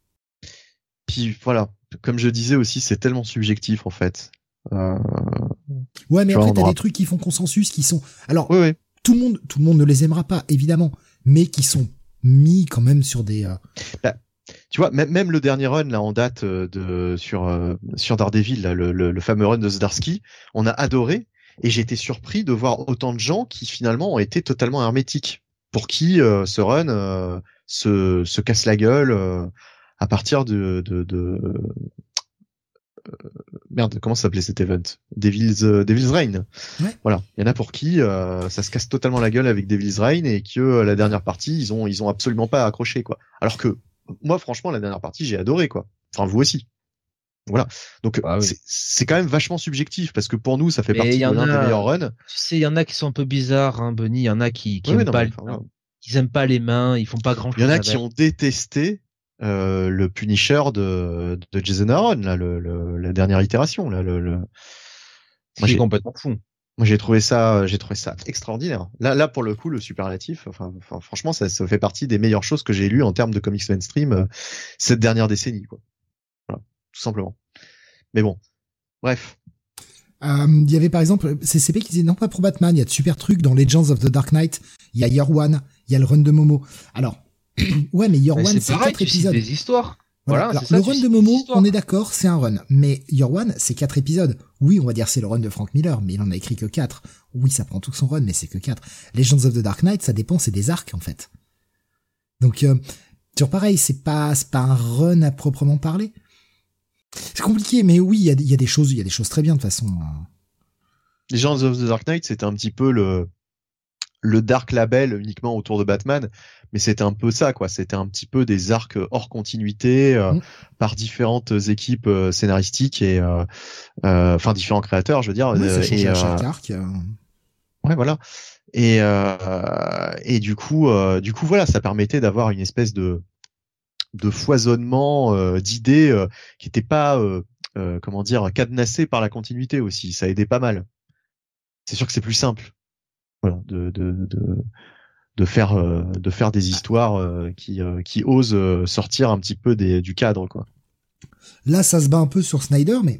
Puis voilà, comme je disais aussi, c'est tellement subjectif en fait. Euh... Ouais, mais après t'as aura... des trucs qui font consensus, qui sont. Alors oui, oui. tout le monde, tout le monde ne les aimera pas, évidemment, mais qui sont mis quand même sur des. Euh... Bah, tu vois, même, même le dernier run là en date de sur euh, sur Daredevil, là, le, le, le fameux run de Zdarsky, on a adoré. Et j'ai été surpris de voir autant de gens qui finalement ont été totalement hermétiques, pour qui euh, ce run euh, se, se casse la gueule euh, à partir de, de, de... Euh, merde, comment ça s'appelait cet event? Devil's, euh, Devil's Reign. Ouais. Voilà, il y en a pour qui euh, ça se casse totalement la gueule avec Devil's Reign et que euh, la dernière partie ils ont ils ont absolument pas accroché quoi. Alors que moi franchement la dernière partie j'ai adoré quoi. Enfin vous aussi. Voilà. Donc ah, oui. c'est, c'est quand même vachement subjectif parce que pour nous ça fait Mais partie de l'un a... des meilleurs runs. Tu sais, il y en a qui sont un peu bizarres, hein, Benny. Il y en a qui, qui oui, aiment non, pas, mais, les... enfin, ils aiment pas les mains, ils font pas grand chose. Il y en a avec. qui ont détesté euh, le Punisher de, de Jason Aaron, là, le, le, la dernière itération, là, le. le... Moi, j'ai complètement fou. Moi, j'ai trouvé ça, j'ai trouvé ça extraordinaire. Là, là, pour le coup, le superlatif, enfin, enfin franchement, ça, ça fait partie des meilleures choses que j'ai lues en termes de comics mainstream euh, cette dernière décennie, quoi. Voilà, tout simplement. Mais bon, bref. Il euh, y avait par exemple C C P qui disait non pas pour Batman, il y a de super trucs dans Legends of the Dark Knight, il y a Year One, il y a le run de Momo. Alors ouais mais Year mais One c'est, c'est pareil, quatre épisodes. Des histoires. Voilà. Voilà, alors, c'est ça, le run tu de Momo, on est d'accord, c'est un run, mais Year One c'est quatre épisodes. Oui, on va dire c'est le run de Frank Miller, mais il en a écrit que quatre. Oui, ça prend tout son run, mais c'est que quatre. Legends of the Dark Knight, ça dépend, c'est des arcs en fait. Donc euh, toujours pareil, c'est pas c'est pas un run à proprement parler. C'est compliqué, mais oui, il y a, y a des choses, il y a des choses très bien de toute façon. Legends of the Dark Knight, c'était un petit peu le le Dark Label uniquement autour de Batman, mais c'était un peu ça, quoi. C'était un petit peu des arcs hors continuité euh, mmh. par différentes équipes euh, scénaristiques et euh, euh, enfin différents créateurs, je veux dire. Ouais, ça et à euh, chaque arc. Euh... Ouais, voilà. Et euh, et du coup, euh, du coup, voilà, ça permettait d'avoir une espèce de de foisonnement euh, d'idées euh, qui n'était pas euh, euh, comment dire cadenassé par la continuité aussi. Ça aidait pas mal. C'est sûr que c'est plus simple. Voilà, de de de de faire euh, de faire des histoires euh, qui euh, qui osent euh, sortir un petit peu des du cadre quoi. Là, ça se bat un peu sur Snyder, mais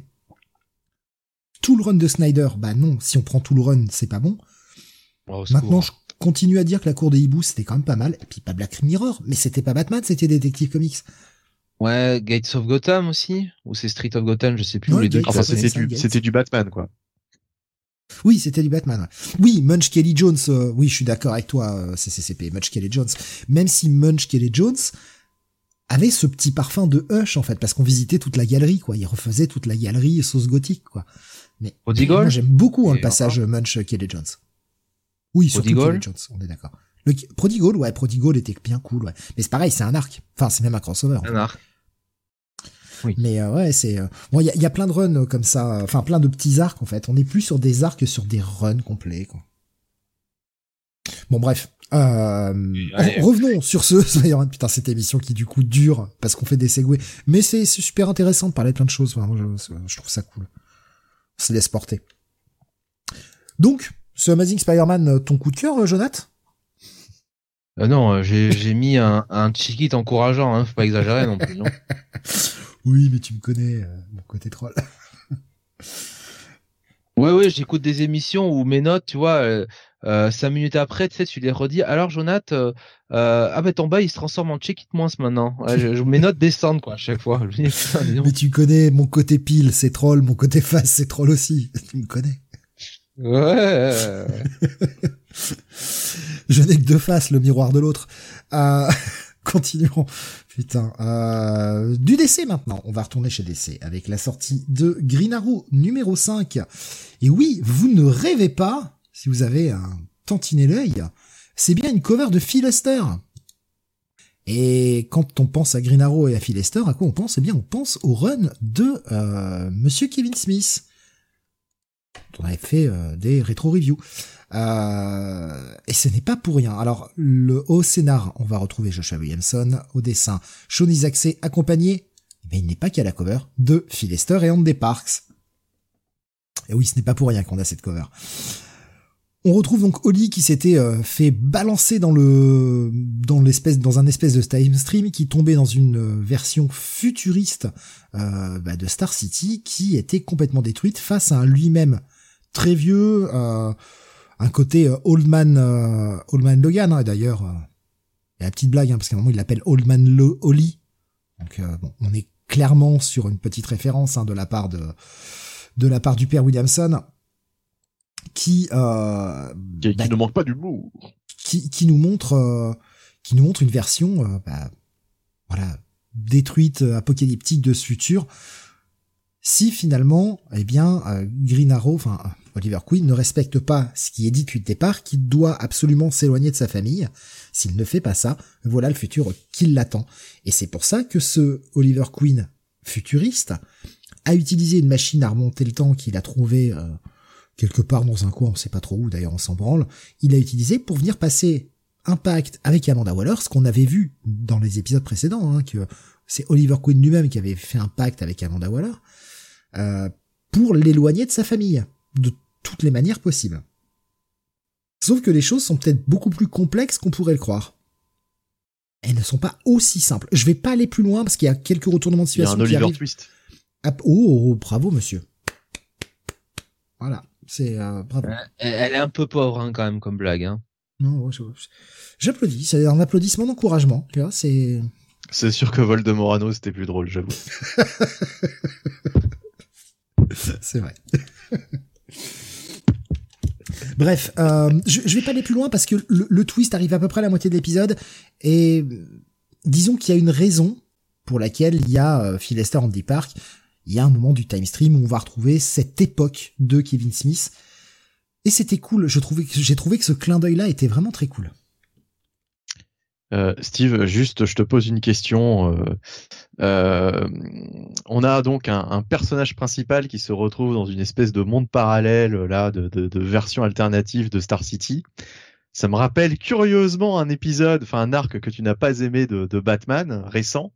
tout le run de Snyder, bah non, si on prend tout le run, c'est pas bon. Oh, Maintenant, je continue à dire que la cour des hiboux, c'était quand même pas mal. Et puis pas Black Mirror, mais c'était pas Batman, c'était Detective Comics. Ouais, Gates of Gotham aussi, ou c'est Street of Gotham, je sais plus. Ouais, les deux. Gates, enfin, c'était ça, du Gates. c'était du Batman quoi. Oui, c'était du Batman. Ouais. Oui, Munch Kelly Jones. Euh, oui, je suis d'accord avec toi, euh, C C C P. Munch Kelly Jones. Même si Munch Kelly Jones avait ce petit parfum de Hush en fait, parce qu'on visitait toute la galerie, quoi. Il refaisait toute la galerie sauce gothique, quoi. Mais Prodigal, moi, j'aime beaucoup hein, le Et passage encore. Munch Kelly Jones. Oui, surtout Prodigal. Kelly Jones. On est d'accord. Le Prodigal, ouais, Prodigal était bien cool, ouais. Mais c'est pareil, c'est un arc. Enfin, c'est même un crossover. En fait. Un arc. Oui. Mais euh, ouais, c'est euh... bon. Il y a, y a plein de runs comme ça, enfin plein de petits arcs en fait. On est plus sur des arcs que sur des runs complets, quoi. Bon bref, euh... Allez. revenons sur ce Spider-Man. Putain, cette émission qui du coup dure parce qu'on fait des segways, mais c'est, c'est super intéressant de parler de plein de choses. Enfin, moi, je, je trouve ça cool. On se laisse porter. Donc, ce Amazing Spider-Man, ton coup de cœur, Jonathan? Euh, non, j'ai, j'ai mis un, un cheat encourageant, hein, faut pas exagérer non plus. Non. Oui, mais tu me connais, euh, mon côté troll. Ouais, ouais, j'écoute des émissions où mes notes, tu vois, euh, euh, cinq minutes après, tu sais, tu les redis. Alors, Jonathan, euh, euh, ah ben ton bail, il se transforme en check it moins maintenant. Ouais, je, je, mes notes descendent, quoi, à chaque fois. Je dis, putain, dis donc. Mais tu connais mon côté pile, c'est troll, mon côté face, c'est troll aussi. Tu me connais. Ouais. Je n'ai que deux faces, le miroir de l'autre. Euh, continuons. Putain. Euh, du D C maintenant. On va retourner chez D C avec la sortie de Green Arrow numéro cinq. Et oui, vous ne rêvez pas, si vous avez un tantinet l'œil, c'est bien une cover de Phil Lester. Et quand on pense à Green Arrow et à Phil Lester, à quoi on pense? Eh bien, on pense au run de euh, Monsieur Kevin Smith. On avait fait euh, des rétro-reviews. Euh, et ce n'est pas pour rien. Alors, le, au scénar, on va retrouver Joshua Williamson. Au dessin, Sean Isaacson, accompagné, mais il n'est pas qu'à la cover, de Phil Lester et Andy Parks. Et oui, ce n'est pas pour rien qu'on a cette cover. On retrouve donc Oli qui s'était euh, fait balancer dans le dans l'espèce dans un espèce de time stream qui tombait dans une euh, version futuriste euh, bah, de Star City qui était complètement détruite face à un lui-même très vieux, euh, un côté euh, Old Man euh, Old Man Logan hein, d'ailleurs. Euh, il y a la petite blague hein, parce qu'à un moment il l'appelle Old Man Lo- Oli. Donc euh, bon, on est clairement sur une petite référence hein, de la part de de la part du père Williamson. Qui, euh, qui, bah, qui ne manque pas d'humour, qui, qui nous montre, euh, qui nous montre une version, euh, bah, voilà, détruite, apocalyptique de ce futur. Si finalement, eh bien, euh, Green Arrow, enfin Oliver Queen, ne respecte pas ce qui est dit depuis le départ, qu'il doit absolument s'éloigner de sa famille. S'il ne fait pas ça, voilà le futur qui l'attend. Et c'est pour ça que ce Oliver Queen futuriste a utilisé une machine à remonter le temps qu'il a trouvé euh, quelque part dans un coin, on sait pas trop où, d'ailleurs on s'en branle, il a utilisé pour venir passer un pacte avec Amanda Waller, ce qu'on avait vu dans les épisodes précédents, hein, que c'est Oliver Queen lui-même qui avait fait un pacte avec Amanda Waller, euh, pour l'éloigner de sa famille, de toutes les manières possibles. Sauf que les choses sont peut-être beaucoup plus complexes qu'on pourrait le croire. Elles ne sont pas aussi simples. Je vais pas aller plus loin parce qu'il y a quelques retournements de situation qui arrivent. Il y a un Oliver Twist. Ah, oh, oh, bravo monsieur. Voilà. C'est euh, bravo. Elle, elle est un peu pauvre hein, quand même comme blague. Hein. Non, je, je, j'applaudis. C'est un applaudissement d'encouragement. Tu vois, c'est. C'est sûr que Voldemorano c'était plus drôle, j'avoue. C'est vrai. Bref, euh, je, je vais pas aller plus loin parce que le, le twist arrive à peu près à la moitié de l'épisode et disons qu'il y a une raison pour laquelle il y a euh, Phil Lester Andy Park. Il y a un moment du time stream où on va retrouver cette époque de Kevin Smith. Et c'était cool. Je trouvais que, j'ai trouvé que ce clin d'œil-là était vraiment très cool. Euh, Steve, juste, je te pose une question. Euh, euh, on a donc un, un personnage principal qui se retrouve dans une espèce de monde parallèle, là, de, de, de version alternative de Star City. Ça me rappelle curieusement un épisode, enfin un arc que tu n'as pas aimé de, de Batman récent.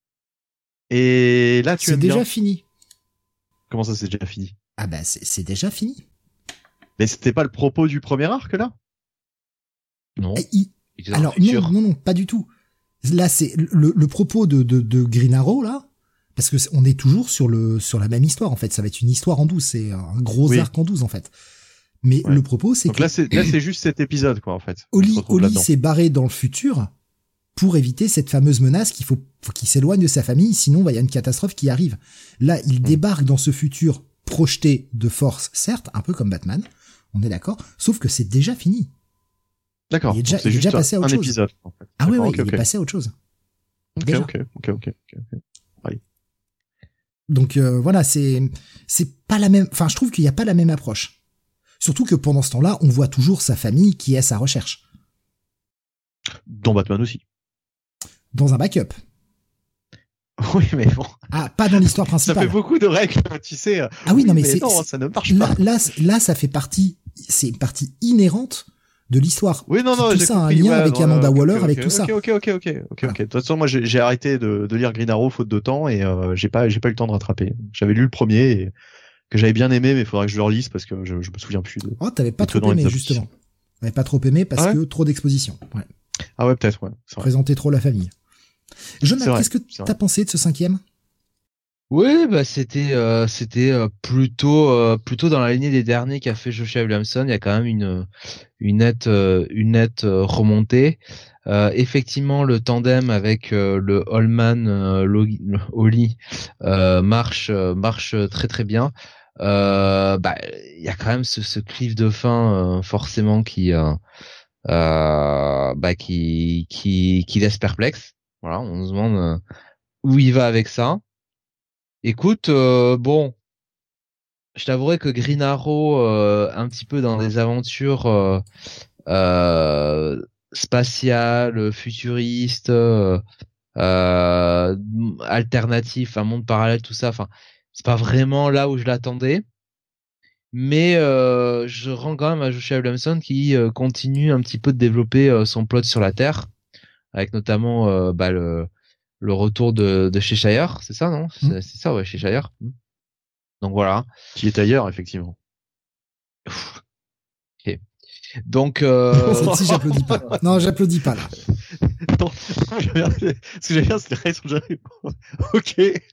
Et là, tu c'est déjà bien. fini. Comment ça, c'est déjà fini? Ah bah c'est, c'est déjà fini. Mais c'était pas le propos du premier arc là? Non. Et il... Alors non, non, non, pas du tout. Là, c'est le, le propos de, de, de Green Arrow là, parce que est, on est toujours sur le sur la même histoire en fait. Ça va être une histoire en douze, c'est un gros oui. arc en douze en fait. Mais ouais. le propos, c'est Donc que là, c'est là, c'est juste cet épisode quoi en fait. Oli, Oli s'est barré dans le futur pour éviter cette fameuse menace qu'il faut, faut qu'il s'éloigne de sa famille, sinon bah, il y a une catastrophe qui arrive. Là, il mmh. débarque dans ce futur projeté de force, certes, un peu comme Batman, on est d'accord, sauf que c'est déjà fini. D'accord. Il est déjà, c'est il est juste déjà passé à autre un chose. Épisode, en fait. Ah ouais, ouais, okay, il okay. est passé à autre chose. Ok, déjà. ok, ok, ok, ok. Oui. Donc euh, voilà, c'est c'est pas la même. Enfin, je trouve qu'il n'y a pas la même approche. Surtout que pendant ce temps-là, on voit toujours sa famille qui est à sa recherche. Dans Batman aussi. Dans un backup. Oui, mais bon. Ah, pas dans l'histoire principale. Ça fait beaucoup de règles, tu sais. Ah oui, oui non, mais, mais c'est, non, c'est ça ne marche là, pas. Là, là, ça fait partie, c'est une partie inhérente de l'histoire. Oui, non, non, tout j'ai ça a un compris, lien ouais, avec non, Amanda okay, Waller, okay, avec okay, tout ça. Ok, ok, ok, ok, ok, ok. De toute façon, moi, j'ai, j'ai arrêté de, de lire Green Arrow faute de temps et euh, j'ai pas, j'ai pas eu le temps de rattraper. J'avais lu le premier et que j'avais bien aimé, mais il faudrait que je le relise parce que je, je me souviens plus de. Oh, t'avais pas trop aimé justement. T'avais pas trop aimé parce ah ouais que trop d'exposition. Ouais. Ah ouais, peut-être, ouais. Présenter trop la famille. Jonathan, qu'est-ce que t'as vrai. pensé de ce cinquième? Oui, bah c'était euh, c'était euh, plutôt euh, plutôt dans la lignée des derniers qu'a fait Joshua Williamson. Il y a quand même une une nette euh, une nette euh, remontée. Euh, effectivement, le tandem avec euh, le Holman euh, Oli euh, marche euh, marche très très bien. Euh, bah il y a quand même ce, ce cliff de fin euh, forcément qui euh, euh, bah qui qui qui laisse perplexe. Voilà, on se demande euh, où il va avec ça. Écoute, euh, bon, je t'avouerai que Green Arrow, euh, un petit peu dans des aventures euh, euh, spatiales, futuristes, euh, euh, alternatifs, un monde parallèle, tout ça. Enfin, c'est pas vraiment là où je l'attendais, mais euh, je rends quand même à Joshua Williamson qui euh, continue un petit peu de développer euh, son plot sur la Terre, avec notamment euh, bah, le le retour de, de Cheshire, c'est ça, non? mmh. c'est, c'est ça, ouais, Cheshire. Mmh. Donc voilà. Qui est ailleurs, effectivement. Ok. Donc, euh... celle-ci, j'applaudis pas. Non, j'applaudis pas, là. Non, ce que j'aime bien, c'est que Ray Jerry. Ok.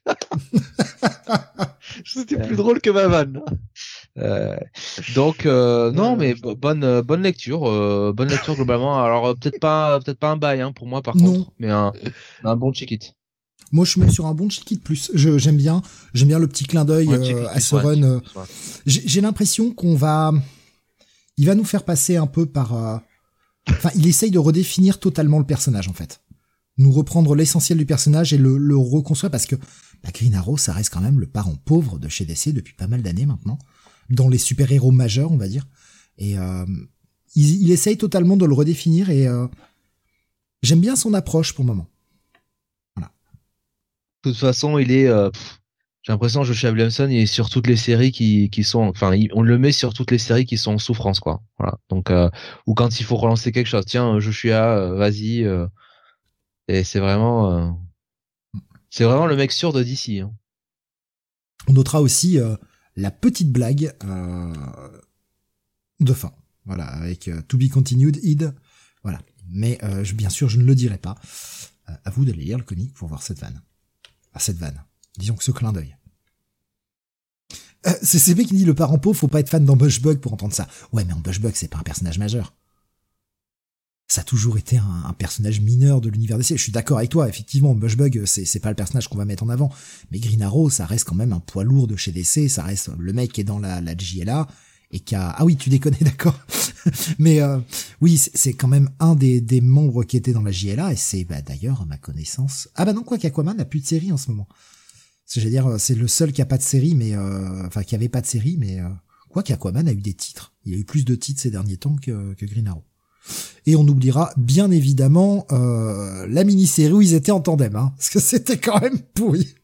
C'était plus drôle que ma vanne. Euh, donc euh, non, mais bonne bonne lecture, euh, bonne lecture globalement. Alors euh, peut-être pas peut-être pas un bail hein, pour moi par non. contre, mais un un bon check-it. Moi, je mets sur un bon check-it plus. Je, j'aime bien, j'aime bien le petit clin d'œil ouais, euh, à ce run. Euh, j'ai, j'ai l'impression qu'on va, il va nous faire passer un peu par. Euh... Enfin, il essaye de redéfinir totalement le personnage en fait, nous reprendre l'essentiel du personnage et le, le reconstruire parce que bah, Green Arrow, ça reste quand même le parent pauvre de chez D C depuis pas mal d'années maintenant, dans les super-héros majeurs, on va dire. Et euh, il, il essaye totalement de le redéfinir et euh, j'aime bien son approche pour le moment. De toute façon, il est, euh, pff, j'ai l'impression que Joshua Williamson, il est sur toutes les séries qui, qui sont, enfin, il, on le met sur toutes les séries qui sont en souffrance, quoi. Voilà. Donc, euh, ou quand il faut relancer quelque chose, tiens, Joshua, euh, vas-y. Euh, et c'est vraiment, euh, c'est vraiment le mec sûr de D C. Hein. On notera aussi euh, la petite blague euh, de fin, voilà, avec euh, To Be Continued, Id, voilà. Mais euh, je, bien sûr, je ne le dirai pas. Euh, à vous d'aller lire le comic pour voir cette vanne. À cette vanne. Disons que ce clin d'œil. Euh, c'est C B qui dit le parent pauvre, faut pas être fan d'Ambushbug pour entendre ça. Ouais, mais Ambushbug, c'est pas un personnage majeur. Ça a toujours été un, un personnage mineur de l'univers D C. Je suis d'accord avec toi, effectivement, Ambushbug, c'est, c'est pas le personnage qu'on va mettre en avant. Mais Green Arrow, ça reste quand même un poids lourd de chez D C, ça reste le mec qui est dans la, la J L A, et qui a... Ah oui, tu déconnes, d'accord. Mais euh, oui, c'est, c'est quand même un des, des membres qui était dans la J L A, et c'est bah, d'ailleurs, à ma connaissance... Ah bah non, quoi qu'Aquaman n'a plus de série en ce moment. C'est, je veux dire, c'est le seul qui a pas de série, mais... Euh, enfin, qui avait pas de série, mais... Euh, quoi qu'Aquaman a eu des titres. Il a eu plus de titres ces derniers temps que, que Green Arrow. Et on oubliera bien évidemment euh, la mini-série où ils étaient en tandem, hein, parce que c'était quand même pourri.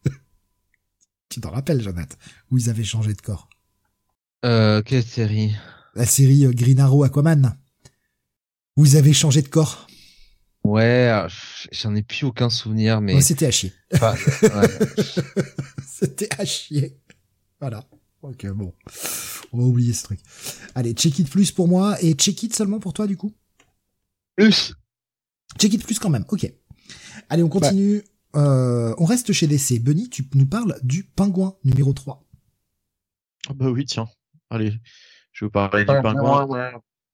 Tu t'en rappelles, Jonathan, où ils avaient changé de corps. Euh, quelle série? La série euh, Green Arrow Aquaman, où ils avaient changé de corps. Ouais, j'en ai plus aucun souvenir, mais... Ouais, c'était à chier. Enfin, ouais. C'était à chier. Voilà. Ok, bon. On va oublier ce truc. Allez, check it plus pour moi, et check it seulement pour toi, du coup? Plus. Check it plus quand même, ok. Allez, on continue. Bah. Euh, on reste chez D C. Benny, tu nous parles du Pingouin numéro trois. Ah bah oui, tiens. Allez, je vais vous parler du Pingouin. Oula.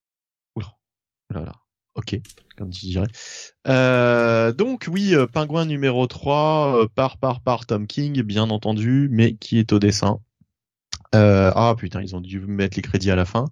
Oula là. Ok, comme tu dirais. Euh, donc oui, euh, Pingouin numéro trois, euh, par par par Tom King, bien entendu, mais qui est au dessin. Euh, ah putain, ils ont dû mettre les crédits à la fin.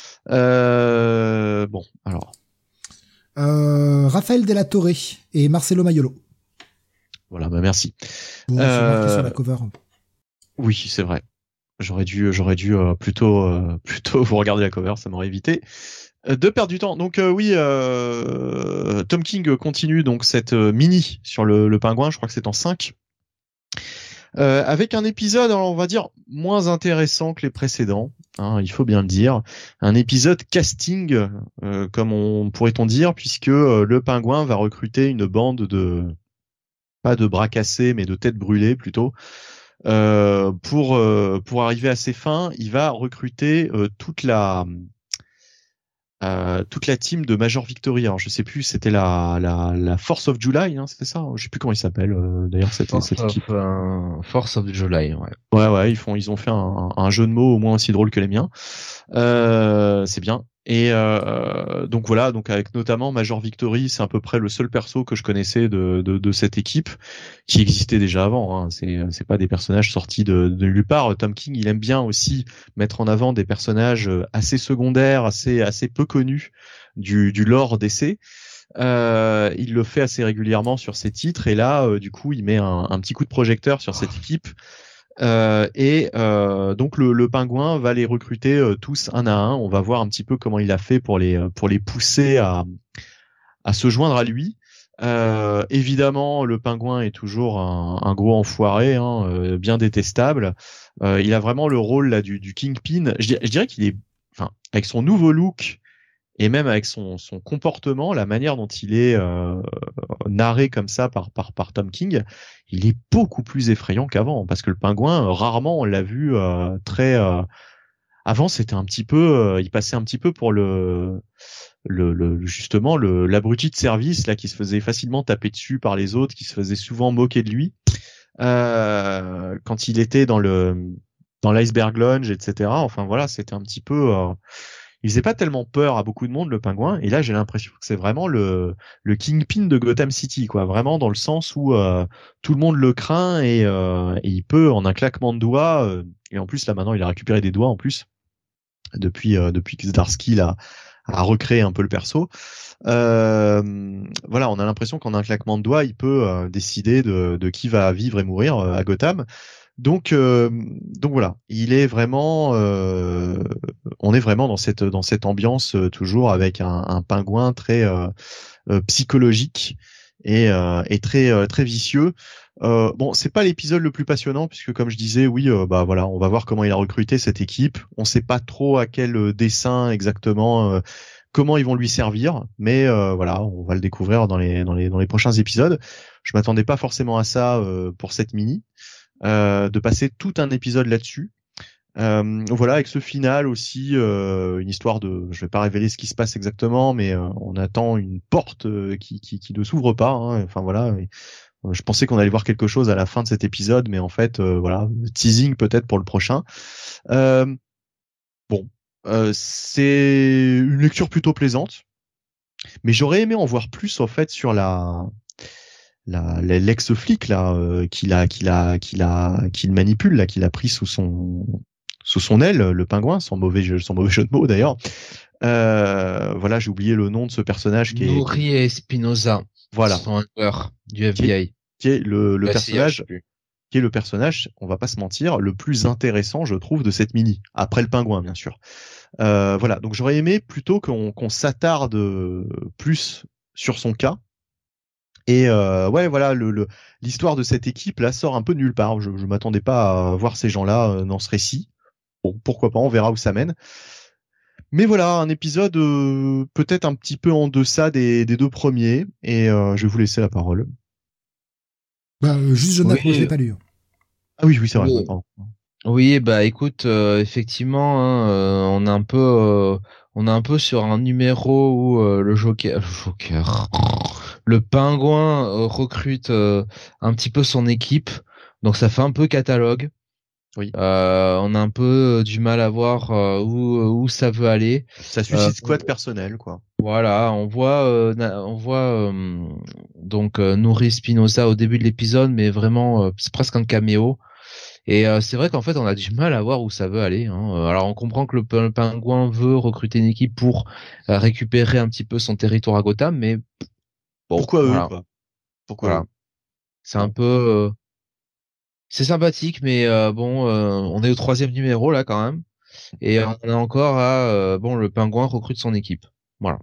Euh, bon, alors... Euh, Raphaël Della Torre et Marcelo Maiolo. Voilà, bah merci. Bon, c'est euh... marqué sur la cover. Oui, c'est vrai. J'aurais dû, j'aurais dû euh, plutôt, euh, plutôt vous regarder la cover, ça m'aurait évité euh, de perdre du temps. Donc euh, oui, euh, Tom King continue donc cette euh, mini sur le, le Pingouin. Je crois que c'est en cinq. Euh, avec un épisode, alors on va dire, moins intéressant que les précédents, hein, il faut bien le dire. Un épisode casting, euh, comme on pourrait-on dire, puisque euh, le Pingouin va recruter une bande de, pas de bras cassés, mais de têtes brûlées plutôt. Euh, pour euh, pour arriver à ses fins, il va recruter euh, toute la Euh, toute la team de Major Victory. Alors je sais plus, c'était la la la Force of July, hein, c'était ça. Je sais plus comment il s'appelle euh, d'ailleurs cette, Force cette équipe. Of, uh, Force of July, ouais. Ouais ouais, ils font ils ont fait un, un jeu de mots au moins aussi drôle que les miens. Euh, c'est bien. Et euh, donc voilà, donc avec notamment Major Victory, c'est à peu près le seul perso que je connaissais de de, de cette équipe qui existait déjà avant. Hein. C'est c'est pas des personnages sortis de, de nulle part. Tom King, il aime bien aussi mettre en avant des personnages assez secondaires, assez assez peu connus du du lore D C. Euh, il le fait assez régulièrement sur ses titres et là, euh, du coup, il met un, un petit coup de projecteur sur cette équipe. Euh, et euh, donc le, le Pingouin va les recruter euh, tous un à un. On va voir un petit peu comment il a fait pour les pour les pousser à à se joindre à lui. Euh, évidemment, le Pingouin est toujours un, un gros enfoiré, hein, euh, bien détestable. Euh, il a vraiment le rôle là du, du Kingpin. Je, je dirais qu'il est, enfin, avec son nouveau look et même avec son son comportement, la manière dont il est euh, narré comme ça par par par Tom King, il est beaucoup plus effrayant qu'avant parce que le Pingouin, rarement on l'a vu euh, très euh, avant c'était un petit peu, euh, il passait un petit peu pour le, le, le justement le l'abruti de service là qui se faisait facilement taper dessus par les autres, qui se faisait souvent moquer de lui euh, quand il était dans le dans l'iceberg lounge, et cetera. Enfin voilà, c'était un petit peu, euh, il faisait pas tellement peur à beaucoup de monde le pingouin. Et là, j'ai l'impression que c'est vraiment le le kingpin de Gotham City, quoi. Vraiment dans le sens où euh, tout le monde le craint et, euh, et il peut en un claquement de doigts. Euh, et en plus là maintenant, il a récupéré des doigts en plus depuis euh, depuis que Zdarsky l'a a recréé un peu le perso. Euh, voilà, on a l'impression qu'en un claquement de doigts, il peut euh, décider de, de qui va vivre et mourir euh, à Gotham. Donc, euh, donc voilà, il est vraiment, euh, on est vraiment dans cette dans cette ambiance euh, toujours avec un, un pingouin très euh, euh, psychologique et, euh, et très euh, très vicieux. Euh, bon, c'est pas l'épisode le plus passionnant puisque comme je disais, oui, euh, bah voilà, on va voir comment il a recruté cette équipe. On sait pas trop à quel dessin exactement, euh, comment ils vont lui servir, mais euh, voilà, on va le découvrir dans les dans les dans les prochains épisodes. Je m'attendais pas forcément à ça euh, pour cette mini, euh, de passer tout un épisode là-dessus. Euh, voilà, avec ce final aussi, euh, une histoire de, je vais pas révéler ce qui se passe exactement, mais euh, on attend une porte euh, qui, qui qui ne s'ouvre pas. Hein. Enfin voilà. Et, je pensais qu'on allait voir quelque chose à la fin de cet épisode, mais en fait, euh, voilà, teasing peut-être pour le prochain. Euh, bon, euh, c'est une lecture plutôt plaisante, mais j'aurais aimé en voir plus en fait sur la, la l'ex-flic là, euh, qu'il a, qu'il a, qu'il a, qu'il manipule là, qu'il a pris sous son, sous son aile, le pingouin, sans mauvais jeu, sans mauvais jeu de mots d'ailleurs. Euh, voilà, j'ai oublié le nom de ce personnage qui est. Nouri Espinosa. Voilà. Son hunter du F B I. Qui est le, le La personnage, C I A, qui est le personnage, on va pas se mentir, le plus intéressant, je trouve, de cette mini. Après le pingouin, bien sûr. Euh, voilà. Donc j'aurais aimé plutôt qu'on, qu'on s'attarde plus sur son cas. Et euh, ouais, voilà, le, le, l'histoire de cette équipe là sort un peu de nulle part. Je, je m'attendais pas à voir ces gens-là euh, dans ce récit. Bon, pourquoi pas, on verra où ça mène. Mais voilà, un épisode euh, peut-être un petit peu en deçà des, des deux premiers. Et euh, je vais vous laisser la parole. Bah, euh, juste Jonathan, Oui. je l'ai pas lu. Ah oui, oui, c'est vrai. Oui. Pardon. Oui, bah écoute, euh, effectivement, hein, euh, on est un peu, euh, on est un peu sur un numéro où euh, le Joker, le Joker, le Pingouin euh, recrute euh, un petit peu son équipe, donc ça fait un peu catalogue. Oui. Euh, on a un peu du mal à voir euh, où où ça veut aller. Ça suscite Euh, squad personnel, quoi. Voilà, on voit, euh, na- on voit euh, donc euh, Nouri Spinoza au début de l'épisode, mais vraiment euh, c'est presque un caméo. Et euh, c'est vrai qu'en fait, on a du mal à voir où ça veut aller. Hein. Euh, Alors, on comprend que le, le pingouin veut recruter une équipe pour euh, récupérer un petit peu son territoire à Gotham, mais bon, Pourquoi voilà, eux, quoi? Pourquoi voilà. eux C'est Bon. un peu, euh, c'est sympathique, mais euh, bon, euh, on est au troisième numéro là quand même, et on est encore à euh, bon, le pingouin recrute son équipe. Voilà.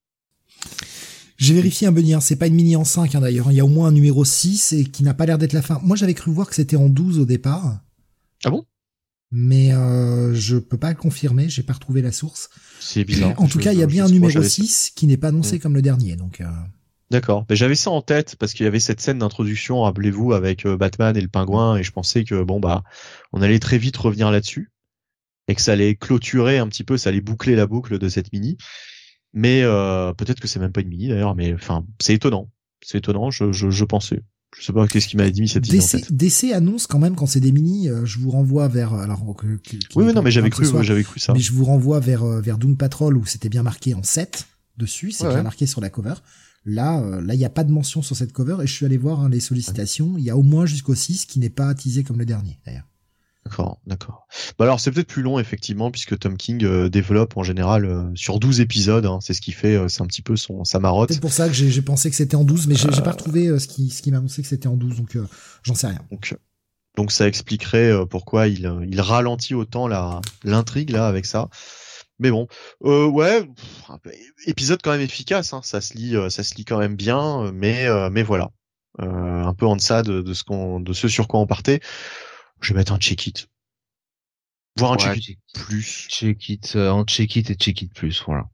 J'ai vérifié un Benny, hein, c'est pas une mini en cinq hein, d'ailleurs, il y a au moins un numéro six et qui n'a pas l'air d'être la fin. Moi j'avais cru voir que c'était en douze au départ. Ah bon? Mais euh, je peux pas le confirmer, j'ai pas retrouvé la source. C'est bizarre. En tout Je- cas, il y a je- bien je- un moi, numéro j'avais six qui n'est pas annoncé Mm. comme le dernier, donc... Euh... D'accord. Mais j'avais ça en tête parce qu'il y avait cette scène d'introduction, rappelez-vous, avec euh, Batman et le pingouin, et je pensais que bon bah on allait très vite revenir là-dessus et que ça allait clôturer un petit peu, ça allait boucler la boucle de cette mini. Mais euh, peut-être que c'est même pas une mini d'ailleurs, mais enfin c'est étonnant, c'est étonnant. Je je, je pensais, je sais pas qu'est-ce qui m'avait dit cette idée en D C, tête. D C annonce quand même quand c'est des mini, euh, je vous renvoie vers... Alors, que, que, Oui mais non mais j'avais ce cru, soir, j'avais cru ça. Mais je vous renvoie vers, euh, vers Doom Patrol où c'était bien marqué en sept dessus, c'est Ouais, bien ouais. marqué sur la cover. Là, euh, là, il n'y a pas de mention sur cette cover et je suis allé voir hein, les sollicitations. Il y a au moins jusqu'au six qui n'est pas teasé comme le dernier, d'ailleurs. D'accord, d'accord. Bah alors c'est peut-être plus long effectivement puisque Tom King euh, développe en général euh, sur douze épisodes, hein, c'est ce qui fait, euh, c'est un petit peu son sa marotte. C'est pour ça que j'ai, j'ai pensé que c'était en douze, mais j'ai, j'ai pas retrouvé euh, ce qui, ce qui m'a annoncé que c'était en douze, donc euh, j'en sais rien. Donc donc ça expliquerait euh, pourquoi il euh, il ralentit autant la l'intrigue là avec ça. Mais bon, euh, ouais, pff, épisode quand même efficace, hein, ça se lit, euh, ça se lit quand même bien, mais euh, mais voilà, euh, un peu en deçà de, de ce qu'on, de ce sur quoi on partait. Je vais mettre un check it, voire un Ouais, check it check- plus. Check it, euh, en check it et check it plus, voilà.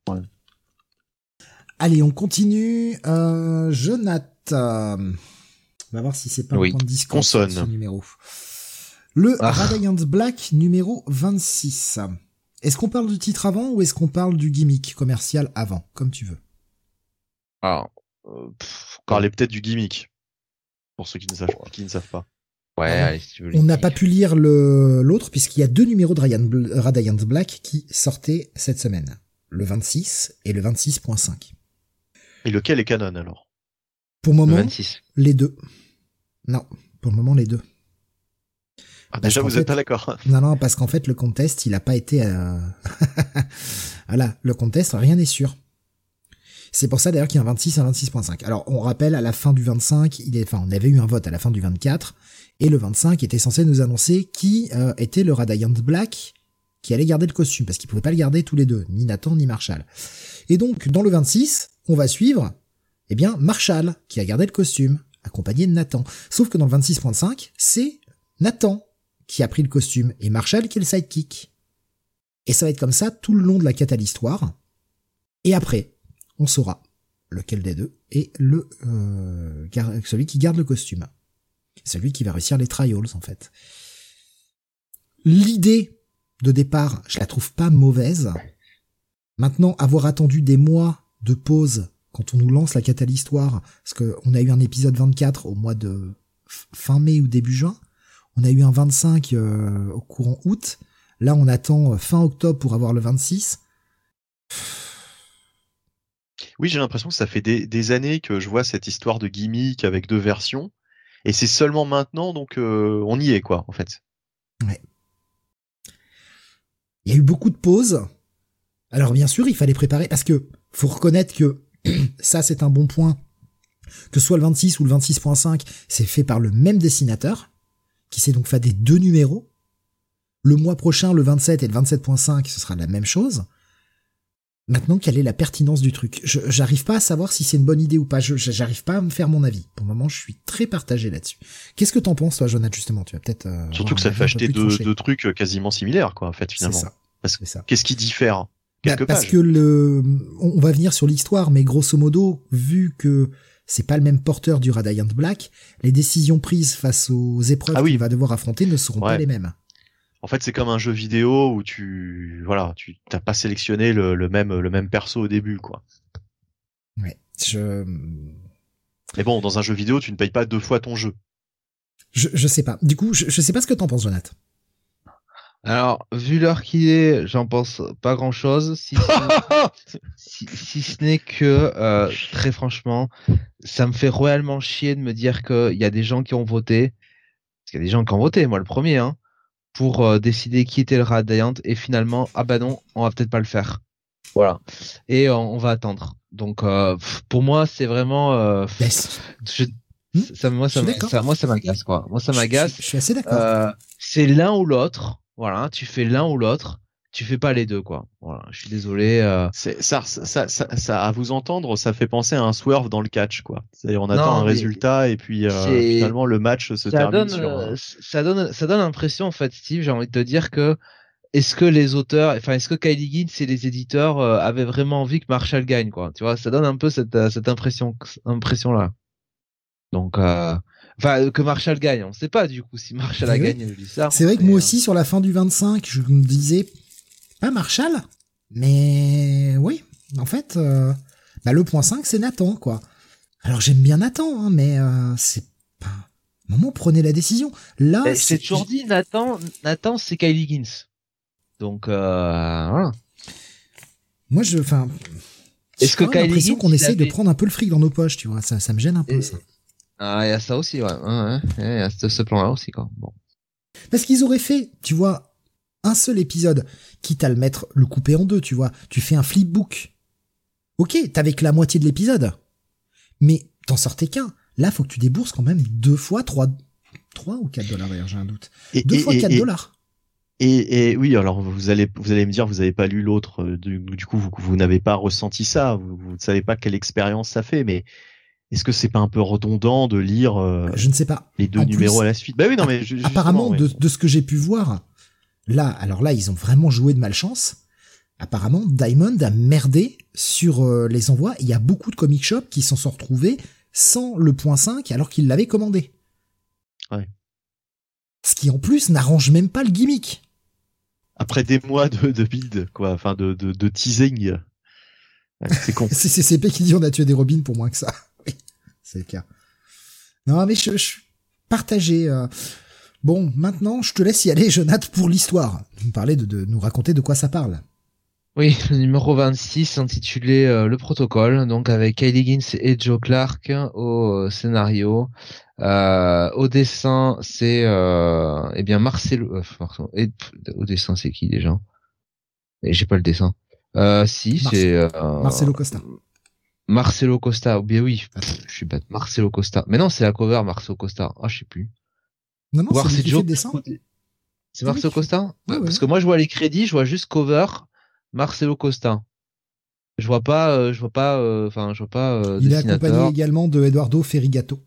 Allez, on continue. Euh, Jonathan. On va voir si c'est pas Oui. un point de discorde Consonne. sur ce numéro. Le Ah. Radiant Black numéro vingt-six. Est-ce qu'on parle du titre avant ou est-ce qu'on parle du gimmick commercial avant, comme tu veux? Alors, euh, pff, Parlez peut-être du gimmick, pour ceux qui ne savent, qui ne savent pas. ouais, Alors, allez, si tu veux. le On n'a gimmick. pas pu lire le l'autre puisqu'il y a deux numéros de Ryan Bl- Radiant Black qui sortaient cette semaine, le vingt-six et le vingt-six point cinq. Et lequel est canon alors? Pour le Le moment, vingt-six. les deux. Non, pour le moment les deux. Ah, Parce déjà, qu'en vous fait- êtes pas d'accord. Non, non, parce qu'en fait le contest, il a pas été. Euh... voilà, le contest, rien n'est sûr. C'est pour ça d'ailleurs qu'il y a un vingt-six et un vingt-six point cinq. Alors on rappelle à la fin du vingt-cinq, il est, enfin on avait eu un vote à la fin du vingt-quatre et le vingt-cinq était censé nous annoncer qui euh, était le Radiant Black qui allait garder le costume parce qu'ils pouvaient pas le garder tous les deux, ni Nathan ni Marshall. Et donc dans le vingt-six, on va suivre, eh bien Marshall qui a gardé le costume accompagné de Nathan. Sauf que dans le vingt-six point cinq, c'est Nathan qui a pris le costume et Marshall qui est le sidekick. Et ça va être comme ça tout le long de la quête à l'histoire. Et après, on saura lequel des deux est le euh, gar- celui qui garde le costume. Celui qui va réussir les trials, en fait. L'idée de départ, je la trouve pas mauvaise. Maintenant, avoir attendu des mois de pause quand on nous lance la quête à l'histoire, parce que on a eu un épisode vingt-quatre au mois de f- fin mai ou début juin, on a eu un vingt-cinq euh, au courant août, là on attend euh, fin octobre pour avoir le vingt-six. Oui, j'ai l'impression que ça fait des, des années que je vois cette histoire de gimmick avec deux versions, et c'est seulement maintenant, donc euh, on y est, quoi, en fait. Il y a eu beaucoup de pauses. Alors bien sûr, il fallait préparer, parce que faut reconnaître que ça c'est un bon point, que ce soit le vingt-six ou le vingt-six point cinq, c'est fait par le même dessinateur, qui s'est donc fait des deux numéros. Le mois prochain, le vingt-sept et le vingt-sept point cinq, ce sera la même chose. Maintenant, quelle est la pertinence du truc? Je, j'arrive pas à savoir si c'est une bonne idée ou pas. Je, j'arrive pas à me faire mon avis. Pour le moment, je suis très partagé là-dessus. Qu'est-ce que t'en penses, toi, Jonathan, justement? Tu vas peut-être, euh, Surtout avoir que un ça avis fait un peu acheter plus deux, tranché. deux trucs quasiment similaires, quoi, en fait, C'est finalement. ça. Parce que C'est ça. qu'est-ce qui diffère? Bah, Quelques parce pages. que le, on on va venir sur l'histoire, mais grosso modo, vu que c'est pas le même porteur du Radiant Black, les décisions prises face aux épreuves Ah oui. qu'il va devoir affronter ne seront pas Ouais. les mêmes. En fait, c'est comme un jeu vidéo où tu, voilà, tu t'as pas sélectionné le, le même, le même perso au début, quoi. Ouais. Je, Mais bon, dans un jeu vidéo, tu ne payes pas deux fois ton jeu. je, je sais pas. Du coup, je, je sais pas ce que t'en penses, Jonathan. Alors, vu l'heure qu'il est, j'en pense pas grand chose, si, si, si ce n'est que, euh, très franchement, ça me fait royalement chier de me dire qu'il y a des gens qui ont voté, parce qu'il y a des gens qui ont voté, moi le premier, hein, pour euh, décider qui était le Radiant, et finalement, ah bah non, on va peut-être pas le faire. Voilà. Et euh, on va attendre. Donc, euh, pff, pour moi, c'est vraiment, euh, pff, Yes. je- Hmm, ça, moi, je ça, suis m'a- d'accord. ça, moi, ça m'agace, quoi. Moi, ça Je- m'agace. Je, je suis assez d'accord. Euh, c'est l'un ou l'autre. Voilà, tu fais l'un ou l'autre. Tu fais pas les deux, quoi. Voilà, je suis désolé. Euh... C'est, ça, ça, ça, ça, à vous entendre, ça fait penser à un swerve dans le catch, quoi. C'est-à-dire, on attend Non, un mais résultat et puis, euh, c'est- finalement, le match se ça termine donne, sur un... euh, ça donne, ça donne l'impression, en fait, Steve, j'ai envie de te dire que est-ce que les auteurs, enfin, est-ce que Kylie Higgins et les éditeurs euh, avaient vraiment envie que Marshall gagne, quoi. Tu vois, ça donne un peu cette, euh, cette impression, impression-là. Donc, euh, enfin, que Marshall gagne, on sait pas du coup si Marshall a Eh oui. gagné, je dis ça. C'est vrai que mais, moi euh, aussi, sur la fin du vingt-cinq, je me disais, pas Marshall, mais oui, en fait, euh, bah, le point cinq, c'est Nathan, quoi. Alors j'aime bien Nathan, hein, mais euh, c'est pas... Maman, prenez la décision. Là, eh, c'est toujours dit, Nathan, Nathan, c'est Kylie Higgins. Donc, euh, voilà. Moi, je, enfin, Est-ce j'ai que quand même Kylie l'impression Higgins, qu'on il essaye de avait- prendre un peu le fric dans nos poches, tu vois. Ça, ça me gêne un peu, Et- ça. Ah, il y a ça aussi, ouais. ouais, ouais. Il y a ce, ce plan-là aussi, quoi. Bon. Parce qu'ils auraient fait, tu vois, un seul épisode, quitte à le mettre, le couper en deux, tu vois. Tu fais un flipbook. Ok, t'avais que la moitié de l'épisode. Mais t'en sortais qu'un. Là, faut que tu débourses quand même deux fois trois, trois ou quatre dollars d'ailleurs, j'ai un doute. Et, Deux et- fois et- quatre et- dollars. Et, et oui, alors vous allez vous allez me dire vous n'avez pas lu l'autre, euh, du, du coup vous, vous n'avez pas ressenti ça, vous, vous ne savez pas quelle expérience ça fait, mais est-ce que c'est pas un peu redondant de lire euh, Je ne sais pas. les deux En numéros plus, à la suite? Bah oui, non mais ju- apparemment, justement, de, ouais. de ce que j'ai pu voir, là, alors là, ils ont vraiment joué de malchance. Apparemment, Diamond a merdé sur euh, les envois. Il y a beaucoup de comic shops qui s'en sont retrouvés sans le point cinq alors qu'ils l'avaient commandé. Ouais. Ce qui en plus n'arrange même pas le gimmick. Après des mois de, de build, quoi, enfin de, de, de teasing. Ouais, c'est con. c'est C C P qui dit on a tué des robins pour moins que ça. Oui, c'est le cas. Non, mais je, je partagé. Euh... Bon, maintenant, je te laisse y aller, Jonathan, pour l'histoire. Nous parler de, de nous raconter de quoi ça parle. Oui, le numéro vingt-six intitulé euh, Le Protocole, donc avec Kyle Higgins et Joe Clark au euh, scénario. Euh, au dessin, c'est euh, eh bien Marcelo. Euh, et, au dessin, c'est qui déjà? Et j'ai pas le dessin. Euh, si, Marce- c'est euh, Marcelo Costa. Marcelo Costa. Bien oui, pff, je suis bête. Marcelo Costa. Mais non, c'est la cover Marcelo Costa. Ah, je sais plus. Non, non, Voir c'est lui c'est qui Joe. fait le dessin. C'est Marcelo oui, qui fait- Costa? Ouais, ouais. Parce que moi, je vois les crédits, je vois juste cover Marcelo Costa. Je vois pas, euh, je vois pas, enfin, euh, je vois pas euh, Il est dessinateur. accompagné également de Eduardo Ferrigato.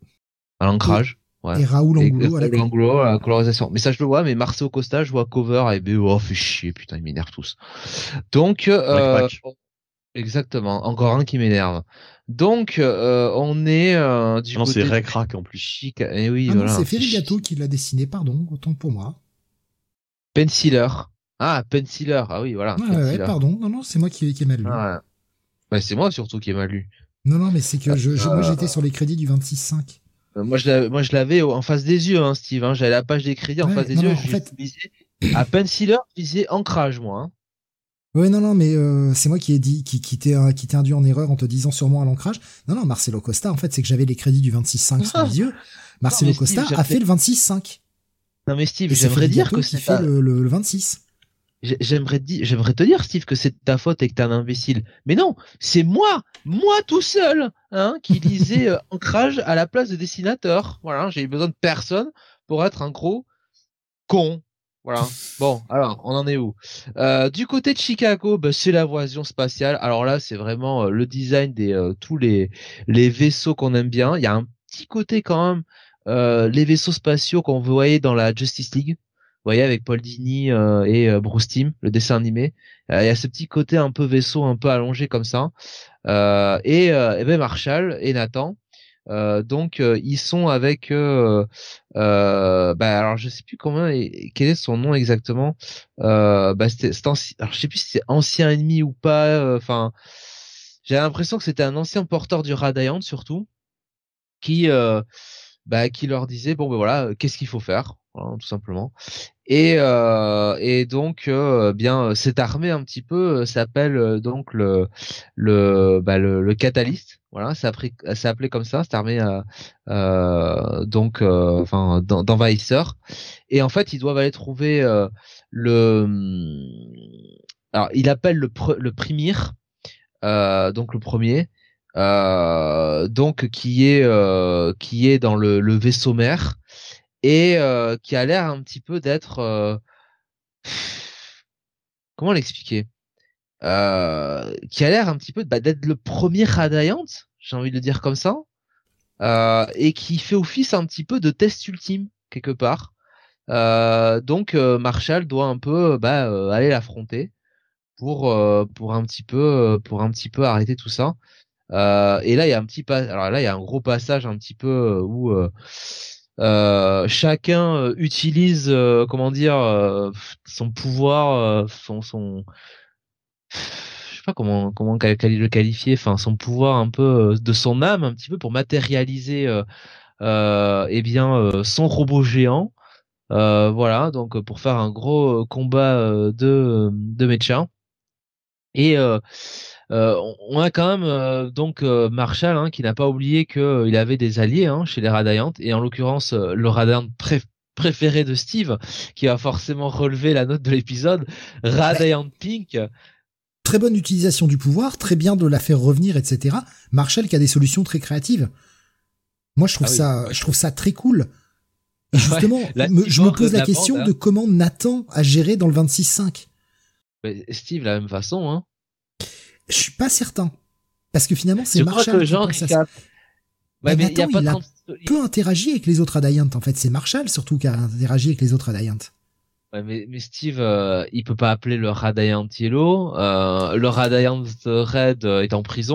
À l'ancrage. Ouais. Et Raoul Et, Angulo à la Raoul Angulo à la colorisation. Mais ça, je le vois, mais Marcelo Costa, je vois cover et B O, oh, fait chier, putain, ils m'énervent tous. Donc, euh, Brac, brac. exactement, encore un qui m'énerve. Donc, euh, on est euh, du Non, côté c'est de Rec-Rac en plus. Chica. Et oui, Ah voilà. non, c'est c'est Ferrigato Chi- qui l'a dessiné, pardon, autant pour moi. Penciler. Ah, Penciler. Ah oui, voilà, Ouais, ouais, ouais, Penciler. pardon. Non, non, c'est moi qui, qui ai mal lu. Ah, ouais. Bah, c'est moi surtout qui ai mal lu. Non, non, mais c'est que je, je, moi Euh, j'étais sur les crédits du vingt-six cinq. Euh, Moi, je l'avais, moi, je l'avais en face des yeux, hein, Steve. Hein. J'avais la page des crédits en Ouais, face des non, yeux. non, en Je fait. visais à Penciler, je visais ancrage, moi. Hein. Ouais, non, non, mais euh, c'est moi qui ai dit, qui, qui t'ai, qui t'ai induit en erreur en te disant sûrement à l'ancrage. Non, non, Marcelo Costa, en fait, c'est que j'avais les crédits du vingt-six cinq sous les yeux. Marcelo mais Steve, Costa a j'aimerais- fait le vingt-six cinq. Non, mais Steve, Et c'est j'aimerais dire Ferrigato que qui c'est fait ta... le, le, le vingt-six. j'ai- j'aimerais dire, j'aimerais te dire, Steve, que c'est de ta faute et que t'es un imbécile. Mais non, c'est moi, moi tout seul, hein, qui lisais euh, ancrage à la place de dessinateur. Voilà, j'ai eu besoin de personne pour être un gros con. Voilà. Bon, alors, on en est où? Euh, du côté de Chicago, bah, c'est l'invasion spatiale. Alors là, c'est vraiment euh, le design des euh, tous les les vaisseaux qu'on aime bien. Il y a un petit côté quand même euh, les vaisseaux spatiaux qu'on voyait dans la Justice League. Vous voyez avec Paul Dini euh, et euh, Bruce Timm, le dessin animé. Euh, il y a ce petit côté un peu vaisseau, un peu allongé comme ça. Euh, et, euh, et ben Marshall et Nathan. Euh, donc euh, ils sont avec euh, euh, bah alors je sais plus comment et quel est son nom exactement. Euh, bah c'était c'est anci- alors je sais plus si c'est ancien ennemi ou pas. Enfin, j'ai l'impression que c'était un ancien porteur du Radiant surtout qui euh, bah qui leur disait bon ben voilà euh, qu'est-ce qu'il faut faire voilà, tout simplement. Et, euh, et donc, euh, bien, euh, cette armée un petit peu euh, s'appelle euh, donc le le bah, le, le Catalyst. Voilà, c'est appelé, c'est appelé comme ça, cette armée euh, euh, donc euh, enfin d'en- d'envahisseurs. Et en fait, ils doivent aller trouver euh, le. Alors, il appelle le pre- le Primir, euh, donc le premier, euh, donc qui est euh, qui est dans le, le vaisseau mère et euh, qui a l'air un petit peu d'être euh, comment l'expliquer euh, qui a l'air un petit peu bah, d'être le premier Radiant, j'ai envie de le dire comme ça, euh, et qui fait office un petit peu de test ultime quelque part. Euh, donc euh, Marshall doit un peu bah, euh, aller l'affronter pour euh, pour un petit peu euh, pour un petit peu arrêter tout ça. Euh, et là il y a un petit pas alors là il y a un gros passage un petit peu euh, où euh, euh, chacun euh, utilise euh, comment dire euh, son pouvoir euh, son son je sais pas comment comment quali- quali- le qualifier enfin son pouvoir un peu euh, de son âme un petit peu pour matérialiser euh, euh, eh bien euh, son robot géant. Euh, voilà donc euh, pour faire un gros euh, combat euh, de de méchants. Et euh, euh, on on a quand même euh, donc euh, Marshall hein, qui n'a pas oublié que euh, il avait des alliés hein, chez les Radiant et en l'occurrence euh, le Radiant pré- préféré de Steve qui va forcément relever la note de l'épisode, Radiant Pink. Très bonne utilisation du pouvoir, très bien de la faire revenir, et cetera. Marshall qui a des solutions très créatives. Moi, je trouve Ah oui. ça, je trouve ça très cool. Et justement, la me- je me cyborg pose de la la question bande, hein. de comment Nathan a géré dans le vingt-six cinq. Mais Steve, de la même façon, hein. Je suis pas certain. Parce que finalement, c'est Je crois que Marshall le qui genre, pense il à fait ça. un- Ouais, Mais mais il y a Nathan, pas il a trente peu interagi avec les autres Radiant, en fait. C'est Marshall, surtout, qui a interagi avec les autres Radiant. Ouais, mais, mais Steve, euh, il peut pas appeler le Radiant Yellow. Euh, le Radiant Red euh, est en prison.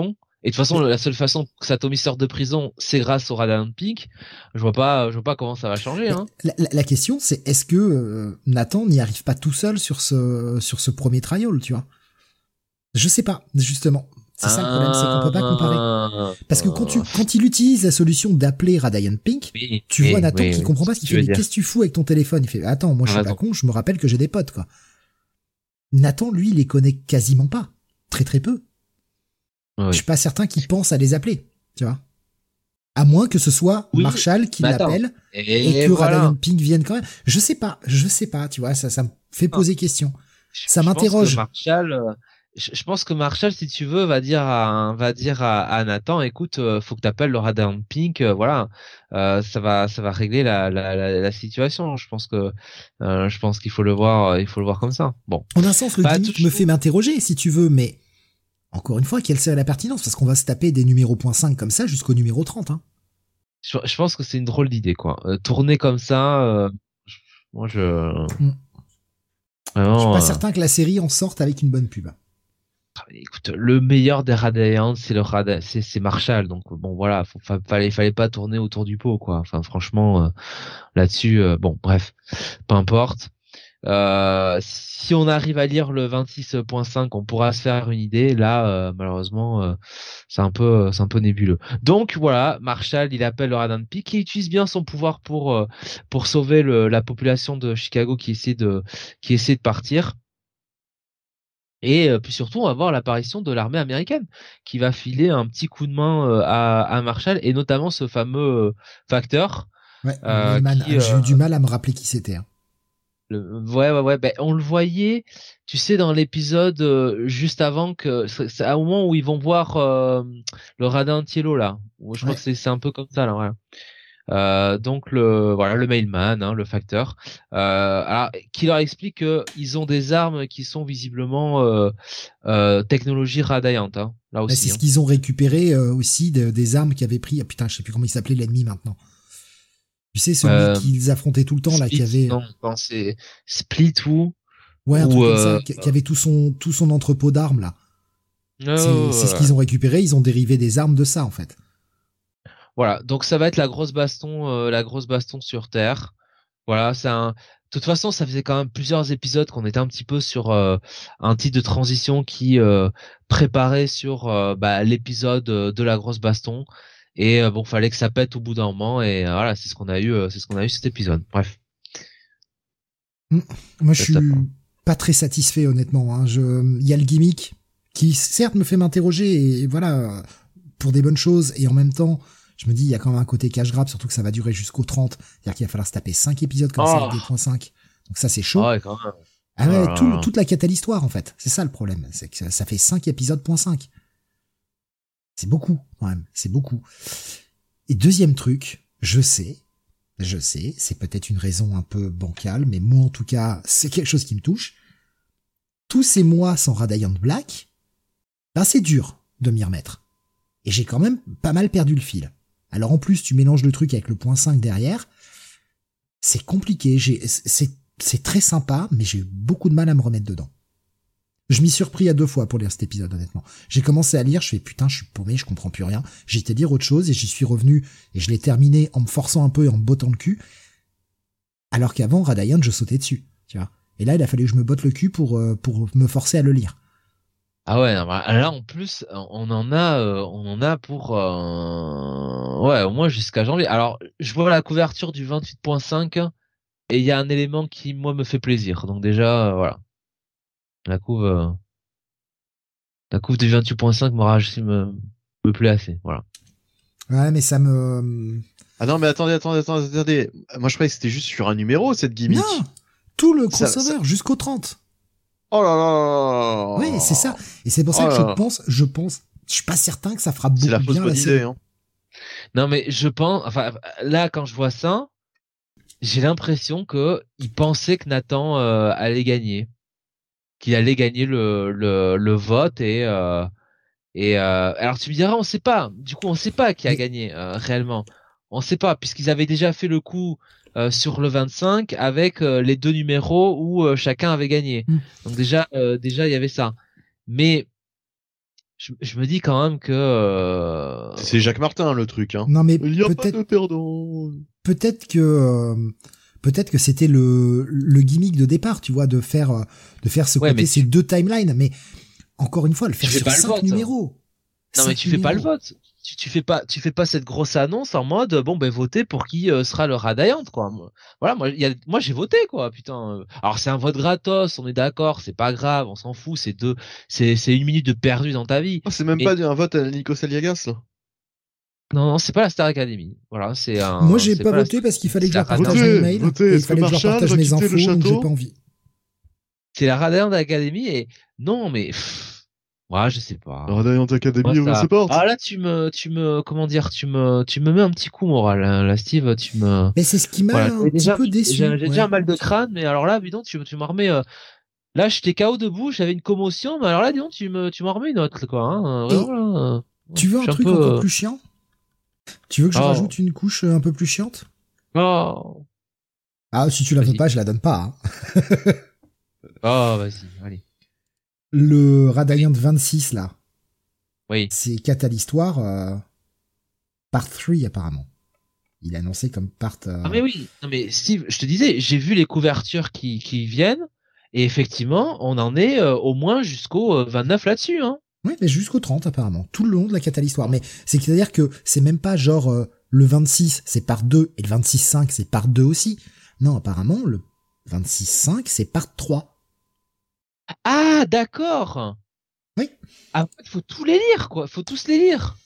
Et de toute façon, la seule façon que Satomi sorte de prison, c'est grâce au Radiant Pink. Je vois pas, je vois pas comment ça va changer. Hein. La, la, la question, c'est est-ce que euh, Nathan n'y arrive pas tout seul sur ce sur ce premier trial, tu vois? Je sais pas, justement. C'est ça le problème, c'est qu'on peut pas comparer. Parce que quand tu quand il utilise la solution d'appeler Radiant Pink, oui, tu oui, vois Nathan oui, qui oui, comprend pas ce qu'il fait. Mais qu'est-ce que tu fous avec ton téléphone? Il fait attends, moi je suis pas con, je me rappelle que j'ai des potes quoi. Nathan, lui, il les connaît quasiment pas, très très peu. Oui. Je suis pas certain qu'il pense à les appeler, tu vois. À moins que ce soit oui, Marshall qui l'appelle et, et que voilà. Radiant Pink vienne quand même. Je sais pas, je sais pas, tu vois, ça, ça me fait poser ah. question. Ça je m'interroge. Pense que Marshall, euh, je, je pense que Marshall, si tu veux, va dire à, va dire à, à Nathan, écoute, euh, faut que t'appelles le Radiant Pink, euh, voilà, euh, ça va, ça va régler la, la, la, la situation. Je pense que, euh, je pense qu'il faut le voir, il faut le voir comme ça. Bon. En un sens, le bah, gimmick me fait m'interroger, si tu veux, mais. Encore une fois, quelle serait la pertinence? Parce qu'on va se taper des numéros point cinq comme ça jusqu'au numéro trente. Hein. Je, je pense que c'est une drôle d'idée, quoi. Euh, tourner comme ça, euh, moi je... Mm. Vraiment, je suis pas euh... certain que la série en sorte avec une bonne pub. Écoute, le meilleur des Radiants, c'est le Rad... c'est, c'est Marshall. Donc bon, voilà, faut, fallait, fallait pas tourner autour du pot, quoi. Enfin, franchement, euh, là-dessus, euh, bon, bref, peu importe. Euh, si on arrive à lire le vingt-six point cinq, on pourra se faire une idée. Là, euh, malheureusement, euh, c'est un peu, c'est un peu nébuleux. Donc voilà, Marshall, il appelle le Radiant Pink, il utilise bien son pouvoir pour euh, pour sauver le, la population de Chicago qui essaie de qui essaie de partir. Et euh, puis surtout, on va voir l'apparition de l'armée américaine qui va filer un petit coup de main euh, à, à Marshall et notamment ce fameux euh, facteur. Ouais, euh, man, qui, j'ai euh, eu du mal à me rappeler qui c'était. Hein. Le, ouais, ouais, ouais. Ben, on le voyait, tu sais, dans l'épisode euh, juste avant que, c'est, c'est à un moment où ils vont voir euh, le Radiant Yellow là. Je ouais. crois que c'est, c'est un peu comme ça là. Ouais. Euh, donc le, voilà, le mailman, hein, le facteur, euh, alors, qui leur explique que ils ont des armes qui sont visiblement euh, euh, technologie Radiant, hein, là aussi. Ben, c'est hein. ce qu'ils ont récupéré euh, aussi de, des armes qu'avait pris. Ah, putain, je sais plus comment il s'appelait l'ennemi maintenant. Tu sais, celui euh, qu'ils affrontaient tout le temps, Split, là, qui avait. Non, non, c'est Split ou. Ouais, un ou truc euh... comme ça, qui, qui avait tout son, tout son entrepôt d'armes, là. Oh, c'est ouais. c'est ce qu'ils ont récupéré, ils ont dérivé des armes de ça, en fait. Voilà, donc ça va être la grosse baston, euh, la grosse baston sur Terre. Voilà, c'est un. De toute façon, ça faisait quand même plusieurs épisodes qu'on était un petit peu sur euh, un titre de transition qui euh, préparait sur euh, bah, l'épisode de la grosse baston. Et euh, bon, fallait que ça pète au bout d'un moment. Et euh, voilà, c'est ce qu'on a eu, euh, c'est ce qu'on a eu cet épisode. Bref. Mmh. Moi, je suis pas très satisfait, honnêtement. Hein. Je, il y a le gimmick qui, certes, me fait m'interroger et voilà pour des bonnes choses. Et en même temps, je me dis, il y a quand même un côté cash-grab, surtout que ça va durer jusqu'au trente. C'est-à-dire qu'il va falloir se taper cinq épisodes comme oh. ça avec des points cinq. Donc ça, c'est chaud. Oh, ouais, quand même. Ah ouais, oh tout, toute la quête à l'histoire, en fait. C'est ça le problème. C'est que ça, ça fait cinq épisodes point cinq. C'est beaucoup, quand même. C'est beaucoup. Et deuxième truc, je sais, je sais, c'est peut-être une raison un peu bancale, mais moi, en tout cas, c'est quelque chose qui me touche. Tous ces mois sans Radiant Black, ben, c'est dur de m'y remettre. Et j'ai quand même pas mal perdu le fil. Alors en plus, tu mélanges le truc avec le point cinq derrière. C'est compliqué. J'ai, c'est, c'est très sympa, mais j'ai eu beaucoup de mal à me remettre dedans. Je m'y suis repris à deux fois pour lire cet épisode, honnêtement. J'ai commencé à lire, je fais putain, je suis paumé, je comprends plus rien. J'ai été lire autre chose et j'y suis revenu et je l'ai terminé en me forçant un peu et en me bottant le cul. Alors qu'avant, Radiant, je sautais dessus, tu vois. Et là, il a fallu que je me botte le cul pour, pour me forcer à le lire. Ah ouais, là en plus, on en a, on en a pour, euh, ouais, au moins jusqu'à janvier. Alors, je vois la couverture du vingt-huit point cinq et il y a un élément qui, moi, me fait plaisir. Donc déjà, voilà. La couve, euh, la couve du vingt-huit point cinq me, me, me plaît assez, voilà. Ouais, mais ça me... Ah non, mais attendez, attendez, attendez, attendez. Moi, je croyais que c'était juste sur un numéro, cette gimmick. Non! Tout le crossover, ça, ça... jusqu'au trente. Oh là là! Oui, c'est ça. Et c'est pour ça oh que je pense, je pense, je suis pas certain que ça fera beaucoup la bien la série. Hein. Non, mais je pense, enfin, là, quand je vois ça, j'ai l'impression que il pensait que Nathan euh, allait gagner, qu'il allait gagner le le, le vote et euh, et euh, alors tu me diras, on sait pas. Du coup, on sait pas qui a mais... gagné euh, réellement. On sait pas puisqu'ils avaient déjà fait le coup. Euh, sur le vingt-cinq avec euh, les deux numéros où euh, chacun avait gagné. Mmh. Donc déjà, euh, déjà il y avait ça. Mais je, je me dis quand même que euh... c'est Jacques Martin le truc, hein. Non mais Il y a pas peut-être de perdant. peut-être que euh, peut-être que c'était le le gimmick de départ, tu vois, de faire euh, de faire ce Ouais, côté mais ces tu- deux timelines, mais encore une fois, le faire fais sur pas le cinq vote, hein. numéros. Non mais Cinq tu fais pas le numéros. vote. Tu, tu fais pas, tu fais pas cette grosse annonce en mode bon ben votez pour qui euh, sera le Radiant quoi. Moi- Voilà, moi il y a, moi j'ai voté quoi. Putain. euh. Alors c'est un vote gratos, on est d'accord, c'est pas grave, on s'en fout, c'est deux, c'est c'est une minute de perdu dans ta vie. Oh, c'est même Mais pas un vote à Nikos Aliagas, là. non non, c'est pas la Star Academy. Voilà, c'est Moi, un, j'ai c'est pas pas la voté Star parce qu'il fallait Academy, que je c'est la leur partage Radiant. mes Votez, mails votez. et il Est-ce que fallait que je leur Marshall partage va mes quitter infos, le donc j'ai château pas envie. C'est la Radiant Academy et non mais pff, ouais, je sais pas. Radiant Moi, Academy ouvre ça... ses portes. Ah là, tu me, tu me, comment dire, tu me, tu me mets un petit coup moral, hein, là, Steve, tu me, Mais c'est ce qui m'a voilà. un J'ai petit déjà, peu j'ai déçu. j'ai déjà un Ouais. mal de crâne, mais alors là, dis donc, tu, tu m'en remets, euh, là, j'étais K O debout, j'avais une commotion, mais alors là, dis donc, tu me, tu m'en remets une autre, quoi, hein, euh, Et vraiment, là, euh, tu veux je un suis un truc peu, encore euh, plus chiant? Tu veux que je oh, rajoute une couche euh, un peu plus chiante? oh, Ah, si tu la veux vas-y, pas, je la donne pas. Hein. oh, vas-y, allez, Le Radiant vingt-six, là, oui. c'est Catalystoire euh, part trois, apparemment. Il est annoncé comme part... euh, Ah mais oui, non mais Steve, je te disais, j'ai vu les couvertures qui, qui viennent, et effectivement, on en est euh, au moins jusqu'au euh, vingt-neuf là-dessus, hein. Oui, mais jusqu'au trente, apparemment. Tout le long de la Catalystoire. Mais c'est-à-dire que c'est même pas genre euh, le vingt-six, c'est part deux, et le vingt-six cinq, c'est part deux aussi. Non, apparemment, le vingt-six cinq, c'est part trois. Ah, d'accord. Oui. Ah, en fait, faut tous les lire, quoi. Faut tous les lire.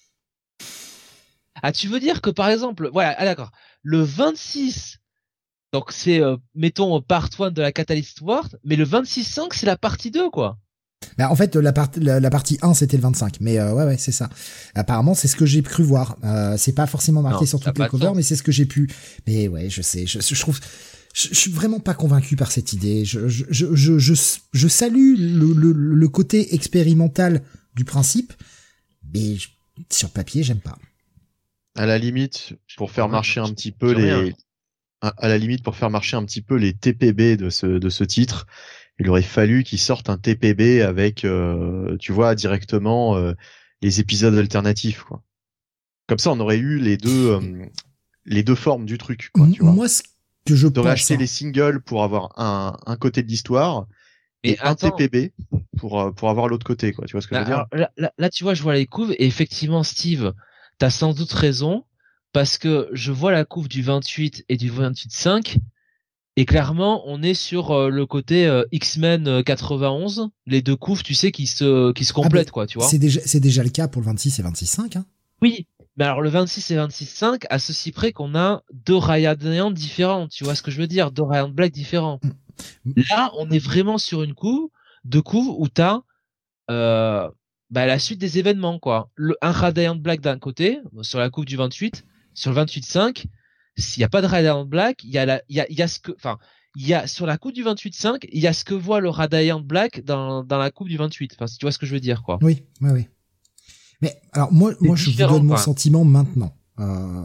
Ah, tu veux dire que, par exemple, voilà, ah, d'accord. Le vingt-six, donc c'est, euh, mettons, part un de la Catalyst World, mais le vingt-six cinq, c'est la partie deux, quoi. Bah, en fait, la, part, la, la partie un, c'était le vingt-cinq. Mais euh, ouais, ouais, c'est ça. Apparemment, c'est ce que j'ai cru voir. Euh, c'est pas forcément marqué Non, sur ça a toutes les pas de covers, sens. mais c'est ce que j'ai pu... Mais ouais, je sais, je, je trouve... Je, je suis vraiment pas convaincu par cette idée. Je, je, je, je, je, je salue le, le, le côté expérimental du principe, mais je, sur papier, j'aime pas. À la limite, pour faire Ouais, marcher non, un je- petit je peu dis rien. les, à à la limite, pour faire marcher un petit peu les T P B de ce, de ce titre, il aurait fallu qu'ils sortent un T P B avec, euh, tu vois, directement, euh, les épisodes alternatifs, quoi. Comme ça, on aurait eu les deux, euh, les deux formes du truc, quoi, M- tu vois. Moi, ce que je T'aurais pense, acheté hein, les singles pour avoir un, un côté de l'histoire Mais et un attends. T P B pour, euh, pour avoir l'autre côté, quoi. Tu vois ce que je Bah, veux dire? alors, là, là, là, tu vois, je vois les couves, et effectivement, Steve, t'as sans doute raison, parce que je vois la couve du vingt-huit et du vingt-huit cinq, et clairement, on est sur euh, le côté euh, X-Men euh, quatre-vingt-onze, les deux couves, tu sais, qui se, qui se ah ben, complètent, quoi, tu vois. c'est déjà, c'est déjà le cas pour le vingt-six et vingt-six cinq, hein. Oui, mais alors le vingt-six et vingt-six cinq, à ceci près qu'on a deux Radiant différents, tu vois ce que je veux dire, deux Radiant Black différents. Mm. Là, on est vraiment sur une couve, deux couves où t'as euh, bah, la suite des événements, quoi. Le, un Radiant Black d'un côté, sur la coupe du vingt-huit, sur le vingt-huit cinq, s'il n'y a pas de Radiant Black, il y a la, il y a, il y a ce que, enfin, il y a, sur la coupe du vingt-huit cinq, il y a ce que voit le Radiant Black dans, dans la coupe du vingt-huit. Enfin, si tu vois ce que je veux dire, quoi. Oui, oui, oui. Mais alors moi, C'est moi, je vous différent, donne mon quoi. sentiment maintenant. Euh,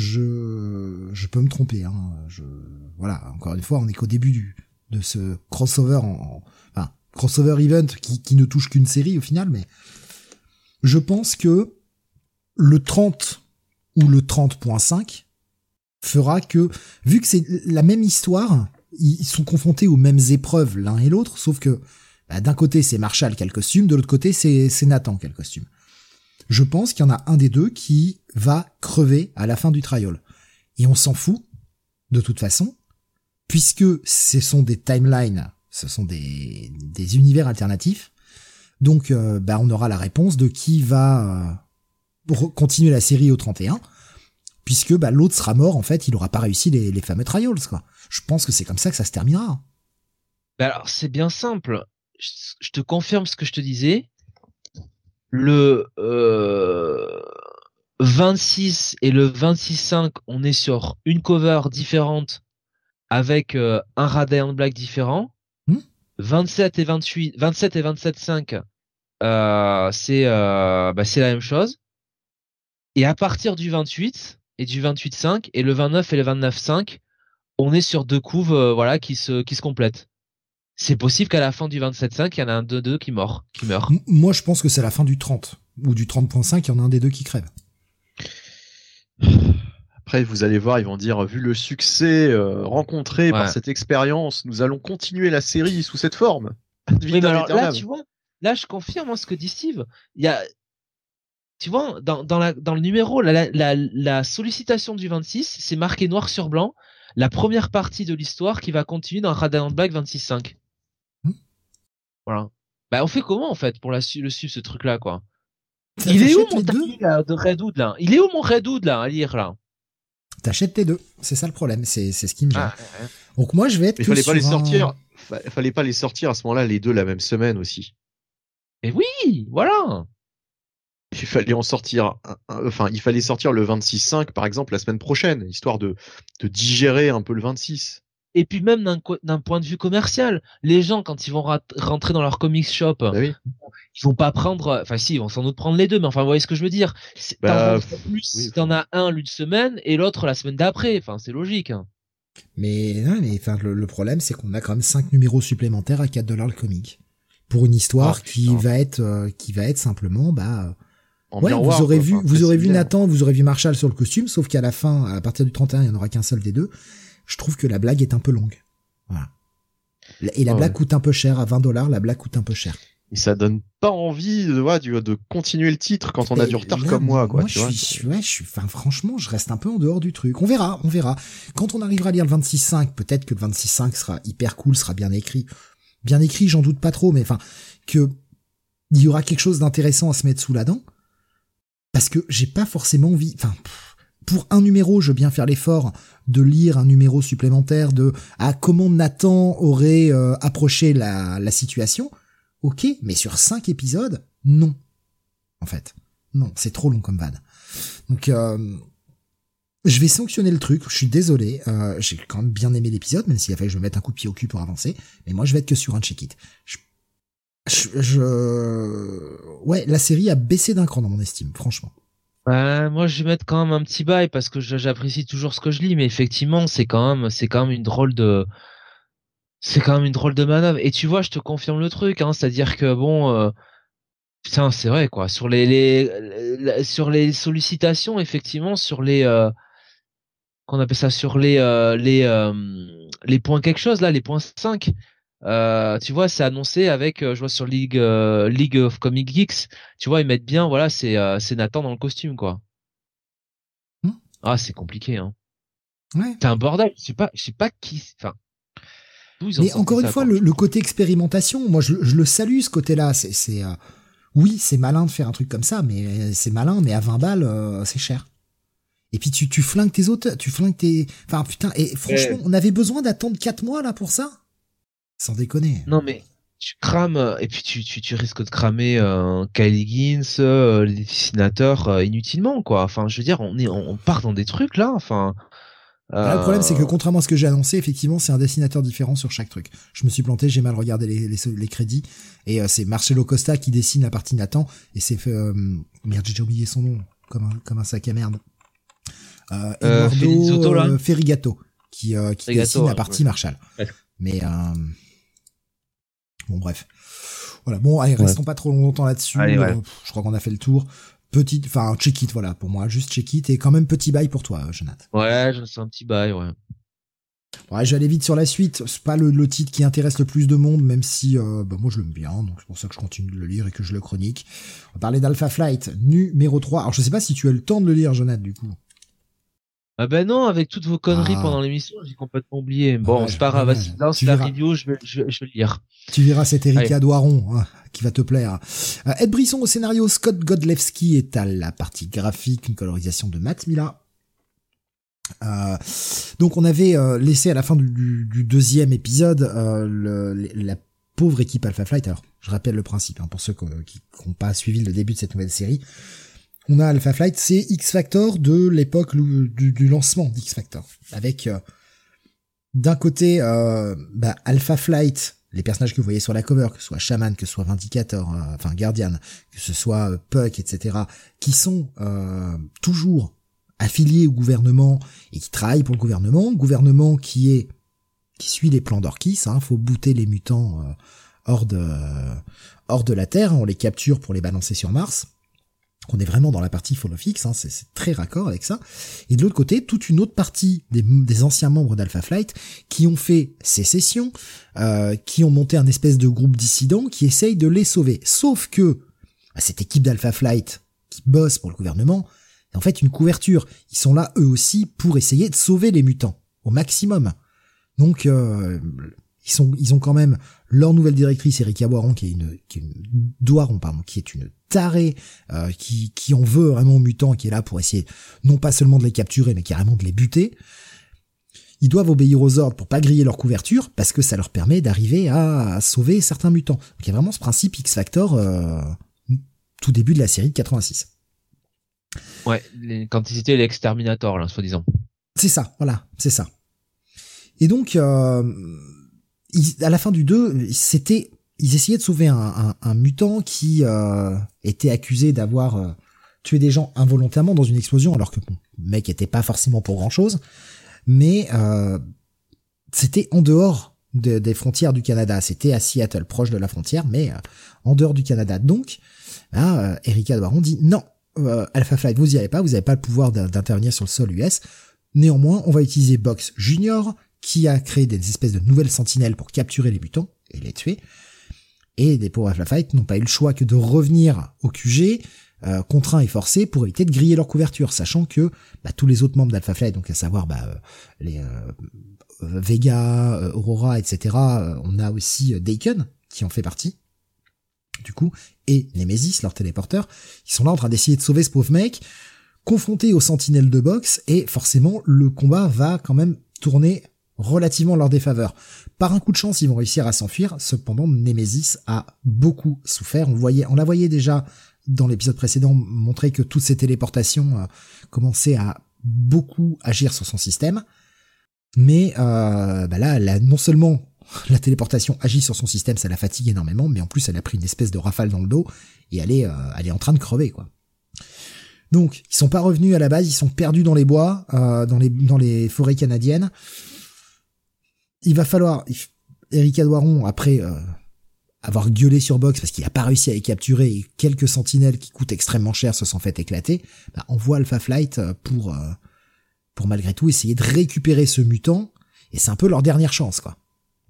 je, je peux me tromper. Hein. Je, voilà, encore une fois, on est qu'au début du, de ce crossover, en, en- enfin crossover event qui, qui ne touche qu'une série au final, mais je pense que le trente ou le trente point cinq fera que, vu que c'est la même histoire, ils sont confrontés aux mêmes épreuves l'un et l'autre, sauf que bah, d'un côté c'est Marshall qui a le costume, de l'autre côté c'est c'est Nathan qui a le costume. Je pense qu'il y en a un des deux qui va crever à la fin du trial. Et on s'en fout, de toute façon, puisque ce sont des timelines, ce sont des, des univers alternatifs. Donc, euh, bah, on aura la réponse de qui va euh, continuer la série au trente et un, puisque bah, l'autre sera mort, en fait, il aura pas réussi les, les fameux trials, quoi. Je pense que c'est comme ça que ça se terminera. Bah alors, c'est bien simple. Je, je te confirme ce que je te disais. Le euh, vingt-six et le vingt-six cinq, on est sur une cover différente avec euh, un Radiant Black différent. Hmm vingt-sept et vingt-huit, vingt-sept et vingt-sept cinq, euh, c'est euh, bah, c'est la même chose. Et à partir du vingt-huit et du vingt-huit cinq et le vingt-neuf et le vingt-neuf cinq, on est sur deux couves euh, voilà qui se qui se complètent. c'est possible qu'à la fin du vingt-sept cinq, il y en a un de deux qui meurt, qui meurt. M- moi, je pense que c'est la fin du trente ou du trente point cinq, il y en a un des deux qui crève. Après, vous allez voir, ils vont dire, vu le succès euh, rencontré Ouais. par cette expérience, nous allons continuer la série sous cette forme. Oui, mais alors là, tu vois, là, je confirme hein, ce que dit Steve. Il y a, tu vois, dans, dans, la, dans le numéro, la, la, la, la sollicitation du vingt-six, c'est marqué noir sur blanc, la première partie de l'histoire qui va continuer dans Radiant Black vingt-six cinq. Hmm. Voilà. Bah, on fait comment, en fait, pour la su- le suivre, ce truc-là, quoi? Ça Il est où t'achète mon les deux tapis, là, de Redwood, là? Il est où mon Redwood, là, à lire, là? T'achètes les deux. C'est ça le problème. C'est, c'est ce qui me gêne. Ah, ouais. Donc moi, je vais être Il que fallait pas les sur un- sortir. Fa- Fallait pas les sortir à ce moment-là, les deux la même semaine aussi. Et oui, voilà. Il fallait en sortir, un- un- enfin, il fallait sortir le vingt-six cinq, par exemple, la semaine prochaine, histoire de, de digérer un peu le vingt-six. Et puis même d'un, co- d'un point de vue commercial, les gens, quand ils vont rat- rentrer dans leur comics shop, Bah oui. ils vont pas prendre, enfin si, ils vont sans doute prendre les deux, mais enfin, vous voyez ce que je veux dire. C'est- Bah, t'en vendras pff, plus oui, si t'en as un l'une semaine et l'autre la semaine d'après. Enfin, c'est logique. Hein. Mais non, mais enfin le, le problème, c'est qu'on a quand même cinq numéros supplémentaires à quatre dollars le comic pour une histoire Oh, qui putain. va être euh, qui va être simplement bah En ouais, miroir, vous aurez quoi. vu Enfin, vous très aurez vu similaire. Nathan, vous aurez vu Marshall sur le costume, sauf qu'à la fin, à partir du trente et un, il y en aura qu'un seul des deux. Je trouve que la blague est un peu longue. Voilà. Et la Ah blague ouais. coûte un peu cher, à vingt dollars, la blague coûte un peu cher. Et ça donne pas envie de, ouais, du- de continuer le titre quand on a Et du retard là, comme moi, quoi, Moi, tu je vois. suis, ouais, je suis, enfin, franchement, je reste un peu en dehors du truc. On verra, on verra. Quand on arrivera à lire le vingt-six cinq, peut-être que le vingt-six cinq sera hyper cool, sera bien écrit. Bien écrit, j'en doute pas trop, mais enfin, que il y aura quelque chose d'intéressant à se mettre sous la dent. Parce que j'ai pas forcément envie, enfin, pff, pour un numéro, je veux bien faire l'effort de lire un numéro supplémentaire de, ah, comment Nathan aurait euh, approché la, la situation. Ok, mais sur cinq épisodes, non. En fait. Non, c'est trop long comme vanne. Donc, euh, je vais sanctionner le truc, je suis désolé, euh, j'ai quand même bien aimé l'épisode, même s'il a fallu que je me mette un coup de pied au cul pour avancer, mais moi je vais être que sur un check-it. Je, je, je... Ouais, la série a baissé d'un cran dans mon estime, franchement. Euh, moi, je vais mettre quand même un petit bail parce que je- j'apprécie toujours ce que je lis, mais effectivement, c'est quand même, c'est quand même une drôle de, c'est quand même une drôle de manœuvre. Et tu vois, je te confirme le truc, hein, c'est-à-dire que bon. Euh, Putain, c'est vrai quoi. Sur les, les, les- sur les sollicitations, effectivement, sur les euh, qu'on appelle ça, sur les euh, les euh, les points quelque chose là, les points cinq. Euh, tu vois, c'est annoncé avec, euh, je vois sur League euh, League of Comic Geeks. Tu vois, ils mettent bien, voilà, c'est euh, c'est Nathan dans le costume quoi. Hmm. Ah, c'est compliqué hein. Ouais. C'est un bordel. Je sais pas, je sais pas qui. Enfin. d'où ils ont Mais sorti encore une ça, fois, quoi. le, le côté expérimentation, moi je, je le salue ce côté-là. C'est, c'est, euh, oui, c'est malin de faire un truc comme ça, mais c'est malin, mais à vingt balles, euh, c'est cher. Et puis tu, tu flingues tes auteurs, tu flingues tes, enfin putain, et franchement, Ouais. on avait besoin d'attendre quatre mois là pour ça? Sans déconner. Non mais tu crames euh, et puis tu tu, tu risques de cramer euh, Kylie Higgins, euh, les dessinateurs euh, inutilement quoi. Enfin, je veux dire, on est on, on part dans des trucs là. Enfin. Là, le problème, c'est que euh, contrairement à ce que j'ai annoncé, effectivement, c'est un dessinateur différent sur chaque truc. Je me suis planté, j'ai mal regardé les, les, les crédits, et euh, c'est Marcelo Costa qui dessine la partie Nathan, et c'est euh, merde, j'ai déjà oublié son nom, comme un comme un sac à merde. Euh, Euh, Eduardo Felizotto, là. euh, Ferrigato, qui euh, qui Ferrigato, dessine la ouais, partie ouais. Marshall. Ouais. Mais euh, bon, bref. Voilà, bon, allez, restons pas trop longtemps là-dessus. Allez, ouais. Euh, je crois qu'on a fait le tour. Petite, enfin, check it, voilà, pour moi, juste check it, et quand même petit bail pour toi, Jonathan. Ouais, je sais un petit bail, ouais. Ouais, je vais aller vite sur la suite. C'est pas le, le titre qui intéresse le plus de monde, même si euh, bah, moi je l'aime bien, donc c'est pour ça que je continue de le lire et que je le chronique. On va parler d'Alpha Flight, numéro trois. Alors je sais pas si tu as le temps de le lire, Jonathan, du coup. Ah ben non, avec toutes vos conneries Ah. pendant l'émission, j'ai complètement oublié. Bon, Ouais, c'est pas grave, ouais, vas-y, ouais. lance Tu la verras. review, je vais, je vais, je vais le lire. Tu verras cet Erika Allez. Doiron hein, qui va te plaire. Euh, Ed Brisson au scénario, Scott Godlewski est à la partie graphique, une colorisation de Matt Mila. Euh, donc on avait euh, laissé à la fin du, du, du deuxième épisode euh, le, la pauvre équipe Alpha Flight. Alors je rappelle le principe hein, pour ceux qui n'ont pas suivi le début de cette nouvelle série. On a Alpha Flight, c'est X Factor de l'époque du, du lancement d'X Factor, avec euh, d'un côté euh, bah, Alpha Flight, les personnages que vous voyez sur la cover, que ce soit Shaman, que ce soit Vindicator, euh, enfin Guardian, que ce soit euh, Puck, et cetera, qui sont euh, toujours affiliés au gouvernement et qui travaillent pour le gouvernement, gouvernement qui est qui suit les plans d'Orkis. Hein, faut booter les mutants euh, hors de euh, hors de la Terre. On les capture pour les balancer sur Mars. On est vraiment dans la partie Fall of X, hein, c'est, c'est très raccord avec ça. Et de l'autre côté, toute une autre partie des, des anciens membres d'Alpha Flight qui ont fait sécession, euh, qui ont monté un espèce de groupe dissident qui essaye de les sauver. Sauf que bah, cette équipe d'Alpha Flight qui bosse pour le gouvernement, c'est en fait une couverture. Ils sont là eux aussi pour essayer de sauver les mutants au maximum. Donc euh, ils sont, ils ont quand même leur nouvelle directrice Erika Boiron qui est une, qui est une Doiron, pardon, qui est une tarée, euh, qui, qui en veut vraiment aux mutants, qui est là pour essayer non pas seulement de les capturer, mais carrément de les buter. Ils doivent obéir aux ordres pour pas griller leur couverture, parce que ça leur permet d'arriver à, à sauver certains mutants. Donc il y a vraiment ce principe X-Factor euh, tout début de la série de quatre-vingt-six. Ouais, les, quand ils étaient l'exterminator, là, soi-disant. C'est ça, voilà, c'est ça. Et donc, euh, ils, à la fin du deux, c'était... Ils essayaient de sauver un, un, un mutant qui euh, était accusé d'avoir euh, tué des gens involontairement dans une explosion, alors que bon, le mec était pas forcément pour grand-chose, mais euh, c'était en dehors de, des frontières du Canada. C'était à Seattle, proche de la frontière, mais euh, en dehors du Canada. Donc, là, euh, Erika Doiron dit non, euh, Alpha Flight, vous y allez pas, vous avez pas le pouvoir d'intervenir sur le sol U S. Néanmoins, on va utiliser Box Junior, qui a créé des espèces de nouvelles sentinelles pour capturer les mutants et les tuer. Et des pauvres Alpha Flight n'ont pas eu le choix que de revenir au Q G, euh, contraints et forcés, pour éviter de griller leur couverture, sachant que bah, tous les autres membres d'Alpha Flight, donc à savoir bah, euh, les euh, Vega, euh, Aurora, et cetera, euh, on a aussi euh, Daken, qui en fait partie, du coup, et Nemesis, leur téléporteur, ils sont là en train d'essayer de sauver ce pauvre mec, confrontés aux sentinelles de Box, et forcément, le combat va quand même tourner relativement en leur défaveur. Par un coup de chance, ils vont réussir à s'enfuir. Cependant, Nemesis a beaucoup souffert. On voyait, on la voyait déjà dans l'épisode précédent montrer que toutes ces téléportations euh, commençaient à beaucoup agir sur son système. Mais euh, bah là, là, non seulement la téléportation agit sur son système, ça la fatigue énormément, mais en plus, elle a pris une espèce de rafale dans le dos et elle est, euh, elle est en train de crever, quoi. Donc, ils sont pas revenus à la base, ils sont perdus dans les bois, euh, dans les dans les forêts canadiennes. Il va falloir, Erika Doiron, après euh, avoir gueulé sur Box parce qu'il a pas réussi à les capturer et quelques sentinelles qui coûtent extrêmement cher se sont fait éclater, bah, envoie Alpha Flight pour, euh, pour malgré tout essayer de récupérer ce mutant, et c'est un peu leur dernière chance, quoi.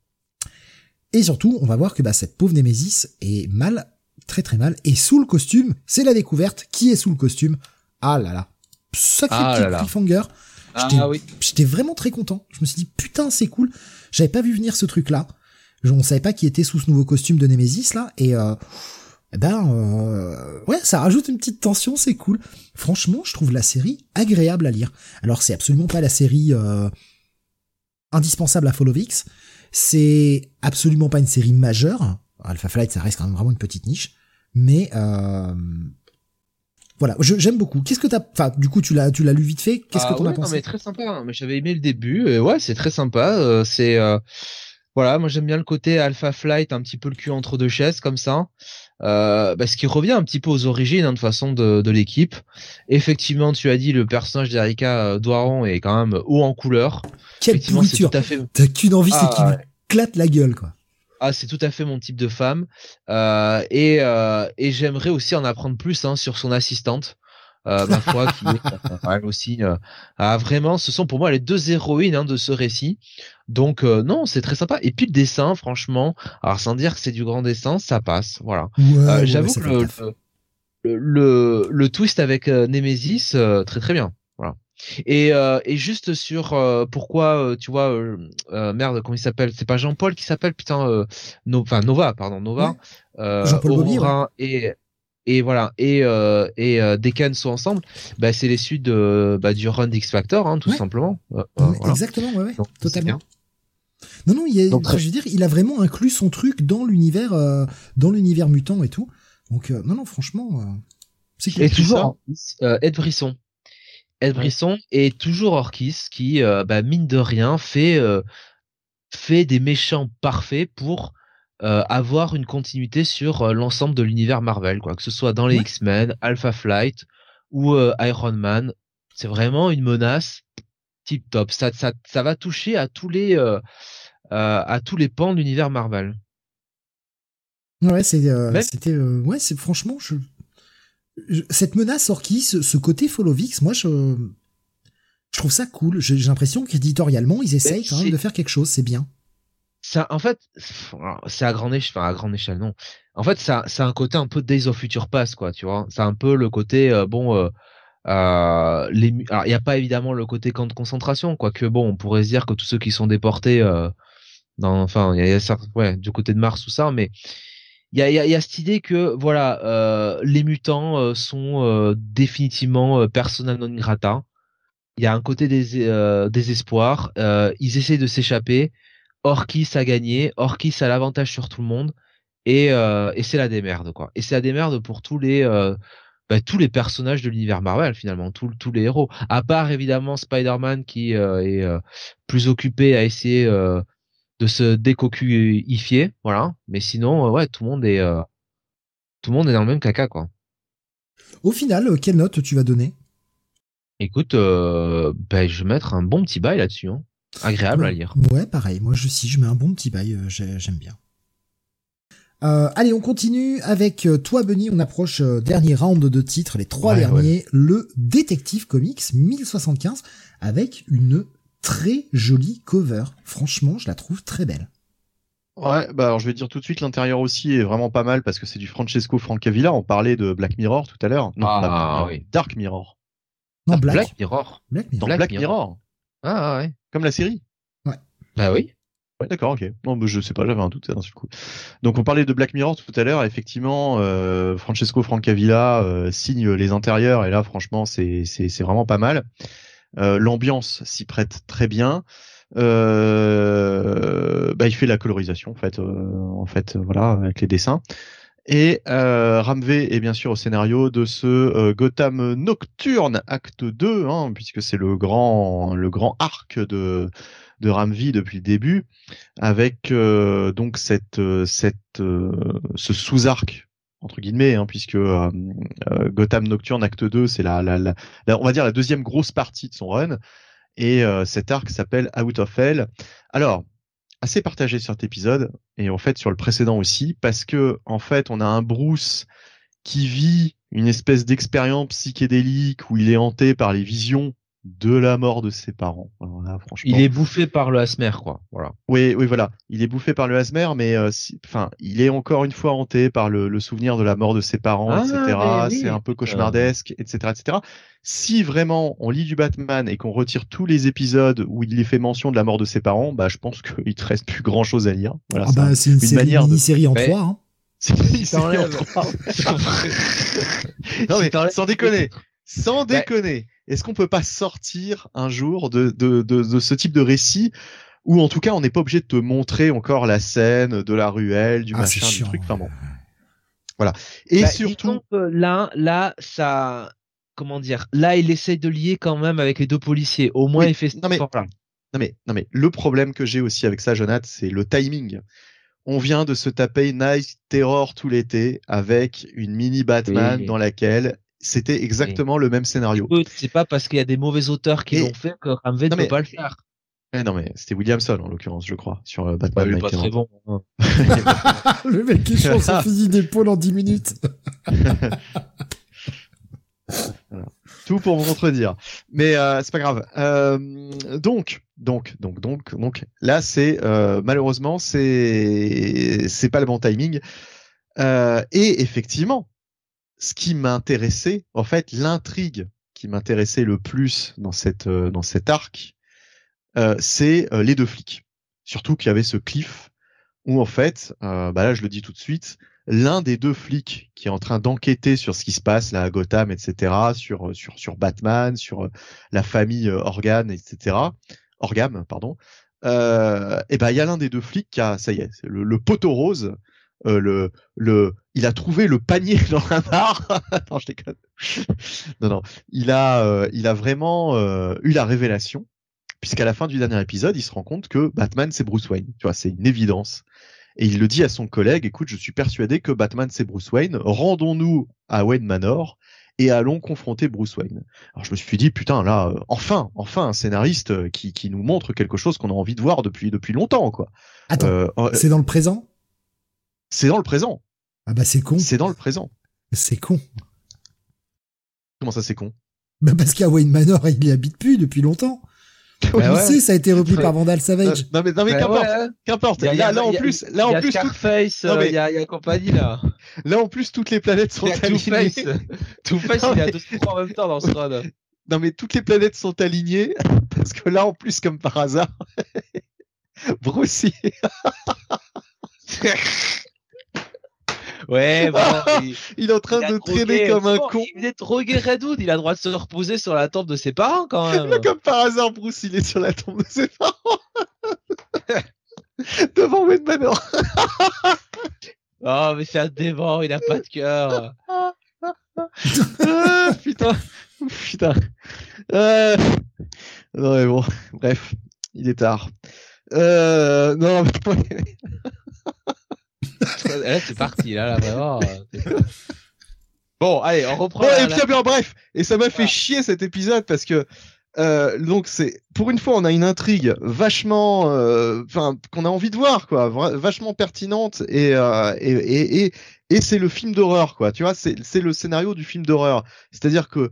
Et surtout, on va voir que bah, cette pauvre Nemesis est mal, très très mal, et sous le costume, c'est la découverte, qui est sous le costume? Ah là là, sacré ah petit là là. cliffhanger. Ah J'étais, oui. j'étais vraiment très content. Je me suis dit, putain, c'est cool. J'avais pas vu venir ce truc-là. On savait pas qui était sous ce nouveau costume de Nemesis, là. Et, euh, eh ben, euh, ouais, ça rajoute une petite tension, c'est cool. Franchement, je trouve la série agréable à lire. Alors, c'est absolument pas la série, euh, indispensable à Fall of X. C'est absolument pas une série majeure. Alpha Flight, ça reste quand même vraiment une petite niche. Mais, euh, voilà, je, j'aime beaucoup. Qu'est-ce que t'as, enfin, du coup, tu l'as, tu l'as lu vite fait. Qu'est-ce ah, que t'en ouais, as pensé? Non, mais très sympa. Hein. Mais j'avais aimé le début. Et ouais, c'est très sympa. Euh, c'est, euh, voilà, moi j'aime bien le côté Alpha Flight, un petit peu le cul entre deux chaises comme ça. Euh, parce qu'il revient un petit peu aux origines, hein, de façon de, de l'équipe. Effectivement, tu as dit le personnage d'Erika Doiron est quand même haut en couleur. Quelle pourriture. C'est tout à fait... T'as qu'une envie, ah, c'est qu'il ouais. lui clate la gueule, quoi. Ah, c'est tout à fait mon type de femme. Euh, et, euh, et j'aimerais aussi en apprendre plus, hein, sur son assistante. Euh, ma foi, qui est elle aussi. Euh, ah, vraiment, ce sont pour moi les deux héroïnes, hein, de ce récit. Donc euh, non, c'est très sympa. Et puis le dessin, franchement, alors sans dire que c'est du grand dessin, ça passe. Voilà. Ouais, euh, ouais, j'avoue ouais, que le, le, le le twist avec euh, Nemesis, euh, très très bien. Voilà. Et euh, et juste sur euh, pourquoi, euh, tu vois, euh, euh, merde, comment il s'appelle? C'est pas Jean-Paul qui s'appelle, putain, euh, no, enfin Nova, pardon, Nova. Ouais. Euh, Jean-Paul Bobier, Aurora et et voilà, et euh, et euh, Daken sont ensemble. Bah c'est les suites de bah du run d'X Factor, hein, tout ouais. simplement. Euh, ouais, voilà. Exactement, ouais, ouais. Donc, Totalement. Non, non, il, est, Donc, je veux dire, il a vraiment inclus son truc dans l'univers, euh, dans l'univers mutant et tout. Donc, euh, non, non, franchement, euh, c'est cool. Et toujours euh, Ed Brisson. Ed Brisson ouais. est toujours Orkis, qui, euh, bah, mine de rien, fait euh, fait des méchants parfaits pour euh, avoir une continuité sur euh, l'ensemble de l'univers Marvel, quoi. Que ce soit dans les ouais. X-Men, Alpha Flight ou euh, Iron Man, c'est vraiment une menace tip top. Ça, ça, ça va toucher à tous les, euh, euh, à tous les pans de l'univers Marvel. Ouais, c'est, euh, Même- c'était, euh, ouais, c'est franchement, je, je- cette menace Orki, ce, ce côté Followix, moi, je, je trouve ça cool. J'ai, j'ai l'impression qu'éditorialement, ils essayent quand même c'est- de faire quelque chose, c'est bien. Ça, en fait, c'est à grande échelle, enfin à grande échelle, non. En fait, ça, c'est un côté un peu Days of Future Past, quoi, tu vois. C'est un peu le côté, euh, bon, euh, euh, les, mu- alors il y a pas évidemment le côté camp de concentration, quoique bon, on pourrait se dire que tous ceux qui sont déportés, euh, dans, enfin, il y a, il y a certes- ouais, du côté de Mars, tout ça, mais il y a, il y a, il y a cette idée que, voilà, euh, les mutants euh, sont euh, définitivement euh, persona non grata. Il y a un côté des, euh, désespoir. Euh, ils essaient de s'échapper. Orkis a gagné, Orkis a l'avantage sur tout le monde et, euh, et c'est la démerde quoi. Et c'est la démerde pour tous les euh, bah, tous les personnages de l'univers Marvel finalement, tous tous les héros. À part évidemment Spider-Man qui euh, est euh, plus occupé à essayer euh, de se décocuifier, voilà. Mais sinon euh, ouais, tout le monde est euh, tout le monde est dans le même caca quoi. Au final, euh, quelle note tu vas donner? Écoute, euh, bah, je vais mettre un bon petit bail là-dessus, hein. Agréable à Ouais, lire. ouais, pareil. Moi, je, si je mets un bon petit bail, euh, j'ai- j'aime bien. Euh, allez, on continue avec euh, toi, Benny. On approche euh, dernier round de titres, les trois Ouais, derniers. Le Détective Comics mille soixante-quinze avec une très jolie cover. Franchement, je la trouve très belle. Ouais, bah alors je vais dire tout de suite, l'intérieur aussi est vraiment pas mal parce que c'est du Francesco Francavilla. On parlait de Black Mirror tout à l'heure. Non, pas Black Ah Mirror. oui. Dark Mirror. Non, Dark Black. Black Mirror. Black Mirror. Dans Black Black, Mirror. Mirror. Ah ouais. Comme la série. Bah oui. Ouais, d'accord, ok. Non, mais je sais pas, j'avais un doute d'un seul coup. Donc on parlait de Black Mirror tout à l'heure. Effectivement, euh, Francesco Francavilla euh, signe les intérieurs et là, franchement, c'est c'est c'est vraiment pas mal. Euh, l'ambiance s'y prête très bien. Euh, bah, il fait la colorisation en fait, euh, en fait, euh, voilà, avec les dessins. Et euh, Ramvé est bien sûr au scénario de ce euh, Gotham Nocturne Acte deux, hein, puisque c'est le grand le grand arc de de Ramvé depuis le début, avec euh, donc cette cette euh, ce sous-arc entre guillemets, hein, puisque euh, euh, Gotham Nocturne Acte deux, c'est la, la, la, la on va dire la deuxième grosse partie de son run. Et euh, cet arc s'appelle Out of Hell. Alors, assez partagé sur cet épisode, et en fait sur le précédent aussi, parce que en fait on a un Bruce qui vit une espèce d'expérience psychédélique où il est hanté par les visions de la mort de ses parents. Alors là, franchement, Il est bouffé par le Asmer, quoi. Voilà. oui, oui, voilà. Il est bouffé par le Asmer, mais euh, si, enfin, il est encore une fois hanté par le, le souvenir de la mort de ses parents, Ah, et cetera. mais oui, C'est un peu écoute, cauchemardesque, et cetera, et cetera. Si vraiment on lit du Batman et qu'on retire tous les épisodes où il est fait mention de la mort de ses parents, bah, je pense qu'il te reste plus grand chose à lire. Voilà, Ah bah, c'est une, série, manière de- mini-série en Mais- trois. Hein. C'est une Si série en t'enlèves- trois. Non Si mais t'enlèves- sans déconner, sans Bah- déconner, est-ce qu'on peut pas sortir un jour de, de, de, de ce type de récit où en tout cas on n'est pas obligé de te montrer encore la scène de la ruelle, du Ah, c'est machin, du chiant. truc, enfin bon. Voilà. Et Bah, surtout, disons que là, là, ça, comment dire, là, il essaye de lier quand même avec les deux policiers. Au moins, Oui, il fait ce non, mais- effort-là. non mais, non mais, le problème que j'ai aussi avec ça, Jonathan, c'est le timing. On vient de se taper Night Terror tout l'été avec une mini Batman Oui. dans laquelle c'était exactement le même scénario. Écoute, c'est pas parce qu'il y a des mauvais auteurs qui Et- l'ont fait que Ramvé ne Non, peut mais- pas le faire. Eh non mais c'était Williamson en l'occurrence, je crois, sur euh, Bah, Batman il est Night pas très Terror. bon. hein. Le mec qui change son fusil d'épaule en dix minutes. Tout pour vous contredire. Mais euh, c'est pas grave. Euh, donc, donc, donc, donc, donc, là, c'est euh, malheureusement, c'est c'est pas le bon timing. Euh, et effectivement, ce qui m'intéressait, en fait, l'intrigue qui m'intéressait le plus dans cette euh, dans cet arc, euh, c'est euh, les deux flics. Surtout qu'il y avait ce cliff où en fait, euh, bah là, je le dis tout de suite. L'un des deux flics qui est en train d'enquêter sur ce qui se passe là à Gotham, et cetera, sur sur sur Batman, sur euh, la famille euh, Organ, et cetera. Orgam, pardon. Euh, et ben il y a l'un des deux flics qui a, ça y est, c'est le, le poteau rose, euh, le le, il a trouvé le panier dans un bar. Attends, je déconne. non non, il a euh, il a vraiment euh, eu la révélation, puisqu'à la fin du dernier épisode, il se rend compte que Batman c'est Bruce Wayne. Tu vois, c'est une évidence. Et il le dit à son collègue, écoute, je suis persuadé que Batman c'est Bruce Wayne, rendons-nous à Wayne Manor et allons confronter Bruce Wayne. Alors je me suis dit putain là, euh, enfin, enfin un scénariste euh, qui qui nous montre quelque chose qu'on a envie de voir depuis depuis longtemps quoi. Attends, Euh, euh, c'est dans le présent? c'est dans le présent. Ah bah c'est con. C'est dans le présent. C'est con. Comment ça c'est con? Bah parce qu'à Wayne Manor, il y habite plus depuis longtemps. On Bah le ouais. sait, ça a été repris Ouais. par Vandal Savage. Non mais non mais Bah qu'importe, ouais. qu'importe. Il y a- il y Là a- là en il y a- plus, il là y en a plus tout- Scarface, Non, euh, mais- il y a, il y a compagnie là. là en plus toutes les planètes sont Il y a alignées. Two-Face. Two-Face, Non, il est à mais- deux trois en même temps dans ce run. Non mais toutes les planètes sont alignées parce que là en plus comme par hasard, Bruce il- Ouais, bon, il, il est en train il a de drogué, traîner comme un bon, con. Il est drogué Redwood, il a le droit de se reposer sur la tombe de ses parents quand même. Là, comme par hasard, Bruce, il est sur la tombe de ses parents. Devant Wayne Manor. Oh, mais c'est un démon, il a pas de cœur. Ah, putain. Putain. Euh... Non, mais bon. Bref. Il est tard. Euh... Non, mais... Là, c'est parti, là, là, vraiment. euh, Bon, allez, on reprend. Bon, la- et la- puis, bien, bref. Et ça m'a fait Voilà. chier cet épisode parce que euh, donc c'est pour une fois on a une intrigue vachement enfin qu'on a envie de voir quoi, vra- vachement pertinente et euh, et et et, et c'est le film d'horreur quoi, tu vois, c'est c'est le scénario du film d'horreur. C'est-à-dire que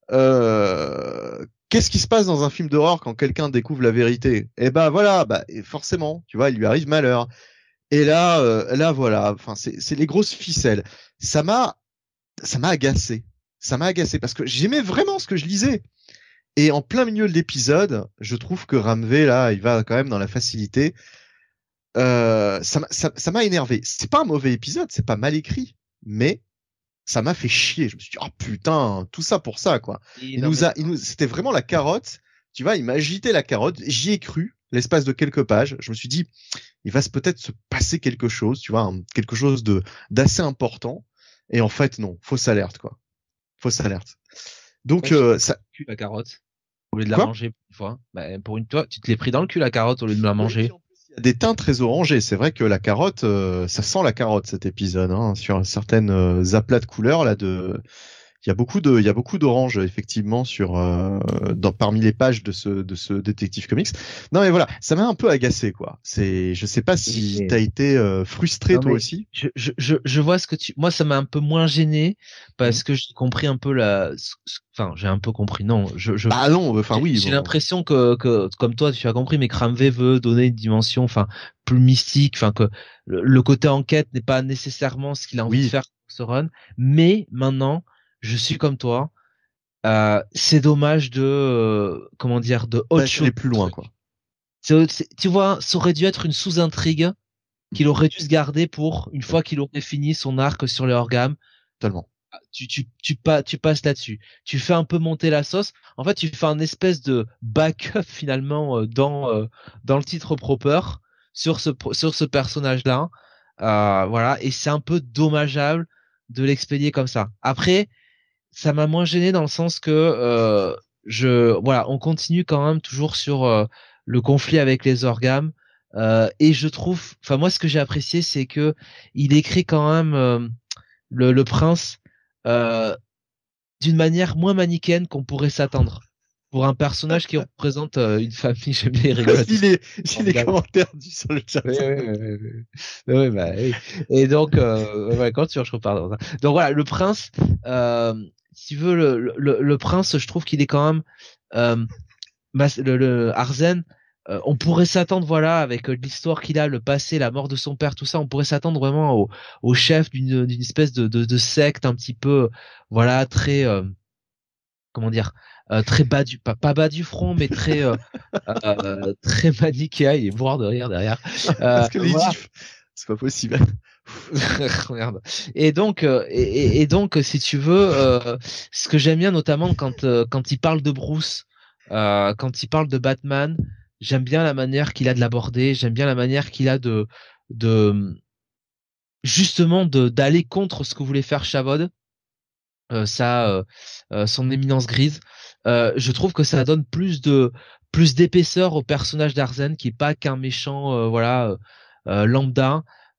euh, qu'est-ce qui se passe dans un film d'horreur quand quelqu'un découvre la vérité? Eh ben voilà, bah et forcément, tu vois, il lui arrive malheur. Et là euh, là voilà, enfin c'est c'est les grosses ficelles. Ça m'a ça m'a agacé. Ça m'a agacé parce que j'aimais vraiment ce que je lisais. Et en plein milieu de l'épisode, je trouve que Ramvé, là, il va quand même dans la facilité. Euh, ça m'a ça, ça m'a énervé. C'est pas un mauvais épisode, c'est pas mal écrit, mais ça m'a fait chier. Je me suis dit, oh putain, tout ça pour ça, quoi. Il Non, nous mais- a, il nous, c'était vraiment la carotte. Tu vois, il m'a agité la carotte. J'y ai cru, l'espace de quelques pages. Je me suis dit, il va se peut-être se passer quelque chose, tu vois, un- quelque chose de d'assez important. Et en fait, non, fausse alerte, quoi. Fausse alerte. Donc, Ouais, euh, ça, cul, la carotte. Au lieu de la Quoi manger une fois. Bah, pour une toi, tu te l'es pris dans le cul la carotte au lieu de la manger. Il y a des teintes très orangées. C'est vrai que la carotte, euh, ça sent la carotte cet épisode. Hein, sur certaines euh, aplats de couleurs là, de, il y a beaucoup de, il y a beaucoup d'orange effectivement sur, euh, dans parmi les pages de ce de ce détective comics. Non mais voilà, ça m'a un peu agacé quoi. C'est, je sais pas si Mais- t'as été euh, frustré Non, toi mais- aussi. Je, je, je, je vois ce que tu, moi, ça m'a un peu moins gêné parce que j'ai compris un peu la, ce- ce- enfin, j'ai un peu compris, non, je, je, Bah non, enfin J'ai- oui. J'ai bon. l'impression que, que, comme toi, tu as compris, mais Cramvé veut donner une dimension, enfin, plus mystique, enfin, que le, le côté enquête n'est pas nécessairement ce qu'il a envie Oui. de faire pour ce run. Mais maintenant, je suis comme toi. Euh, c'est dommage de, euh, comment dire, de autre Pas chose. aller plus loin quoi. C'est- c'est- tu vois, ça aurait dû être une sous-intrigue qu'il aurait dû se garder pour une fois qu'il aurait fini son arc sur les orgames. Totalement. Tu, tu, tu, pas, tu passes là-dessus. Tu fais un peu monter la sauce. En fait, tu fais un espèce de backup finalement euh, dans euh, dans le titre proper sur ce sur ce personnage-là. Euh, voilà, et c'est un peu dommageable de l'expédier comme ça. Après, ça m'a moins gêné dans le sens que euh, je voilà, on continue quand même toujours sur euh, le conflit avec les orgames. Euh, et je trouve, enfin moi, ce que j'ai apprécié, c'est que il écrit quand même euh, le, le prince euh, d'une manière moins manichéenne qu'on pourrait s'attendre pour un personnage qui représente euh, une famille. J'aime bien les rigolotes. Il est, j'ai les Formidable. commentaires du sur le chat. Oui, oui, oui, oui, oui. Oui, bah, oui. Et donc, euh, ouais, quand tu je reparle. Donc voilà, le prince, euh, si tu veux, le, le, le prince, je trouve qu'il est quand même, euh, mas- le, le Arzen, euh, on pourrait s'attendre, voilà, avec euh, l'histoire qu'il a, le passé, la mort de son père, tout ça, on pourrait s'attendre vraiment au, au chef d'une d'une espèce de, de, de secte un petit peu, voilà, très, euh, comment dire, euh, très bas du, pas, pas bas du front, mais très, euh, euh, très manichéen, il est boire de rire derrière. Euh, Parce que les voilà. gifs, c'est pas possible. Merde. Et donc, euh, et, et- et donc, si tu veux, euh, ce que j'aime bien notamment quand euh, quand il parle de Bruce, euh, quand il parle de Batman, j'aime bien la manière qu'il a de l'aborder, j'aime bien la manière qu'il a de de justement de d'aller contre ce que voulait faire Chavod, euh, ça, euh, euh, son éminence grise. Euh, je trouve que ça donne plus de plus d'épaisseur au personnage d'Arzen, qui est pas qu'un méchant, euh, voilà, euh, lambda.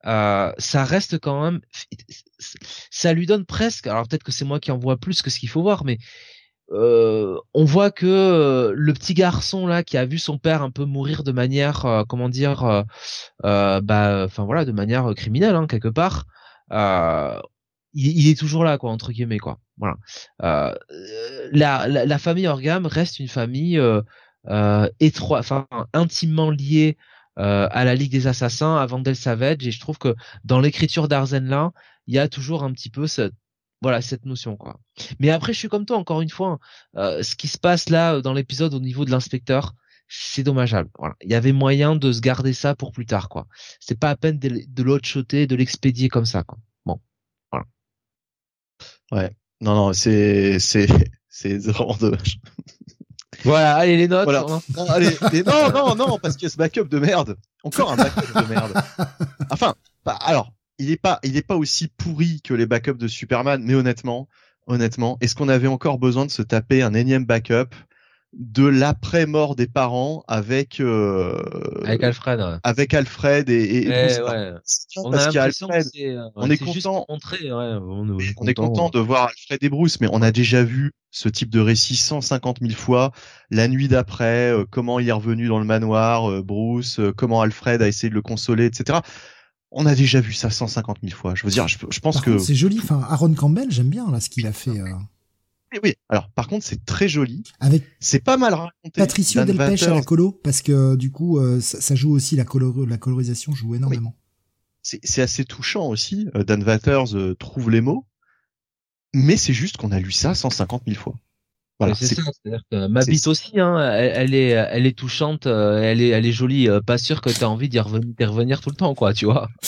euh, ça reste quand même, ça lui donne presque, alors peut-être que c'est moi qui en vois plus que ce qu'il faut voir, mais euh, on voit que euh, le petit garçon là qui a vu son père un peu mourir de manière, euh, comment dire, euh, euh, bah, enfin voilà, de manière criminelle hein, quelque part, euh, il, il est toujours là quoi entre guillemets quoi. Voilà. Euh, la, la, la famille Orgam reste une famille euh, euh, étroite, enfin intimement liée euh, à la Ligue des Assassins, à Vandal Savage, et je trouve que dans l'écriture d'Arzen là, il y a toujours un petit peu ce voilà cette notion quoi. Mais après je suis comme toi encore une fois, euh, ce qui se passe là dans l'épisode au niveau de l'inspecteur, c'est dommageable. Voilà, il y avait moyen de se garder ça pour plus tard quoi. C'est pas à peine de, de l'autre-shoter, de l'expédier comme ça quoi. Bon, voilà. Ouais, non non, c'est c'est c'est vraiment dommage. Voilà, allez les notes. Voilà. Hein. Non, allez, et non non non parce que ce backup de merde, encore un backup de merde. Enfin, bah, alors. Il est pas, il est pas aussi pourri que les backups de Superman, mais honnêtement, honnêtement, est-ce qu'on avait encore besoin de se taper un énième backup de l'après-mort des parents avec euh, avec Alfred, ouais. avec Alfred et, et, ouais, et ouais. On parce a qu'il y a l'impression Alfred, que c'est, euh, on ouais, est c'est content, montrer, ouais, on, est, on content, est content de voir Alfred et Bruce, mais on a déjà vu ce type de récit cent cinquante mille fois. La nuit d'après, euh, comment il est revenu dans le manoir, euh, Bruce, euh, comment Alfred a essayé de le consoler, et cetera. On a déjà vu ça cent cinquante mille fois. Je veux dire, je, je pense par que contre, c'est joli. Enfin, Aaron Campbell, j'aime bien là ce qu'il a fait. Euh... Oui, oui. Alors, par contre, c'est très joli. Avec c'est pas mal raconté. Patricio Delpech à la colo, parce que du coup, euh, ça, ça joue aussi la, color la colorisation joue énormément. Oui. C'est assez touchant aussi. Dan Watters euh, trouve les mots, mais c'est juste qu'on a lu ça cent cinquante mille fois. Voilà, c'est ça, c'est-à-dire que ma bite aussi, hein, elle, elle est, elle est touchante, elle est, elle est jolie. Pas sûr que t'as envie d'y revenir, d'y revenir tout le temps, quoi, tu vois.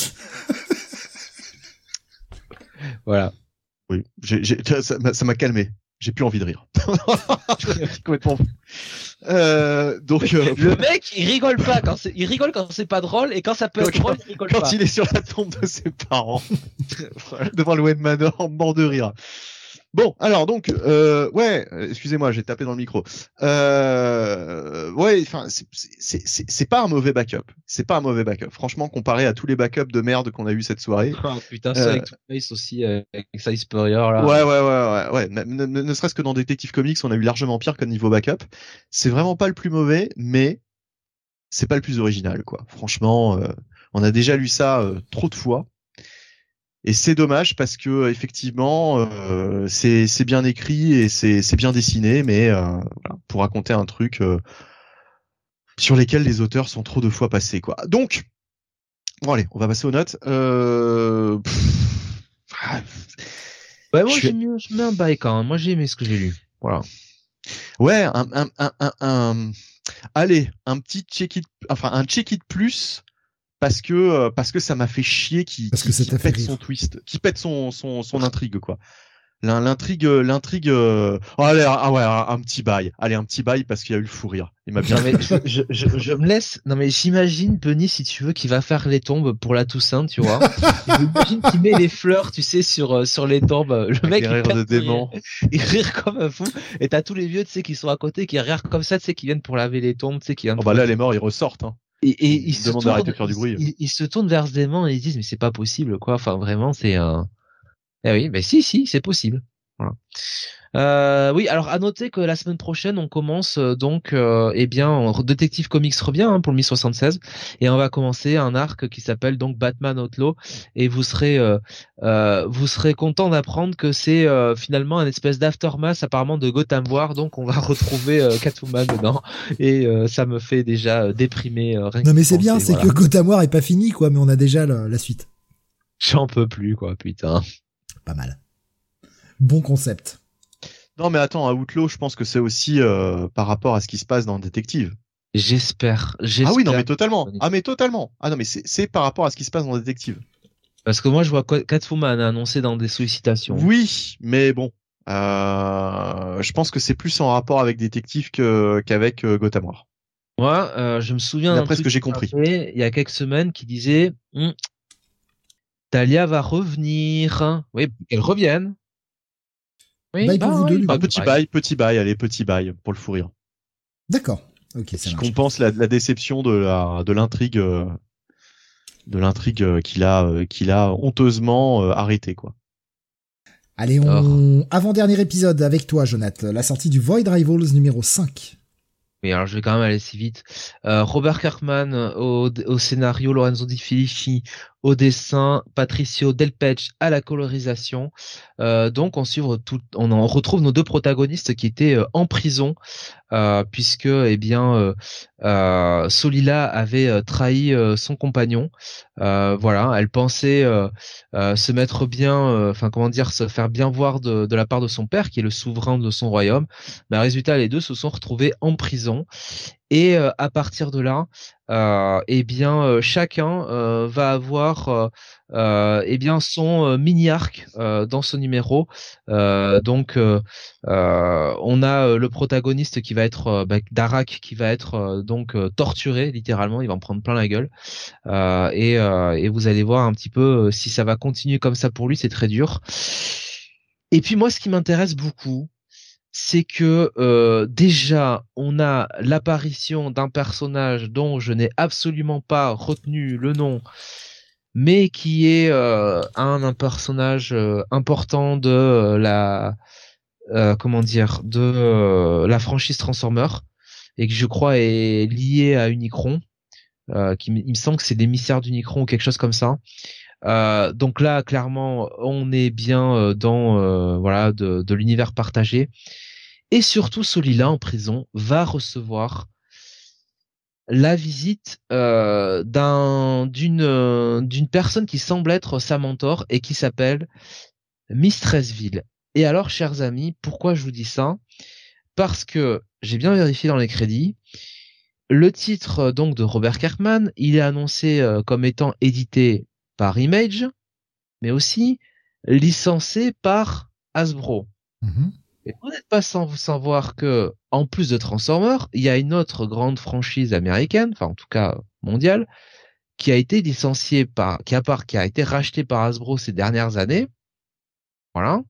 Voilà. Oui, j'ai, j'ai, ça m'a, ça m'a calmé. J'ai plus envie de rire. Complètement. Euh, donc euh, le mec, il rigole pas quand c'est, il rigole quand c'est pas drôle, et quand ça peut être quand, drôle, il rigole quand pas. Quand il est sur la tombe de ses parents, devant le Wayne Manor, mort de rire. Bon, alors donc, euh, ouais, excusez-moi, j'ai tapé dans le micro. Euh, ouais, enfin, c'est, c'est, c'est, c'est pas un mauvais backup. C'est pas un mauvais backup. Franchement, comparé à tous les backups de merde qu'on a eu cette soirée. Oh, putain, c'est euh, avec Two-Face aussi, euh, avec Cy Spurrier, là. Ouais, ouais, ouais, ouais, ouais. Ne, ne, ne serait-ce que dans Detective Comics, on a eu largement pire comme niveau backup. C'est vraiment pas le plus mauvais, mais c'est pas le plus original, quoi. Franchement, euh, on a déjà lu ça euh, trop de fois. Et c'est dommage parce que effectivement euh, c'est c'est bien écrit et c'est c'est bien dessiné, mais euh, voilà, pour raconter un truc euh, sur lesquels les auteurs sont trop de fois passés quoi. Donc bon allez, on va passer aux notes. Euh... Ouais, moi j'ai mis, je mets un bail quand même. Moi j'ai aimé ce que j'ai lu. Voilà. Ouais, un un un un, un... allez, un petit check it, enfin un check it plus. Parce que euh, parce que ça m'a fait chier qui qui, qui pète son twist, qui pète son son son intrigue quoi. L'intrigue l'intrigue euh... oh, allez ah ouais un, un petit bail, allez un petit bail parce qu'il y a eu le fou rire. Il m'a bien. Non mais je, je, je, je me laisse. Non mais j'imagine Benny si tu veux qui va faire les tombes pour la Toussaint, tu vois. J'imagine qu'il met les fleurs, tu sais, sur sur les tombes. Le Avec mec il rire de dément. Il rire comme un fou. Et t'as tous les vieux tu sais qui sont à côté qui rire comme ça, tu sais qui viennent pour laver les tombes, tu sais qui viennent. Oh bah là les morts ils ressortent. Hein. Et, et ils, ils se demandent d'arrêter de faire du bruit. Ils, ils se tournent vers ce démon et ils disent mais c'est pas possible quoi. Enfin vraiment c'est un. Eh oui, mais si si c'est possible. Voilà. Euh, oui, alors à noter que la semaine prochaine on commence euh, donc euh, eh bien Detective Comics revient hein, pour le mille soixante-seize et on va commencer un arc qui s'appelle donc Batman Outlaw et vous serez euh, euh, vous serez content d'apprendre que c'est euh, finalement un espèce d'aftermath apparemment de Gotham War, donc on va retrouver euh, Catwoman dedans et euh, ça me fait déjà euh, déprimer euh, rien non mais c'est penser, bien, c'est voilà. que Gotham War est pas fini quoi, mais on a déjà la, la suite. J'en peux plus quoi, putain. Pas mal. Bon concept. Non mais attends, à Outlaw, je pense que c'est aussi euh, par rapport à ce qui se passe dans Détective. J'espère, j'espère. Ah oui, non mais totalement. Ah mais totalement. Ah non mais c'est c'est par rapport à ce qui se passe dans Détective. Parce que moi je vois Catwoman annoncé dans des sollicitations. Oui, mais bon, euh, je pense que c'est plus en rapport avec Détective que qu'avec euh, Gotham War. Moi, euh, je me souviens d'après ce que j'ai compris. Il y a quelques semaines qui disait hm, Talia va revenir. Oui, qu'elle revienne. Oui, bail pour bah, vous ouais, deux, bah, petit bail, petit bail, allez, petit bail pour le fou rire. D'accord. Ok, ça qui marche. compense la, la déception de la de l'intrigue euh, de l'intrigue euh, qu'il a euh, qu'il a honteusement euh, arrêté quoi. Allez, on... avant-dernier épisode avec toi, Jonathan, la sortie du Void Rivals numéro cinq. Oui, alors je vais quand même aller assez vite. Euh, Robert Kirkman au, au scénario, Lorenzo Di Filippi au dessin, Patricio Delpech à la colorisation. Euh, donc on suivre tout, on en retrouve nos deux protagonistes qui étaient euh, en prison euh, puisque eh bien euh, euh, Solila avait euh, trahi euh, son compagnon. Euh, voilà, elle pensait euh, euh, se mettre bien, enfin euh, comment dire, se faire bien voir de, de la part de son père qui est le souverain de son royaume. Mais résultat, les deux se sont retrouvés en prison. Et euh, à partir de là, euh, eh bien euh, chacun euh, va avoir euh, euh, eh bien son euh, mini arc euh, dans ce numéro. Euh, donc euh, euh, on a euh, le protagoniste qui va être euh, bah, Darak qui va être euh, donc euh, torturé littéralement, il va en prendre plein la gueule. Euh, et, euh, et vous allez voir un petit peu euh, si ça va continuer comme ça pour lui, c'est très dur. Et puis moi, ce qui m'intéresse beaucoup, c'est que euh, déjà on a l'apparition d'un personnage dont je n'ai absolument pas retenu le nom, mais qui est euh, un, un personnage euh, important de euh, la euh, comment dire de euh, la franchise Transformers et que je crois est lié à Unicron. Euh, qui, il me semble que c'est l'émissaire d'Unicron ou quelque chose comme ça. Euh, donc là, clairement, on est bien euh, dans euh, voilà de, de l'univers partagé. Et surtout, Solila en prison va recevoir la visite euh, d'un d'une euh, d'une personne qui semble être sa mentor et qui s'appelle Mistressville. Et alors, chers amis, pourquoi je vous dis ça? Parce que j'ai bien vérifié dans les crédits. Le titre donc de Robert Kirkman, il est annoncé euh, comme étant édité par Image, mais aussi licencié par Hasbro. Mm-hmm. Et vous n'êtes pas sans savoir que, en plus de Transformers, il y a une autre grande franchise américaine, enfin en tout cas mondiale, qui a été licenciée par, qui a part, qui a été rachetée par Hasbro ces dernières années. Voilà.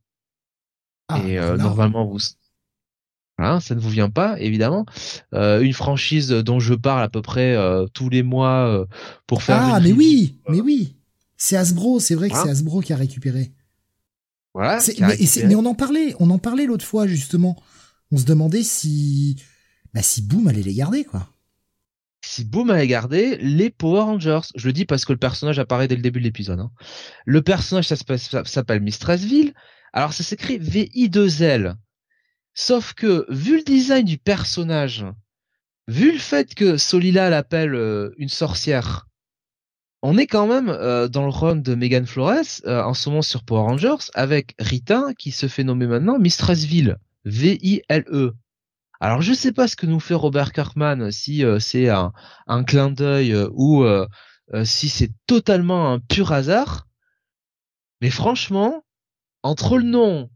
Ah, et euh, là. normalement vous, voilà, ça ne vous vient pas, évidemment. Euh, une franchise dont je parle à peu près euh, tous les mois euh, pour faire. Ah, une mais review. oui, mais oui. C'est Hasbro, c'est vrai que Voilà. c'est Hasbro qui a récupéré. Voilà. C'est, qui a mais, récupéré. c'est, mais on en parlait, on en parlait l'autre fois justement. On se demandait si, bah si Boom allait les garder quoi. Si Boom allait garder les Power Rangers, je le dis parce que le personnage apparaît dès le début de l'épisode. Hein. Le personnage ça s'appelle, ça s'appelle Mistressville. Alors ça s'écrit V I deux L. Sauf que vu le design du personnage, vu le fait que Solila l'appelle euh, une sorcière, on est quand même euh, dans le run de Megan Flores euh, en ce moment sur Power Rangers avec Rita qui se fait nommer maintenant Mistressville, V I L E. Alors je sais pas ce que nous fait Robert Kirkman, si euh, c'est un, un clin d'œil euh, ou euh, euh, si c'est totalement un pur hasard, mais franchement, entre le nom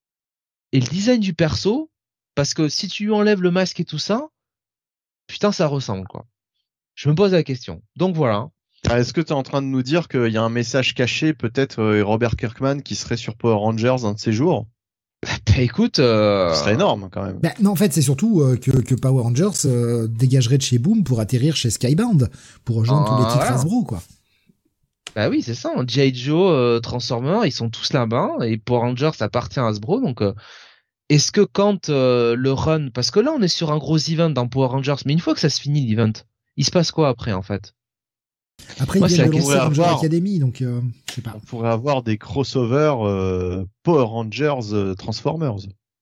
et le design du perso, parce que si tu lui enlèves le masque et tout ça, putain ça ressemble quoi. Je me pose la question. Donc voilà. Est-ce que tu es en train de nous dire qu'il y a un message caché, peut-être euh, Robert Kirkman qui serait sur Power Rangers un de ces jours? Bah écoute, euh... ce serait énorme quand même. Bah, non, en fait, c'est surtout euh, que, que Power Rangers euh, dégagerait de chez Boom pour atterrir chez Skybound, pour rejoindre Ah, tous les titres voilà. Hasbro, quoi. Bah oui, c'est ça. G I. Joe, euh, Transformers, ils sont tous là-bas et Power Rangers appartient à Hasbro. Donc, euh, est-ce que quand euh, le run, parce que là, on est sur un gros event dans Power Rangers, mais une fois que ça se finit l'event, il se passe quoi après en fait? Après, Moi, ils c'est viennent de la lancer question. Ranger Avoir- Academy, donc euh, je sais pas. On pourrait avoir des crossovers euh, Power Rangers euh, Transformers.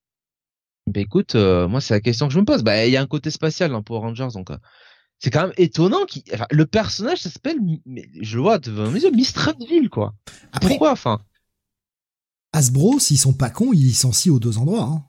Bah écoute, euh, moi c'est la question que je me pose. Bah il y a un côté spatial dans Power Rangers, donc euh, c'est quand même étonnant qu'il, enfin, le personnage ça s'appelle, mais je le vois devant mes yeux, Mistressville quoi. Après, Pourquoi enfin? Hasbro, s'ils sont pas cons, ils licencient aux deux endroits. Hein.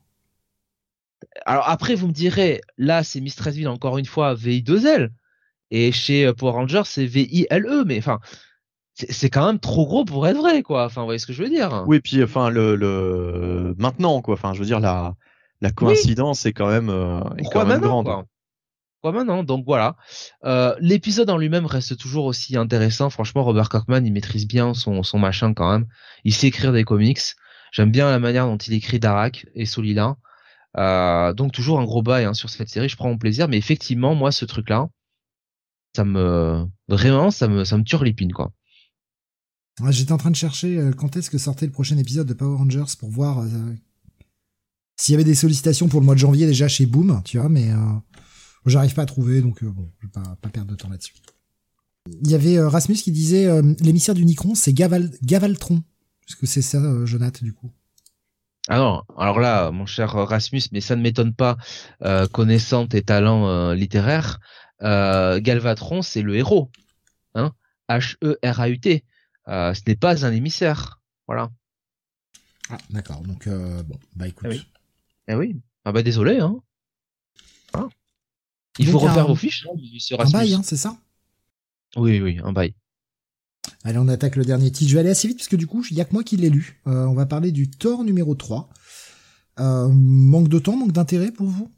Alors après vous me direz, là c'est Mistressville encore une fois V I deux L et chez euh, Power Rangers c'est V I L E, mais enfin c'est, c'est quand même trop gros pour être vrai quoi. Enfin vous voyez ce que je veux dire? Oui, puis enfin le, le maintenant quoi. Enfin, je veux dire la la coïncidence est quand même euh, est Pourquoi quand même maintenant grande. quoi? Quoi maintenant? Donc voilà. Euh, l'épisode en lui-même reste toujours aussi intéressant. Franchement, Robert Kirkman, il maîtrise bien son, son machin quand même. Il sait écrire des comics. J'aime bien la manière dont il écrit Darak et Solila. Euh, donc toujours un gros bail hein, sur cette série. Je prends mon plaisir. Mais effectivement, moi, ce truc-là, ça me vraiment ça me ça me turlupine quoi. Ouais, j'étais en train de chercher euh, quand est-ce que sortait le prochain épisode de Power Rangers pour voir euh, s'il y avait des sollicitations pour le mois de janvier déjà chez Boom, tu vois, mais euh, j'arrive pas à trouver, donc euh, bon, je vais pas, pas perdre de temps là-dessus. Il y avait euh, Rasmus qui disait euh, l'émissaire du Nikron, c'est Gaval Gavaltron. Est-ce que c'est ça, euh, Jonathan, du coup? Ah non, alors là, mon cher Rasmus, mais ça ne m'étonne pas, euh, connaissant tes talents euh, littéraires, euh, Galvatron, c'est le héros, hein, H E R A U T. Euh, ce n'est pas un émissaire, voilà. Ah, d'accord, donc euh, bon, bah écoute. Eh oui. Eh oui. Ah bah désolé, hein. Ah. Il donc, faut refaire un, vos fiches, hein, monsieur un Rasmus. bail, hein, c'est ça? Oui, oui, un bail. Allez, on attaque le dernier titre. Je vais aller assez vite parce que du coup, il y a que moi qui l'ai lu. Euh, on va parler du Thor numéro trois. Euh, manque de temps, manque d'intérêt pour vous?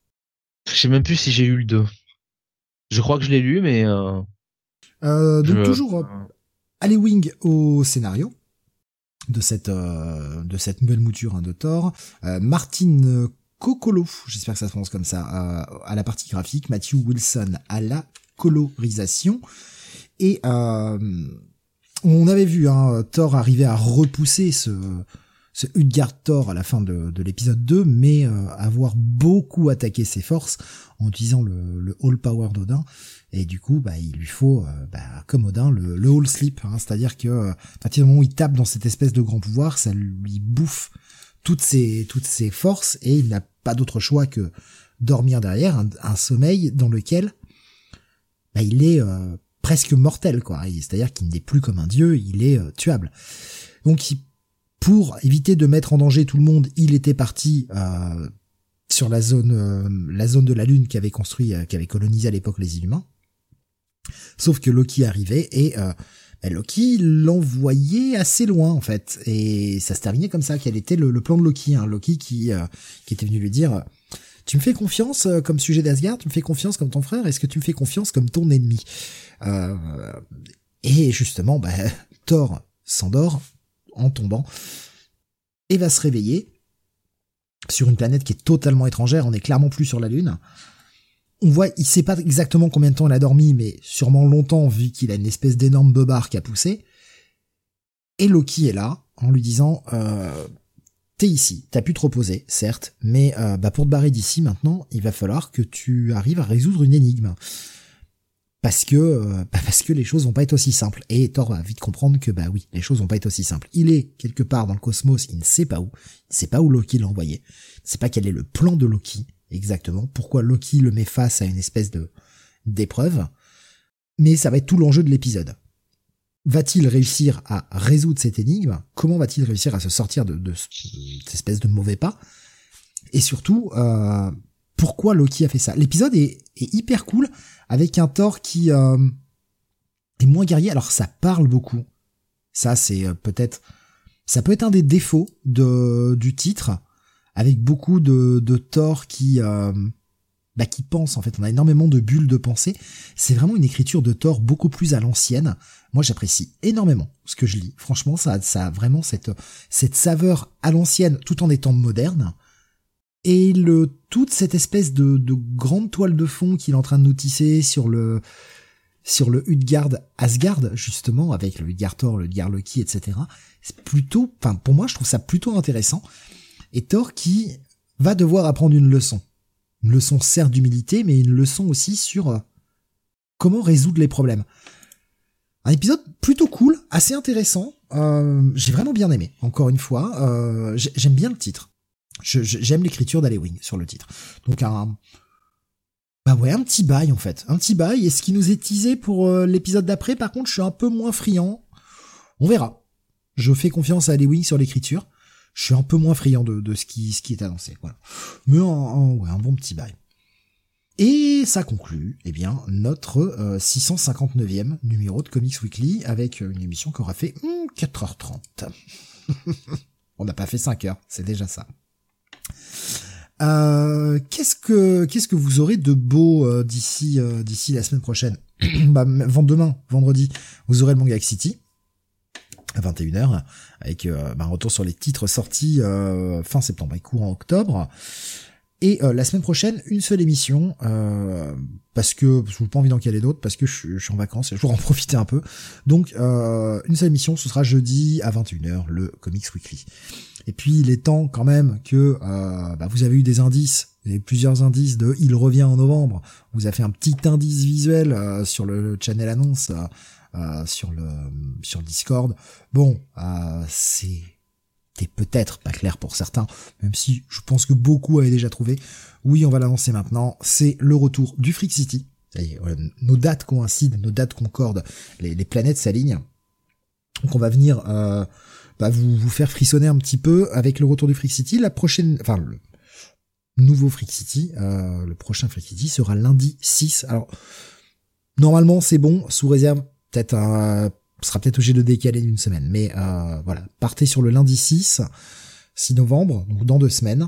Je sais même plus si j'ai eu le deux. Je crois que je l'ai lu, mais... Euh, euh, donc je... toujours euh, Alley Wing au scénario de cette euh, de cette nouvelle mouture hein, de Thor. Euh, Martin Kokolo, j'espère que ça se prononce comme ça, euh, à la partie graphique. Matthew Wilson à la colorisation. Et euh, on avait vu hein, Thor arriver à repousser ce... ce Utgard Thor à la fin de, de l'épisode deux, mais euh, avoir beaucoup attaqué ses forces en utilisant le, le All Power d'Odin, et du coup bah il lui faut euh, bah, comme Odin le, le All Sleep, hein, c'est-à-dire que euh, à partir du moment où il tape dans cette espèce de grand pouvoir, ça lui bouffe toutes ses toutes ses forces et il n'a pas d'autre choix que dormir derrière, un, un sommeil dans lequel bah, il est euh, presque mortel quoi, c'est-à-dire qu'il n'est plus comme un dieu, il est euh, tuable. Donc il Pour éviter de mettre en danger tout le monde, il était parti euh, sur la zone, euh, la zone de la Lune qu'avait construit, euh, qu'avait colonisé à l'époque les Inhumains. Sauf que Loki arrivait et euh, ben Loki l'envoyait assez loin en fait. Et ça se terminait comme ça. Quel était le, le plan de Loki, hein, Loki qui euh, qui était venu lui dire tu me fais confiance euh, comme sujet d'Asgard, tu me fais confiance comme ton frère, est-ce que tu me fais confiance comme ton ennemi? euh, Et justement, ben, Thor s'endort en tombant, et va se réveiller sur une planète qui est totalement étrangère, on est clairement plus sur la Lune. On voit, il sait pas exactement combien de temps il a dormi, mais sûrement longtemps, vu qu'il a une espèce d'énorme bobard qui a poussé. Et Loki est là, en lui disant, euh, t'es ici, t'as pu te reposer, certes, mais euh, bah pour te barrer d'ici maintenant, il va falloir que tu arrives à résoudre une énigme. Parce que euh, bah parce que les choses vont pas être aussi simples. Et Thor va vite comprendre que bah oui, les choses vont pas être aussi simples. Il est quelque part dans le cosmos, il ne sait pas où, il ne sait pas où Loki l'a envoyé, il ne sait pas quel est le plan de Loki exactement, pourquoi Loki le met face à une espèce de d'épreuve. Mais ça va être tout l'enjeu de l'épisode. Va-t-il réussir à résoudre cette énigme? Comment va-t-il réussir à se sortir de, de, de cette espèce de mauvais pas? Et surtout, euh, pourquoi Loki a fait ça? L'épisode est, est hyper cool, avec un Thor qui euh, est moins guerrier. Alors ça parle beaucoup. Ça c'est euh, peut-être, ça peut être un des défauts de du titre, avec beaucoup de, de Thor qui euh, bah qui pense en fait. On a énormément de bulles de pensée. C'est vraiment une écriture de Thor beaucoup plus à l'ancienne. Moi j'apprécie énormément ce que je lis. Franchement ça ça a vraiment cette cette saveur à l'ancienne tout en étant moderne. Et le toute cette espèce de, de grande toile de fond qu'il est en train de nous tisser sur le sur le Utgard Asgard justement, avec le Utgard Thor, le Utgard Loki, et cetera. C'est plutôt, enfin pour moi je trouve ça plutôt intéressant. Et Thor qui va devoir apprendre une leçon, une leçon certes d'humilité, mais une leçon aussi sur euh, comment résoudre les problèmes. Un épisode plutôt cool, assez intéressant. Euh, j'ai vraiment bien aimé. Encore une fois, euh, j'aime bien le titre. Je, j'aime l'écriture d'Alley Wing sur le titre. Donc un, bah ouais, un petit bail en fait, un petit bail. Et ce qui nous est teasé pour euh, l'épisode d'après, par contre, je suis un peu moins friand. On verra. Je fais confiance à Alley Wing sur l'écriture. Je suis un peu moins friand de, de ce qui, ce qui est annoncé. Voilà. Mais un, un, ouais, un bon petit bail. Et ça conclut, eh bien, notre euh, six cent cinquante-neuvième numéro de Comics Weekly avec une émission qui aura fait hmm, quatre heures trente. On n'a pas fait cinq heures, c'est déjà ça. Euh, qu'est-ce que qu'est-ce que vous aurez de beau euh, d'ici euh, d'ici la semaine prochaine? Bah demain, vendredi, vous aurez le Manga City à vingt et une heures avec euh, bah, un retour sur les titres sortis euh, fin septembre et courant octobre. Et euh, la semaine prochaine, une seule émission, euh, parce que je n'ai pas envie d'en caler d'autres, parce que je, je suis en vacances et je voudrais en profiter un peu. Donc, euh, une seule émission, ce sera jeudi à vingt et une heures, le Comics Weekly. Et puis, il est temps quand même que euh, bah, vous avez eu des indices, vous avez plusieurs indices de « Il revient en novembre ». On vous a fait un petit indice visuel euh, sur le channel annonce, euh, euh, sur le sur le Discord. Bon, euh, c'est... c'est peut-être pas clair pour certains, même si je pense que beaucoup avaient déjà trouvé. Oui, on va l'annoncer maintenant, c'est le retour du Freak City. Ça y est, nos dates coïncident, nos dates concordent, les, les planètes s'alignent. Donc on va venir euh, bah, vous, vous faire frissonner un petit peu avec le retour du Freak City. La prochaine, enfin le nouveau Freak City, euh, le prochain Freak City sera lundi six. Alors normalement c'est bon, sous réserve peut-être un... sera peut-être obligé de décaler d'une semaine, mais euh, voilà, partez sur le lundi six novembre, donc dans deux semaines.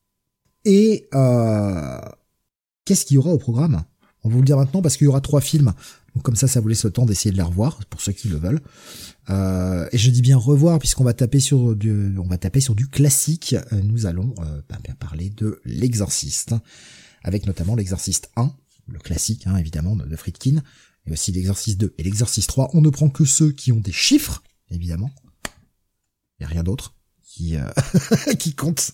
Et euh, qu'est-ce qu'il y aura au programme ? On va vous le dire maintenant parce qu'il y aura trois films, donc comme ça, ça vous laisse le temps d'essayer de les revoir pour ceux qui le veulent. Euh, et je dis bien revoir puisqu'on va taper sur du, on va taper sur du classique. Nous allons euh, bah, bien parler de l'Exorciste, avec notamment l'Exorciste un, le classique hein, évidemment de, de Friedkin. Et aussi l'Exorciste deux et l'Exorciste trois. On ne prend que ceux qui ont des chiffres, évidemment. Il n'y a rien d'autre qui, euh, qui compte.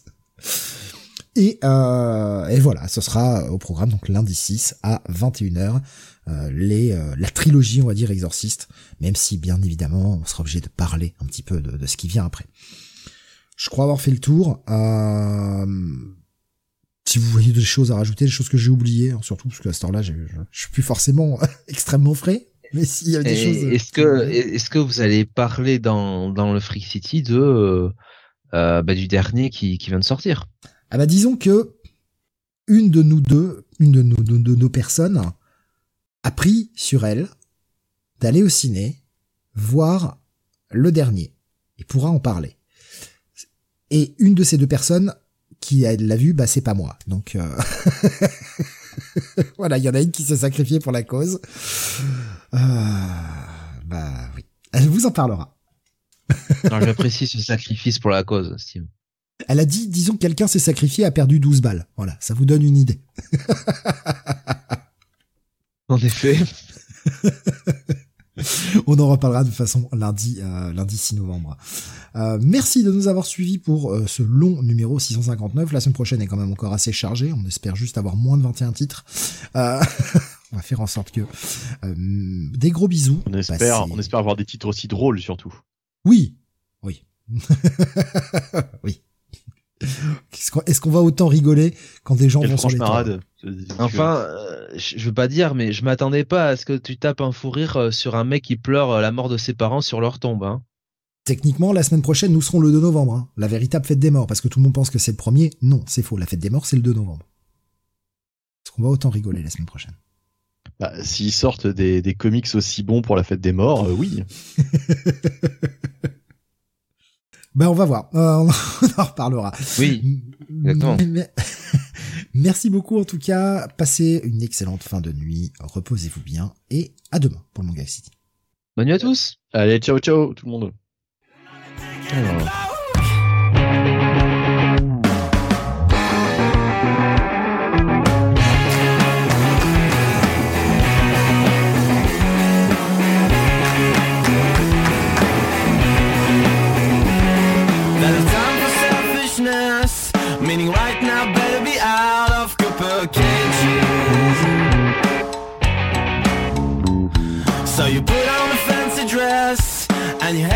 Et, euh, et voilà, ce sera au programme, donc lundi six à vingt et une heures, euh, les, euh, la trilogie, on va dire, Exorciste, même si, bien évidemment, on sera obligé de parler un petit peu de, de ce qui vient après. Je crois avoir fait le tour. Euh... Si vous voyez des choses à rajouter, des choses que j'ai oubliées, hein, surtout parce que à ce temps-là, je, je, je suis plus forcément extrêmement frais. Mais s'il y a des Et choses. Est-ce que est-ce que vous allez parler dans dans le Freak City de euh, bah, du dernier qui qui vient de sortir? Ah bah disons que une de nous deux, une de nos de, de nos personnes a pris sur elle d'aller au ciné voir le dernier et pourra en parler. Et une de ces deux personnes qui l'a vu, bah c'est pas moi. Donc euh... voilà, il y en a une qui s'est sacrifiée pour la cause. Euh... Bah oui, elle vous en parlera. Alors j'apprécie ce sacrifice pour la cause, Steve. Elle a dit, disons que quelqu'un s'est sacrifié, a perdu douze balles. Voilà, ça vous donne une idée. En effet. On en reparlera de toute façon lundi, euh, lundi six novembre. Euh, merci de nous avoir suivis pour euh, ce long numéro six cent cinquante-neuf. La semaine prochaine est quand même encore assez chargée. On espère juste avoir moins de vingt et un titres. Euh, on va faire en sorte que... Euh, des gros bisous. On espère, bah, on espère avoir des titres aussi drôles surtout. Oui, oui. Oui. Est-ce qu'on, est-ce qu'on va autant rigoler quand des gens Quelle vont sur les marade. Enfin, euh, je veux pas dire, mais je m'attendais pas à ce que tu tapes un fou rire sur un mec qui pleure la mort de ses parents sur leur tombe. Hein. Techniquement, la semaine prochaine, nous serons le deux novembre. Hein. La véritable fête des morts, parce que tout le monde pense que c'est le premier. Non, c'est faux. La fête des morts, c'est le deux novembre. Est-ce qu'on va autant rigoler la semaine prochaine ? Bah, s'ils sortent des, des comics aussi bons pour la fête des morts, euh, oui. Ben on va voir, euh, on en reparlera. Oui, exactement. Merci beaucoup en tout cas, passez une excellente fin de nuit, reposez-vous bien et à demain pour le Manga City. Bonne nuit à tous. Allez, ciao ciao tout le monde. Alors. Meaning right now better be out of copper cages. So you put on a fancy dress and you